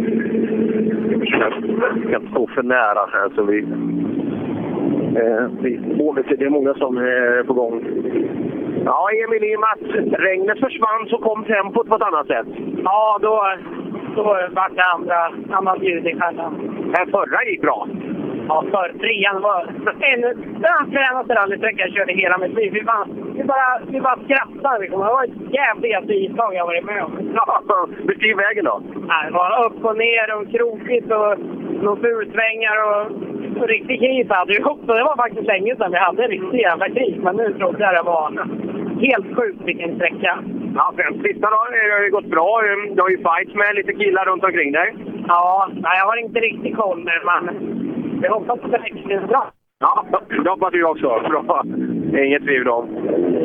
Jag ska stå för nära här så vi... Eh, vi det är många som är på gång. Ja, Emil, i och med att regnet försvann så kom tempot på ett annat sätt. Ja, då, då var det andra, andra ljud i stjärnan. Den förra gick bra. Ja, för trean var en, den tränaste rallysträckan jag körde hela mitt liv. Vi bara, vi bara, vi bara skrattade. Det var ett jävligt istag jag varit med om. Ja, beskriv vägen då. Nej, det var upp och ner och krokigt och några fulsvängar och, och riktig kris hade vi också. Det var faktiskt länge sedan vi hade en riktig jävla kris. Men nu trodde jag det var helt sjukt vilken sträcka. Ja, främst sista då det har ju gått bra. Du har ju fights med lite killar runt omkring dig. Ja, nej, jag har inte riktigt koll med men jag hoppas att det är bra. Ja, det hoppas du också. Bra. Det är inget tvivel om.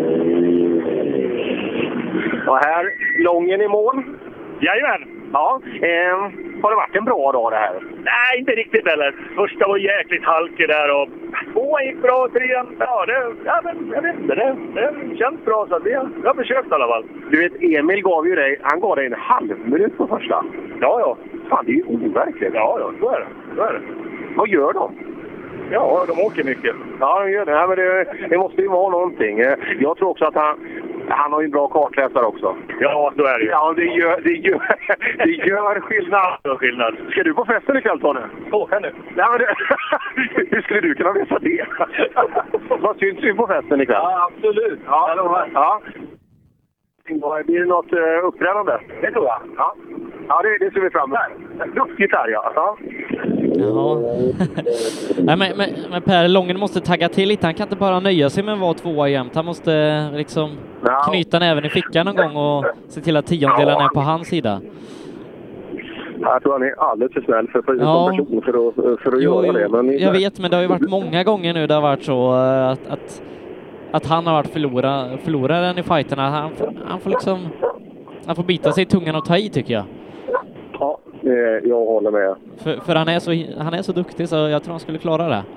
Och här, Lången i mål. Jajamän. Ja, eh, har det varit en bra dag det här? Nej, inte riktigt heller. Första var jäkligt halkig där och tvåan gick bra, trean, ja det, ja, men, jag vet inte, det, det känns bra så att vi har, vi har försökt i alla fall. Du vet, Emil gav ju dig, han gav dig en halv minut på första. Ja, ja. Fan, det är ju overkligt. Ja, ja, så är det. Så är det. Vad gör de? Ja, de åker mycket. Ja, de gör det. Ja, men det, det måste ju vara någonting. Jag tror också att han, han har en bra kartläsare också. Ja, så är det ju. Ja, det gör, det gör, det gör skillnad. Det gör skillnad. Ska du på festen ikväll, Tony? Åka nu. Ja, men det, hur skulle du kunna veta det? Vad syns vi på festen ikväll? Ja, absolut. Ja, ja. Blir det något uh, uppträdande? Det tror jag. Ja, ja det, det ser vi fram emot. Duktigt här, ja. ja. Ja. Nej, men, men, men Per Lången måste tagga till lite. Han kan inte bara nöja sig med att vara tvåa jämt. Han måste liksom ja. knyta näven i fickan någon gång och se till att tiondelarna är på hans sida. Jag tror han är alldeles för snäll för, för, ja. som person för att, för att jo, göra det. Men jag vet, men det har ju varit många gånger nu det har varit så att, att, att han har varit förlora, förloraren i fighterna. Han, han får liksom han får bita sig i tungan och ta i, tycker jag. Ja, jag håller med. För, för han, är så, han är så duktig så jag tror han skulle klara det.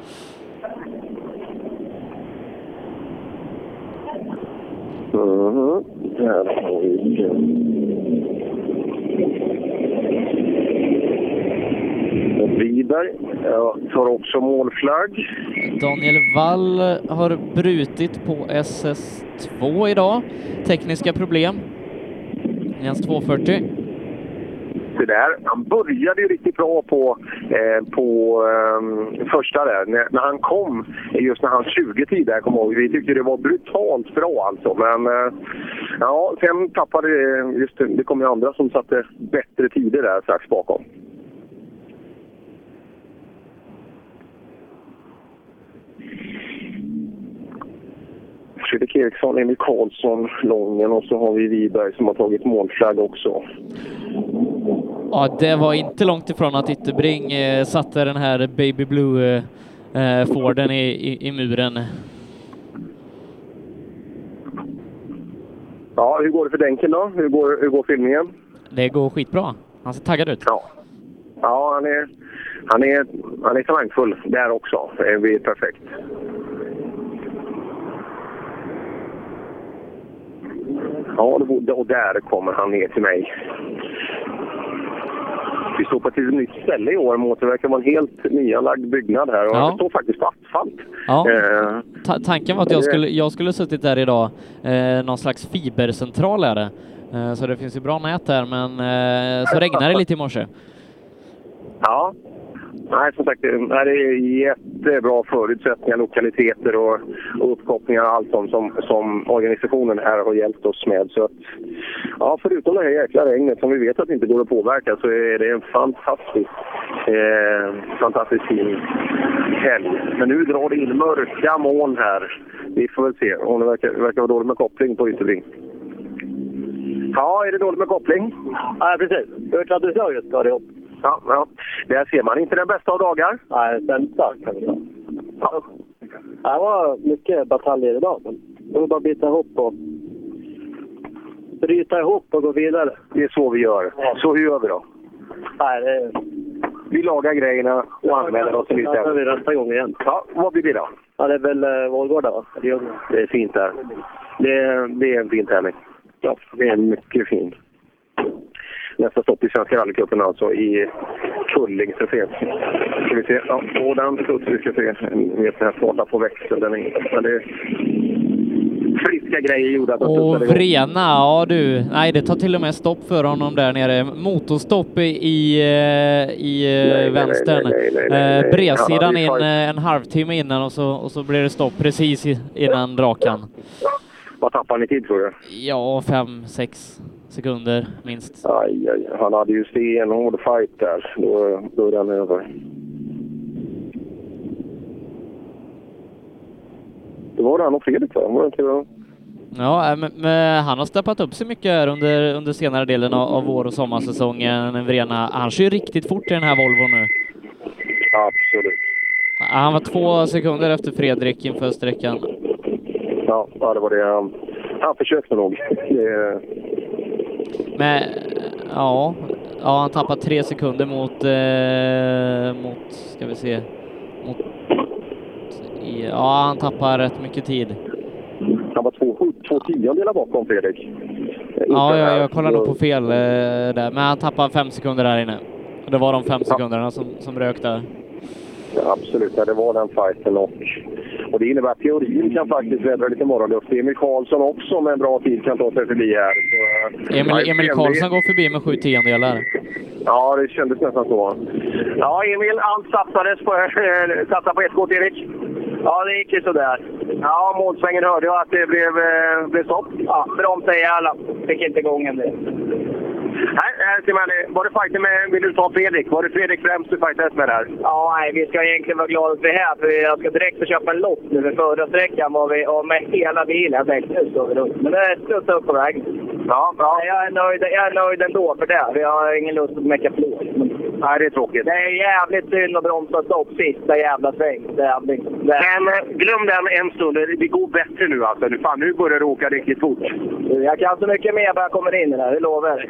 Mm-hmm. Wiberg ja, tar också målflagg. Daniel Wall har brutit på S S två idag. Tekniska problem. Jens tvåhundrafyrtio. Det där. Han började ju riktigt bra på, eh, på eh, första där. När, när han kom, just när han tjugo-tid där kom ihåg. Vi tyckte det var brutalt bra alltså. Men eh, ja, sen tappade det, just det, det kom ju andra som satte bättre tider där strax bakom. Fredrik Eriksson, Emil Karlsson, Lången och så har vi Wiberg som har tagit målflagg också. Ja, det var inte långt ifrån att Ytterbring eh, satte den här Baby Blue eh, Forden i, i, i muren. Ja, hur går det för Denken då? Hur går, hur går filmningen? Det går skitbra. Han ser taggad ut. Ja, ja han är han är, han är talangfull där också. Det är perfekt. Ja, och där kommer han ner till mig. Vi står på ett nytt ställe i år mot det verkar vara en helt nyanlagd byggnad här. Och ja. Det står faktiskt på asfalt. Ja. Eh, Ta- tanken var att jag skulle, jag skulle suttit där idag. Eh, någon slags fibercentral är det. Eh, så det finns ju bra nät där, men eh, så regnar det lite i morse. Ja. Nej, som sagt, det är jättebra förutsättningar, lokaliteter och, och uppkopplingar och allt som, som, som organisationen här har hjälpt oss med. Så att, ja, förutom det här jäkla regnet som vi vet att det inte går att påverka så är det en fantastisk, eh, fantastisk fin helg. Men nu drar det in mörka moln här. Vi får väl se om det verkar, verkar vara dåligt med koppling på Ytterbring. Ja, är det dåligt med koppling? Ja, precis. Utladdningslaget ska det ihop. Ja, ja, där ser man inte den bästa av dagar. Nej, sämsta kan vi säga. Ja. Det var mycket bataljer idag. Men det var bara att bita ihop och bryta ihop och gå vidare. Det är så vi gör. Ja. Så hur gör vi då? Nej, det är... Vi lagar grejerna och använder oss lite. Ja, vi nästa gång igen. Ja, vad blir det då? Ja, det är väl uh, Vålgårda, va? Det är, det är fint där. Det är, det är en fin tävling. Ja, det är mycket fint. Nästa stopp i Svenska rallycupen alltså i Kulling. Ska vi se. Ja, och den studs vi ska se. Vi vet det här svarta på växel. Den är, men det är friska grejer gjorda. Och Vrena, ja du. Nej, det tar till och med stopp för honom där nere. Motorstopp i, i, i nej, vänstern. Nej, nej, nej, nej, nej. Bredsidan in en halvtimme innan och så, och så blir det stopp precis innan rakan. Vad tappar ni tid, tror du? Ja, fem, sex sekunder minst. Aj, aj, han hade ju stenhård fight där. Då, då är den över. Det var det han och Fredrik, va? Var det inte det? Ja, men, men han har steppat upp sig mycket här under, under senare delen av, av vår- och sommarsäsongen. Vrena. Han kör riktigt fort i den här Volvo nu. Absolut. Han var två sekunder efter Fredrik inför sträckan. Ja, det var det. Han, han försökte nog. Det... Men ja, ja, han tappade tre sekunder mot, eh, mot, ska vi se, mot, ja, han tappar rätt mycket tid. Han var två, två tiondelar bakom Fredrik. Ja, jag, jag kollar nog på fel eh, där, men han tappade fem sekunder där inne. Det var de fem sekunderna som, som rök där. Ja, absolut, ja, det var den fighten. Och, och det innebär att teorin kan faktiskt vädra lite morgonluft. Emil Karlsson också med en bra tid kan ta sig förbi här. Så, Emil, Emil Karlsson går förbi med sju tiondelar. Ja, det kändes nästan så. Ja, Emil, allt satsades på, äh, satsade på ett skott, Erik. Ja, det gick ju sådär. Ja, målsvängen hörde jag att det blev, äh, blev stopp. Ja, bromsa i alla. Fick inte igång det. Nej, här var det fighten med, vill du ta Fredrik? Var det Fredrik främst du fightades med där? Ja, nej, vi ska egentligen vara glada att vi är här. För jag ska direkt köpa en lott nu. För förra sträckan var vi av med hela bilen. Jag tänkte, nu står vi runt. Men det studsade upp på vägen. Ja, ja. Jag är nöjd, jag är nöjd ändå för det. Jag har ingen lust att mecka plåt. Nej, det är tråkigt. Det är jävligt synd att bromsa stopp sista jävla sväng. Det är, det är. Men glöm den en stund. Det går bättre nu alltså. Nu, fan, nu börjar det åka riktigt fort. Jag kan så mycket mer bara kommer in i det här, det lovar.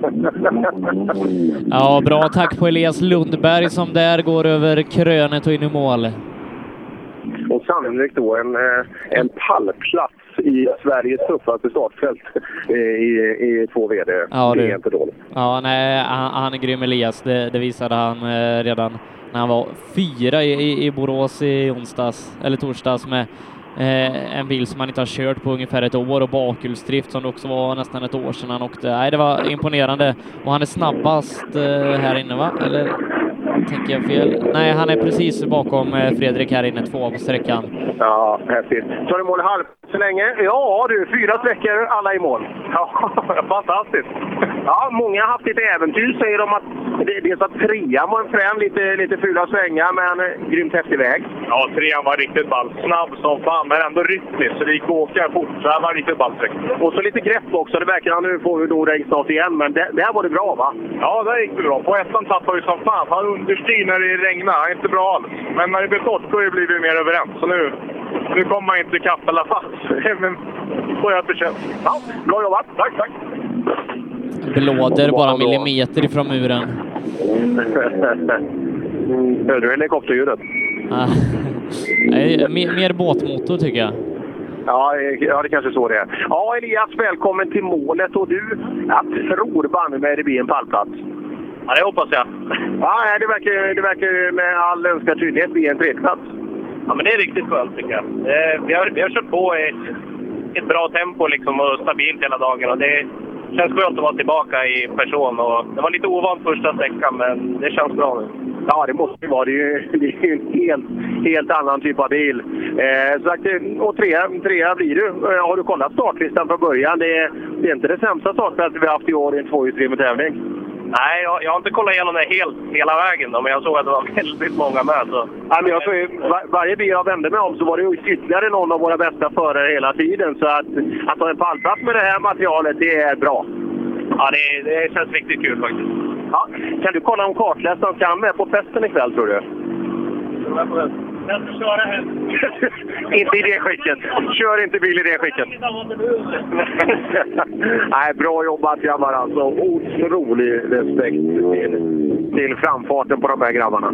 Ja, bra tack på Elias Lundberg som där går över krönet och in i mål. Och sannolikt då en, en pallplats i Sveriges tuffaste startfält i, i två V D. Ja, det är inte dåligt. Ja, nej, han, han är grym, Elias. Det, det visade han eh, redan när han var fyra i, i, i Borås i onsdags, eller torsdags med Eh, en bil som han inte har kört på ungefär ett år och bakhjulsdrift som det också var nästan ett år sedan han åkte. Nej, det var imponerande. Och han är snabbast eh, här inne, va? Eller tänker jag fel? Nej, han är precis bakom eh, Fredrik här inne, två på sträckan. Ja, häftigt. Så är det mål halv så länge? Ja du, fyra sträckor, alla i mål. Ja, fantastiskt. Ja, många har haft lite äventyr, säger de att det, det är så att trean var en frän, lite, lite fula svängar, men eh, grymt häftig väg. Ja, trean var riktigt ball. Snabb som fan, men ändå rytmiskt, så det gick att åka fort. Så här var riktigt ballsträck. Och så lite grepp också, det verkar han nu får vi då regn snart igen, men det, det här var det bra, va? Ja, det gick det bra. På ettan tappade vi som fan. Han understyr när det regnar, han är inte bra alls. Men när det blir torrt, då blir vi mer överens. Så nu, nu kommer man inte ikapp alla fast. Men så jag förtjänt. Ja, bra jobbat. Tack, tack. Blåder bara millimeter ifrån muren. Hörde du helikopterljudet? Ah. Nej, mer, mer båtmotor tycker jag. Ja, ja, det kanske så det är. Ja, Elias, välkommen till målet. Och du, jag tror banne med det blir en pallplats. Ja, det hoppas jag. Ja, det verkar, det verkar med all önskad tydlighet bli en tredjeplats. Ja, men det är riktigt skönt tycker jag. Eh, vi, har, vi har kört på i ett bra tempo liksom, och stabilt hela dagen. Och det känns skönt att vara tillbaka i person. Och det var lite ovant första sträckan, men det känns bra nu. Ja, det måste ju vara. Det är ju, det är ju en helt, helt annan typ av bil. Eh, så att, och trea, trea blir du. Eh, har du kollat startlistan från början? Det är, det är inte det sämsta startfältet vi har haft i år i en tvåhjulsdriven-tävling. Nej, jag, jag har inte kollat igenom det helt, hela vägen då, men jag såg att det var väldigt många med. Så. Ja, men jag såg, var, varje bil jag vände mig om så var det ju ytterligare någon av våra bästa förare hela tiden. Så att, att ha en pallplats med det här materialet, det är bra. Ja, det, det känns riktigt kul faktiskt. Ja. Kan du kolla om kartläsaren kan med på festen ikväll, tror du? Jag ska köra här. Inte i det skicket. Kör inte bil i det skicket. Nej, bra jobbat grabbar alltså. Otrolig respekt till, till framfarten på de här grabbarna.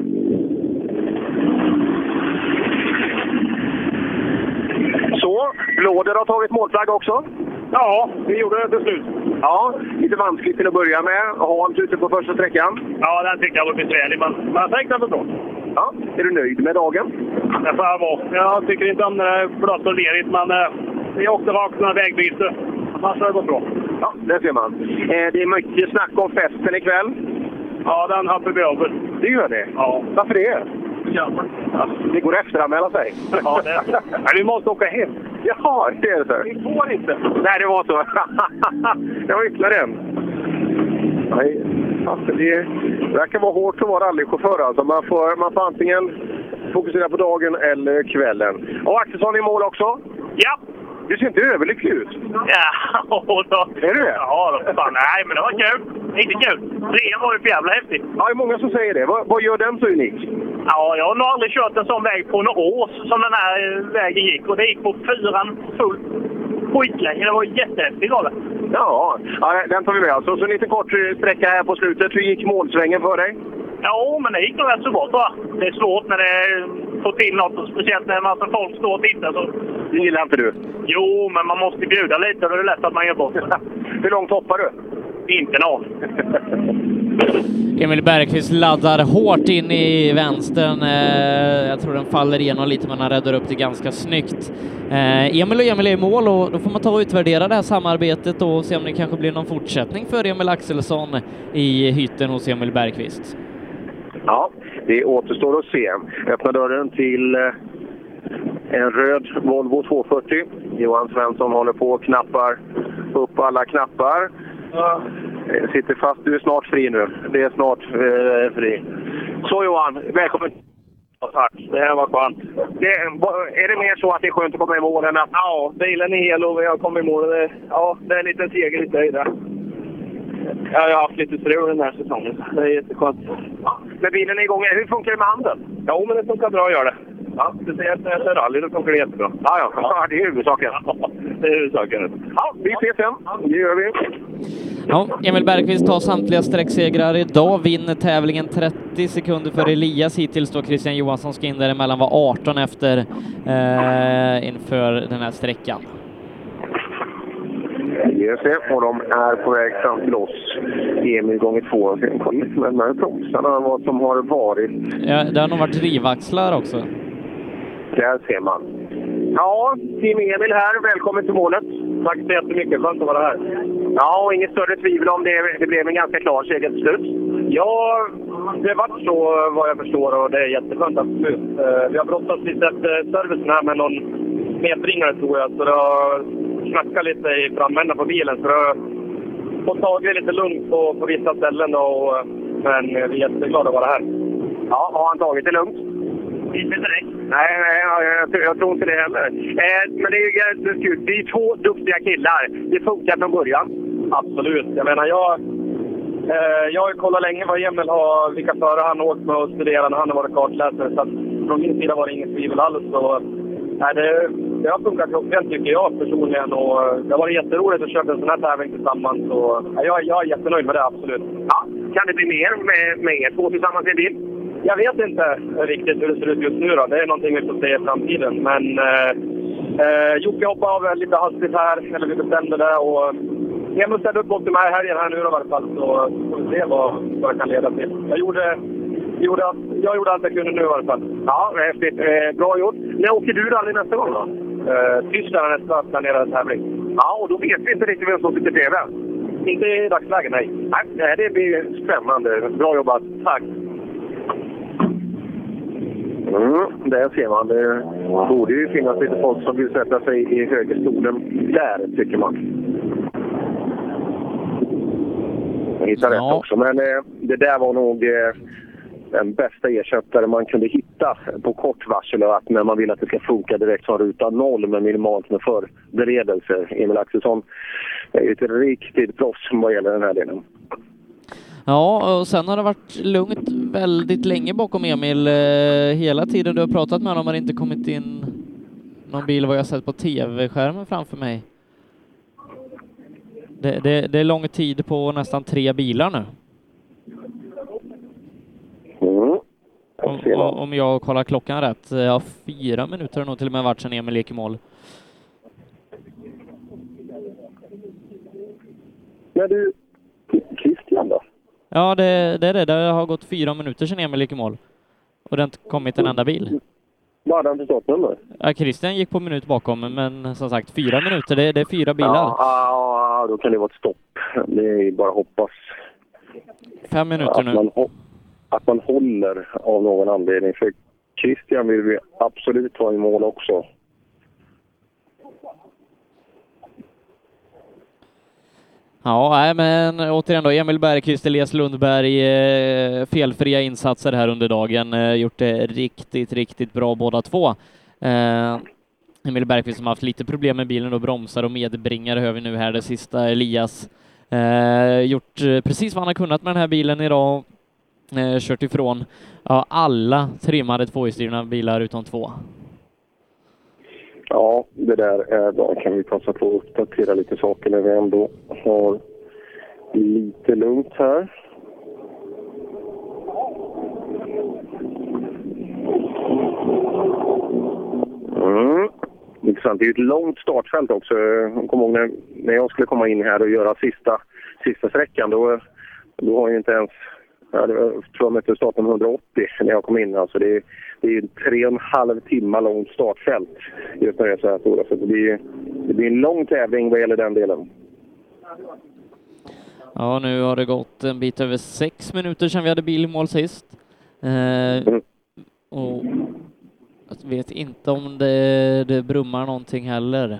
Så, Blåder har tagit målflagg också. Ja, vi gjorde det till slut. Ja, lite vanskligt till att börja med. Hans ute på första sträckan. Ja, den tycker jag var besvärlig, men jag tänkte att det var bra. Ja, är du nöjd med dagen? Det får jag vara. Jag tycker inte om det är blött och lerigt, men eh, vi åkte rakt några vägbyte. Annars har det gått bra. Ja, det ser man. Eh, det är mycket snack om festen ikväll. Ja, den har vi över. Det gör det? Ja. Varför det? Ja. Det går efter att anmäla sig. Ja, det är det. Vi måste åka hem. Jaha, det är det så. Vi får inte. Nej, det var så. Det var ytterligare en. Nej, alltså det verkar vara hårt att vara rallychaufför. Alltså man, får, man får antingen fokusera på dagen eller kvällen. Och Axelsson i mål också? Ja. Du ser inte överlycklig ut. Ja, och då. Är du det? Ja, då. Fan, nej, men det var kul. Riktigt kul. Trean var ju för jävla häftigt. Ja, det är många som säger det. Vad, vad gör den så unik? Ja, jag har nog aldrig kört en sån väg på några år som den här vägen gick. Och det gick på fyran fullt skitlänge. Det var jättehäftigt av det. Ja, ja, den tar vi med. Alltså, så en liten kort sträcka här på slutet. Hur gick målsvängen för dig? Ja, men det gick nog rätt så bra, va? Det är svårt när det får till något, speciellt när en massa folk står och tittar. Så... Det gillar inte du? Jo, men man måste bjuda lite och det är lätt att man gör bort det. Hur långt hoppar du? Inte någon. Emil Bergqvist laddar hårt in i vänstern. Jag tror den faller igenom lite, men han räddar upp det ganska snyggt. Emil och Emil är i mål och då får man ta och utvärdera det här samarbetet och se om det kanske blir någon fortsättning för Emil Axelsson i hytten hos Emil Bergqvist. Ja, det återstår att se. Öppna dörren till en röd Volvo tvåhundrafyrtio. Johan Svensson håller på och knappar upp alla knappar. Ja. Sitter fast, du är snart fri nu. Det är snart eh, fri. Så Johan, välkommen. Ja, tack, det här var skönt. Det, är det mer så att det är skönt att komma i mål än att... Ja, bilen är hel och vi har kommit i mål. Det, ja, det är en liten seger lite höjda. Jag har haft lite strul den här säsongen. Det är jätteskönt. Ja, men bilen är igång. Hur funkar det med handen? Ja, men det funkar bra att göra det. Ja, speciellt när det är rally, då funkar det jättebra. Ja, ja, ja. Det är huvudsaken. Ja, det är huvudsaken. Ja, vi ses sen. Det gör vi. Ja, Emil Bergqvist tar samtliga sträcksegrar idag, vinner tävlingen trettio sekunder för Elias. Hittills då Christian Johansson ska in däremellan, var arton efter eh, inför den här sträckan. Just det, och de är på väg fram till oss. Emil gånger två. Men med bromsarna, vad som har varit. Ja, det har nog varit drivaxlar också. Där ser man. Ja, Team Emil här. Välkommen till målet. Tack så jättemycket. Skönt att vara här. Ja, och inget större tvivel om det. Det blev en ganska klar seger till slut. Ja, det var så vad jag förstår och det är jätteskönt absolut. Vi har brottats lite efter servicen här med någon medbringare tror jag. Så det har knackat lite i framändan på bilen. Så det har fått tagit lite lugnt på, på vissa ställen. Och, men vi är jätteglada att vara här. Ja, har han tagit det lugnt? Inte direkt. Nej, nej jag, jag tror inte det heller. Eh, men det är ju det är två duktiga killar. Det funkar från början. Absolut. Jag menar, jag, eh, jag har ju kollat länge vad Emil har, vilka förare han har åkt med och studerat när han har varit kartläsare. Så att från min sida var det inget tvivel alls. Så, nej, det, det har funkat klockrent tycker jag personligen. Och det har varit jätteroligt att köra en sån här tävling tillsammans. Så, ja, jag, jag är jättenöjd med det, absolut. Ja, kan det bli mer med, med er två tillsammans i en bil? Jag vet inte riktigt hur det ser ut just nu då. Det är någonting vi får se i framtiden. Men eh, eh, Jocke hoppade av lite hastigt här, eller vi bestämde det. Och Emil ställde upp mot mig här, här nu då, i alla fall. Så får vi se vad, vad det kan leda till. Jag gjorde, gjorde, allt, jag gjorde allt jag kunde nu i alla fall. Ja, häftigt. Eh, bra gjort. När åker du rally nästa gång då? Eh, Tyskland är nästa planerade tävling. Ja, och då vet vi inte riktigt vem som sitter bredvid. Inte i dagsläget, nej. Nej, det blir spännande. Bra jobbat. Tack. Mm, där ser man. Det borde ju finnas lite folk som vill sätta sig i högerstolen där, tycker man. Jag hittar ja. rätt också. Men eh, det där var nog eh, den bästa ersättare man kunde hitta på kort varsel. Att när man vill att det ska funka direkt som ruta noll med minimalt med förberedelser. Emil Axelsson är ett riktigt proffs vad gäller den här delen. Ja, och sen har det varit lugnt väldigt länge bakom Emil. Hela tiden du har pratat med honom har det inte kommit in någon bil vad jag sett på tv-skärmen framför mig. Det, det, det är lång tid på nästan tre bilar nu. Mm. Om, om jag kollar klockan rätt. Ja, fyra minuter har nog till och med varit sedan Emil gick i mål. Men du, Christian då? Ja, det, det är det. Det har gått fyra minuter sedan Emil gick i mål. Och det har inte kommit en enda bil. Vad hade han för startnummer? Ja, Christian gick på minut bakom, men som sagt, fyra minuter, det, det är fyra bilar. Ja, ja, då kan det vara ett stopp. Det är bara hoppas. Fem minuter att nu. Man, att man håller av någon anledning. För Christian vill vi absolut ha i mål också. Ja, nej, men återigen då, Emil Bergqvist, Elias Lundberg, eh, felfria insatser här under dagen. Eh, gjort det riktigt, riktigt bra båda två. Eh, Emil Bergqvist som har haft lite problem med bilen och bromsar och medbringare hör vi nu här det sista. Elias eh, gjort precis vad han har kunnat med den här bilen idag. Eh, kört ifrån ja, alla trimmade tvåhjulsdrivna bilar utom två. Ja, det där är bra. Kan vi passa på att uppdatera lite saker när vi ändå har lite lugnt här. Mm. Intressant. Det är ju ett långt startfält också. Jag kommer ihåg när, när jag skulle komma in här och göra sista, sista sträckan. Då, Då har ju inte ens, jag tror jag mötte starten hundraåttio när jag kom in. Alltså det är, det är ju tre och en halv timme långt startfält just när det är så här stora. Så det blir, det blir en lång tävling vad gäller den delen. Ja, nu har det gått en bit över sex minuter sedan vi hade bil i mål sist. Eh, mm. Och jag vet inte om det, det brummar någonting heller.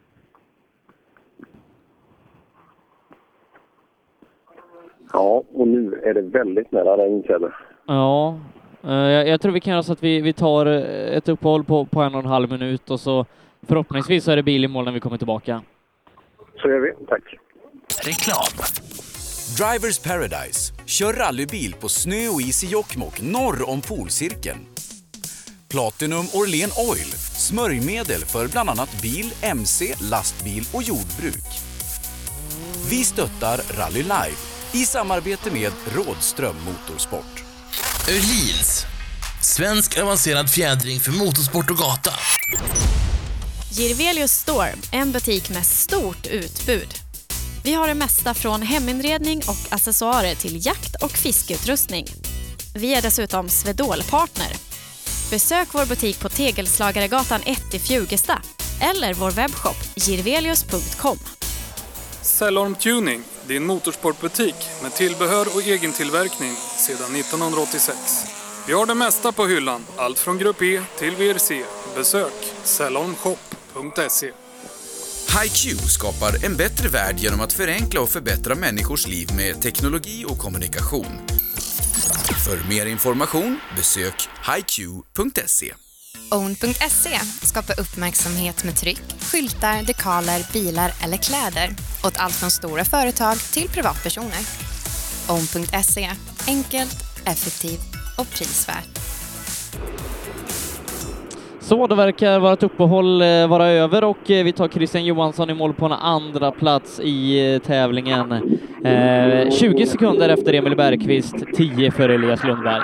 Ja, och nu är det väldigt nära regnträdet. Ja, eh, jag, jag tror vi kan göra så att vi, vi tar ett uppehåll på, på en och en halv minut och så förhoppningsvis så är det bil i mål när vi kommer tillbaka. Så gör vi, tack. Reklam. Drivers Paradise. Kör rallybil på snö och is i Jokkmokk norr om polcirkeln. Platinum Orlen Oil. Smörjmedel för bland annat bil, M C, lastbil och jordbruk. Vi stöttar Rally Live i samarbete med Rådström Motorsport. Öhlins. Svensk avancerad fjädring för motorsport och gata. Jirvelius Store, en butik med stort utbud. Vi har det mesta från heminredning och accessoarer till jakt- och fiskeutrustning. Vi är dessutom Swedol-partner. Besök vår butik på Tegelslagaregatan ett i Fjugesta eller vår webbshop jirvelius punkt com. Cellorm Tuning, din motorsportbutik med tillbehör och egen tillverkning sedan nittonhundraåttiosex. Vi har det mesta på hyllan, allt från Grupp E till V R C. Besök cellorm shop punkt se. HiQ skapar en bättre värld genom att förenkla och förbättra människors liv med teknologi och kommunikation. För mer information, besök hi q punkt se. own punkt se skapar uppmärksamhet med tryck, skyltar, dekaler, bilar eller kläder åt allt från stora företag till privatpersoner. own punkt se. Enkelt, effektivt och prisvärt. Så det verkar vara ett uppehåll vara över och vi tar Christian Johansson i mål på en andra plats i tävlingen. Eh, tjugo sekunder efter Emil Bergqvist, tio för Elias Lundberg.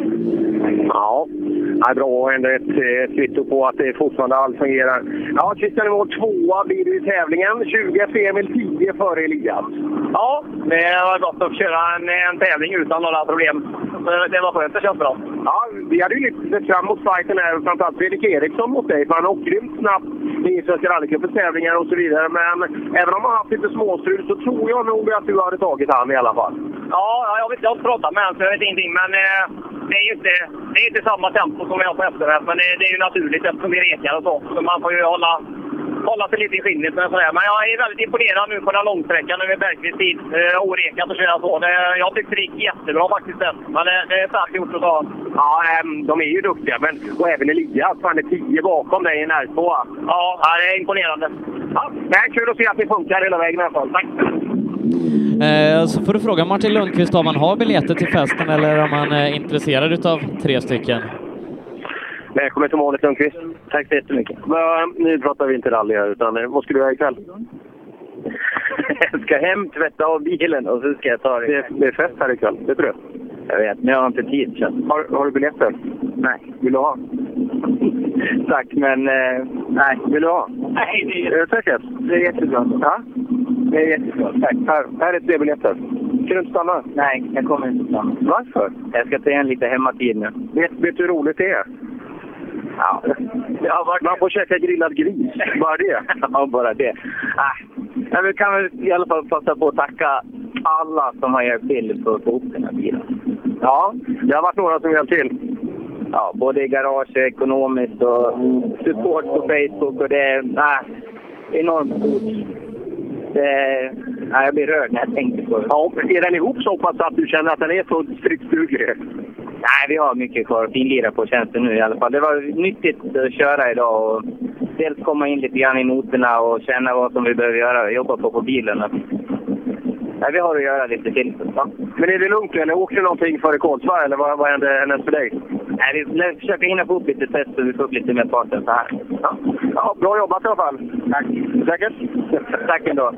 Ja, det är bra. Ändå ett, ett kvitto på att det fortfarande allt fungerar. Ja, Christian i mål tvåa blir det i tävlingen. tjugo för Emil, tio för Elias. Ja, det var gott att köra en, en tävling utan några problem. Så det var skönt, det känns bra. Ja, vi hade ju lyft fram mot fighten här, framförallt Fredrik Eriksson mot dig. För han åkte grymt snabbt i Svenska rallycupens tävlingar och så vidare. Men även om han haft lite småstrul så tror jag nog att du hade tagit han i alla fall. Ja, jag vet, jag har inte pratat med honom så jag vet ingenting. Men eh, det är ju inte, det är inte samma tempo som jag har på efterhäst. Men det, det är ju naturligt eftersom vi rekar och så. Så man får ju hålla... hålla sig lite i skinnet. Men jag är väldigt imponerad nu på den långsträckan när vi Bergqvist tid eh, orekat och köra så. Det, jag tyckte det gick jättebra faktiskt. Det. Men det, det är starkt gjort att ta. Ja, äm, de är ju duktiga. Men, och även Elias, han är tio bakom dig i en R två. Ja, det är imponerande. Ja, det är kul att se att det funkar hela vägen i alla fall. Tack. Eh, så får du fråga Martin Lundqvist om han har biljetter till festen eller om han är intresserad utav tre stycken. Välkommen till målet Lundqvist. Tack så jättemycket. Men, nu pratar vi inte rally här, utan vad ska du göra ikväll? Jag ska hem, tvätta av bilen och så ska jag ta det. Det, det är fest här ikväll, det tror jag. Jag vet, men jag har inte tid. Så. Har, har du biljetter? Nej. Vill du ha? Tack, men eh, nej. Vill du ha? Nej, det är, är det säkert? Det är jättebra. Ja? Det är jättebra, tack. Här, här är tre biljetter. Ska du inte stanna? Nej, jag kommer inte stanna. Varför? Jag ska ta en lite hemmatid nu. Vet, vet du hur roligt det är? Ja. Varit... Man får käka grillad gris. Bara det? Ja, bara det. Ah. Men vi kan väl i alla fall passa på att tacka alla som har hjälpt till för att få upp den här bilen. Ja, det har varit några som hjälpt till. Ja, både i garage, ekonomiskt och support på Facebook. Och det är ah, enormt stort. Det, ja, jag blir rörd när jag tänker på det. Ja, är den ihop så pass att du känner att den är så striktduglig? Nej, vi har mycket kvar att finlira på tjänsten nu i alla fall. Det var nyttigt att köra idag och dels komma in lite grann i noterna och känna vad som vi behöver göra, jobba på på bilen. Nej, vi har att göra lite till. Ja. Men är det lugnt eller åker du någonting före Kolsva eller vad, vad händer härnäst för dig? Nej, vi försöker hinna få upp lite test så vi får upp lite mer farten så här. Ja. Ja, bra jobbat i alla fall. Tack. Säkert? Tack ändå.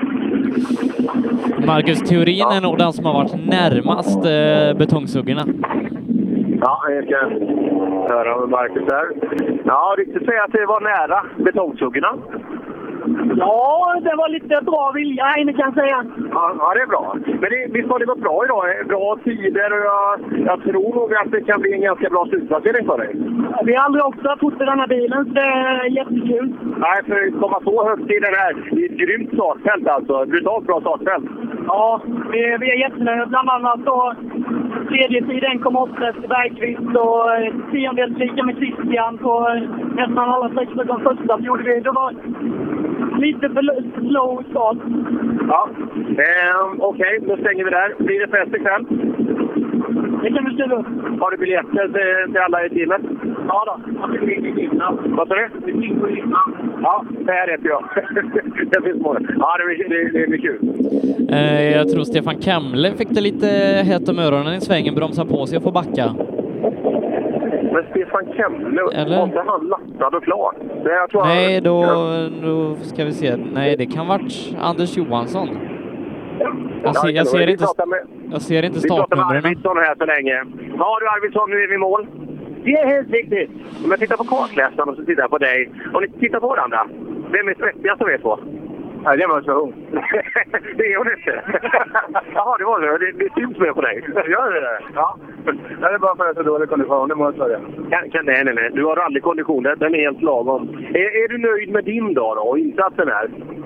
Marcus Theorin ja. är nog den som har varit närmast eh, betongsuggarna. Ja, jag ska höra med Marcus här. Ja, riktigt säga att det var nära betongsuggarna. Ja, det var lite bra vilja här inne kan jag säga. Ja, ja, det är bra. Men det, visst har det gått bra idag? Bra tider och jag, jag tror nog att det kan bli en ganska bra slutplacering för dig. Vi har aldrig också fått i den här bilen, så det är jättekul. Nej, för att komma så högt i den här, det är ett grymt startfält alltså. Brutalt bra startfält. Ja, vi, vi är jättenöjda. Bland annat då tredje tid en komma åtta efter Bergqvist och tiondels lika med Christian på nästan alla sex de första gjorde vi. Det var lite för low start. Ja, eh, okej, okay, då stänger vi där. Blir det fest ikväll? Det kan vi ställa upp. Har du biljetter till, till alla i teamet? Ja då, jag fick in i innan. Vad sa du? Det finns i innan. Ja, det här vet jag. Det finns många. Ja, det blir, det, det blir kul. Eh, jag tror Stefan Kemle fick det lite hett om öronen i svängen, bromsa på sig och få backa. Men Stefan Kemle, var inte han lattad och klar? Det, jag tror Nej, han... då, då ska vi se. Nej, det kan varit Anders Johansson. Jag ser, jag ser, inte, jag ser inte startnumren. Vi pratar med Arvidsson här så länge. Ja du Arvidsson, nu är vi i mål. Det är helt riktigt. Om jag tittar på kartläsaren och så tittar jag på dig. Om ni tittar på varandra, vem är svettigast att vet på? Ja, det var så ung. Det är hon inte. Jaha, det var det. Det, det syns mer på dig. Gör det? Ja. Det är bara för att jag har så dålig kondition. Det måste jag säga. Kan, kan, nej, nej, nej. Du har rallykondition. Den är helt lagom. Är, är du nöjd med din dag då? Och insatsen här?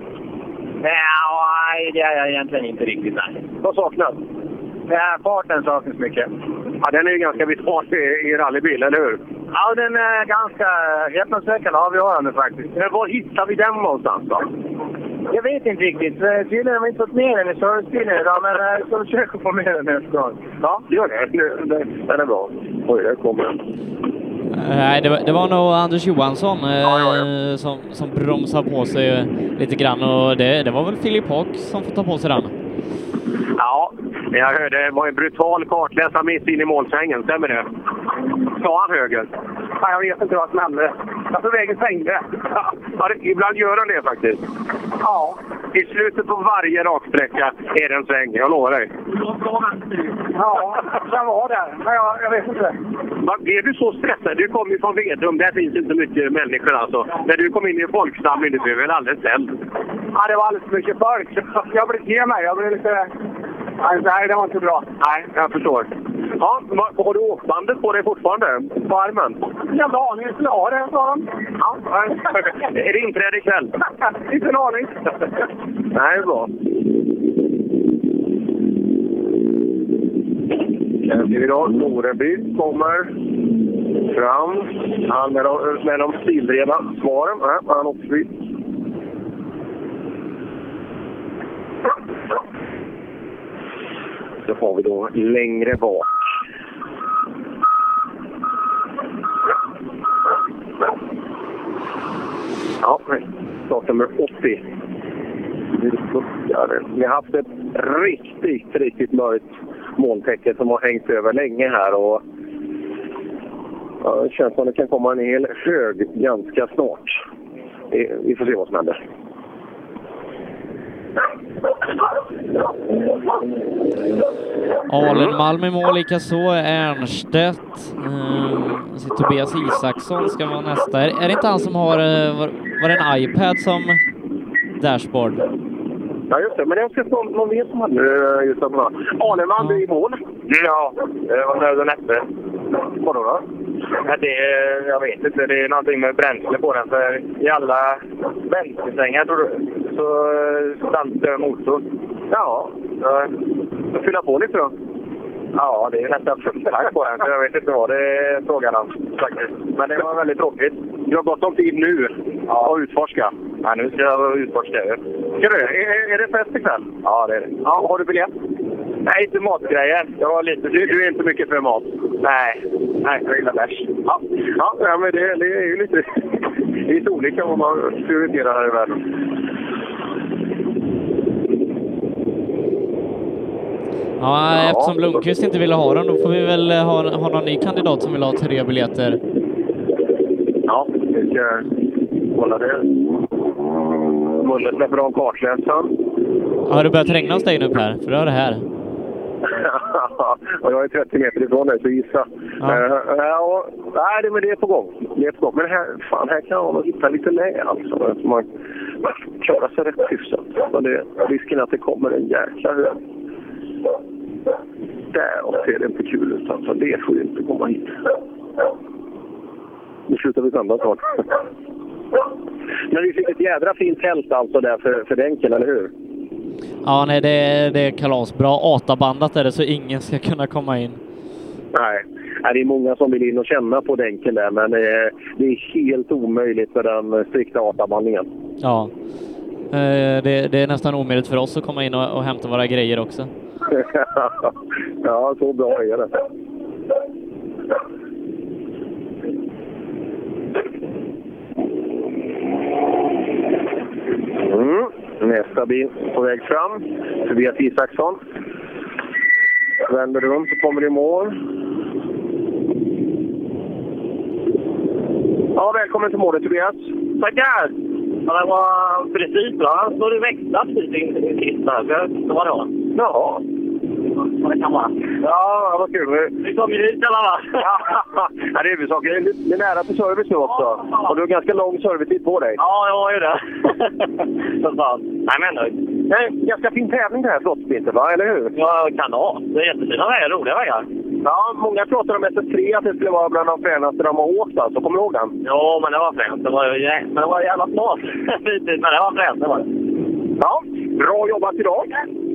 Nej, det är jag egentligen inte riktigt. Nej. Vad saknas? Ja, farten saknas mycket. Ja, den är ju ganska vital i, i rallybil, eller hur? Ja, den är ganska häpnadsväckande avgörande faktiskt. Men var hittar vi den någonstans då? Jag vet inte riktigt. Tydligen har vi inte fått ner den i servicebilen idag, men jag ska försöka få med den nästa gång. Ja, gör det. Den är bra. Oj, där kommer den. Nej, det var, det var nog Anders Johansson eh, ja, ja, ja. Som, som bromsade på sig lite grann, och det, det var väl Filip Hock som får ta på sig den. Ja, jag hörde det var en brutal kartläsare mitt in i målsvängen, stämmer det? Sa han höger? Nej, jag vet inte vad som hände. Jag tror vägen svängde. Ja, det, ibland gör han det faktiskt. Ja. I slutet på varje raksträcka är det en sväng, jag lovar dig. Ja, den var där. Men jag, jag vet inte. Va, är du så stressad? Du kommer ju från Vedum, där finns inte mycket människor alltså. När du kom in i folksamling, du blev väl alldeles ställd? Ja, det var alldeles mycket folk. Jag blev ge mig, jag blev lite... Nej, det var inte bra. Nej, jag förstår. Ja, har du åkbandet på dig fortfarande? På armen? Jag har aning, jag skulle ha det, sa de. Ja, är det inträde ikväll? Inte en aning. Nej, bra. Sen ser vi då, Noreby kommer fram. Han med de, med de stilrena svaren. Nej, han också vid. Så har vi då längre bak. Ja, startnummer åttio. Vi har haft ett riktigt, riktigt mörkt molntäcke som har hängt över länge här. Och ja, det känns som det kan komma en hel hög ganska snart. Vi får se vad som händer. Alenmalm i mål, lika så Ernstedt. Mm, så Tobias Isaksson ska vara nästa. Är, är det inte han som har var, var det en iPad som dashboard? Ja, just det. Men jag ska få någon vet som hade just det. Alenmalm är i mål. Ja, det var nöd och näppe. Vadå då? Ja, det är, jag vet inte, det är någonting med bränsle på den. För i alla bränslesvängar tror du, så stannar motorn. Ja, så fylla på lite då. Ja, det är nästan fullt på den. Jag vet inte vad det är frågan om faktiskt. Men det var väldigt tråkigt. Du har gått om tid nu ja. Och utforska. Ja, nu ska jag utforska. Ska du? Är, är det fest ikväll? Ja, det är det. Ja, har du biljett? Nej, inte matgrejer. Jag har lite... Du, du är inte mycket för mat? Nej, nej, jag gillar bärs. Ja, ja men det, det är ju lite, lite olika vad man prioriterar här i världen. Ja, eftersom Lundqvist inte ville ha den, då får vi väl ha, ha någon ny kandidat som vill ha tre biljetter. Ja, vi ska kolla det. Mullet släpper av kartläsaren. Ja, det börjat regna hos dig nu Per, för det är det här. Och jag är trettio meter ifrån dig, så gissa. Ja. Uh, ja, nej, men det är på gång. Det är på gång. Men här, fan, här kan man hitta lite lä, alltså. Man, klarar sig rätt hyfsat. Men det, risken är att det kommer en jäkla hög. Där ser det inte kul ut. Alltså, det får ju inte komma hit. Nu slutar vi sända snart. Men vi fick ett jädra fint fält alltså där för, för Denken, eller hur? Ja, nej, det, det är kalasbra. Atabandat är det så ingen ska kunna komma in. Nej, det är många som vill in och känna på Denken där, men det är helt omöjligt med den strikta atabandningen. Ja, det, det är nästan omöjligt för oss att komma in och, och hämta våra grejer också. Ja, så bra är det. Mm. Nästa bil på väg fram. Tobias Isaksson. Vänder runt så kommer det i mål. Ja, välkommen till målet, Tobias. Tackar! Ja, det var precis bra. Så det växlat lite in i sista. Det var då. Jaha. Vad det kan vara. Ja, vad kul. Vi kom ju hit alla, va? Ja, det är huvudsaken. Det är nära till service nu också. Och du har ganska lång servicetid på dig. Ja, jag har ju det. Så fan. Nej, men nöjd. Det är en ganska fin tävling det här flottspinten, va? Eller hur? Ja, kan ha. Det är jättefina vägar, roliga vägar. Ja, många pratar om S S tre att det skulle vara bland de fränaste de har åkt, alltså. Kommer du ihåg den? Ja, men det var fränt. Det var, jä... men det var jävla smart. Men det var fränt, det var det. Ja, bra jobbat idag.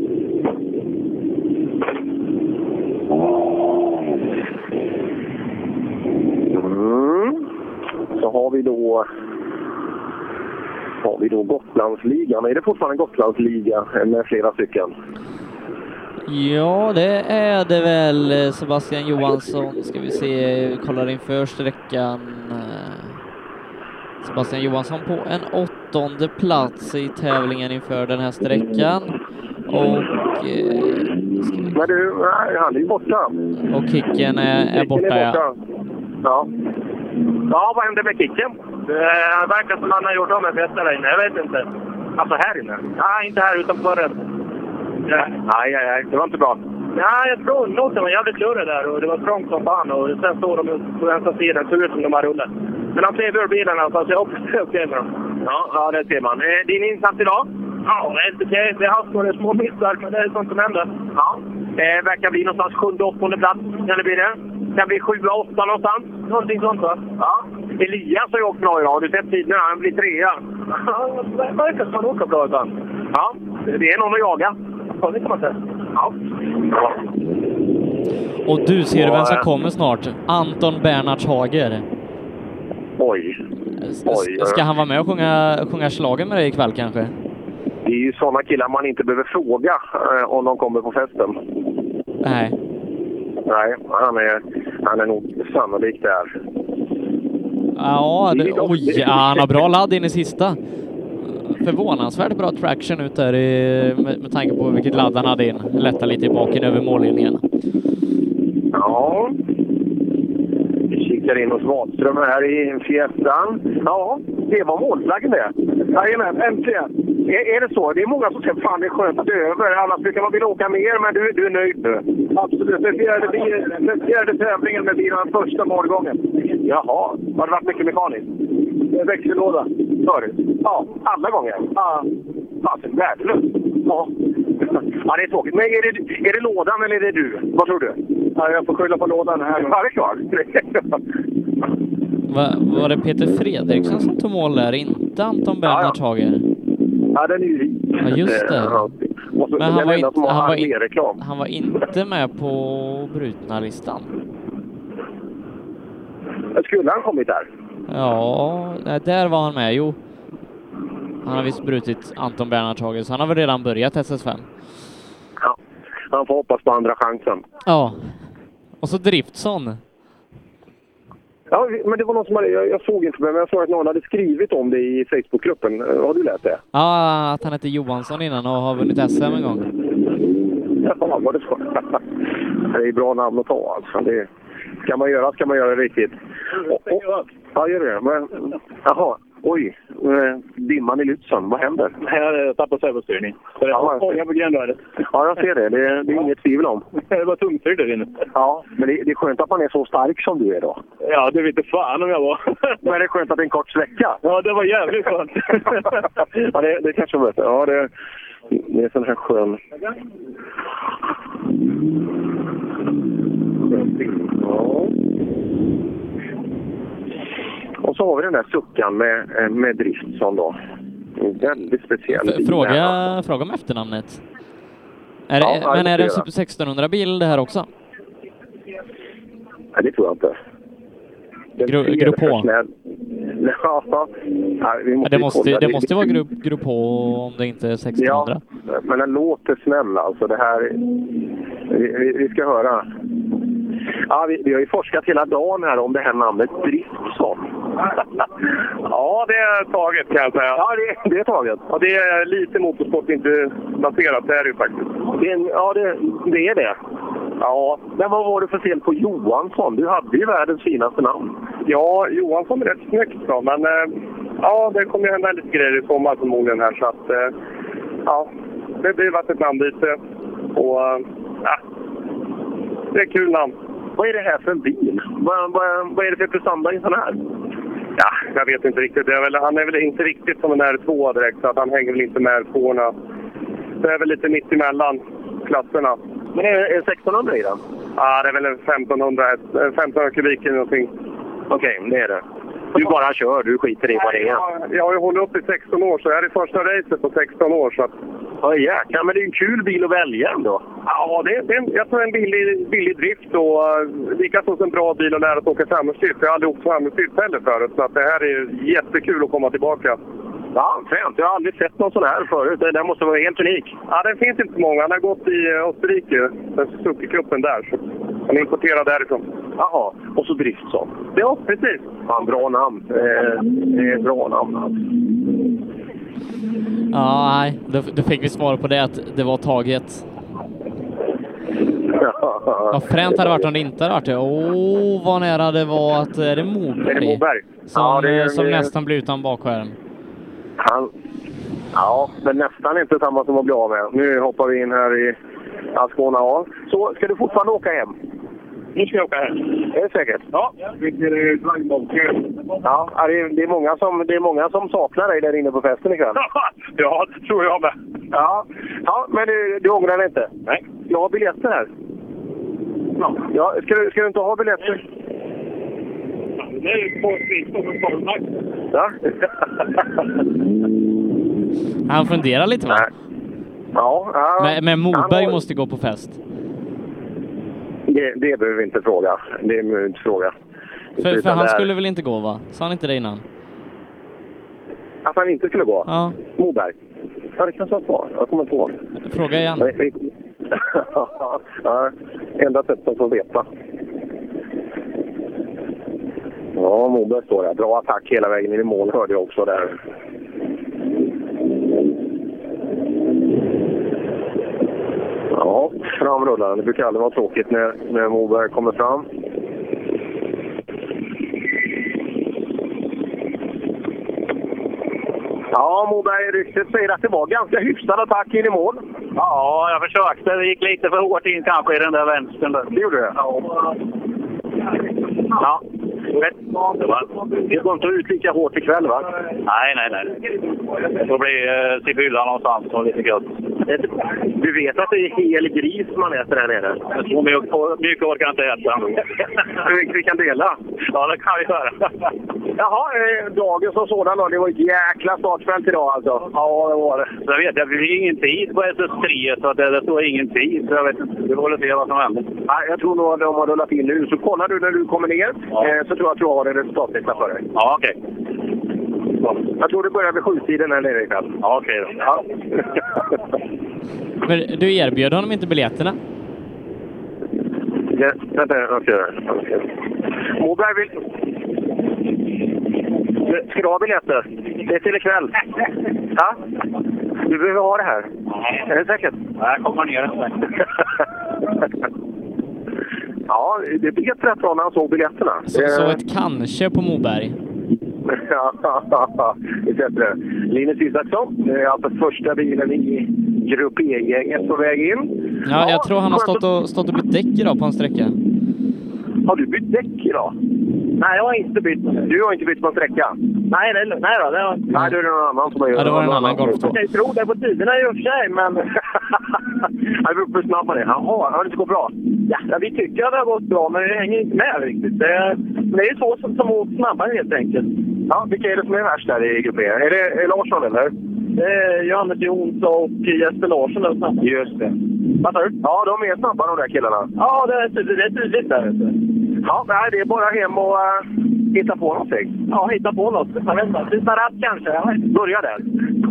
Mm. Så har vi då har vi då Gotlandsligan. Är det fortfarande Gotlandsliga med flera stycken? Ja, det är det väl. Sebastian Johansson, ska vi se, kollar inför sträckan. Sebastian Johansson på en åttonde plats i tävlingen inför den här sträckan. Och eh, men du, han är ju borta. Och Kicken är, är borta, är borta. ja. Ja. Ja, vad hände med Kicken? Det verkar som han har gjort av med fästar där inne, jag vet inte. Alltså här inne? Nej, inte här utan förren. Ja. Nej, nej, nej, det var inte bra. Ja, jag tror nog det var jävligt klurrig där och det var trångt som fan och sen står de på vänstra sidan så ut som de har rullat. Men han ser ur bilarna så jag hoppas okej med dem. Ja, ja, det ser man. Eh, din insats idag? Ja, det är inte okej. Vi har haft några små missar, men det är sånt som händer. Ja. Eh, verkar bli någonstans sjunde, åttonde plats. Kan det bli det? Kan bli sjua, åtta någonstans? Någonting sånt, va? Ja. Elias har ju åkt bra idag. Har du sett tiden? Han blir trea. Ja, det verkar som han åker bra ibland. Ja, det är någon att jaga. Ja, det kan man säga. Ja. Och du ser du vem som kommer snart? Anton Bernhardshager. Oj. Oj. Ska han vara med och sjunga, sjunga slagen med dig ikväll kanske? Det är ju sådana killar man inte behöver fråga eh, om de kommer på festen. Nej. Nej, han är, han är nog sannolikt där. Ja, det, oj, ja, han har bra ladd in i sista. Förvånansvärt bra traction ut där i, med, med tanke på vilket ladd han hade in. Lätta lite i baken över mållinjen. Ja. Vi kikar in hos Wahlström här i Fiestan. Ja, det var målflaggen det. Jajamän, äntligen. Är, är det så? Det är många som säger fan det är skönt att det är över. Annars brukar man vilja åka mer, men du, du är nöjd nu. Absolut. Den fjärde, den fjärde tävlingen med bilen den första målgången. Jaha. Har det varit mycket mekaniskt? Växellåda. Förut? Ja, alla gånger. Ja. Alltså, värdelöst. Ja. Ja, det är tråkigt. Men är det, är det lådan eller är det du? Vad tror du? Ja, jag får skylla på lådan här. Ja, det är klart. Va, var det Peter Fredriksson som tog mål där? Inte Anton Bernhardshager? Ja, ja, den är ju rik. Ja, just det. Men han var, inte, han, var in, han var inte med på brutna listan. Skulle han kommit där? Ja, där var han med. Jo. Han har visst brutit Anton Bernhardshager, så han har väl redan börjat S S fem. Ja, han får hoppas på andra chansen. Ja. Och så Driftsson. Ja, men det var någon som hade, jag, jag såg inte, men jag såg att någon hade skrivit om det i Facebookgruppen. Har du läst det? Ja, att han heter Johansson innan och har vunnit S M en gång. Ja, var det så? Det är bra namn att ta alltså. Det ska man göra, ska man göra det riktigt. Och, och, ja, gör det. Men, jaha. Oj, eh, dimman i Lützen. Vad händer? Jag tappade servostyrning. Så det Ja, var på gränröret. Ja, jag ser det. Det, det är inget tvivel om. Det var tungstyrt där inne. Ja, men det, det är skönt att man är så stark som du är då. Ja, det vet inte fan om jag var. Men det är skönt att det är en kort sträcka. Ja, det var jävligt skönt. Ja, det, det kanske var. Ja, det, det är sån här skön... Ja. Och så har vi den där suckan med, med Driftsson då. En väldigt speciell bil. Fråga, fråga om efternamnet. Är Ja, det, ja, men det är det en ska jag Super sextonhundra-bil det här också? Nej, det tror jag inte. Gru, grupp H? Ja, nej, vi måste Ja, det måste, kolla. det måste vara grupp, grupp H om det inte är sextonhundra. Ja, men den låter snäll alltså. Det här... Vi, vi, vi ska höra. Ja, vi, vi har ju forskat hela dagen här om det här namnet Driftsson. Ja, det är taget kan jag säga. Ja, det, det är taget. Ja, det är lite motorsport inte baserat, det är det ju faktiskt. Det är en, ja, det, det är det. Ja, men vad var det för fel på Johansson? Du hade ju världens finaste namn. Ja, Johansson är rätt snyggt då, men eh, ja, det kommer ju hända lite grejer i sommar förmodligen här, så att eh, ja, det blir varit ett namnbyte och eh, ja, det är kul namn. Vad är det här för en bil? Vad, vad, vad är det för prestanda i en sån här? Ja, jag vet inte riktigt. Det är väl, han är väl inte riktigt som en R två direkt, så att han hänger väl inte med R tvåorna. Det är väl lite mitt emellan klasserna. Men är det sextonhundra i den? Ja, det är väl en femtonhundra, femtonhundra kubik eller någonting. Okej, okay, det är det. Du bara kör, du skiter i vad det är. Ja, jag har ju hållit upp i sexton år, så jag är i första racet på sexton år. Så att... Ja, jäklar, men det är en kul bil att välja ändå. Ja, det är, det är en, jag tror en billig, billig drift och uh, likaså en bra bil att lära att åka framhjulsdrift. Jag har aldrig åkt framhjulsdrift heller förut, så att det här är jättekul att komma tillbaka. Ja, fränt. Jag har aldrig sett någon sån här förut. Den måste vara helt unik. Ja, den finns inte så många. Han har gått i Österrike, den Suzuki-cupen där. Så han är importerad därifrån. Jaha, och så Driftsson. Ja, precis. Fan, bra namn. Eh, det är bra namn alltså. Ja, nej. Då, då fick vi svar på det att det var taget. Vad fränt hade det varit om det inte hade varit det. Åh, oh, vad nära det var att är det Moberg? Är det Moberg? Som, ja, det är, som det är... nästan blir utan bakskärm. Han... Ja, men nästan inte samma som att bli av med. Nu hoppar vi in här i Ascona A. Så ska du fortfarande åka hem? Nu ska jag åka hem. Är det säkert? Ja. Ja, det är, det, är många som, det är många som saknar dig där inne på festen ikväll. Ja, det tror jag med. Ja, ja men du, du ångrar dig inte? Nej. Jag har biljetter här. Ja. Ja, ska, du, ska du inte ha biljetter? Det är ju på Stigstoffer. Ja. Han funderar lite, va? Ja. ja men, men Moberg har... måste gå på fest. Det, det behöver vi inte fråga. Det behöver vi inte fråga. För, för han där... skulle väl inte gå, va? Sa han inte det innan? Att han inte skulle gå? Ja. Moberg. Ja, det kan jag svara. Jag kommer inte ihåg. Fråga igen. Ja, enda sätt som får veta. Ja, Moberg står där. Bra attack hela vägen in i mål, hörde jag också där. Ja, framrullar. Det brukar aldrig vara tråkigt när, när Moberg kommer fram. Ja, Moberg, ryktet säger att det var ganska hyfsad attack in i mål. Ja, jag försökte. Det gick lite för hårt in kanske i den där vänstern. Där. Det gjorde det? Ja. Ja. Det går inte ut lika hårt ikväll, va? Nej, nej, nej. Det får bli eh, till fylla någonstans och lite gött. Du vet att det är hel gris man äter där nere? Så mycket, mycket orkar jag inte äta. Vi kan dela. Ja, det kan vi göra. Jaha, eh, dagen som sådan då. Det var ett jäkla startfält idag alltså. Ja, det var det. Så jag vet, jag fick ingen tid på S S tre, så det, det står ingen tid. Så jag vet inte, vi får se vad som händer. Nej, jag tror nog att de har rullat in nu. Så kollar du när du kommer ner, ja. eh, så tror jag att du har en resultatlista för dig. Ja, okej. Okay. Jag tror det börjar vid sjutiden här nere ikväll. Ja, okej okay då. Ja. Men du erbjöd honom inte biljetterna? Ja, vänta, jag ska göra det. Moberg vill... Ska du ha biljetter? Det är till ikväll. Ja? Du behöver ha det här. Nej. Är det säkert? Nej, jag kommer ner en Ja, det blev rätt bra när han såg biljetterna. Så, så ett kanske på Moberg? Ja, vi sätter det. Linus Isaksson, det är alltså första bilen i Grupp E-gänget på väg in. Ja, jag tror han har stått och, stått och bytt däck idag på en sträcka. Har du bytt däck idag? Nej, jag har inte bytt. Du har inte bytt på en sträcka? Nej, det, nej då. Det var... Nej, det är någon annan som har gjort det. Ja, det var en annan golf då. Jag tror det på tiderna i och för sig, men... Jag beror på hur snabb man är. Jaha, har det inte gått bra? Ja, vi tycker att det har gått bra, men det hänger inte med riktigt. Det, det är två som, som åker snabbare helt enkelt. Ja, vilka är det som är värst där i Grupp E? Är det är Larsson eller? Det är Johannes Jons och Jesper Larsson där snabbt. Just det. Varför? Ja, de är snabba de där killarna. Ja, det är tydligt, det är tydligt där. Ja, nej, det är bara hem och uh, hitta på någonting. Ja, hitta på något. Jag vet inte, byta ratt kanske. Ja. Börja där.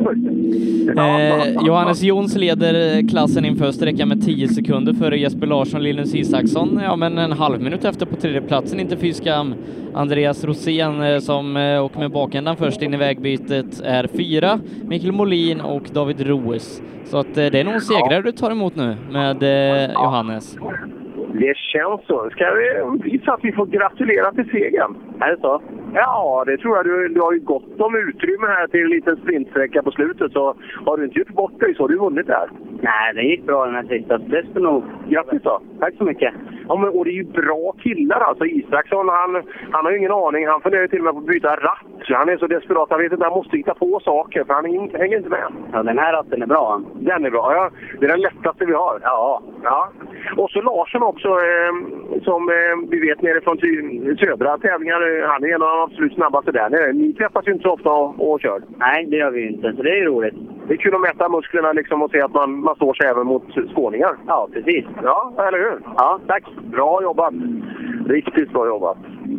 Eh, Johannes Jons leder klassen inför sträckan med tio sekunder före Jesper Larsson, Linus Isaksson. Ja, men en halv minut efter på tredje platsen, inte fy skam. Andreas Rosén eh, som eh, åker med bakändan först in i vägbytet är fyra. Mikael Molin och David Roes. Så att eh, det är nog segrare du tar emot nu med eh, Johannes. Det känns så. Ska vi visa att vi får gratulera till segern? Är det så? Ja, det tror jag. Du, du har ju gott om utrymme här till en liten sprintsträcka på slutet. Så har du inte gjort bort dig så har du vunnit där. Nej, det gick bra den här sista. Det ska nog... Grattis då. Tack så mycket. Ja, men, och det är ju bra killar alltså. Isaksson, han, han har ju ingen aning. Han funderar till och med på att byta ratt. Han är så desperat. Han vet att han måste hitta på saker för han hänger, hänger inte med. Ja, den här ratten är bra. Den är bra, ja. Det är den lättaste vi har. Ja. Ja. Och så Larsson också, eh, som eh, vi vet nere från ty- södra tävlingar. Han är en av de absolut snabbaste där nere. Ni träffas ju inte så ofta och, och kör. Nej, det gör vi inte. Så det är ju roligt. Det är kul att mäta musklerna liksom och se att man, man står sig även mot skåningar. Ja, precis. Ja, eller hur? Ja, tack. Bra jobbat. Riktigt bra jobbat.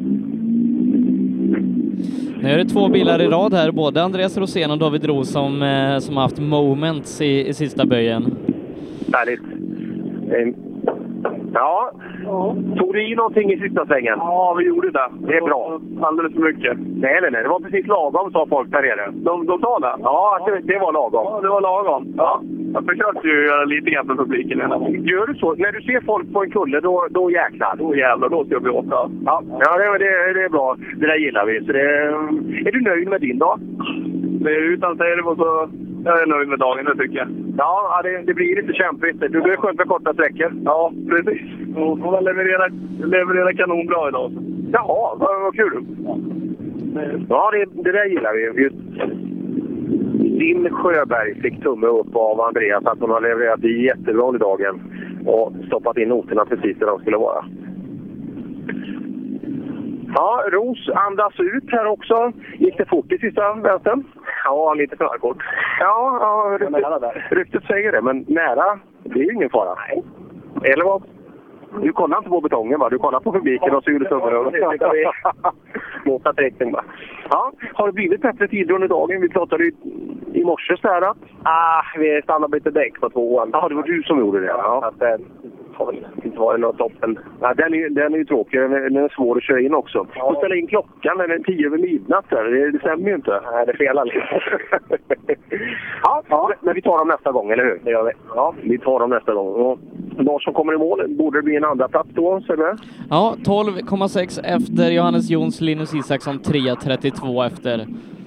Nu är det två bilar i rad här, både Andreas Rosén och David Roos som, eh, som har haft moments i, i sista böjen. Härligt. Eh, ja, ja. Tog du i någonting i sista svängen? Ja, vi gjorde det. Det är bra. Alldeles för mycket. Nej, nej, nej. Det var precis lagom, sa folk där nere. De, de sa det? Ja, det, det var lagom. Ja, det var lagom. Ja. Jag försökte ju göra lite grann för publiken. Gör du så? När du ser folk på en kulle, då, då jäklar. Då jävlar, då ska vi åka. Ja, ja det, det, det är bra. Det där gillar vi. Så det, är du nöjd med din dag? Det är utan säger det så... Jag är nöjd med dagen, det tycker jag. Ja, det, det blir lite kämpigt. Du blir skönt med korta sträckor. Ja, precis. Och får väl leverera, leverera kanonbra idag. Jaha, vad, vad kul. Ja, ja det, det där gillar vi. Linn Sjöberg fick tumme upp av Andreas att hon har levererat jättebra i dagen och stoppat in noterna precis där de skulle vara. Ja, Ros andas ut här också. Gick det fort i sista vänstern? Ja, lite för kort. Ja, ja ryktet, ryktet säger det, men nära, det är ju ingen fara. Nej. Eller vad? Du kollar inte på betongen, va? Du kollar på publiken och så gjorde tummen. Motsatt riktning, va? Ja, har det blivit bättre tider under dagen? Vi pratade ju i morse så här att... Ah, vi stannade lite däck på tvåan. Ja, det var du som gjorde det. Ja. Att, eh, har väl inte varit något toppen. Ja, den är, den är ju tråkig. Den är, den är svår att köra in också. Ja. Du ställer in klockan när den är tio över midnatt. Där. Det, det stämmer ju inte. Nej, det felar lite. ja, ja, men vi tar dem nästa gång, eller hur? Det gör vi. Ja, vi tar dem nästa gång. Och Larsson kommer i mål. Borde det bli en andra plats då, Sebbe? Ja, tolv komma sex efter Johannes Jons, Linus Isaksson tre trettiotvå efter.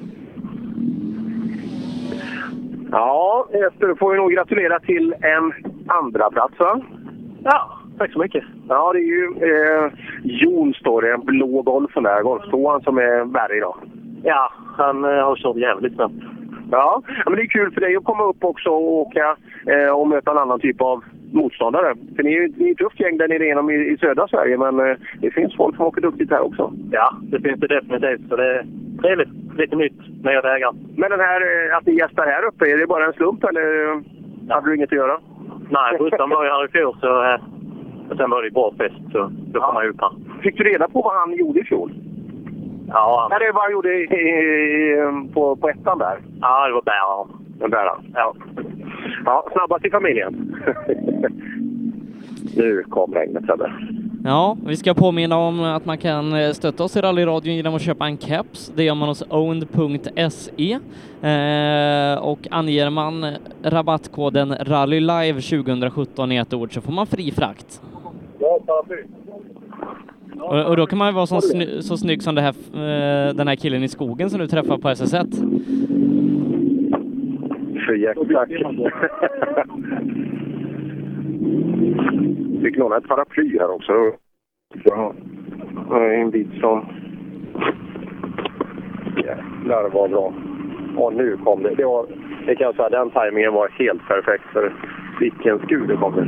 Ja, efter får vi nog gratulera till en andra plats, va? Ja, tack så mycket. Ja, det är ju eh, Jon står det, en blå golfen där, golfståan som är värre idag. Ja, han eh, har kört jävligt snabbt. Ja, men det är kul för dig att komma upp också och åka eh, och möta en annan typ av motståndare. För ni är ju ett tufft gäng där nere igenom i, i södra Sverige, men eh, det finns folk som åker duktigt här också. Ja, det finns det definitivt. Så det är trevligt, lite nytt, nya vägar. Men den här, eh, att ni gästar här uppe, är det bara en slump eller eh, hade du inget att göra? Nej, Gustav var ju här i fjol så eh, och sen var det bra fest så då kom man ut här. Fick du reda på vad han gjorde i fjol? Ja. Nej, det var vad han gjorde i, i, i, på, på ettan där. Ja, det var bäraren. Den bäraren, ja. Ja, snabbast i familjen. Nu kom regnet, Sebbe. Ja, vi ska påminna om att man kan stötta oss i rallyradion genom att köpa en caps. Det gör man hos owned punkt se. Eh, och anger man rabattkoden rallylive tjugo sjutton i ett ord så får man fri frakt. Ja, paraply. Och, och då kan man ju vara så, sny, så snygg som det här, uh, den här killen i skogen som du träffar på S S ett. För jäkla. Fick låna ett paraply här också. Ja, en bit som... Jävlar var bra. Och nu kom det. Det, var, det kan jag säga, den tajmingen var helt perfekt för vilken skur det kom det.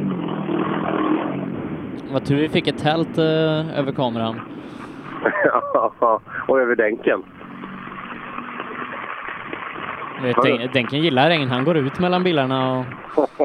Vad tur vi fick ett tält uh, över kameran. Och över dänken. Vet, den, dänken gillar regn. Han går ut mellan bilarna och...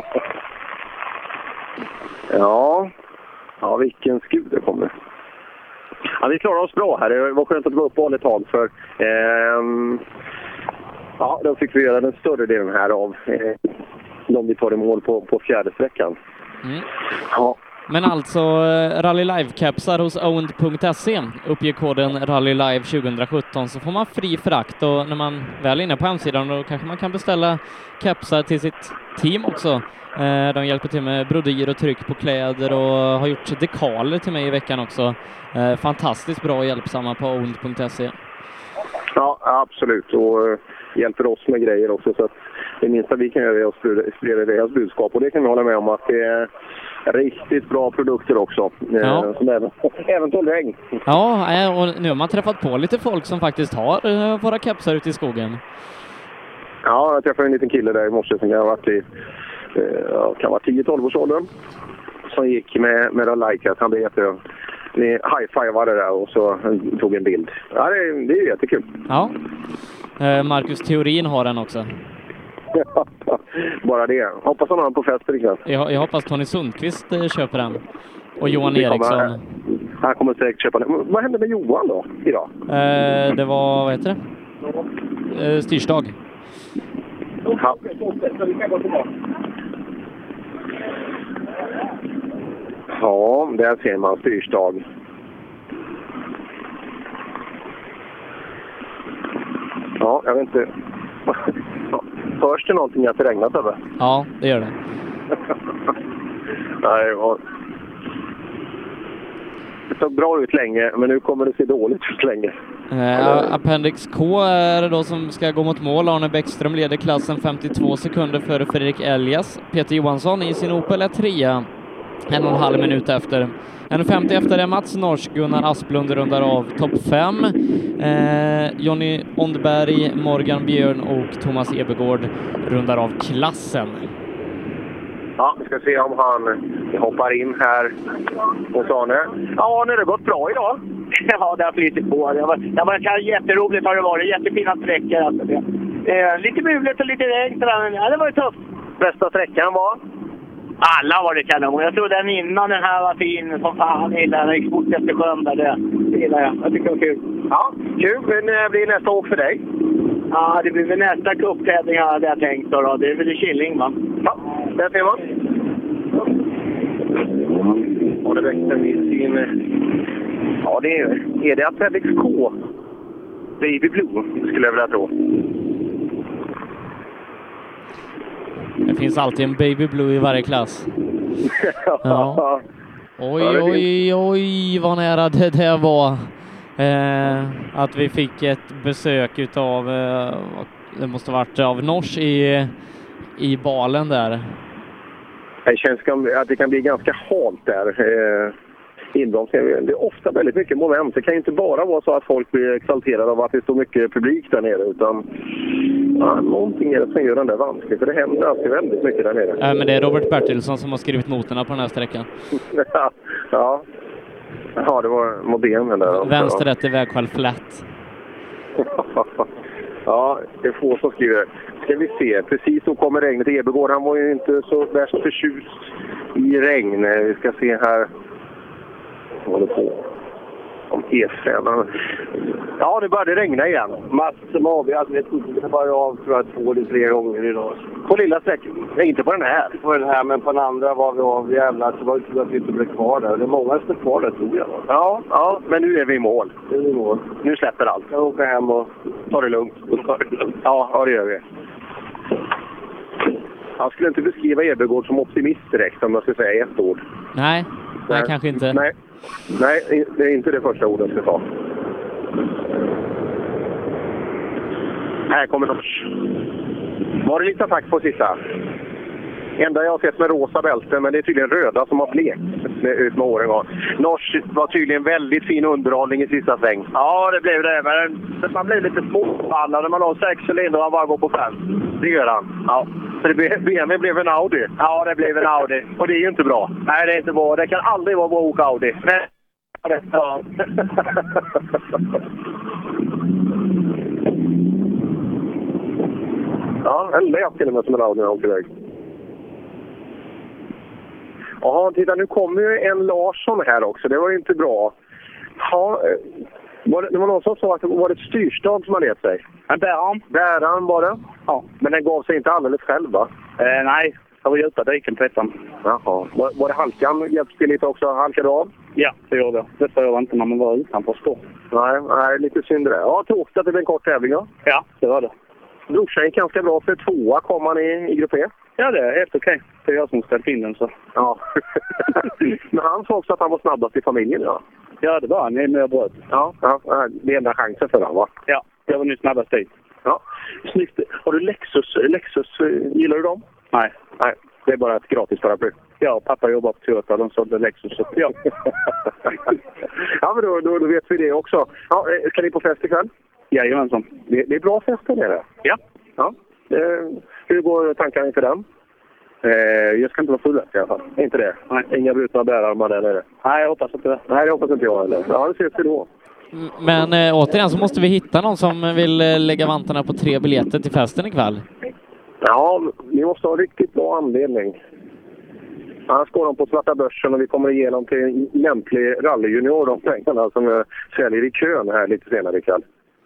ja. Ja, vilken skur det kommer. Ja, vi klarar oss bra här. Det var skönt att gå upp på ett tag för... Ehm, ja, då fick vi göra den större delen här av eh, de vi tar i mål på, på fjärde sträckan. Mm. Ja. Men alltså Rally Live-kapsar hos owned punkt se uppger koden Rally Live tjugo sjutton så får man fri frakt och när man väl är inne på hemsidan då kanske man kan beställa kapsar till sitt team också. De hjälper till med brodyr och tryck på kläder och har gjort dekaler till mig i veckan också. Fantastiskt bra och hjälpsamma på owned punkt se. Ja, absolut. Och hjälper oss med grejer också så att det minsta vi kan göra är att sprida deras budskap och det kan vi hålla med om att det är riktigt bra produkter också. Ja. Som även, även tål regn. Ja, och nu har man träffat på lite folk som faktiskt har våra kapsar ute i skogen. Ja, jag träffade en liten kille där i morse som kan ha varit i ja, kan vara tio tolv års åldern som gick med, med en like. Han blev jätte... Ni high-fivade där och så tog en bild. Ja, det, det är jättekul. Ja. Marcus Theorin har den också. Bara det. Hoppas han har den på festen ikväll. Jag, jag hoppas Tony Sundqvist köper den. Och Johan Eriksson. Kommer, han kommer säkert köpa den. Vad hände med Johan då idag? Eh, det var, vad heter det? Eh, styrsdag. Ja. Ja, där ser man styrsdag. Ja, jag vet inte. Hörs det någonting att det regnat över? Ja, det gör det. Nej, ja. Det såg bra ut länge, men nu kommer det se dåligt ut länge. Uh, Appendix K är det då som ska gå mot mål. Arne Bäckström leder klassen femtiotvå sekunder före Fredrik Elias. Peter Johansson i sin Opel är trea. En och en halv minut efter. En femtio efter är Mats Norsk. Gunnar Asplund rundar av topp fem. Eh, Jonny Ondberg, Morgan Björn och Thomas Ebergård rundar av klassen. Ja, vi ska se om han hoppar in här hos Arne. Ja, Arne, det har gått bra idag. Ja, det har flyttit på. Det var, det var jätteroligt har det varit. Jättefina sträckor. Alltså det. Eh, lite mulet och lite regn. Men ja, det var ju tufft. Bästa sträckan var? Alla var det kanon. Jag tror den innan den här var fin som fan. Den gick fort efter sjön där. Det, det gillar jag. Jag tycker det var kul. Ja, kul. Men det blir nästa åk för dig? Ja, det blir väl nästa cuptävling hade jag tänkt då. Det är väl Killing, va? Ja, där ser man. Och det växer med sin... Ja, det är... Är det Appendix K? Baby Blue, skulle jag vilja tro. Det finns alltid en Baby Blue i varje klass. Ja. Oj, oj, oj, vad nära det där var. Eh, att vi fick ett besök utav, eh, det måste ha varit av Nors i, i balen där. Det känns att det kan bli ganska halt där. Eh, inbromsning. Det är ofta väldigt mycket moment. Det kan ju inte bara vara så att folk blir exalterade av att det står mycket publik där nere, utan ja, någonting är det som gör den där vansklig. För det händer alltid väldigt mycket där nere. Äh, men det är Robert Bertilsson som har skrivit noterna på den här sträckan. ja, ja. Ja, det var modern där. Vänster rätt i vägskäl flat. Ja, det är få som skriver. Ska vi se, precis så kommer regnet till Ebergård. Han var ju inte så värst förtjust i regn. Vi ska se här. Vad håller på? Om E fem. Ja, det började regna igen. Massor med av. Alltså, det var ju av tror jag två eller tre gånger idag. På lilla sträckan? Nej, inte på den här. På den här, men på den andra var vi av jävlar. Så var det tur att vi inte blev kvar där. Det är många som är kvar där, tror jag. Ja, ja, men nu är vi i mål. Nu är vi i mål. Nu släpper allt. Jag åker hem och tar det lugnt. tar det lugnt. Ja, ja, det gör vi. Jag skulle inte beskriva Ebergård som optimist direkt, om jag ska säga ett ord. Nej, nej, kanske inte. Nej, Nej, det är inte det första ordet jag ska ta. Här kommer Nors. Var det lite attack på sista? Enda jag har sett med rosa bälte, men det är tydligen röda som har blekt med, ut med åren. Nors var tydligen väldigt fin underhållning i sista sväng. Ja, det blev det. Men man blir lite småfallad när man har sex cylindrar och bara går på fem. Det gör han. Ja. Så det blev, B M W blev en Audi. Ja, det blev en Audi. Och det är ju inte bra. Nej, det är inte bra. Det kan aldrig vara bra att åka Audi. Men... Ja. Ja, en lät till och med som en Audi när jag åker iväg. Ja, titta, nu kommer ju en Larsson här också. Det var ju inte bra. Ja, var det, det var någon som sa att det var ett styrstag som har lett sig. En bärarm. Bärarm var det? Ja. Men den gav sig inte alldeles själv, va? Eh, nej, det var djupa diken på ettan. Jaha. Var, var det halkan hjälpte till lite också? Halkade du av? Ja, det gjorde jag. Det får jag inte när man var utanför spår. Nej, nej, lite synd det. Ja, tråkigt att det blev en kort tävling, ja. Ja, det var det. Brorsan gick ganska bra för tvåa kom han i, i grupp E. Ja, det är helt okej. Det är jag som ställt in den, så. Ja. Men han sa också att han var snabbast i familjen, ja. Ja, det var han. Jag är med och bröt. Ja, ja, det är enda chansen för han, va? Ja, jag var nu snabbast dit. Ja, snyggt. Har du Lexus? Lexus, gillar du dem? Nej. Nej, det är bara ett gratis paraply. Ja, pappa jobbar på Toyota. De sålde Lexus. Ja, ja men då, då, då vet vi det också. Ja, ska ni på fest ikväll? Jajamensan. Det, det är bra fester, det är det? Ja. Ja. Eh, hur går tankarna inför den? Eh, jag ska inte vara full i alla fall. Inte det? Nej. Inga brutna bärarmar där nere? Nej, jag hoppas inte det. Nej, det hoppas inte jag heller. Ja, det ses vi då. Men äh, återigen så måste vi hitta någon som vill äh, lägga vantarna på tre biljetter till festen ikväll. Ja, vi måste ha riktigt bra anledning. Annars går de på svarta börsen och vi kommer igenom till en lämplig rallyjunior, de pengarna som jag säljer i kön här lite senare ikväll.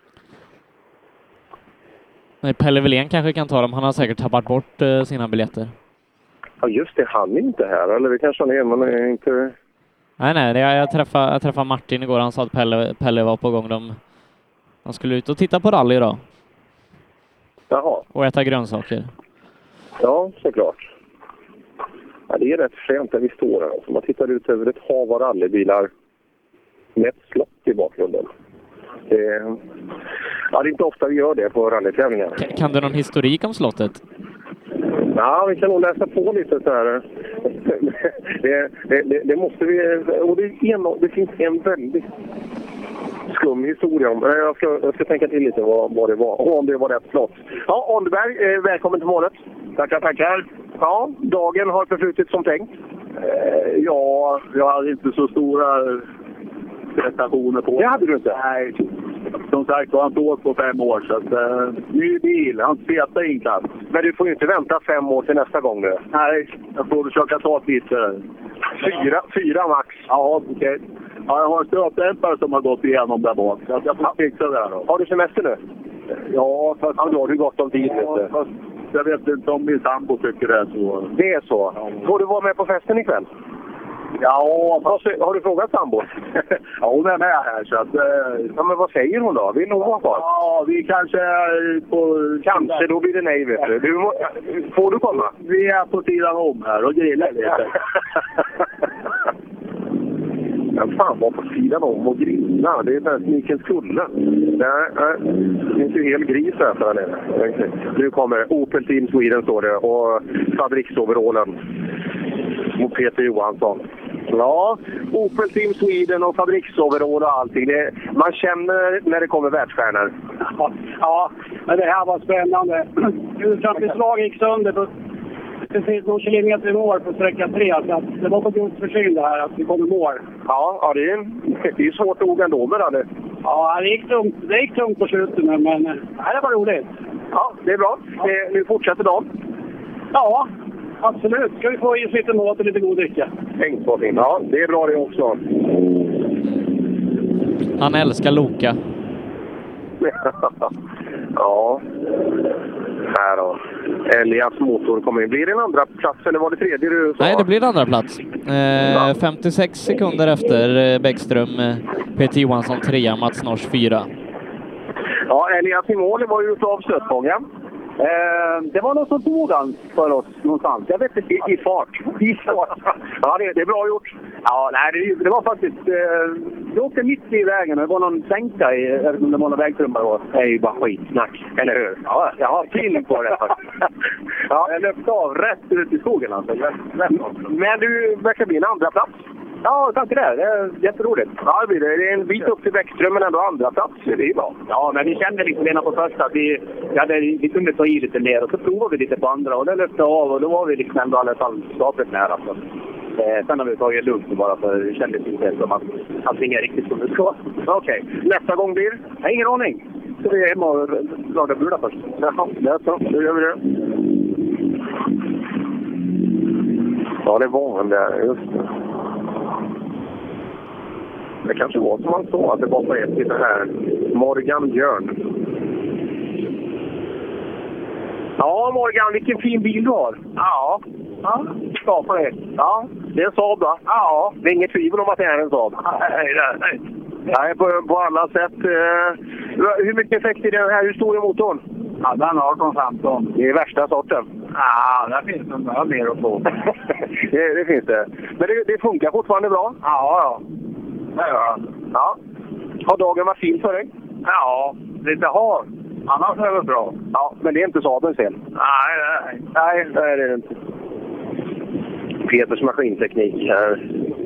Nej, Pelle Wilén kanske kan ta dem. Han har säkert tappat bort uh, sina biljetter. Ja, just det. Han är inte här. Eller det kanske han är, men är inte... Nej, nej. Jag, jag, träffade, jag träffade Martin igår. Han sa att Pelle, Pelle var på gång. De, de skulle ut och titta på rally idag. Jaha. Och äta grönsaker. Ja, såklart. Ja, det är rätt fränt där vi står här. Alltså, man tittar ut över ett hav av rallybilar med ett slott i bakgrunden. Det, ja, det är inte ofta vi gör det på rallytävlingar. Kan, kan du någon historik om slottet? Ja, vi kan nog läsa på lite så här. Det, det, det, det måste vi... Och det, är en, det finns en väldigt skum historia om. Jag ska, jag ska tänka till lite vad, vad det var. Och om det var rätt slott. Ja, Onderberg, eh, välkommen till målet. Tackar, tackar. Ja, dagen har förflutit som tänkt. Eh, ja, jag hade inte så stora prestationer på. Det hade du inte? Nej. Som sagt, jag har inte åkt på fem år. Så att, eh, ny bil, han spetar inkast. Men du får ju inte vänta fem år till nästa gång nu. Nej, jag får försöka ta ett lite. Fyra, fyra max. Ja, okej. Okay. Ja, jag har en stötdämpare som har gått igenom där bak. Så att jag får fixa det här då. Har du semester nu? Ja, fast... Ja, då har du gått om tid. Ja, vet du. Fast jag vet inte om min sambo tycker det är så. Det är så? Ja. Får du vara med på festen ikväll? Ja, fast... Har, har du frågat sambo? Ja, hon är med här så att... Eh... Ja, men vad säger hon då? Vill hon vara kvar? Ja, vi kanske är på... Kanske, då blir det nej, vet du. du må... Får du komma? Vi är på sidan om här och grillar lite. Ja, fan var på sidan om och grilla. Det är där Snikens kulle. Nej, nej. Det finns ju hel gris här för nere. Nu kommer Opel Team Sweden står det och fabriksoverallen mot Peter Johansson. Ja, Opel Team Sweden och fabriksoverall och allting. Det, man känner när det kommer världsstjärnor. Ja, ja, men det här var spännande. Uttrappningslag gick sönder på precis någon kilometer i mål på sträcka tre. Så att det var på Guds försyn det här att vi kom i mål. Ja, ja det, är, det är svårt att åka ändå med det. Ja, det gick tungt, det gick tungt på slutet, men, men nej, det var roligt. Ja, det är bra. Ja. Det, nu fortsätter dagen. Ja, absolut. Ska vi få i lite mat och lite god dricka? Tänk på det. Ja, det är bra det också. Han älskar Loka. Ja. Här då. Elias motor kommer in. Blir det en andra plats eller var det tredje du sa? Nej, det blir en andra plats. Eh, ja. femtiosex sekunder efter eh, Bäckström, eh, Peter Johansson trea, Mats Nors fyra. Ja, Elias i mål var ju ute av stötgången. Eh, det var någon som tog han för oss någonstans. Jag vet inte. I, i fart. I fart. Ja, det, det är bra gjort. Ja, nej, det, det var faktiskt... Eh, det åkte mitt i vägen. Det var någon sänka i... Jag vet inte om det var någon vägtrummar då. Det är ju bara skitsnack. Eller hur? Ja, jag har feeling på det faktiskt. Ja, jag löpte av rätt ut i skogen alltså. Rätt, rätt. Men du verkar bli en andra plats. Ja, tack för det. Det är jätteroligt. Ja, det blir det. Det är en bit upp till Bäckström, men ändå andra plats. Det är bra. Ja, men vi kände liksom redan på första att vi, vi, hade, vi kunde ta i lite mer och så provade vi lite på andra och det löpte av och då var vi liksom ändå i alla fall skapligt nära. Så. Eh, sen har vi tagit lugnt bara för det kändes inte som att allting är riktigt som det ska. Okej, okay. Nästa gång blir? Jag har ingen aning. Så vi är hemma och lagar bular först. Ja, det är så. Då gör vi det. Ja, det var en där. Just det. Det kanske var som man sa att det var på ett till det här Morgan Björn. Ja, Morgan, vilken fin bil du har. Ja. Ja, bra på det. Ja, det är en Saab då. Ja. Det är inget tvivel om att det är en Saab. Nej, nej, nej. Nej, på, på alla sätt. Eh, hur mycket effekt är det här? Hur stor är motorn? Ja, den har arton femton. Det är värsta sorten. Ja, där finns det några mer att få. det, det finns det. Men det, det funkar fortfarande bra? Ja, ja. Ja, ja. Har dagen varit fin för dig? Ja, lite har. Annars är det bra. Ja, men det är inte Saabens fel. Nej, nej. Nej, det är det inte. Peters maskinteknik här.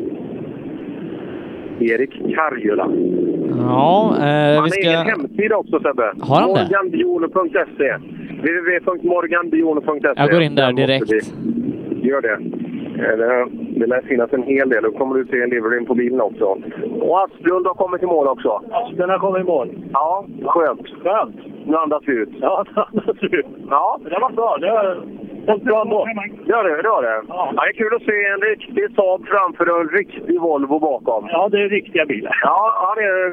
Erik Karjula. Ja, eh, vi ska... Han har egen hemsida också, Sebbe. Har han det? morgan biono punkt se. w w w punkt morgan biono punkt se. Jag går in där direkt. Gör det. Det, det lär finnas en hel del. Då kommer du se liveryn på bilen också. Och Asplund har kommit i mål också. Asplund har kommit i mål. Ja, skönt. Skönt. Nu andas vi ut. Ja, nu andas vi ut. Ja, det var bra. Det var ett bra mål. Ja, det, det var det. Ja. Ja, det är kul att se en riktig Saab framför och en riktig Volvo bakom. Ja, det är riktiga bilar. Ja, ja det är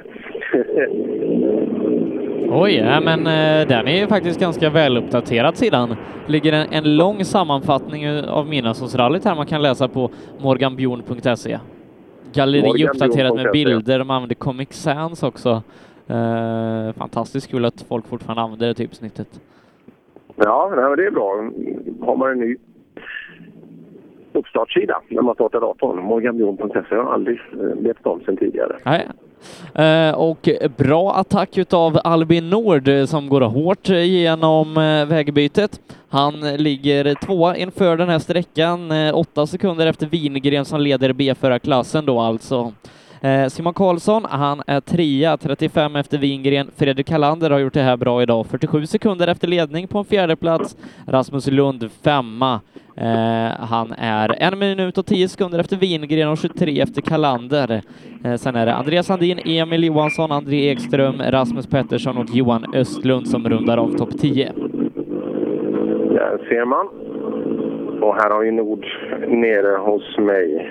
Oj, ja, men eh, den är ju faktiskt ganska väl uppdaterad sidan. Ligger en, en lång sammanfattning av Midnattssolsrallyt här man kan läsa på morgan bjorn punkt se. Galleri Morgan uppdaterat med bilder, de använder Comic Sans också. Eh, fantastiskt kul att folk fortfarande använder det typsnittet. Ja, nej, det är bra. Har man en ny uppstartssida när man startar datorn. morgan bjorn punkt se har jag aldrig vetat om sedan tidigare. Nej. Uh, och bra attack utav Albin Nord som går hårt genom uh, vägbytet. Han ligger tvåa inför den här sträckan, uh, åtta sekunder efter Wingren som leder B fyra-klassen då alltså. Uh, Simon Karlsson, han är trea, trettiofem efter Wingren. Fredrik Kallander har gjort det här bra idag, fyrtiosju sekunder efter ledning på en fjärde plats. Rasmus Lund femma. Uh, han är en minut och tio sekunder efter Wingren och tjugotre efter Kallander. Uh, sen är det Andreas Sandin, Emil Johansson, André Ekström, Rasmus Pettersson och Johan Östlund som rundar av topp tio. Där ser man. Och här har vi Nord nere hos mig.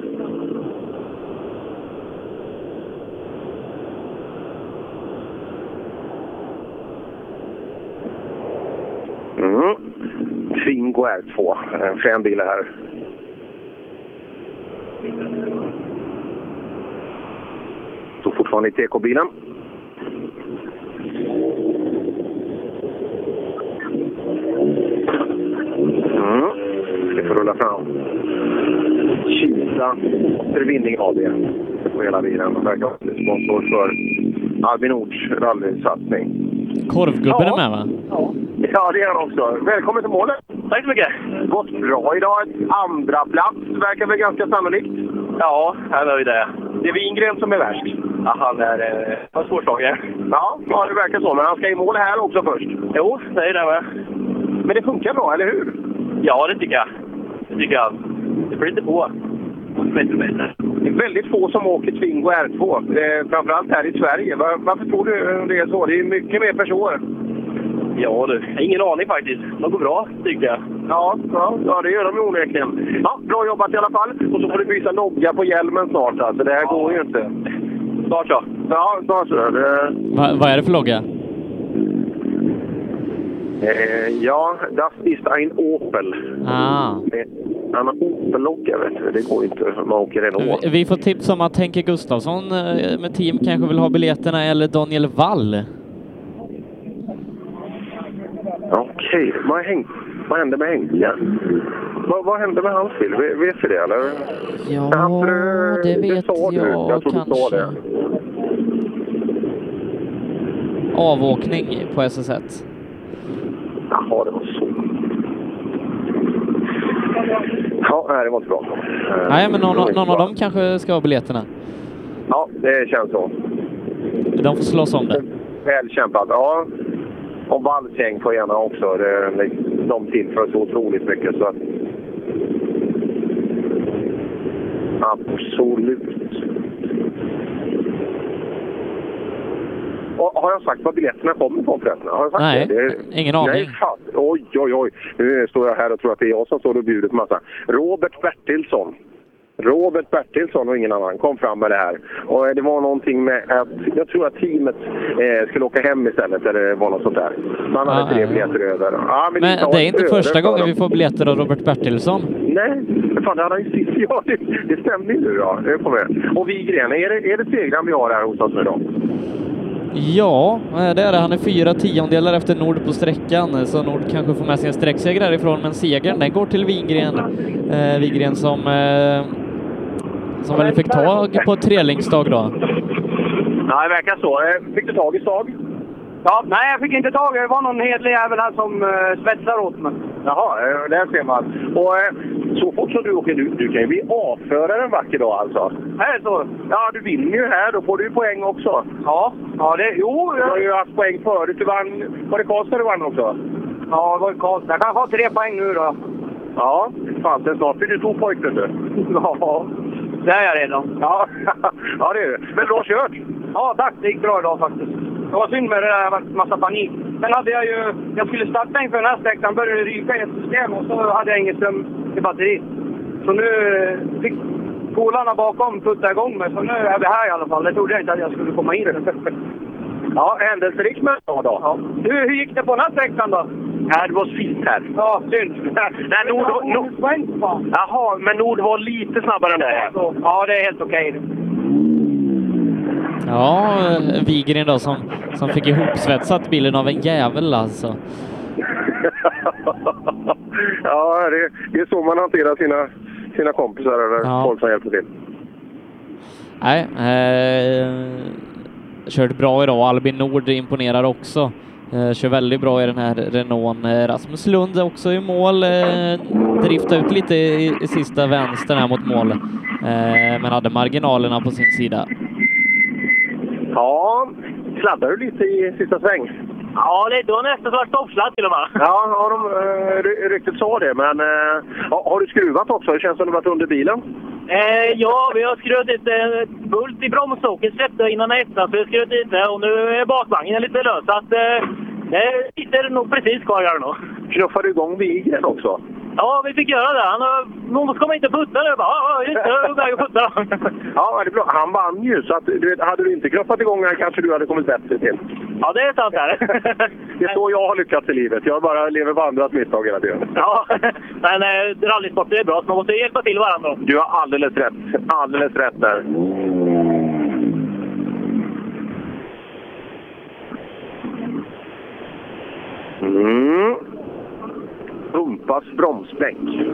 Mm. Twingo R två, fem bilar här. Så fortfarande i T K-bilen. Mm. Det får rulla fram. Kisa Förvinning A B på hela bilen. Och verkar sponsor för Albin Nords rallysatsning. Korvgubben ja. Är med, va? Ja. Ja, det är han också. Välkommen till målet. Tack så mycket. Gått bra idag. Ett andra plats verkar väl ganska sannolikt. Ja, här är det. Det är Wingren som är värst. Ja, han är eh, svårslagen. Ja, ja, det verkar så. Men han ska i mål här också först. Jo, det är det med. Men det funkar bra, eller hur? Ja, det tycker jag. Det tycker jag. Det blir inte på. Bättre, bättre. Det är väldigt få som åker Twingo R två. Eh, framförallt här i Sverige. Var, varför tror du det är så? Det är mycket mer personer. Ja, du. Ingen aning faktiskt. De går bra, tycker jag. Ja, ja, ja det gör de ju onekligen. Ja, bra jobbat i alla fall. Och så får du visa logga på hjälmen snart. Alltså, det här ja. Går ju inte. Snart så. Ja, snart så. Det... Va, vad är det för logga? Eh, ja, das ist ein Opel. Ah. Han har Opel-logga, vet du. Det går inte. Man åker Renault. Vi får tips om att Henke Gustafsson med team kanske vill ha biljetterna eller Daniel Wall. Okej, okay. vad, häng... vad hände med Henke? Vad, vad hände med hans bil? Vet, vet du det eller? Ja, han, det vet det jag, jag, jag kanske. Sa det. Avåkning på S S ett. Jaha, det var så. Ja, nej, det var inte bra. Nej, men någon, någon av dem kanske ska ha biljetterna. Ja, det känns så. De får slåss om det. Väl kämpat, ja. Och Valsgäng får gärna också. Det, de tillför så otroligt mycket. Så att... Absolut. Och har jag sagt vad biljetterna kommer på förresten? Har jag sagt Nej, det? Det är... ingen aning. Nej, fan. Oj, oj, oj. Nu står jag här och tror att det är jag som står och bjuder på massa. Robert Bertilsson. Robert Bertilsson och ingen annan kom fram med det här. Och det var någonting med att jag tror att teamet eh, skulle åka hem istället, eller det var något sånt där. Man hade ah, tre biljetter över. Ja, men men det, det är inte första gången vi får biljetter av Robert Bertilsson. Nej, fan det hade han ju sist. Ja, det, det stämmer ju nu då. Det kommer. Och Wigren, är det, är det Segram vi har här hos oss nu då? Ja, det är det. Han är fyra tiondelar efter Nord på sträckan, så Nord kanske får med sig en sträckseger därifrån, men segern den går till Wigren. Eh, Wigren som eh, som väl fick tag på ett trelingsdag då. Ja, det verkar så. Fick du tag i stag? Ja, nej, jag fick inte tag. Det var någon hedlig jävel här som uh, svetsar åt mig. Jaha, där ser man. Och uh, så fort som du åker, du, du kan ju bli avförare en vacker dag alltså. Är det så? Ja, du vinner ju här. Då får du ju poäng också. Ja, ja det, jo. Du har ju haft poäng förut. Du vann, var det Karlstad du vann också? Ja, det var Karlstad. Jag kan ha tre poäng nu då. Ja, fan, sen snart blir du två poäng nu. Ja, det är jag redan. Ja, ja det är det. Men bra kört! Ja, tack. Det gick bra idag faktiskt. Det var synd med det där, var massa panik. Sen hade jag ju, jag skulle starta inför den här sträckan, började ryka i ett system och så hade jag ingen ström i batteri. Så nu fick polarna bakom putta igång mig, så nu är vi här i alla fall. Det trodde jag inte att jag skulle komma in. Ja, händelserikt med då. Ja. Du, hur gick det på den här sträckan då? Ja, det var fint här. Ja, synd. Nej, Nord, Nord, Nord, jaha, men Nord var lite snabbare än det här. Ja, det är helt okej. Okay. Ja, Wigren då som, som fick ihopsvetsat bilen av en jävel alltså. Ja, det, det är så man hanterar sina, sina kompisar eller ja. Folk som hjälper till. Nej, eh, kört bra idag. Albin Nord imponerar också. Eh, kör väldigt bra i den här Renault. Rasmus Lund är också i mål. Eh, driftar ut lite i, i sista vänster här mot mål. Eh, men hade marginalerna på sin sida. Ja, sladdar du lite i sista sväng? Ja, lite. Och nästan så var stoppsladd till och med. Ja, ja de äh, riktigt sa det. Men äh, har du skruvat också? Det känns som du varit under bilen. Eh, ja, vi har skruvat lite bult i bromsåket. Släppte innan ettan, så vi har skruvat lite. Och nu är bakvagnen lite lös. Så att eh, det sitter nog precis kvar här nu. Knuffar du igång Wigren också? Ja, vi fick göra det. Han, någon måste komma inte putta nu. Ja, just det. Väg och putta. Ja, det är bra. Han vann ju. Så att, du vet, hade du inte knuffat igång här kanske du hade kommit bättre till. Ja, det är sant här. Det är så jag har lyckats i livet. Jag bara lever på andras misstag hela tiden. Ja, men eh, rallysport är bra. Så man måste hjälpa till varandra. Du har alldeles rätt. Alldeles rätt där. Mm. Pumpas bromsbänk.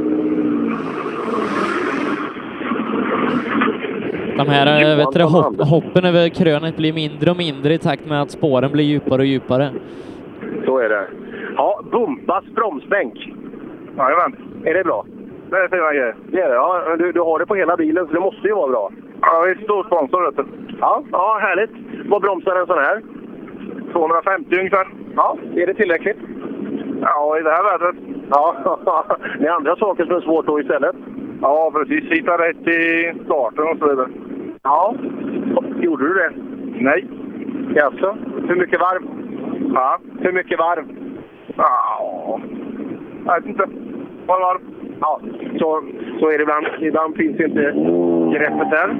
De här vet du, hopp, hoppen över krönet blir mindre och mindre i takt med att spåren blir djupare och djupare. Så är det. Ja, Pumpas bromsbänk. Jajamän. Är det bra? Det är fina grejer. Det är det, ja. Du, du har det på hela bilen så det måste ju vara bra. Ja, det är stor sponsor. Vet du. Ja, ja, härligt. Vad bromsar en sån här? tvåhundrafemtio ungefär. Ja, är det tillräckligt? Ja, i det här vädret. Ja, det är andra saker som är svårt då istället. Ja, precis. Hitta rätt i starten och så vidare. Ja, gjorde du det? Nej. Jaså? Hur mycket varv? Ja. Hur mycket varv? Ja, jag vet inte. Bara varv. Ja, så, så är det ibland. Ibland finns inte greppet där.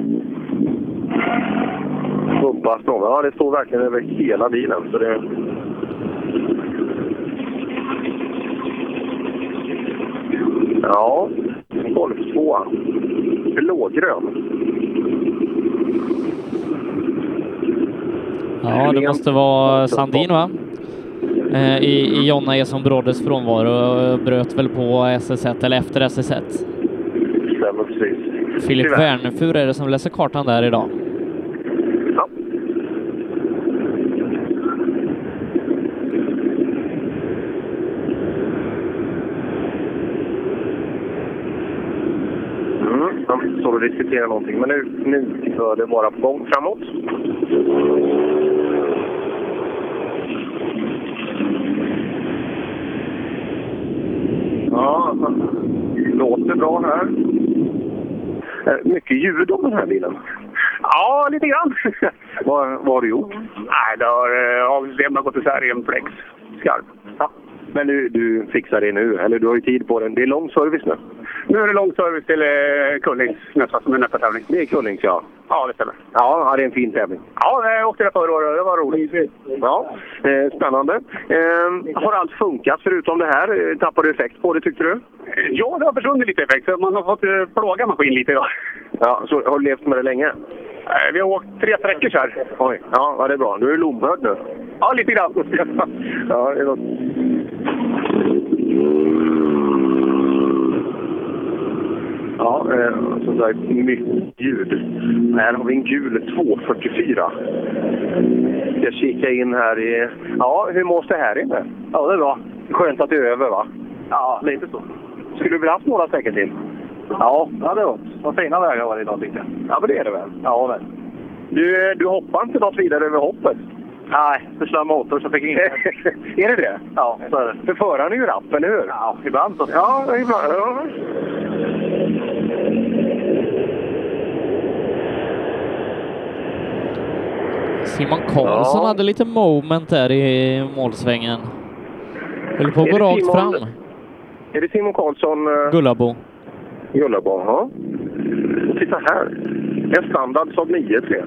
Pumpas då. Ja, det står verkligen över hela bilen. Så det... Ja, Golf två. Blågrön. Ja, det måste vara Sandin, va? eh, i, i Jonna Eson Broddes frånvaro och bröt väl på S S ett eller efter S S ett. Stämmer precis. Filip Wernefur är det som läser kartan där idag. Ja. Mm, de står och diskuterar någonting, men nu, nu bör det vara på gång framåt. Ja, låter bra här. Mycket ljud om den här bilen. Ja, lite grann. vad, vad har du gjort? Nej, det har avlämnat gått isär i en flex. Skarp. Ja. Men du, du fixar det nu, eller du har ju tid på den. Det är lång service nu. Nu är det lång service till eh, Kullings nästa som är nästa tävling. Det är Kullings, ja. Ja, det stämmer. Ja, det är en fin tävling. Ja, jag åkte det förra året. Det var roligt. Ja, eh, spännande. Eh, har allt funkat förutom det här? Tappade du effekt på det, tyckte du? Ja, det har försvunnit lite effekt. Så man har fått eh, plåga maskin lite idag. Ja, så har du levt med det länge? Eh, vi har åkt tre sträckor så här. Oj, ja, det är bra. Du är lomhörd nu. Ja, lite grann. Ja, det är något. Ja, eh, som sagt, mycket ljud. Här har vi en gul två fyrtiofyra. Jag kikar in här i... Ja, hur mås det här inne? Ja, det är bra. Skönt att det är över, va? Ja, lite så. Skulle du vilja haft några sträckor till? Ja, det hade varit. Vad fina vägar var det idag, tyckte jag. Ja, men det är det väl? Ja, väl. Du, du hoppar inte något vidare över hoppet? Nej, för slö motor så fick jag inte. Är det det? Ja, så är det. För föraren är ju rapp, eller hur? Ja, ibland så. Ja, ibland. Ja. Simon Karlsson ja. hade lite moment där i målsvängen. Höll på att gå rakt Simon, fram. Är det Simon Karlsson? Uh... Gullabo. Gullabo, ja. Titta här. En standard Saab nio tre.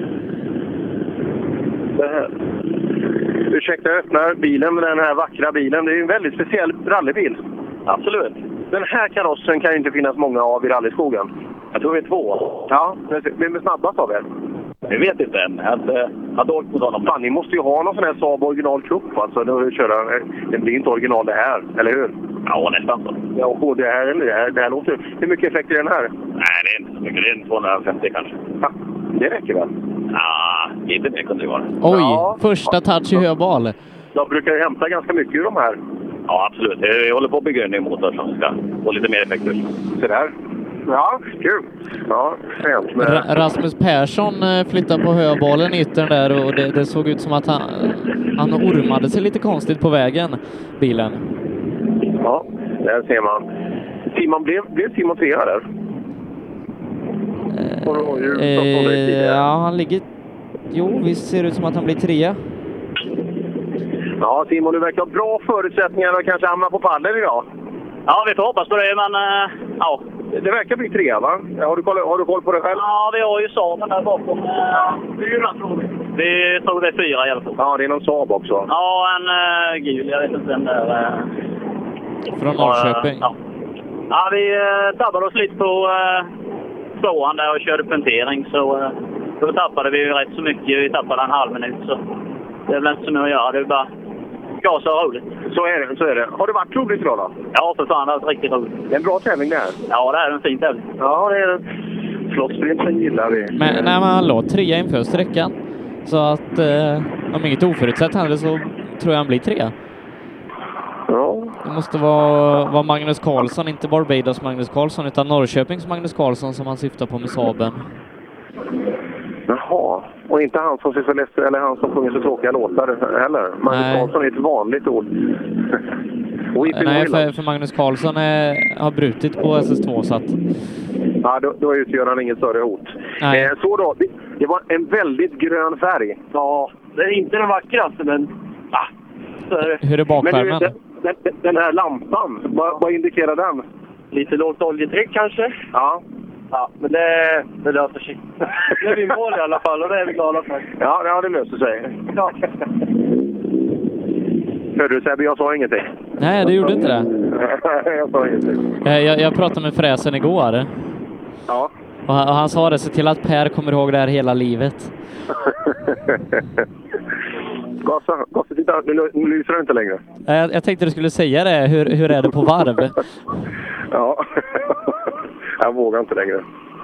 Det här. Ursäkta, jag öppnar bilen med den här vackra bilen. Det är en väldigt speciell rallybil. Absolut. Den här karossen kan ju inte finnas många av i rallyskogen. Jag tror vi är två. Ja, vem är snabbast av er? Vi vet inte än. Jag hade, hade åkt mot honom. Fan, ni måste ju ha någon sån här Saab original cup, alltså. Då köra, den blir inte original det här, eller hur? Ja, nästan så. Ja, och det här, det här, det här låter... Hur mycket effekt är den här? Nej, det är inte så mycket. Det är tvåhundrafemtio kanske. Ja, det räcker väl? Ja, inte mer kunde det vara. Oj, ja. Första touch i höbal. De brukar ju hämta ganska mycket ur de här. Ja, absolut. Jag håller på att bygga en ny motor som ska få lite mer effekt. Så där. Ja, kul. Ja, fränt med... Ra- Rasmus Persson flyttade på höbalen i yttern där och det, det såg ut som att han, han ormade sig lite konstigt på vägen, bilen. Ja, där ser man. Simon blev, blev Simon trea där? Eh, eh, ja, han ligger... Jo, visst ser det ut som att han blir trea. Ja, Simon, du verkar ha bra förutsättningar att kanske hamna på pallen idag. Ja, vi får hoppas på det, men äh, ja. Det verkar bli trea, va? Har du koll, har du koll på det själv? Ja, vi har ju Saaben där bakom. Äh, fyra tror vi. Vi tror det är fyra i alla fall. Ja, det är någon Saab också. Ja, en äh, gul. Jag vet inte den där. Äh. Från Norrköping? Ja, ja vi äh, tappade oss lite på äh, tvåan där och körde punktering. Så äh, då tappade vi ju rätt så mycket. Vi tappade en halv minut, så det är väl inte så mycket att göra. Det är bara... Ja, så roligt. Så är det, så är det. Har det varit roligt idag då? Ja, för fan, det har varit riktigt roligt. Det är en bra tävling det här. Ja, det är en fin tävling. Ja, det är det. Flottsprinten gillar vi. Men när man låg trea inför sträckan, så att eh, om inget oförutsett händer så tror jag han blir trea. Ja. Det måste vara, vara Magnus Karlsson, inte Barbados Magnus Karlsson, utan Norrköpings Magnus Karlsson som han syftar på med Saaben. Jaha, och inte han som ser så ledsen, eller han som sjunger så tråkiga låtar heller. Magnus Nej. Karlsson är ett vanligt ord. Nej, för, för Magnus Karlsson är, har brutit på S S två, så att... Ja, då, då utgör han inget större hot. Eh, så då, det, det var en väldigt grön färg. Ja, det är inte den vackraste, men... Ah, så är det. Hur är bakskärmen? Men du, den, den här lampan, vad, vad indikerar den? Lite lågt oljetryck kanske? Ja. Ja, men det, det löser sig. Det är vi mål i alla fall, och det är vi glada för. Ja, ja, det löser sig. Ja. Hörde du, Sebbe, jag sa ingenting. Nej, det gjorde inte det. jag sa ingenting. Jag, jag pratade med fräsen igår. Ja. Och han, och han sa det, så till att Per kommer ihåg det här hela livet. Gasa, gasa, titta, nu, nu lyser det inte längre. Jag, jag tänkte du skulle säga det. Hur, hur är det på varv? Ja, jag vågar inte längre.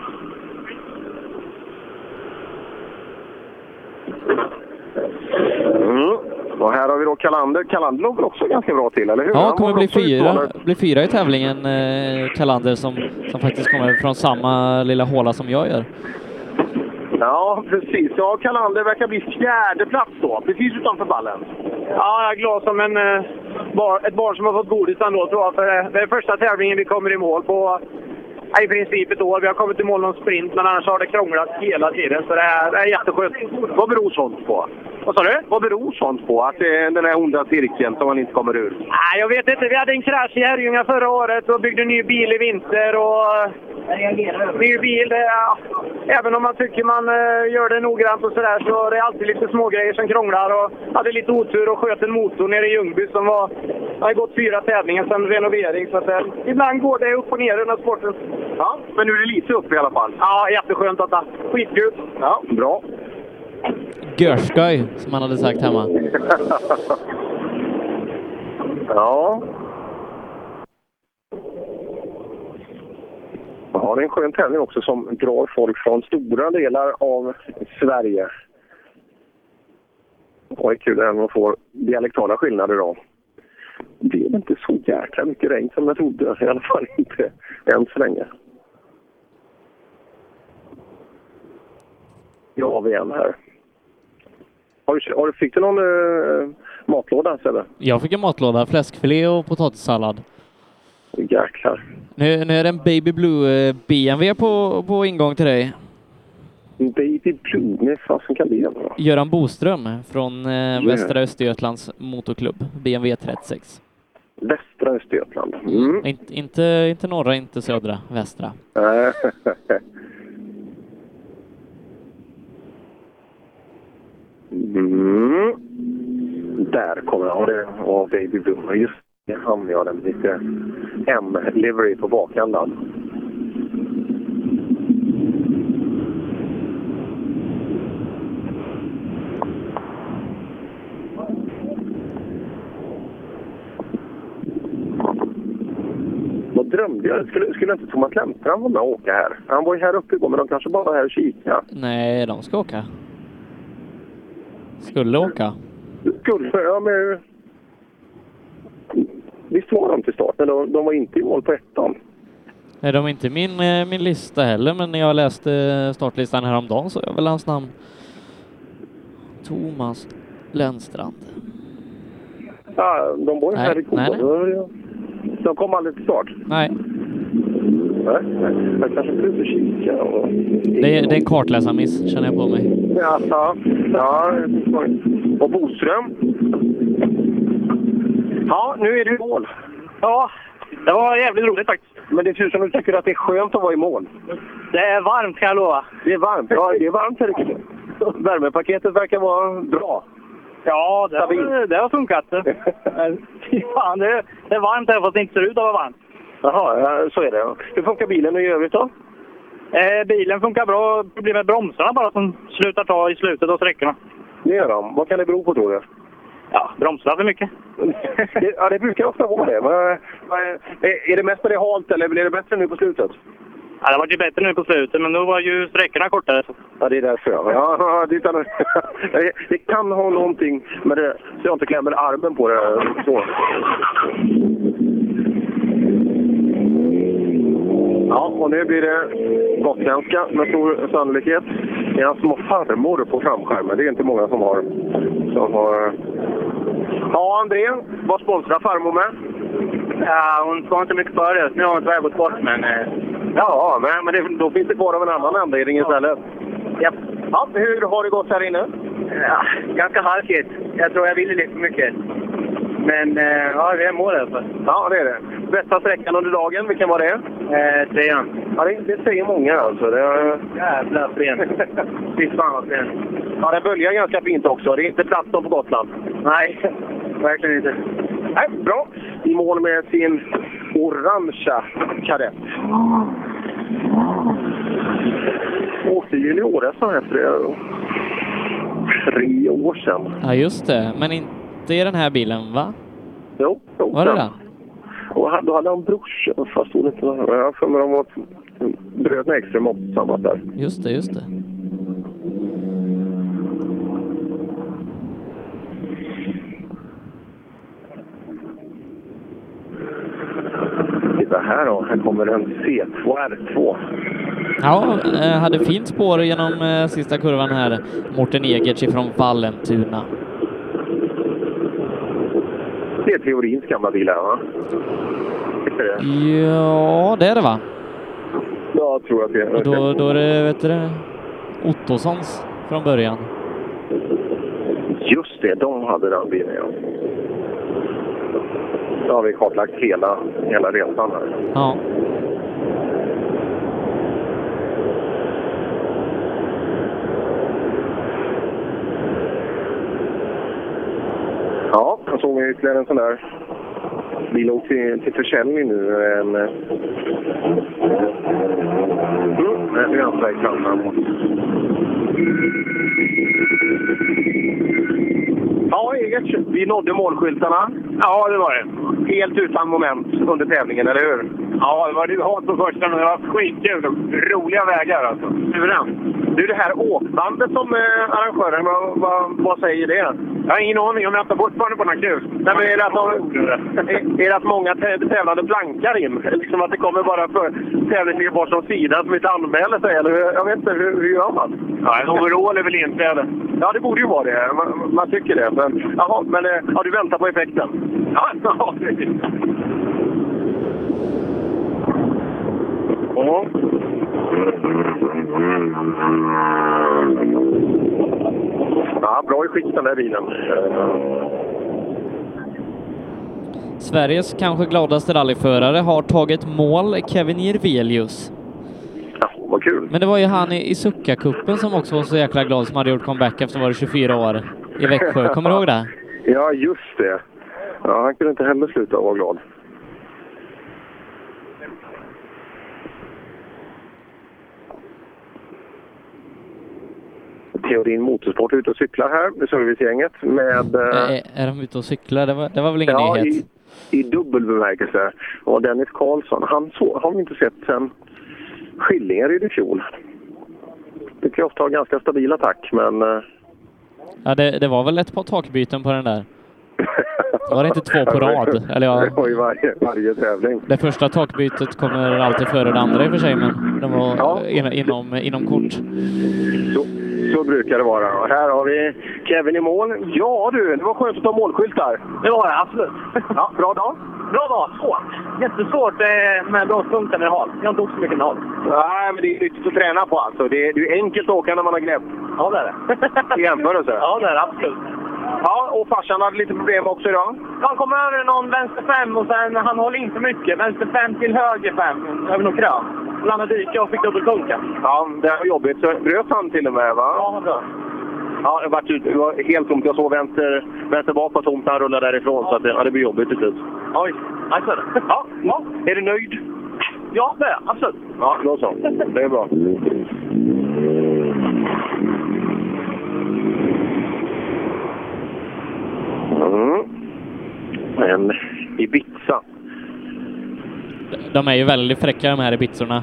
Mm. Och här har vi då Kalander. Kalander låg väl också ganska bra till, eller hur? Ja, kommer bli fyra, bli fyra i tävlingen, eh, Kalander, som, som faktiskt kommer från samma lilla håla som jag gör. Ja, precis. Ja, Kalander verkar bli fjärde plats då, precis utanför ballen. Ja, jag är glad som en, eh, bar, ett barn som har fått godis ändå, tror jag. För eh, det är första tävlingen vi kommer i mål på, eh, i princip ett år. Vi har kommit i mål någon sprint, men annars har det krånglat hela tiden. Så det är, det är jätteskönt. Vad beror sånt på? Vad sa du? Vad beror sånt på? Att det är den här onda cirkeln som man inte kommer ur? Nej, jag vet inte. Vi hade en krasch i Herrljunga förra året och byggde en ny bil i vinter. Och ny bil, det är, även om man tycker man uh, gör det noggrant och sådär, så det är alltid lite små grejer som krånglar. Och hade lite otur och sköt en motor nere i Ljungby som var, har gått fyra tävlingar sedan renovering. Så att, uh, ibland går det upp och ner under sporten. Ja, men nu är det lite upp i alla fall. Ja, jätteskönt att det. Skitkul. Ja, bra. Görskoj, som man hade sagt hemma. Ja. Ja, det är en skön tävling också som drar folk från stora delar av Sverige. Och det är kul även att få dialektala skillnader då. Det är inte så jäkla mycket regn som jag trodde. I alla fall inte än så länge. Ja, vi är här. Har du, har du, fick du någon uh, matlåda, Sebbe? Jag fick en matlåda, fläskfilé och potatissallad. Jäklar. Nu, nu är det en Baby Blue uh, B M W på, på ingång till dig. Baby Blue? Nej, fasen kan det vara? Göran Boström från uh, Västra Östergötlands motorklubb, B M W trettiosex. Västra Östergötland? Mm. In, inte, inte norra, inte södra, västra. Mm. Där kommer jag. Det var Baby Blue. Just det, han gör den lite M-livery på bakändan. Vad drömde jag? Skulle, skulle inte Thomas Lemtran vara med och åka här? Han var ju här uppe igår, men de kanske bara var här och kika. Nej, de ska åka. Skulle åka. Skulle, ja men... Visst var de till start, men de, de var inte i mål på ettan. Nej, de är inte min, min lista heller, men när jag läste startlistan häromdagen så är väl hans namn Thomas Lennstrand. Ja, de var ju här i Kåre. De kom aldrig till start. Nej. Nej, jag kanske inte ut och kika. Och... Det, är, det är en kartläsarmiss, känner jag på mig. Ja, ja. ja. Och Boström. Ja, nu är du i mål. Ja, det var jävligt roligt faktiskt. Men det ser ut som du tycker att det är skönt att vara i mål. Det är varmt, kan jag lova. Det är varmt, ja det är varmt här i Värmepaketet verkar vara bra. Ja, det, har, det har funkat. Fan, det, det är varmt här fast det inte ser ut att vara varmt. Jaha, ja, så är det. Hur funkar bilen i övrigt då? Eh, bilen funkar bra. Problemet med bromsarna bara som slutar ta i slutet av sträckorna. Det gör de. Vad kan det bero på, tror du? Ja, bromsar för mycket. Ja, det brukar ofta vara det. Men, är det mest när det är halt eller blir det bättre nu på slutet? Ja, det var ju bättre nu på slutet, men då var ju sträckorna kortare. Ja, det är därför. Ja, ja det, är, det kan ha någonting med det. Så jag inte klämmer armen på det. Så. Ja, och nu blir det gotländska med stor sannolikhet. Det är en små farmor på framskärmen. Det är inte många som har... Som har... Ja, André, vad sponsrar farmor med? Ja, hon ska inte mycket för det. Nu har hon tyvärr gått bort, men... Eh... Ja, men, men det, då finns det kvar av en annan anledning istället. Ja. Ja, hur har det gått här inne? Ja, ganska halkigt. Jag tror jag ville lite för mycket. Men eh, ja, det är mål i alla fall. Ja, det är det. Bästa sträckan under dagen, vilken var det? Eh, trean. Ja, det, det säger många alltså. Det är... Jävla fren. Fy fan vad fren. Ja, det böljar ganska fint också. Det är inte plats på Gotland. Nej, verkligen inte. Nej, bra. I mål med sin orangea kadett. Åkte junior-S efter det. tre år sedan. Ja, just det. Men inte i den här bilen, va? Jo. jo var det den? Och då hade han brorsa, fast hon inte var här. Jag för mig de var bröt med extra mått samma där. Just det, just det. Titta här då, här kommer en C två R två. Ja, hade fint spår genom eh, sista kurvan här. Mårten Egerts ifrån Vallentuna. Det är Theorins gamla bil här, va? Det? Ja, det är det, va? Jag tror att det är. Och då, då är det, vet du det, Ottossons från början. Just det, de hade den bilen, ja. Då har vi kartlagt hela, hela resan här. Ja. Ja, jag såg ytterligare en sån där bil åkt till, till försäljning nu. En, mm, en gränsväg framåt. Ja, Egert, vi nådde målskyltarna. Ja, det var det. Helt utan moment under tävlingen, eller hur? Ja, det var du har på första, men det var skitkul. Roliga vägar alltså. Suveränt. Du, det här åkbandet som eh, arrangören, vad, vad, vad säger det? Jag har ingen aning om jag tar fortfarande på någon kul. Nej, men är det att, de, är, är det att många tävlande blankar in? Liksom att det kommer bara för tävlingen bort som sida som inte anmäler sig? Eller jag vet inte, hur, hur gör man? Ja, en overall är väl inträde. Ja, det borde ju vara det. Man, man tycker det. Men, jaha, men eh, har du väntat på effekten? Ja, ja det är det. Ja. Ja, bra i skick den där bilen. Sveriges kanske gladaste rallyförare har tagit mål, Kevin Jirvelius. Ja, vad kul. Men det var ju han i, i Succa-kuppen som också var så jäkla glad, som hade gjort comeback efter var det tjugofyra år i Växjö. Kommer du ihåg det? Ja, just det. Ja, han kunde inte heller sluta vara glad. Theorin Motorsport ute och cyklar här med servicegänget med... Är, är de ute och cyklar? Det var, det var väl ingen ja, nyhet? I, i dubbel bemärkelse. Och Dennis Karlsson, han så, har vi inte sett sen Skillingaryd i fjol. Det kan ofta ha ganska stabil attack, men... Ja, det, det var väl ett par takbyten på den där. Var det inte två på rad? Eller ja, det var ju varje, varje tävling. Det första takbytet kommer alltid före det andra i och för sig, men de var ja. in, inom, inom kort. Så, så brukar det vara. Och här har vi Kevin i mål. Ja du, det var skönt att ta målskyltar. Det var det, absolut. Ja, bra dag. Bra dag, svårt. Jättesvårt med brottspunkten i hal. Jag har inte åkt så mycket hal. Nej, men det är nyttigt att träna på alltså. Det är, det är enkelt att åka när man har grävt. Ja, det är det. I jämförelse. Ja, det är det, absolut. Ja, och farsan hade lite problem också idag. Han kom över någon vänster fem och sen han håller inte mycket. Vänster fem till höger fem, över någon krön. Landade dyka och fick dubbelpunka. Ja, det var jobbigt. Så bröt han till och med, va? Ja, bra. Ja, det var, det var helt tomt. Jag såg vänster, vänster bak var tomt när han rullade därifrån. Ja. Så att det, ja, det blir jobbigt till slut. Oj, alltså. Ja, ja. Är du nöjd? Ja, det är absolut. Ja, då så. Det är bra. Mm. En Ibiza. De är ju väldigt fräcka de här Ibizorna.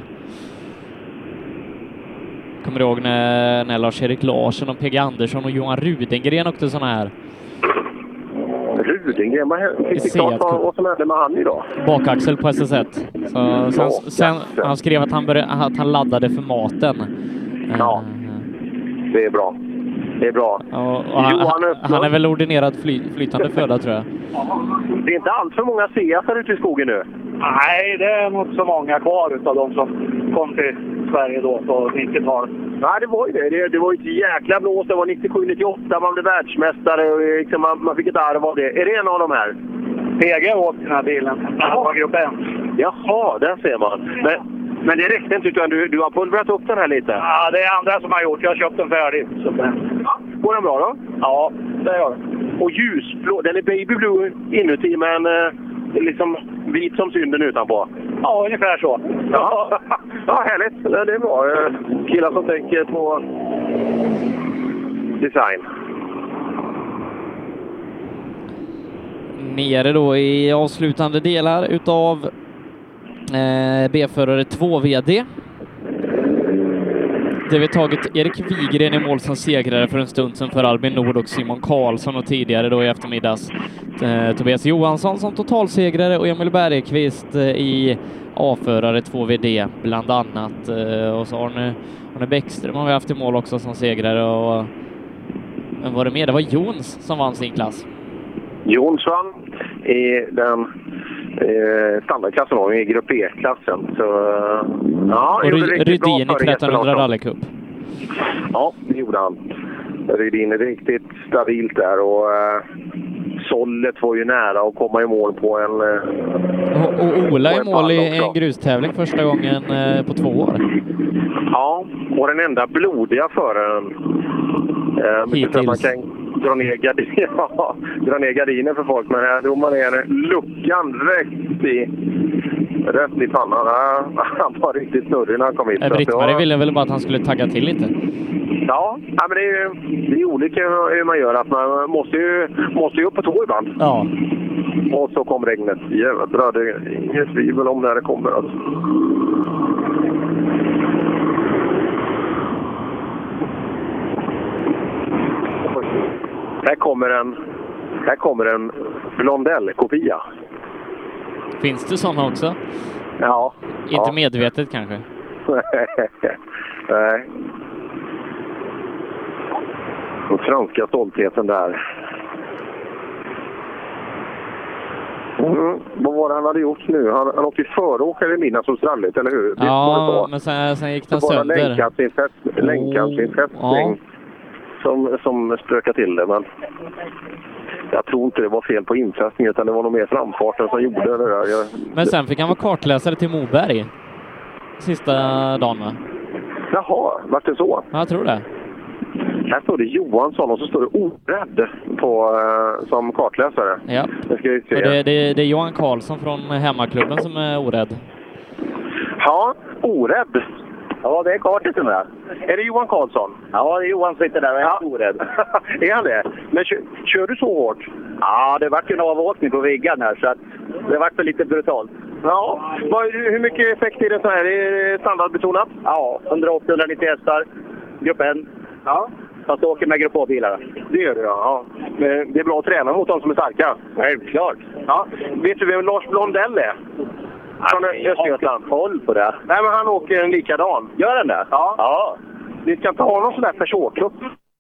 Kommer du ihåg när, när Lars-Erik Larsson och P G Andersson och Johan Rudengren åkte såna här? Rudengren? Fick det klart vad, vad som hände med han idag? Bakaxel på S S ett. Så, sen, sen, han skrev att han, började, att han laddade för maten. Ja, det är bra. Det är bra. Och, och han, han, han är väl ordinerad fly, flytande föda, tror jag. Det är inte allt för många Seatar ute i skogen nu. Nej, det är nog inte så många kvar av de som kom till Sverige då på nittiotalet. Nej, det var ju det. Det, det var ju ett jäkla blås. Det var nittiosju nittioåtta, man blev världsmästare och liksom man, man fick ett arv av det. Är det en av de här? P G åt den här bilen. Ja, var grupp ett. Jaha, där ser man. Men, men det räckte inte, utan du, du har pulverat upp den här lite. Ja, det är andra som har gjort. Jag har köpt den färdig. Så. Ja, går den bra då? Ja, det gör den. Och ljusblå, den är baby blue inuti, men eh, liksom vit som synden utanpå. Ja, ungefär så. Ja, ja härligt. Det är bra. Killar som tänker på design. nere då i avslutande delar utav eh, B-förare två V D. Det vi tagit Erik Wigren i mål som segrare för en stund sedan för Albin Nord och Simon Karlsson, och tidigare då i eftermiddags eh, Tobias Johansson som totalsegrare och Emil Bergqvist eh, i A-förare två V D bland annat. Eh, och så Arne, Arne Bäckström har vi haft i mål också som segrare, och men var det mer? Det var Jons som vann sin klass. Jons vann i den eh, standardklassen då, i grupp E-klassen. Så, ja, och Rydin i trettonhundra rallycup. Ja, det gjorde han. Rydin är riktigt stabilt där, och eh, Sollet var ju nära att komma i mål på en... Eh, och, och Ola i mål i en grustävling första gången eh, på två år. Ja, och den enda blodiga föraren. Eh, Hittills. Man kan dra ner, gardin, ja, dra ner gardiner för folk, men här drog man ner luckan rätt i, rätt i pannan. Han var riktigt snurrig när han kom hit. Britt-Marie ville väl bara att han skulle tagga till lite. Ja, men det är, det är olika hur man gör. Att man måste ju, måste ju upp på tå ibland. Ja. Och så kom regnet. Jävlar, det är inget tvivel om när det kommer. Alltså. Här kommer en, här kommer en Blondell-kopia. Finns det sådana också? Ja. Inte ja. Medvetet kanske? Nej. Den franska stoltheten där. Mm. Vad var det han hade gjort nu? Han, han åkte i föråkare i Midnattssolsrallyt, eller hur? Ja, men sen, sen gick den sönder. Länkkansinfästning länkkansinfästning ja. som, som spökade till det, men jag tror inte det var fel på infästningen, utan det var nog mer framfarten som gjorde det där. Jag... Men sen fick han vara kartläsare till Moberg sista dagen, va? Jaha, vart det så? Ja, jag tror det. Här står det Johansson och så står det Orädd på, uh, som kartläsare. Ja, det, ska vi se. Och det, det, det är Johan Karlsson från hemmaklubben som är Orädd. Ja, Orädd. Ja, det är kartet som är. Är det Johan Karlsson? Ja, det är Johan som sitter där och är ja. Orädd. Är han det? Men kör, kör du så hårt? Ja, det vart ju en avåkning på viggan här, så att det vart för lite brutalt. Ja, hur mycket effekt är det så här? Är det standardbetonat? Ja, hundraåttio till hundranittio hästar. Grupp en. Ja. Fast åker med grupp A-bilar. Det gör du, ja. Men det är bra att träna mot de som är starka. Självklart. Ja. Vet du vem Lars Blondell är? Från Östergötland. Koll på det. Nej, men han åker en likadan. Gör den det? Ja. Ja. Vi ska inte ha någon sån där personcup.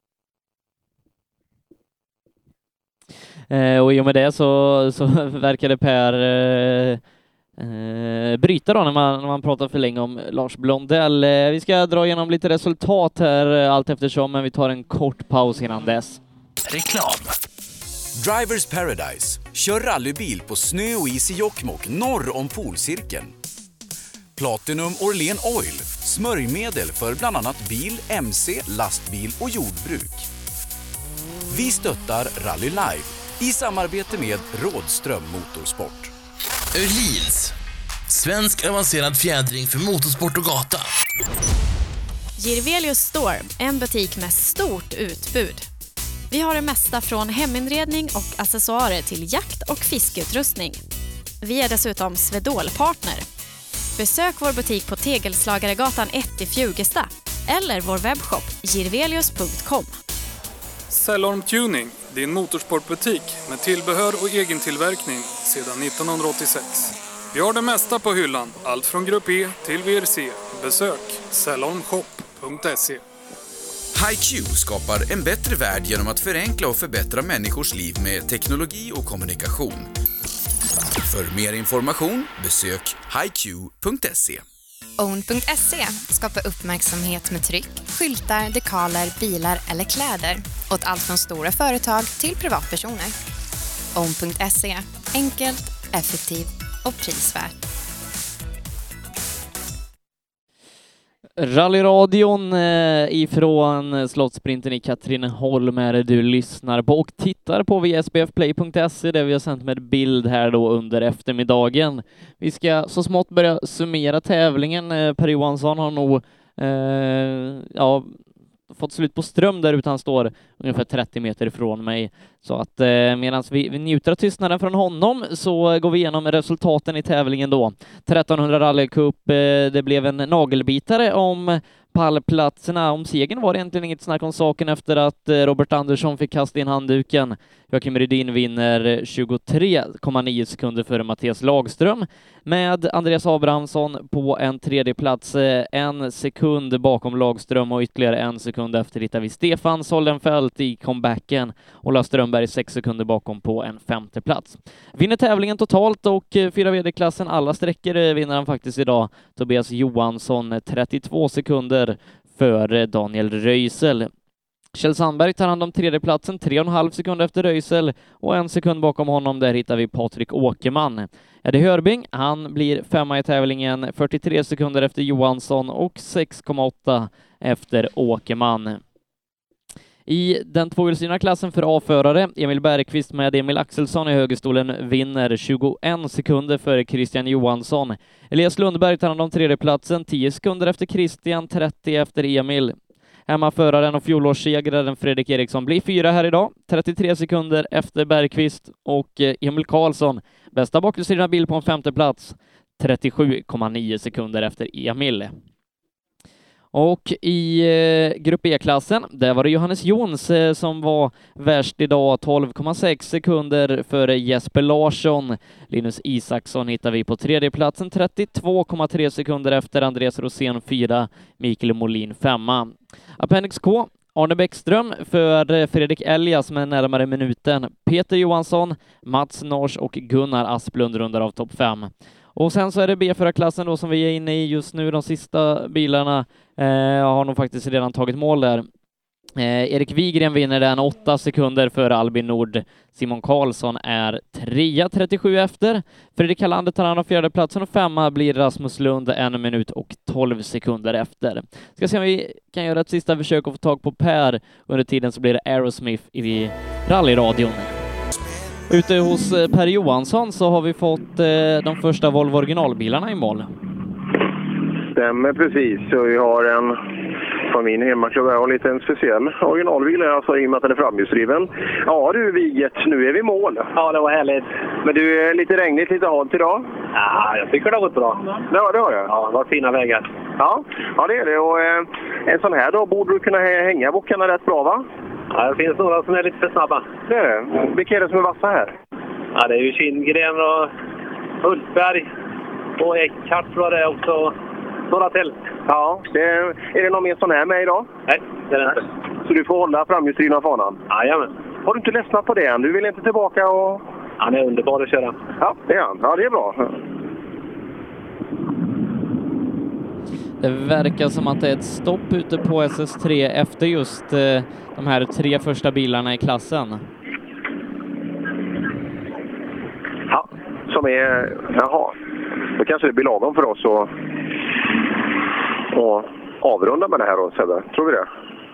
Eh, och i och med det så, så verkade Per eh, eh, bryta då när man, när man pratar för länge om Lars Blondell. Eh, vi ska dra igenom lite resultat här allt eftersom, men vi tar en kort paus innan dess. Reklam. Drivers Paradise. Kör rallybil på snö och is i Jokkmokk norr om polcirkeln. Platinum Orlen Oil. Smörjmedel för bland annat bil, mc, lastbil och jordbruk. Vi stöttar Rally Live i samarbete med Rådström Motorsport. Öhlins. Svensk avancerad fjädring för motorsport och gata. Girvelius Store, en butik med stort utbud. Vi har det mesta från heminredning och accessoarer till jakt- och fiskeutrustning. Vi är dessutom Swedol-partner. Besök vår butik på Tegelslagaregatan ett i Fjugesta eller vår webbshop girvelius punkt com. Cellorm Tuning, din motorsportbutik med tillbehör och egen tillverkning sedan nittonhundraåttiosex. Vi har det mesta på hyllan, allt från grupp E till V R C. Besök cellorm shop punkt se. HiQ skapar en bättre värld genom att förenkla och förbättra människors liv med teknologi och kommunikation. För mer information besök hiq punkt se. Own punkt se skapar uppmärksamhet med tryck, skyltar, dekaler, bilar eller kläder åt allt från stora företag till privatpersoner. Own punkt se. Enkelt, effektivt och prisvärt. Rallyradion eh, ifrån Slottsprinten i Katrineholm är det du lyssnar på och tittar på via s b f play punkt se där vi har sänt med bild här då under eftermiddagen. Vi ska så smått börja summera tävlingen. Eh, Per Johansson har nog eh, ja, fått slut på ström där ute. Han står ungefär trettio meter ifrån mig. Så att eh, medan vi, vi njuter av tystnaden från honom så går vi igenom resultaten i tävlingen då. trettonhundra rallycup, eh, det blev en nagelbitare om pallplatserna. Om segern var det egentligen inget snack om saken efter att Robert Andersson fick kasta in handduken. Joakim Rydin vinner tjugotre komma nio sekunder före Mattias Lagström med Andreas Abrahamsson på en tredje plats, en sekund bakom Lagström, och ytterligare en sekund efter hittar vi Stefan Soldenfelt i comebacken och Lars Strömberg sex sekunder bakom på en femte plats. Vinner tävlingen totalt och fyra V D-klassen alla sträckor vinner han faktiskt idag. Tobias Johansson trettiotvå sekunder för Daniel Röisel. Kjell Sandberg tar hand om tredjeplatsen, tre och en halv sekund efter Röisel, och en sekund bakom honom där hittar vi Patrik Åkerman. Eddie Hörbing, han blir femma i tävlingen, fyrtiotre sekunder efter Johansson och sex komma åtta efter Åkerman. I den tvåhjulsdrivna klassen för A-förare, Emil Bergqvist med Emil Axelsson i högerstolen vinner tjugoen sekunder före Christian Johansson. Elias Lundberg tar hand om tredjeplatsen, tio sekunder efter Christian, trettio efter Emil. Hemmaföraren och fjolårssegraren Fredrik Eriksson blir fyra här idag, trettiotre sekunder efter Bergqvist, och Emil Karlsson, bästa bakhjulsdrivna bil på en femte plats, trettiosju komma nio sekunder efter Emil. Och i eh, grupp E-klassen, där var det Johannes Jons eh, som var värst idag, tolv komma sex sekunder före Jesper Larsson. Linus Isaksson hittar vi på tredje platsen, trettiotvå komma tre sekunder efter Andreas Rosén fyra, Mikael Molin femma. Appendix K, Arne Bäckström för Fredrik Elias med närmare minuten. Peter Johansson, Mats Nors och Gunnar Asplund rundar av topp fem. Och sen så är det B fyra-klassen då som vi är inne i just nu. De sista bilarna eh, har nog faktiskt redan tagit mål där. Eh, Erik Wigren vinner den åtta sekunder före Albin Nord. Simon Karlsson är trea, trettiosju efter. Fredrik Hallander tar hand om fjärde platsen och femma blir Rasmus Lund en minut och tolv sekunder efter. Ska se om vi kan göra ett sista försök att få tag på Per. Under tiden så blir det Aerosmith i rallyradion. Ute hos Per Johansson så har vi fått eh, de första Volvo originalbilarna i mål. Stämmer precis. Så vi har en från min hemmaklubb här, och lite en speciell originalbil, alltså i och med att den är framhjulsdriven. Ja du Viget, nu är vi i mål. Ja, det var härligt. Men du, är lite regnigt, lite halt idag? Ja, jag tycker det har gått bra. Ja, det har jag. Ja, det var fina vägar. Ja, ja det är det. Och eh, en sån här då borde du kunna hänga bockarna rätt bra, va? Ja, det finns några som är lite för snabba. Det är det. Vilka är det som är vassa här? Ja, det är ju Kindgren och Hultberg och Eckhart tror jag det är också. Några till. Ja, det är, är det någon mer sån här med idag? Nej, det är det inte. Så du får hålla framhjulsdrivna fanan? Jajamän. Har du inte ledsnat på det än? Du vill inte tillbaka och... Han är underbar att köra. Ja, det är han. Ja, det är bra. Det verkar som att det är ett stopp ute på S S tre efter just eh, de här tre första bilarna i klassen. Ja, som är... Jaha. Då kanske det blir lagom för oss att och avrunda med det här då, Sebbe. Tror vi det?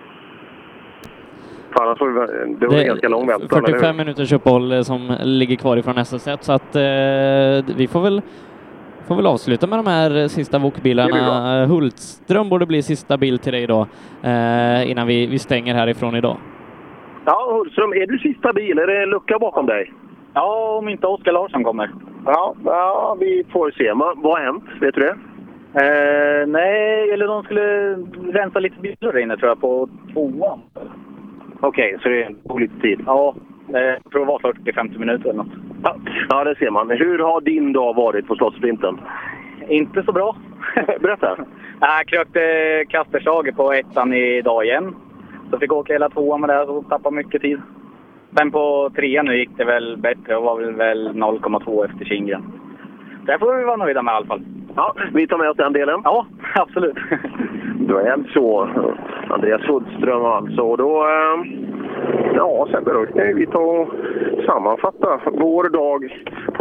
För annars får vi, det var det, ganska lång väntan. fyrtiofem minuters uppehåll som ligger kvar ifrån S S ett, så att eh, vi får väl får väl avsluta med de här sista vokbilarna. Hultström borde bli sista bil till dig då eh, innan vi, vi stänger härifrån idag. Ja, Hultström, är du sista bil? Är det en lucka bakom dig? Ja, om inte Oskar Larsson kommer. Ja, ja, vi får se. Men vad har hänt? Vet du det? Eh, nej, eller de skulle rensa lite bilar där inne tror jag på tvåan. Okej, okay, så det är på lite tid? Ja, jag tror det var fyrtio till femtio minuter eller något. Ja, ja, det ser man. Hur har din dag varit på Slottssprinten? Inte så bra. Berätta. Jag krökte kasterslaget på ettan idag igen. Så fick åka hela tvåan med det och tappa mycket tid. Sen på trean nu gick det väl bättre och var väl noll komma två efter Kindgren. Det får vi vara nöjda med i alla fall. Ja, vi tar med oss den delen. Ja, absolut. Då är det så. Andreas Hultström alltså. Och då, ja, sen då kan vi ta och sammanfatta vår dag på...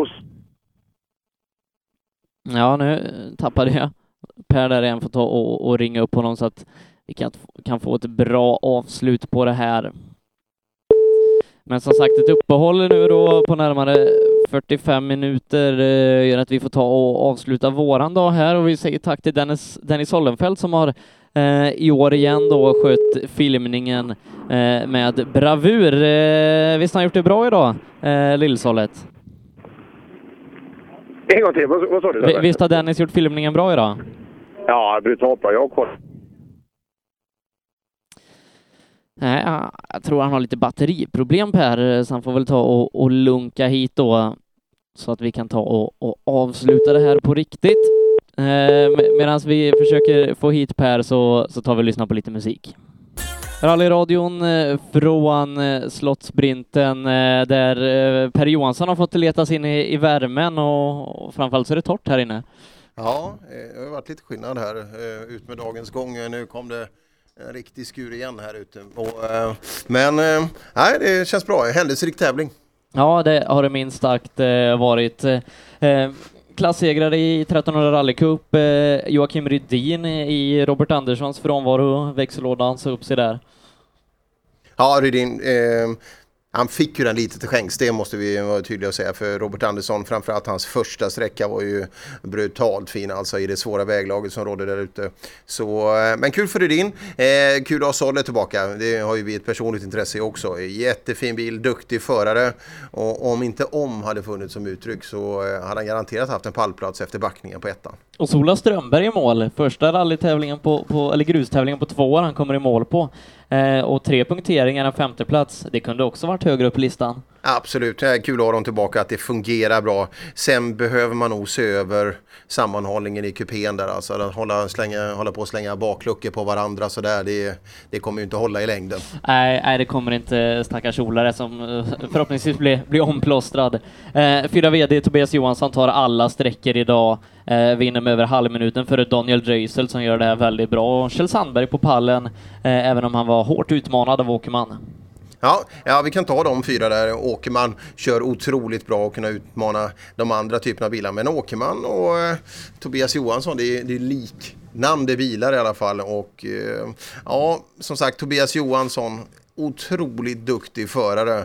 Ja, nu tappade jag Per där igen, får ta och, och ringa upp honom så att vi kan, kan få ett bra avslut på det här. Men som sagt, ett uppehåll nu då på närmare fyrtiofem minuter eh, gör att vi får ta och avsluta våran dag här, och vi säger tack till Dennis, Dennis Sollenfelt som har eh, i år igen då sköt filmningen eh, med bravur. Eh, visst har han gjort det bra idag, eh, Lillsollet? En gång till, vad, vad sa du? V- visst har Dennis gjort filmningen bra idag? Ja, brutalt bra. Jag har Nej, jag tror han har lite batteriproblem Per, så han får väl ta och, och lunka hit då så att vi kan ta och, och avsluta det här på riktigt. Eh, med, Medan vi försöker få hit Per så, så tar vi och lyssnar på lite musik. Rallyradion eh, från eh, Slottsbrinten eh, där eh, Per Johansson har fått leta sig in i, i värmen och, och framförallt så är det torrt här inne. Ja, det har varit lite skillnad här ut med dagens gång. Nu kom det en riktig skur igen här ute. Och, eh, men eh, nej, det känns bra. Händelserik tävling. Ja, det har det minst sagt eh, varit. Eh, Klassegrare i trettonhundra rallycup. Eh, Joakim Rydin i Robert Anderssons frånvaro. Växellådan så upp sig där. Ja, Rydin... Eh, Han fick ju den lite till skänks, det måste vi vara tydliga att säga, för Robert Andersson, framförallt hans första sträcka var ju brutalt fin, alltså i det svåra väglaget som rådde där ute. Så, men kul för Rydin, eh, kul att ha Solle tillbaka, det har ju vi ett personligt intresse också. Jättefin bil, duktig förare, och om inte om hade funnits som uttryck så hade han garanterat haft en pallplats efter backningen på ettan. Och Sola Strömberg i mål, första rallytävlingen på, på eller grustävlingen på två år han kommer i mål på. Eh, och tre punkteringar, en femte plats. Det kunde också varit högre upp i listan. Absolut, det är kul att ha dem tillbaka, att det fungerar bra. Sen behöver man nog se över sammanhållningen i kupén där. Alltså att hålla, slänga, hålla på att slänga bakluckor på varandra så där, det, det kommer ju inte hålla i längden. Nej, nej det kommer inte, stackars Olare som förhoppningsvis blir, blir omplåstrad. Eh, fyra vd Tobias Johansson tar alla sträckor idag. Eh, vinner med över halvminuten före Daniel Dröysel som gör det här väldigt bra. Och Kjell Sandberg på pallen, eh, även om han var hårt utmanad av Åkerman. Ja, ja, vi kan ta de fyra där. Åkerman kör otroligt bra och kunna utmana de andra typerna av bilar. Men Åkerman och eh, Tobias Johansson, det är, det är liknamn, det bilar i alla fall. Och eh, ja, som sagt, Tobias Johansson, otroligt duktig förare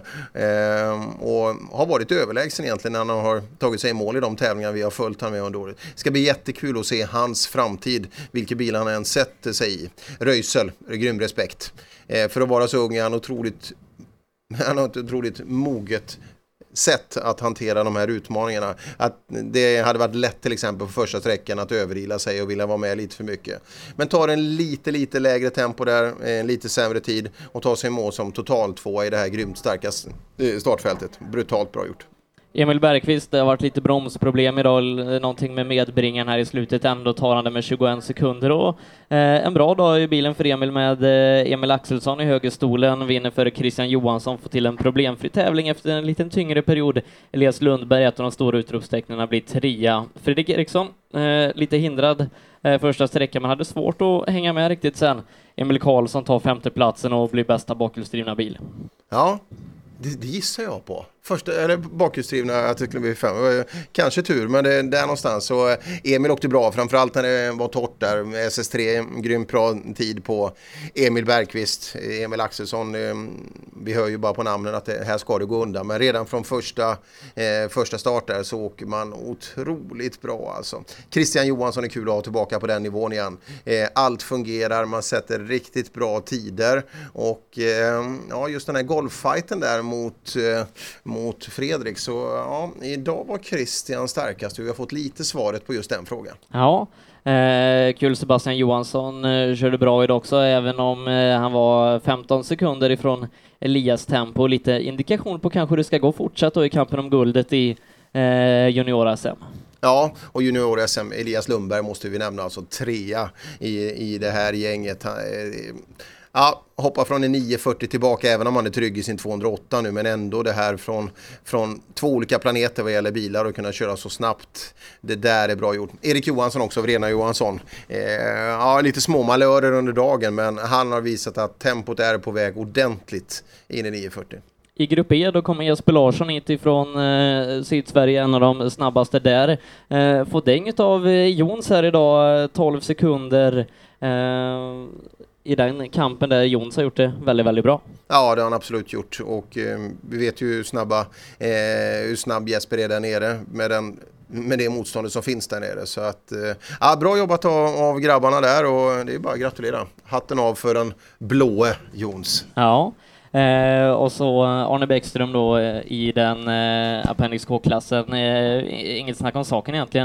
eh, och har varit överlägsen egentligen när han har tagit sig i mål i de tävlingar vi har följt han med under året. Det ska bli jättekul att se hans framtid, vilka bilar han än sätter sig i. Röisel, grym respekt. Eh, för att vara så ung är han otroligt, han har ett otroligt moget sätt att hantera de här utmaningarna. Att det hade varit lätt till exempel på första sträckan att överila sig och vilja vara med lite för mycket. Men tar en lite lite lägre tempo där, en lite sämre tid och tar sig i mål som total två i det här grymt starka startfältet. Brutalt bra gjort. Emil Bergqvist, det har varit lite bromsproblem idag, någonting med medbringen här i slutet, ändå tar han det med tjugoen sekunder och eh, en bra dag i bilen för Emil med eh, Emil Axelsson i högerstolen, vinner för Christian Johansson, får till en problemfri tävling efter en liten tyngre period. Elias Lundberg, ett av de stora utropstecknarna, blir trea. Fredrik Eriksson, eh, lite hindrad eh, första sträckan, men hade svårt att hänga med riktigt sen. Emil Karlsson tar femte platsen och blir bästa bakhjulsdrivna bil. Ja, det, det gissar jag på. Första, eller bakhjulsdrivna, jag tycker det blir fem. Kanske tur, men det är där någonstans. Så Emil åkte bra, framförallt när det var torrt där. S S tre, grym bra tid på Emil Bergqvist, Emil Axelsson. Vi hör ju bara på namnen att det här ska det gå undan. Men redan från första, eh, första start där så åker man otroligt bra alltså. Christian Johansson är kul att ha tillbaka på den nivån igen. Eh, allt fungerar, man sätter riktigt bra tider. Och eh, ja, just den här golffighten där mot... Eh, mot Fredrik, så ja, idag var Christian starkast. Vi har fått lite svaret på just den frågan. Ja, eh, kul. Sebastian Johansson eh, körde bra idag också, även om eh, han var femton sekunder ifrån Elias tempo. Lite indikation på kanske det ska gå fortsatt då i kampen om guldet i eh, junior-S M. Ja, och junior-S M, Elias Lundberg måste vi nämna, alltså trea i, i det här gänget. Han, eh, Ja, hoppa från en nio fyrtio tillbaka, även om man är trygg i sin tvåhundraåtta nu, men ändå det här från, från två olika planeter vad gäller bilar och kunna köra så snabbt. Det där är bra gjort. Erik Johansson också, Vrena Johansson. Eh, ja, lite små malörer under dagen, men han har visat att tempot är på väg ordentligt in i nio fyrtio. I grupp E då kommer Jesper Larsson hit ifrån eh, Sydsverige, en av de snabbaste där. Eh, får dänget av eh, Jons här idag, tolv sekunder. Eh, I den kampen där Jons har gjort det väldigt, väldigt bra. Ja, det har han absolut gjort. Och eh, vi vet ju hur, snabba, eh, hur snabb Jesper är där nere med den med det motståndet som finns där nere. Så att, ja, bra jobbat av, av grabbarna där och det är bara att gratulera. Hatten av för den blåe Jons. Ja. Eh, och så Arne Bäckström då eh, i den eh, Appendix K-klassen. Eh, inget snack om saken egentligen.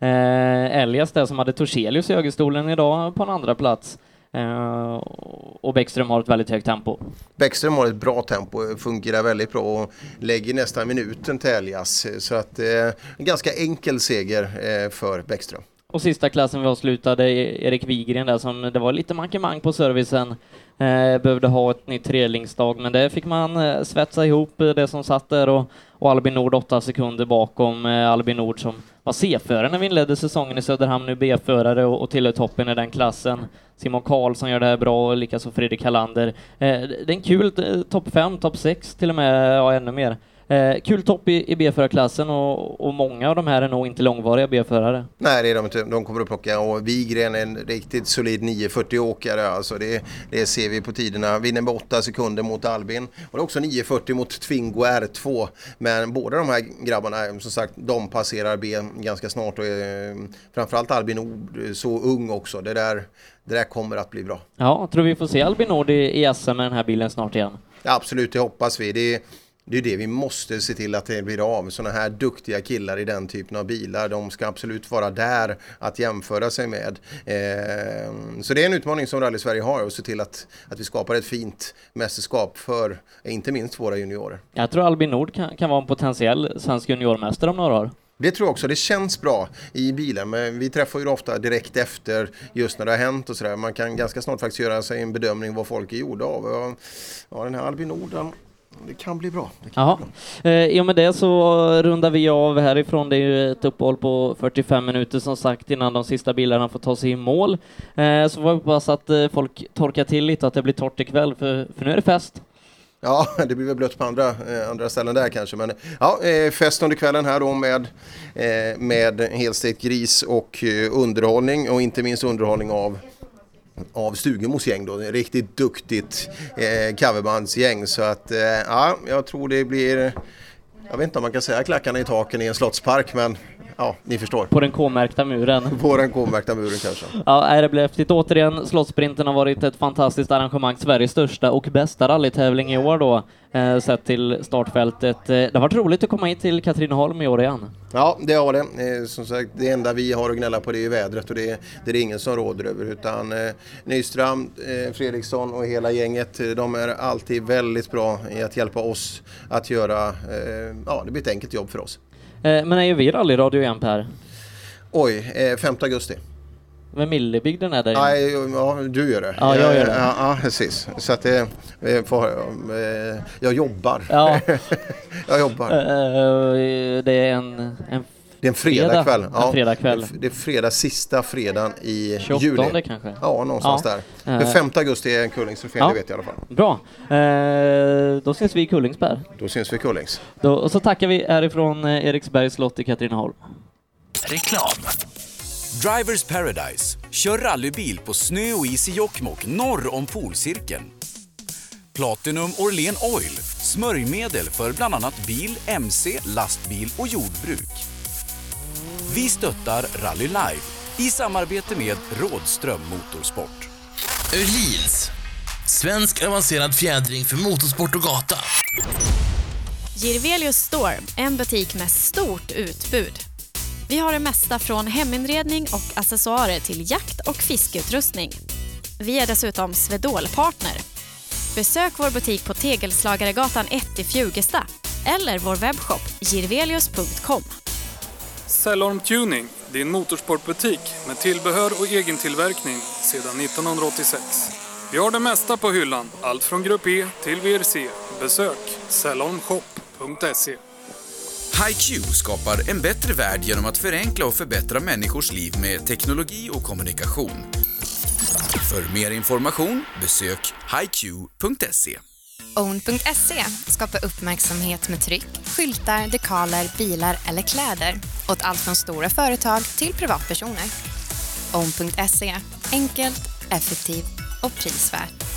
Eh, Elias där som hade Torselius i högerstolen idag på en andra plats. Eh, och Bäckström har ett väldigt högt tempo. Bäckström har ett bra tempo, fungerar väldigt bra och lägger nästan minuten till Elias. Så att eh, en ganska enkel seger eh, för Bäckström. Och sista klassen vi avslutade, Erik Wigren där som det var lite mankemang på servicen. Eh, behövde ha ett nytt trelingsdag, men det fick man eh, svetsa ihop det som satt där och, och Albin Nord åtta sekunder bakom eh, Albin Nord som var C-förare när vi inledde säsongen i Söderhamn, nu B-förare och, och tillhör toppen i den klassen. Simon Karlsson gör det här bra och likaså Fredrik Hallander. Eh, det är en kul eh, topp fem, topp sex till och med, ja ännu mer. Eh, kul topp i, i B-förarklassen och, och många av de här är nog inte långvariga B-förare. Nej, det är de inte. De kommer att plocka och Wigren är en riktigt solid nio fyrtio-åkare. Alltså det, det ser vi på tiderna. Vinner med åtta sekunder mot Albin. Och det är också nio fyrtio mot Twingo R två. Men båda de här grabbarna, som sagt, de passerar B ganska snart. Och är, framförallt Albin Nord så ung också. Det där, det där kommer att bli bra. Ja, tror vi får se Albin Nord i, i S M med den här bilen snart igen. Ja, absolut, det hoppas vi. Det är Det är det vi måste se till att det blir av. Sådana här duktiga killar i den typen av bilar, de ska absolut vara där att jämföra sig med. Eh, så det är en utmaning som Rally Sverige har att se till att, att vi skapar ett fint mästerskap för inte minst våra juniorer. Jag tror Albin Nord kan, kan vara en potentiell svensk juniormästare om några år. Det tror jag också. Det känns bra i bilen, men vi träffar ju ofta direkt efter just när det har hänt och sådär. Man kan ganska snart faktiskt göra sig en bedömning vad folk är gjorda av. Ja, den här Albin Nord, det kan bli bra. Det kan Jaha. bli bra. Eh, I och med det så rundar vi av härifrån. Det är ju ett uppehåll på fyrtiofem minuter som sagt innan de sista bilarna får ta sig i mål. Eh, så får vi hoppas att eh, folk torkar till lite, att det blir torrt ikväll, för, för nu är det fest. Ja, det blir väl blött på andra, eh, andra ställen där kanske. Men ja, eh, fest under kvällen här då med, eh, med helstekt gris och eh, underhållning. Och inte minst underhållning av av Stugemos gäng då, ett riktigt duktigt eh, coverbandsgäng, så att eh, ja, jag tror det blir, jag vet inte om man kan säga klackarna i taken i en slottspark, men ja, ni förstår. På den K-märkta muren. På den K-märkta muren kanske. Ja, det blev häftigt. Återigen, Slottsprinten har varit ett fantastiskt arrangemang, Sveriges största och bästa rallytävling i år då, eh, sett till startfältet. Det har varit roligt att komma hit till Katrineholm i år igen. Ja, det har det. Eh, som sagt, det enda vi har att gnälla på det är vädret, och det, det är ingen som råder över, utan eh, Nystrand, eh, Fredriksson och hela gänget, de är alltid väldigt bra i att hjälpa oss att göra, eh, ja, det blir ett enkelt jobb för oss. Eh, men är ju vi rallyradio igen, Per? Oj, eh, femte augusti. Med Millebygden är det? Nej, ja, du gör det. Ja, jag gör det. Ja, ja precis. Så att det, eh, får, eh, jag jobbar. Ja. jag jobbar. Uh, det är en, en Det är en fredag kväll. Ja, en fredag kväll. Det är fredag, sista fredagen i tjugoåttonde juli. kanske? Ja, någonstans ja. där. Men femte augusti är en Kullingstrofé, ja. det vet jag i alla fall. Bra. Uh, då syns vi i Kullingsberg. Då syns vi i Kullings. Då, och så tackar vi härifrån uh, Eriksbergs slott i Katrineholm. Reklam. Drivers Paradise. Kör rallybil på snö och is i Jokkmokk norr om polcirkeln. Platinum Orlen Oil. Smörjmedel för bland annat bil, mc, lastbil och jordbruk. Vi stöttar Rally Live i samarbete med Rådström Motorsport. Öhlins. Svensk avancerad fjädring för motorsport och gata. Girvelius Store, en butik med stort utbud. Vi har det mesta från heminredning och accessoarer till jakt- och fiskeutrustning. Vi är dessutom Swedol-partner. Besök vår butik på Tegelslagaregatan ett i Fjugesta eller vår webbshop girvelius punkt com. Cellorm Tuning, din motorsportbutik med tillbehör och egen tillverkning sedan nittonhundraåttiosex. Vi har det mesta på hyllan, allt från Grupp E till V R C. Besök cellorm shop punkt se. HiQ skapar en bättre värld genom att förenkla och förbättra människors liv med teknologi och kommunikation. För mer information, besök hi q punkt se. Own punkt se skapar uppmärksamhet med tryck, skyltar, dekaler, bilar eller kläder åt allt från stora företag till privatpersoner. Own punkt se. Enkelt, effektivt och prisvärt.